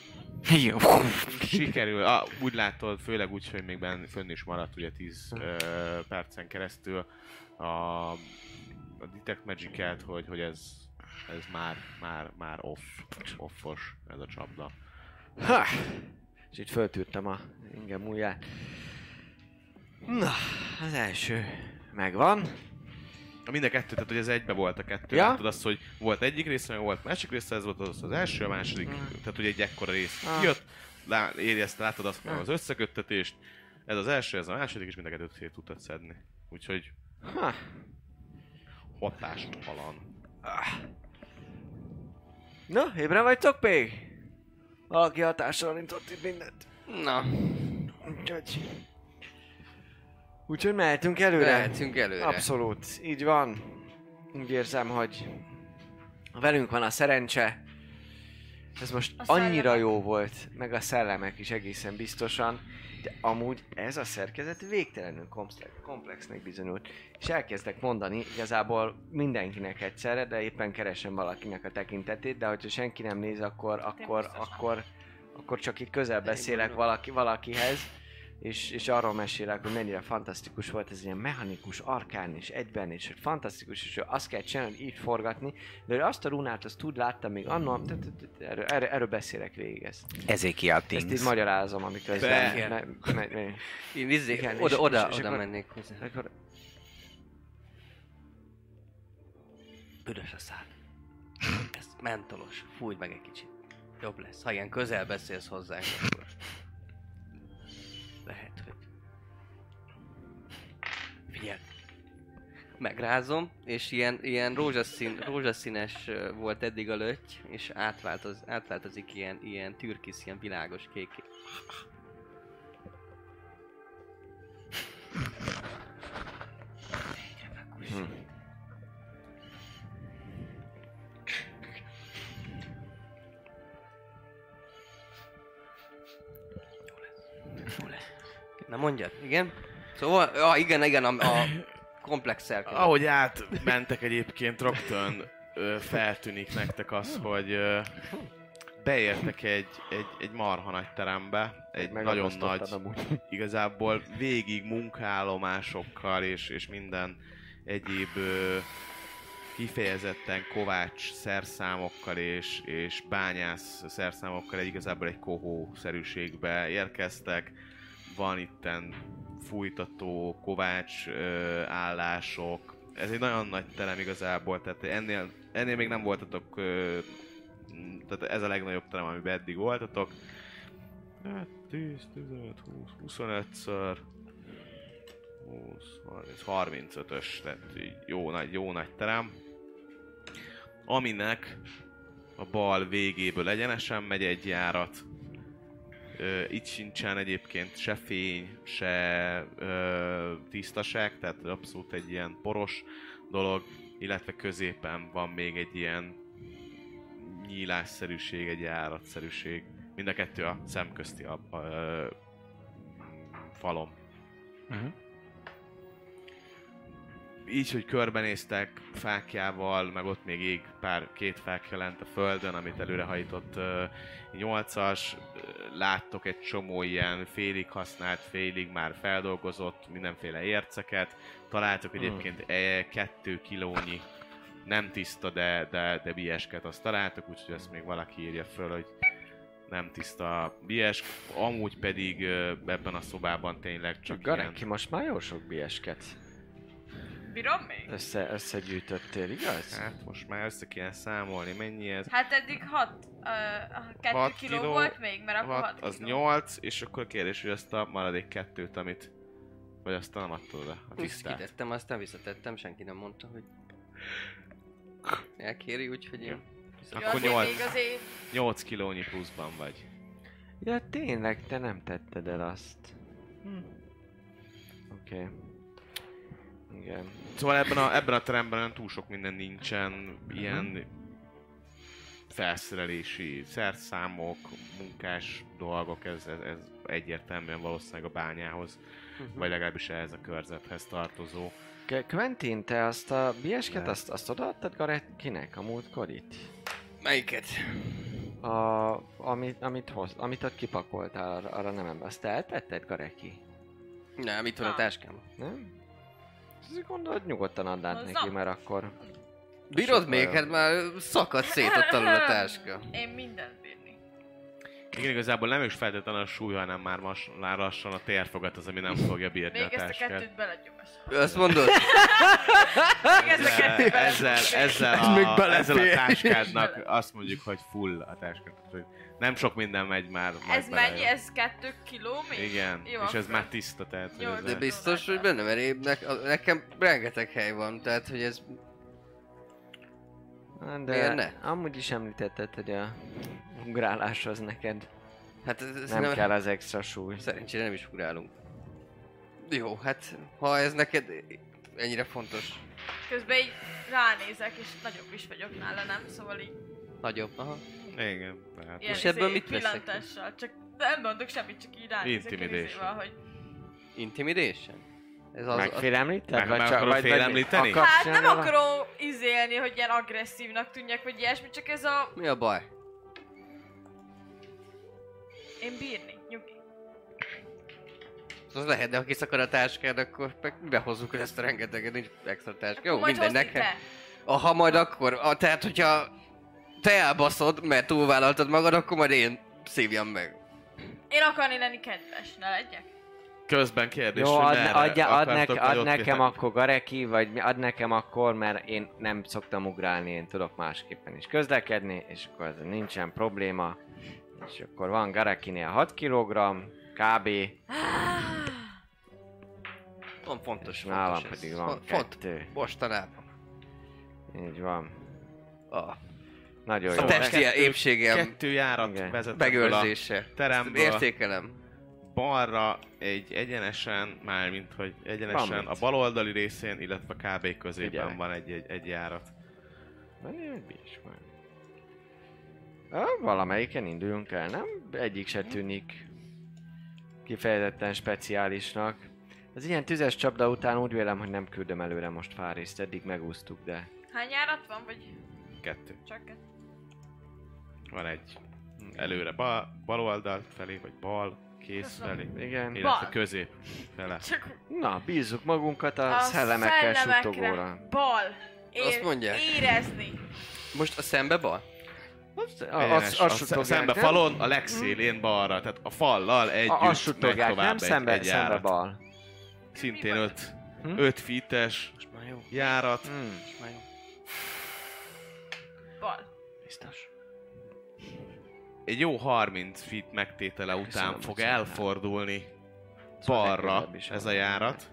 Jó. Sikerül, ah, úgy látod, főleg úgy, hogy még benn, fönn is maradt ugye tíz uh, percen keresztül a, a Detect Magic-et, hogy, hogy ez, ez már, már, már off, offos ez a csapda. Ha! És itt föltűrtem a ingem ujját. Na, az első megvan. Mind a kettő, tehát hogy ez egybe volt a kettő. Ja? Látod azt, hogy volt egyik része, meg volt másik része, ez volt az, az első, a második, Mm. tehát hogy egy ekkora rész Ah. jött, lá, érezte, látod azt Ah. az összeköttetést, ez az első, ez a második, és mind a kettőt szét tudtad szedni. Úgyhogy Ha. hatástalan. Na, ébren vagytok még? Valaki hatással rintott itt mindent. Na, Úgyhogy... Úgyhogy mehetünk előre. lehetünk előre. Abszolút, így van. Úgy érzem, hogy velünk van a szerencse. Ez most A annyira szellemek. jó volt, meg a szellemek is egészen biztosan, de amúgy ez a szerkezet végtelenül komplex, komplexnek bizonyult. És elkezdek mondani igazából mindenkinek egyszerre, de éppen keresem valakinek a tekintetét, de hogyha senki nem néz, akkor, akkor, akkor, akkor csak itt közel beszélek valaki, valakihez. És, és arról mesélek, hogy mennyire fantasztikus volt ez ilyen mechanikus, arkán és egyben, és hogy fantasztikus, és hogy azt kell csinálni, hogy így forgatni, de hogy azt a runát, azt tud láttam még anno, erről, erről, erről beszélek végig ezt. Ezekiel Ezt így Things. magyarázom, amiközben... Be- me, me, me, Én izé, Igen, oda, és- oda, és oda akkor- mennék hozzá. akkor, Büdös a szád. Ez mentolos. Fújj meg egy kicsit. Jobb lesz. Ha ilyen közel beszélsz hozzánk, akkor... Lehet, hogy... Figyelj! Megrázom, és ilyen, ilyen rózsaszín, rózsaszínes ö, volt eddig a lötty, és átváltoz, átváltozik ilyen, ilyen türkisz, ilyen világos kék. hm. Na mondjad, igen? Szóval, ja, igen, igen, a, a komplex szerkezet. Ahogy átmentek egyébként, rögtön ö, feltűnik nektek az, hogy ö, beértek egy, egy, egy marha nagy terembe, egy nagyon nagy, Megakasztottad amúgy. igazából végig munkállomásokkal és, és minden egyéb ö, kifejezetten kovács szerszámokkal és, és bányász szerszámokkal egy, igazából egy kohó-szerűségbe érkeztek. Van itten fújtató, kovács ö, állások. Ez egy nagyon nagy terem igazából, tehát ennél, ennél még nem voltatok, ö, tehát ez a legnagyobb terem, amiben eddig voltatok. Hát tíz, tizenöt, húsz, huszonötször, húsz, harminc, harmincötös, tehát így jó nagy, jó nagy terem. Aminek a bal végéből egyenesen megy egy járat. Ö, itt sincsen egyébként se fény, se ö, tisztaság, tehát abszolút egy ilyen poros dolog, illetve középen van még egy ilyen nyílásszerűség, egy járatszerűség. Mind a kettő a szemközti a, a, a falon. Uh-huh. Így, hogy körbenéztek fákjával, meg ott még ég pár, két fákja lent a földön, amit előrehajtott uh, nyolcas, láttok egy csomó ilyen félig használt, félig már feldolgozott mindenféle érceket, találtok egyébként e, kettő kilónyi nem tiszta, de, de, de biesket azt találtok, úgyhogy ezt még valaki írja föl, hogy nem tiszta biesk, amúgy pedig uh, ebben a szobában tényleg csak Gareki, ilyen... most már jó sok biesket Bírom még? össze, összegyűjtöttél, igaz? Hát most már össze kéne számolni, mennyi ez? Hát eddig hat, uh, kettő Hat kiló, kiló, volt még, mert akkor hat, hat, az kiló. nyolc, és akkor kérdés, hogy azt a maradék kettőt, amit... Vagy azt nem adtad oda, a Ezt tisztát. kitettem, aztán visszatettem, senki nem mondta, hogy elkéri, úgyhogy én... Ja, Akkor azért nyolc, még azért nyolc kilónyi pluszban vagy. Ja tényleg, te nem tetted el azt. Hm. Oké. Okay. Igen. Szóval ebben a, ebben a teremben olyan túl sok minden nincsen, ilyen felszerelési szerszámok, munkás dolgok, ez, ez, ez egyértelműen valószínűleg a bányához, Uh-huh. vagy legalábbis ehhez a körzethez tartozó. K- Quentin, te azt a biesket, De. azt, azt odaadtad Garekinek a múltkor itt? Melyiket? A, amit, amit, hoz, amit ott kipakoltál, arra, arra nem ember. Azt eltetted, Gareki? Nem, itt van a táskám. Nem? Ezt gondolod, nyugodtan adnád Hozzam? neki, mert akkor... Bírod Sokkal még? jobb. Hát már szakadt szét ott alul a táska. Én mindent bírni. Igen, igazából nem is feltétlenül a súly, hanem már, mas, már lassan a térfogat az, ami nem fogja bírni Még a ezt a táskát. kettőt belegyom ezt. Azt mondod? Még ezt a kettőt belegyom. Ezzel, ezzel, Ez még a, belefér. ezzel a táskádnak azt mondjuk, hogy full a táskát. Hogy nem sok minden megy már. majd Ez bele. mennyi? Ez kettő kiló még? Igen, Jó, és ez akkor- már tiszta, tehát... hogy Jó, ez de a- De biztos, hogy benne, mert én, ne, nekem rengeteg hely van, tehát hogy ez... De Miért ne? amúgy is említetted, hogy a ugrálás az neked Hát ez, ez nem kell az extra súly. Szerencsére nem is ugrálunk. Jó, hát ha ez neked ennyire fontos. Közben így ránézek, és nagyobb is vagyok nála, nem? Szóval így Nagyobb, aha. Igen, hát... ilyen És ebből izé, mit veszek? pillantással. Csak nem mondok semmit, csak így ránézek. Intimidation. izével, hogy... Intimidation? Ez az... Megfélemlíted? Meg- Vagy meg csak- akarod vagy- vagy- félemlíteni? akarsz Hát nem csinálni? akarom izélni, hogy ilyen agresszívnak tűnjek, vagy ilyesmi, csak ez a... Mi a baj? Én bírni, nyugi. Az lehet, de ha kiszakad a táskád, akkor meg behozzuk ezt a rengeteget, nincs extra táska. Akkor Jó, majd minden hozni nekem. te. Aha, majd akkor, a, tehát hogyha te elbaszod, mert túlvállaltad magad, akkor majd én szívjam meg. Én akarni lenni kedves, ne legyek? Közben kérdés, Jó, hogy ad, merre adja, ad, akartok nek, ad nagyot nekem kérni? akkor Gareki, vagy mi- ad nekem akkor, mert én nem szoktam ugrálni, én tudok másképpen is közlekedni, és akkor ez nincsen probléma. És akkor van Garekinél hat kilogramm, kb. Van fontos, És nálam fontos ez. pedig van Fo- font. kettő. Mostanában. Így van. A, Nagyon a jó. testi kettő- épségem Kettő járat Igen. vezet ebből a megőrzése. teremből. Értékelem. Balra egy egyenesen, mármint hogy egyenesen Van a mit. bal oldali részén, illetve kb. Középen Figyelj. van egy, egy, egy járat. Van egy is van. Ah, valamelyiken induljunk el, nem? Egyik se tűnik kifejezetten speciálisnak. Az ilyen tüzes csapda után úgy vélem, hogy nem küldöm előre most Fáriszt, eddig megúsztuk, de... Hány járat van, vagy Kettő. csak kettő? Van egy előre bal, bal oldal felé, vagy bal, kész Köszönöm. felé, Igen. illetve Bal. közép fele. Csak Na, bízzuk magunkat a, a szellemekkel szellemekre. suttogóra. Bal. Azt mondják. Érezni. Most a szembe bal? A, Egyenes, a, azt sz- suttogják, szembe nem? falon, a legszélén balra, tehát a fallal együtt A, azt megy suttogják, tovább nem egy, szembe, egy szembe járat. bal. Szintén öt, Hm? öt fites Most már jó. járat. Hmm. Most már jó. Bal. Biztos. Egy jó harminc feet megtétele után Köszönöm, fog hogy elfordulni Szóval balra legközelebb is ez a van. járat.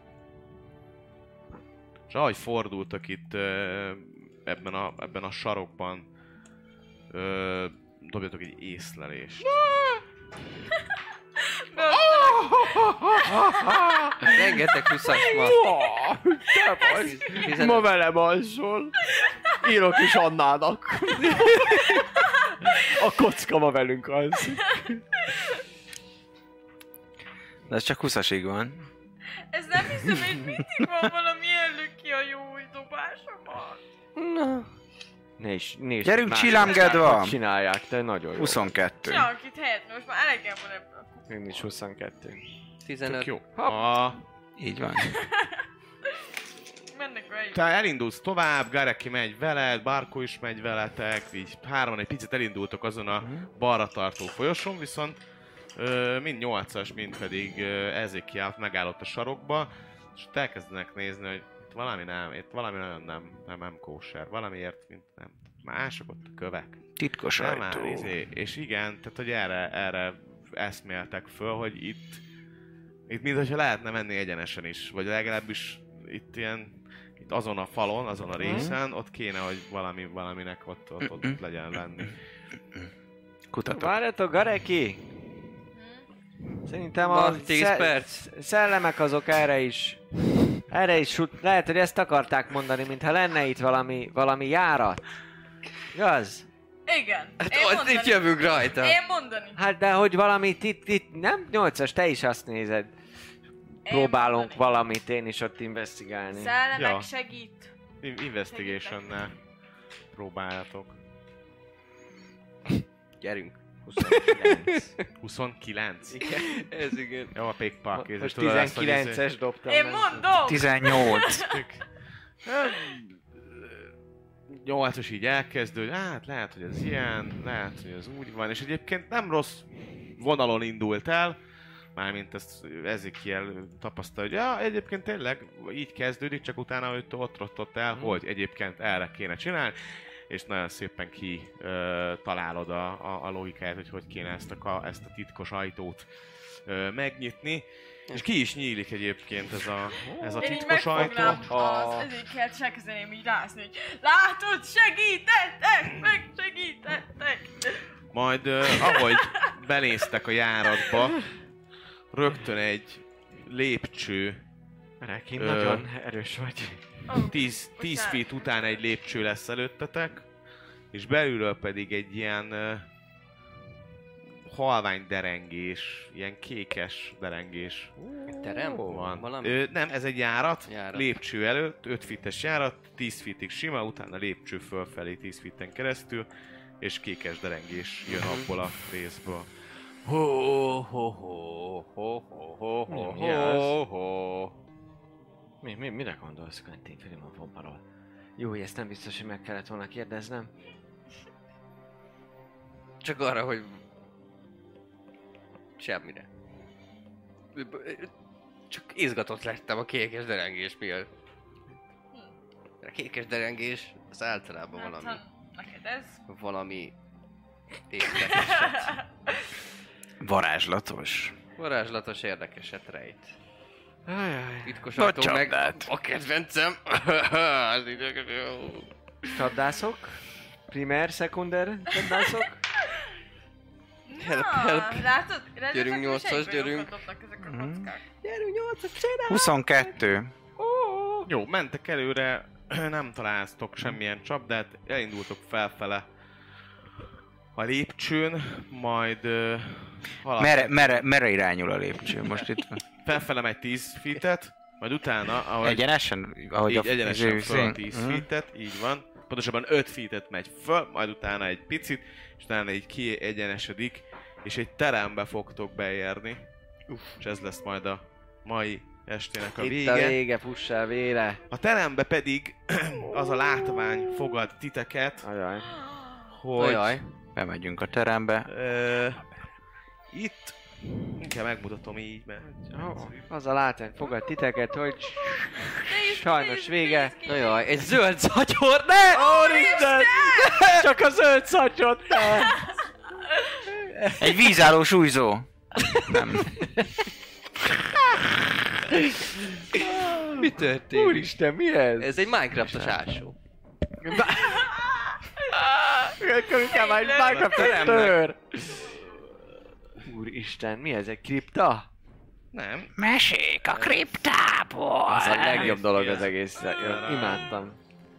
És ahogy fordultak itt ö, ebben a, ebben a sarokban, ö, dobjatok egy észlelést. Rengeteg huszas ma. Te vagy! Tizenegy. Ma velem alszol. Írok is Annának. A kocka ma velünk alszik. De ez csak huszasig van. Ez nem hiszem, hogy mindig van valami ellük ki a jó dobásomat. Na. Ne is, nézd, Gyerünk, más csillámgedva! játékot csinálják, te nagyon jó. huszonkettő. Csinálok itt helyet, mert most már elegem van ebből a kukából. Én is huszonkettő. Tök tizenöt. jó. Hopp. A, Így van. Mennek a helyük. te elindulsz tovább, Gareki megy veled, Barko is megy veletek, így hárman egy picit elindultok azon a balra tartó folyosón, viszont ö, mind nyolcas, mind pedig ö, Ezekiel megállott a sarokba, és ott elkezdenek nézni, hogy itt valami nem, itt valami nagyon nem, nem, nem kóser, valamiért, mint nem. Mások ott a kövek. Titkos Nem már, ajtó. izé, és igen, tehát hogy erre, erre eszméltek föl, hogy itt, itt mintha lehetne menni egyenesen is, vagy legalábbis itt ilyen, itt azon a falon, azon a részen, ott kéne, hogy valami, valaminek ott, ott, ott, ott legyen lenni. Kutatok. Várjatok, Gareki! Szerintem a Van tíz sze- perc. szellemek azok erre is. Erre is sut... Lehet, hogy ezt akarták mondani, mintha lenne itt valami, valami járat. Igaz? Igen. Hát Én ott mondani. itt jövünk rajta. Én mondani. Hát de hogy valamit itt, itt nem? Nyolcas, te is azt nézed. Próbálunk mondani. valamit én is ott investigálni. Szellemek Ja. segít. In- Investigation-nel próbáljatok. Gyerünk. huszonkilenc. huszonkilenc. Igen, ez igen. Jó, a pickpocket. Most tizenkilences dobtam. Én meg. mondom! tizennyolc. nyolcas így elkezdő, hogy hát lehet, hogy ez ilyen, lehet, hogy ez úgy van, és egyébként nem rossz vonalon indult el, mármint ezt Ezekiel tapasztalja, hogy ja, egyébként tényleg így kezdődik, csak utána hogy ott rottott el, mm. hogy egyébként erre kéne csinálni, és nagyon szépen ki ö, találod a, a, a logikáját, hogy hogy kéne ezt a, ezt a titkos ajtót ö, megnyitni. És ki is nyílik egyébként ez a, ez a Én így titkos ajtó. megfognám az ezéket, se kezdeném így rászni, hogy látod, segítettek, meg segítettek. Majd uh, ahogy benéztek a járatba, rögtön egy lépcső, Rekin, Ö, nagyon erős vagy. tíz, tíz feet után egy lépcső lesz előttetek, és belülről pedig egy ilyen uh, halvány derengés, ilyen kékes derengés Terem? van. Valami? Ö, nem, ez egy járat, Járat. lépcső előtt, öt feet-es járat, tíz feetig sima, utána lépcső fölfelé tíz feet-en keresztül, és kékes derengés jön abból a részből. Ho, ho, ho, ho, ho, ho, ho, Mi az? ho, ho. Mi, mi, mire gondolsz, Quentin Filimon Fomparról? Jó, hogy ezt nem biztos, hogy meg kellett volna kérdeznem. Csak arra, hogy... Semmire. Csak izgatott lettem a kékes derengés miatt. A kékes derengés az általában Hát, valami... ha neked ez... Valami... Érdekeset. Varázslatos. Varázslatos érdekeset rejt. Ajaj. Titkos Nagy ajtó meg csapdát. a kedvencem. Az ideges jó. Csapdászok? Primer, szekunder csapdászok? Help, Na, help. látod? Rendben, Gyerünk, akkor nyolcas, sejtből gyerünk. jókat dobnak ezek a kockák. Gyerünk, nyolcat csinál! huszonkettő. Jó, mentek előre, nem találtok semmilyen csapdát, elindultok felfele a lépcsőn, majd uh, halad, Merre, merre, merre irányul a lépcső? Most itt felfele megy tíz feet-et, majd utána, ahogy egyenesen? Ahogy így a egyenesen izé- föl tíz Mhm. feet-et, így van. Pontosabban öt feet-et megy föl, majd utána egy picit, és utána így kiegyenesedik, és egy terembe fogtok beérni. És ez lesz majd a mai estének a Itt vége. a vége, fussál vére! A terembe pedig az a látvány fogad titeket, Ajaj. hogy Ajaj. Bemegyünk a terembe. ö, itt inkább megmutatom így, mert Oh, az a látvány fogad titeket, hogy Nézd, sajnos nézd, vége. nézd ki! Ajaj, egy zöld szatyor, ne! Úristen! Csak a zöld szattyot, te! Egy vízálló súlyzó. Nem. Mi történt? Úristen, mi ez? Ez egy Minecraftos ásó. Inkább már egy Minecraft tör! Úristen, mi ez? Egy kripta? nem. Mesék a kriptából. Az a legjobb dolog az egész. Imádtam.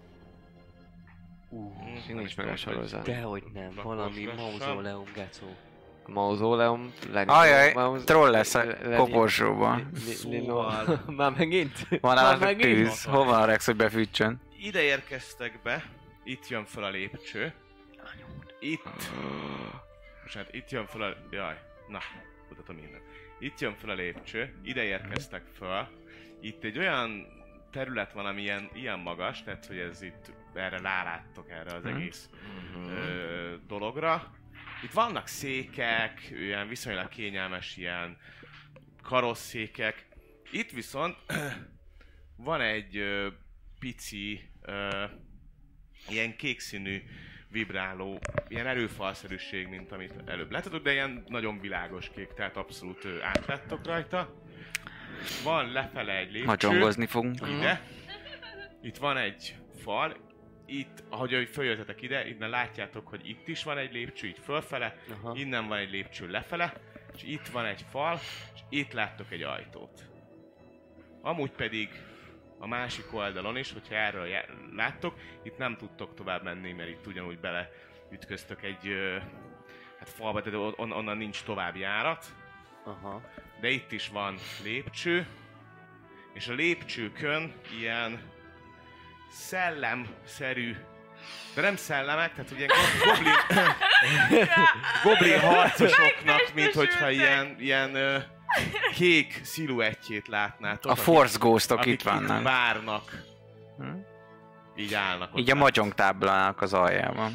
Uh, Nincs meg a sorozat. Dehogy nem, valami Lassan. mauzóleum, gecó. Mauzóleum, legnagyobb Ajaj, mauz- troll lesz a le- le- koporsóban. li- li- Szóval- lino- Már megint? Van Már nálatok megint? tűz. Hol van a Rex, hogy befűtsön? Ide érkeztek be, itt jön fel a lépcső. Itt... Bocsánat, itt jön fel a... Jaj, na, mutatom innen. Itt jön fel a lépcső, ide érkeztek fel. Itt egy olyan terület van, ami ilyen, ilyen magas, tehát hogy ez itt, erre ráláttok erre az egész ö, dologra. Itt vannak székek, ilyen viszonylag kényelmes ilyen karosszékek. Itt viszont van egy ö, pici, ö, ilyen kékszínű vibráló, ilyen erőfalszerűség, mint amit előbb láttatok, de ilyen nagyon világos kék, tehát abszolút ö, átláttok rajta. Van lefele egy lépcső. Hacsongozni fogunk. Ide. Itt van egy fal. Itt, ahogy följöttetek ide, innen látjátok, hogy itt is van egy lépcső, így fölfele. Aha. Innen van egy lépcső lefele. És itt van egy fal, és itt láttok egy ajtót. Amúgy pedig a másik oldalon is, hogyha erről já- láttok, itt nem tudtok tovább menni, mert itt ugyanúgy bele ütköztök egy ö, hát falba, de on- onnan nincs tovább járat. Aha. De itt is van lépcső, és a lépcsőkön ilyen szellemszerű De nem szellemek, tehát ugye goblin, goblin harcosoknak, mint hogyha ilyen, ilyen uh, kék sziluettjét látnátok. A Force Ghostok itt vannak. vannak. Várnak. Hm? Így állnak. Így a mahjong táblának az aljában.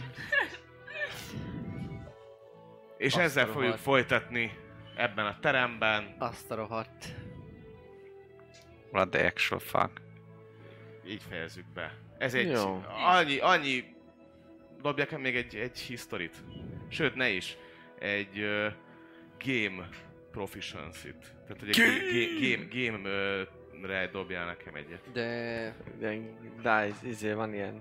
És Azt ezzel a fogjuk rohadt. folytatni ebben a teremben. Azt a rohadt. What the actual fuck. Így fejezzük be. Ez egy... Jó. Annyi, annyi... Dobjak el még egy, egy historit. Sőt, ne is. Egy uh, game proficiency-t. Tehát, hogy egy game, game, game-re dobjál nekem egyet. De... De, de izé van ilyen...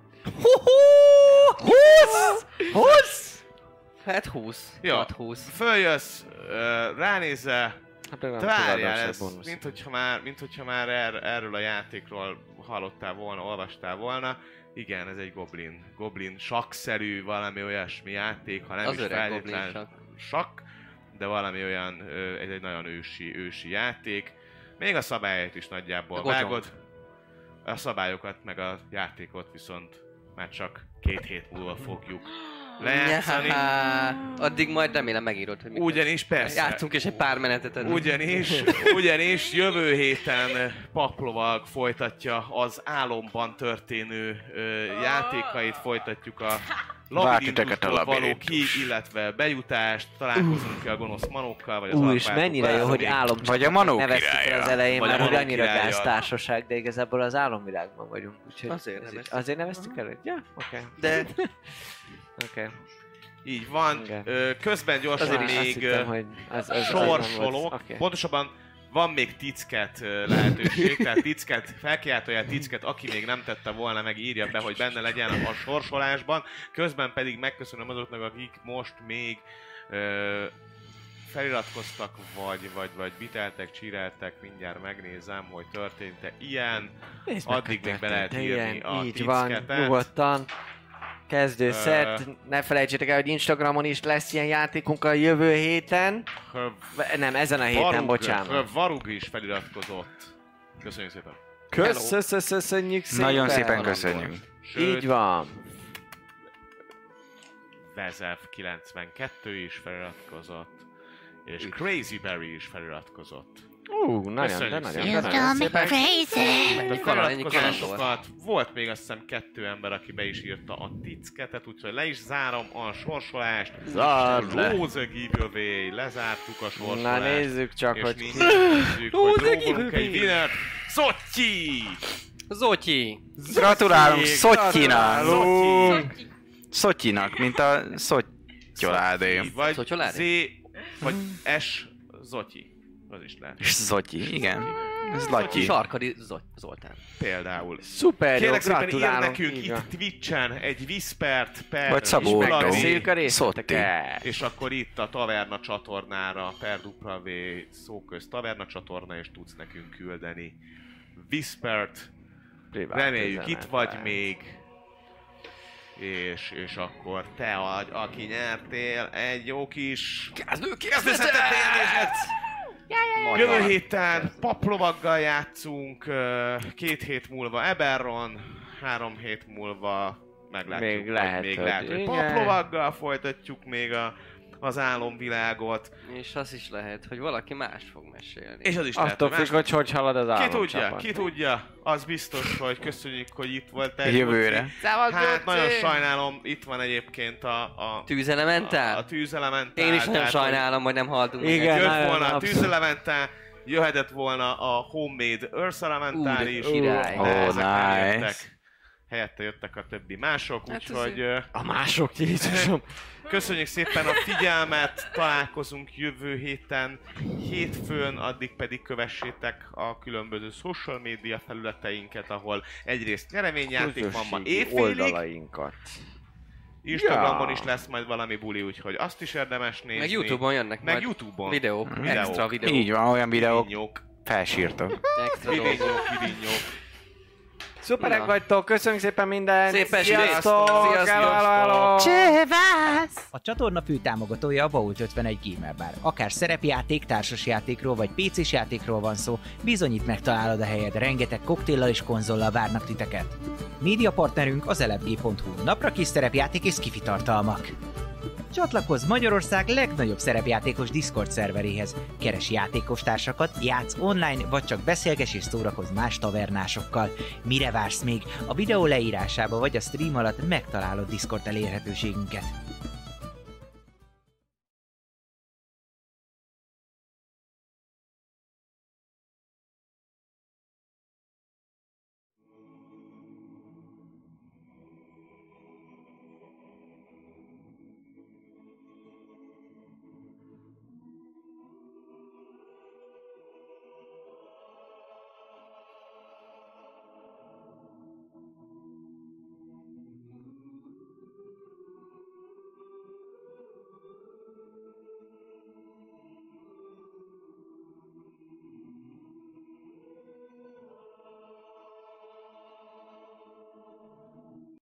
húsz! húsz! Hát húsz. Ja. hat húsz. Följössz, uh, ránézel, Hát meg nem te várjál, tudod, ez, se bónusz. mint hogyha már, mint hogyha már er, erről a játékról hallottál volna, olvastál volna. Igen, ez egy goblin, goblin sakszerű, valami olyasmi játék, ha nem Az is öreg goblin feltétlen sakk. sakk, de valami olyan, ö, ez egy nagyon ősi, ősi játék. Még a szabályait is nagyjából A gotyong. vágod. A szabályokat meg a játékot viszont már csak két hét múlva fogjuk lejátszani. Nyá, addig majd remélem megírod, hogy mikor Ugyanis persze. játszunk és egy pár menetet addig. Ugyanis, ugyanis jövő héten Paplovag folytatja az álomban történő ö, játékait, folytatjuk a Vártiteket a labirintustól való labirintus. ki, illetve bejutást, találkozunk ki a gonosz manókkal, vagy az Ú, és albátokkal. mennyire jó, hogy álom Vagy a Manó neveztük el királya. az elején, Vagy a mert hogy Manó annyira királya. gáztársaság, de igazából az álomvilágban vagyunk. Úgyhogy Azért ez- neveztük. Azért neveztük el? Ja, oké. De Oké. Így van. Igen. Ö, közben gyorsan Azért is azt még hittem, ö, hogy az, az, az sorsolok. Oké. Pontosabban van még ticket ö, lehetőség, tehát ticket, felkiáltóját ticket, aki még nem tette volna, meg írja be, hogy benne legyen a sorsolásban. Közben pedig megköszönöm azoknak, akik most még ö, feliratkoztak, vagy, vagy, vagy biteltek, csíreltek, mindjárt megnézem, hogy történt-e ilyen. Nézd meg, Addig hogy még be lehet történt írni ilyen. a Így van, ticketet. nyugodtan. Kezdő Ö, szett, ne felejtsétek el, hogy Instagramon is lesz ilyen játékunk a jövő héten. V- Nem, ezen a héten, Varug, bocsánat. Varug is feliratkozott. Köszönjük szépen. Köszönjük szépen! Nagyon szépen Varugról. köszönjük. Sőt, Így van. Vezev kilencvenkettő is feliratkozott. És Crazy Berry is feliratkozott. Ú, nagyon, Köszönjük de nagyon, szépen. de nagyon szépen. A Karol, ennyi feliratkozásokat. Volt még azt hiszem kettő ember, aki be is írta a ticketet, úgyhogy le is zárom a sorsolást. Zárd le. Lose a giveaway, lezártuk a sorsolást. Na nézzük csak, és hogy mindjárt nézzük, hogy Lose a drogolunk egy giveaway. winnert. Szotyi! Zotyi! Gratulálunk Szotyinak! Szotyi! Szotyinak, mint a szottyoládé. Vagy Szottyoládé? Z, vagy S, Zotyi. Az is lehet. És Szotyi, igen. Ez Zotyi Latyi. Sarkadi Zot- Zoltán. Például. Szuper jó, Kérlek szépen ír gratulálunk. nekünk így van. itt Twitchen egy Whispert per Vagy Szabó dupla Echo. V, Megbeszéljük a Szotti. részleteket. és akkor itt a Taverna csatornára per dupla V szóköz Taverna csatorna, és tudsz nekünk küldeni Whispert. Privát Reméljük üzenet. itt vagy még. És, és akkor te vagy, aki nyertél egy jó kis kezdőszettet élményt! Jövő héten paplovaggal játszunk, ö, két hét múlva Eberron, három hét múlva meglátjuk, Még hogy lehet, még hogy lehet, hogy igen. paplovaggal folytatjuk még a, az álomvilágot, És az is lehet, hogy valaki más fog mesélni. és az is lehet, Attól hogy függ, más... hogy hogy halad az Ki álom tudja, csapat. ki tudja, az biztos, hogy köszönjük, hogy itt voltál. Jövőre. Hát nagyon sajnálom, itt van egyébként a, a, Tűzelementál? a, a tűzelementál. Én is nagyon tehát, hogy sajnálom, hogy nem haltunk meg. Igen. Jött nagyon volna a abszolút. tűzelementál, jöhetett volna a homemade Earth Elemental Ú, de is, király. de Ó, ezek nem nice. jöttek. Helyette jöttek a többi mások, Hát úgyhogy ö, A mások, Jézusom. köszönjük szépen a figyelmet, találkozunk jövő héten, hétfőn, addig pedig kövessétek a különböző social media felületeinket, ahol egyrészt nyereményjáték van ma Közösségi éjfélig, oldalainkat. Instagramon Ja. is lesz majd valami buli, úgyhogy azt is érdemes nézni. Meg Youtube-on jönnek Meg majd Youtube-on. videók, Videók. extra videók, Így van, olyan videók Vidínyók, felsírtok. extra dolgok. vidínyók, vidínyók. Szuperek Na. vagytok, köszönjük szépen mindent! Szép estét! Sziasztok! Sziasztok! Hello, hello, hello. A csatorna fő támogatója a Vault ötvenegy Gamer Bar. Akár szerepjáték, társasjátékról vagy pé cés játékról van szó, bizonyít megtalálod a helyed, rengeteg koktéllal és konzollal várnak titeket. Média partnerünk az elefg pont hu, napra kis szerepjáték és skifi tartalmak. Csatlakozz Magyarország legnagyobb szerepjátékos Discord szerveréhez. Keres játékostársakat, játsz online, vagy csak beszélges és szórakozz más tavernásokkal. Mire vársz még? A videó leírásába vagy a stream alatt megtalálod Discord elérhetőségünket.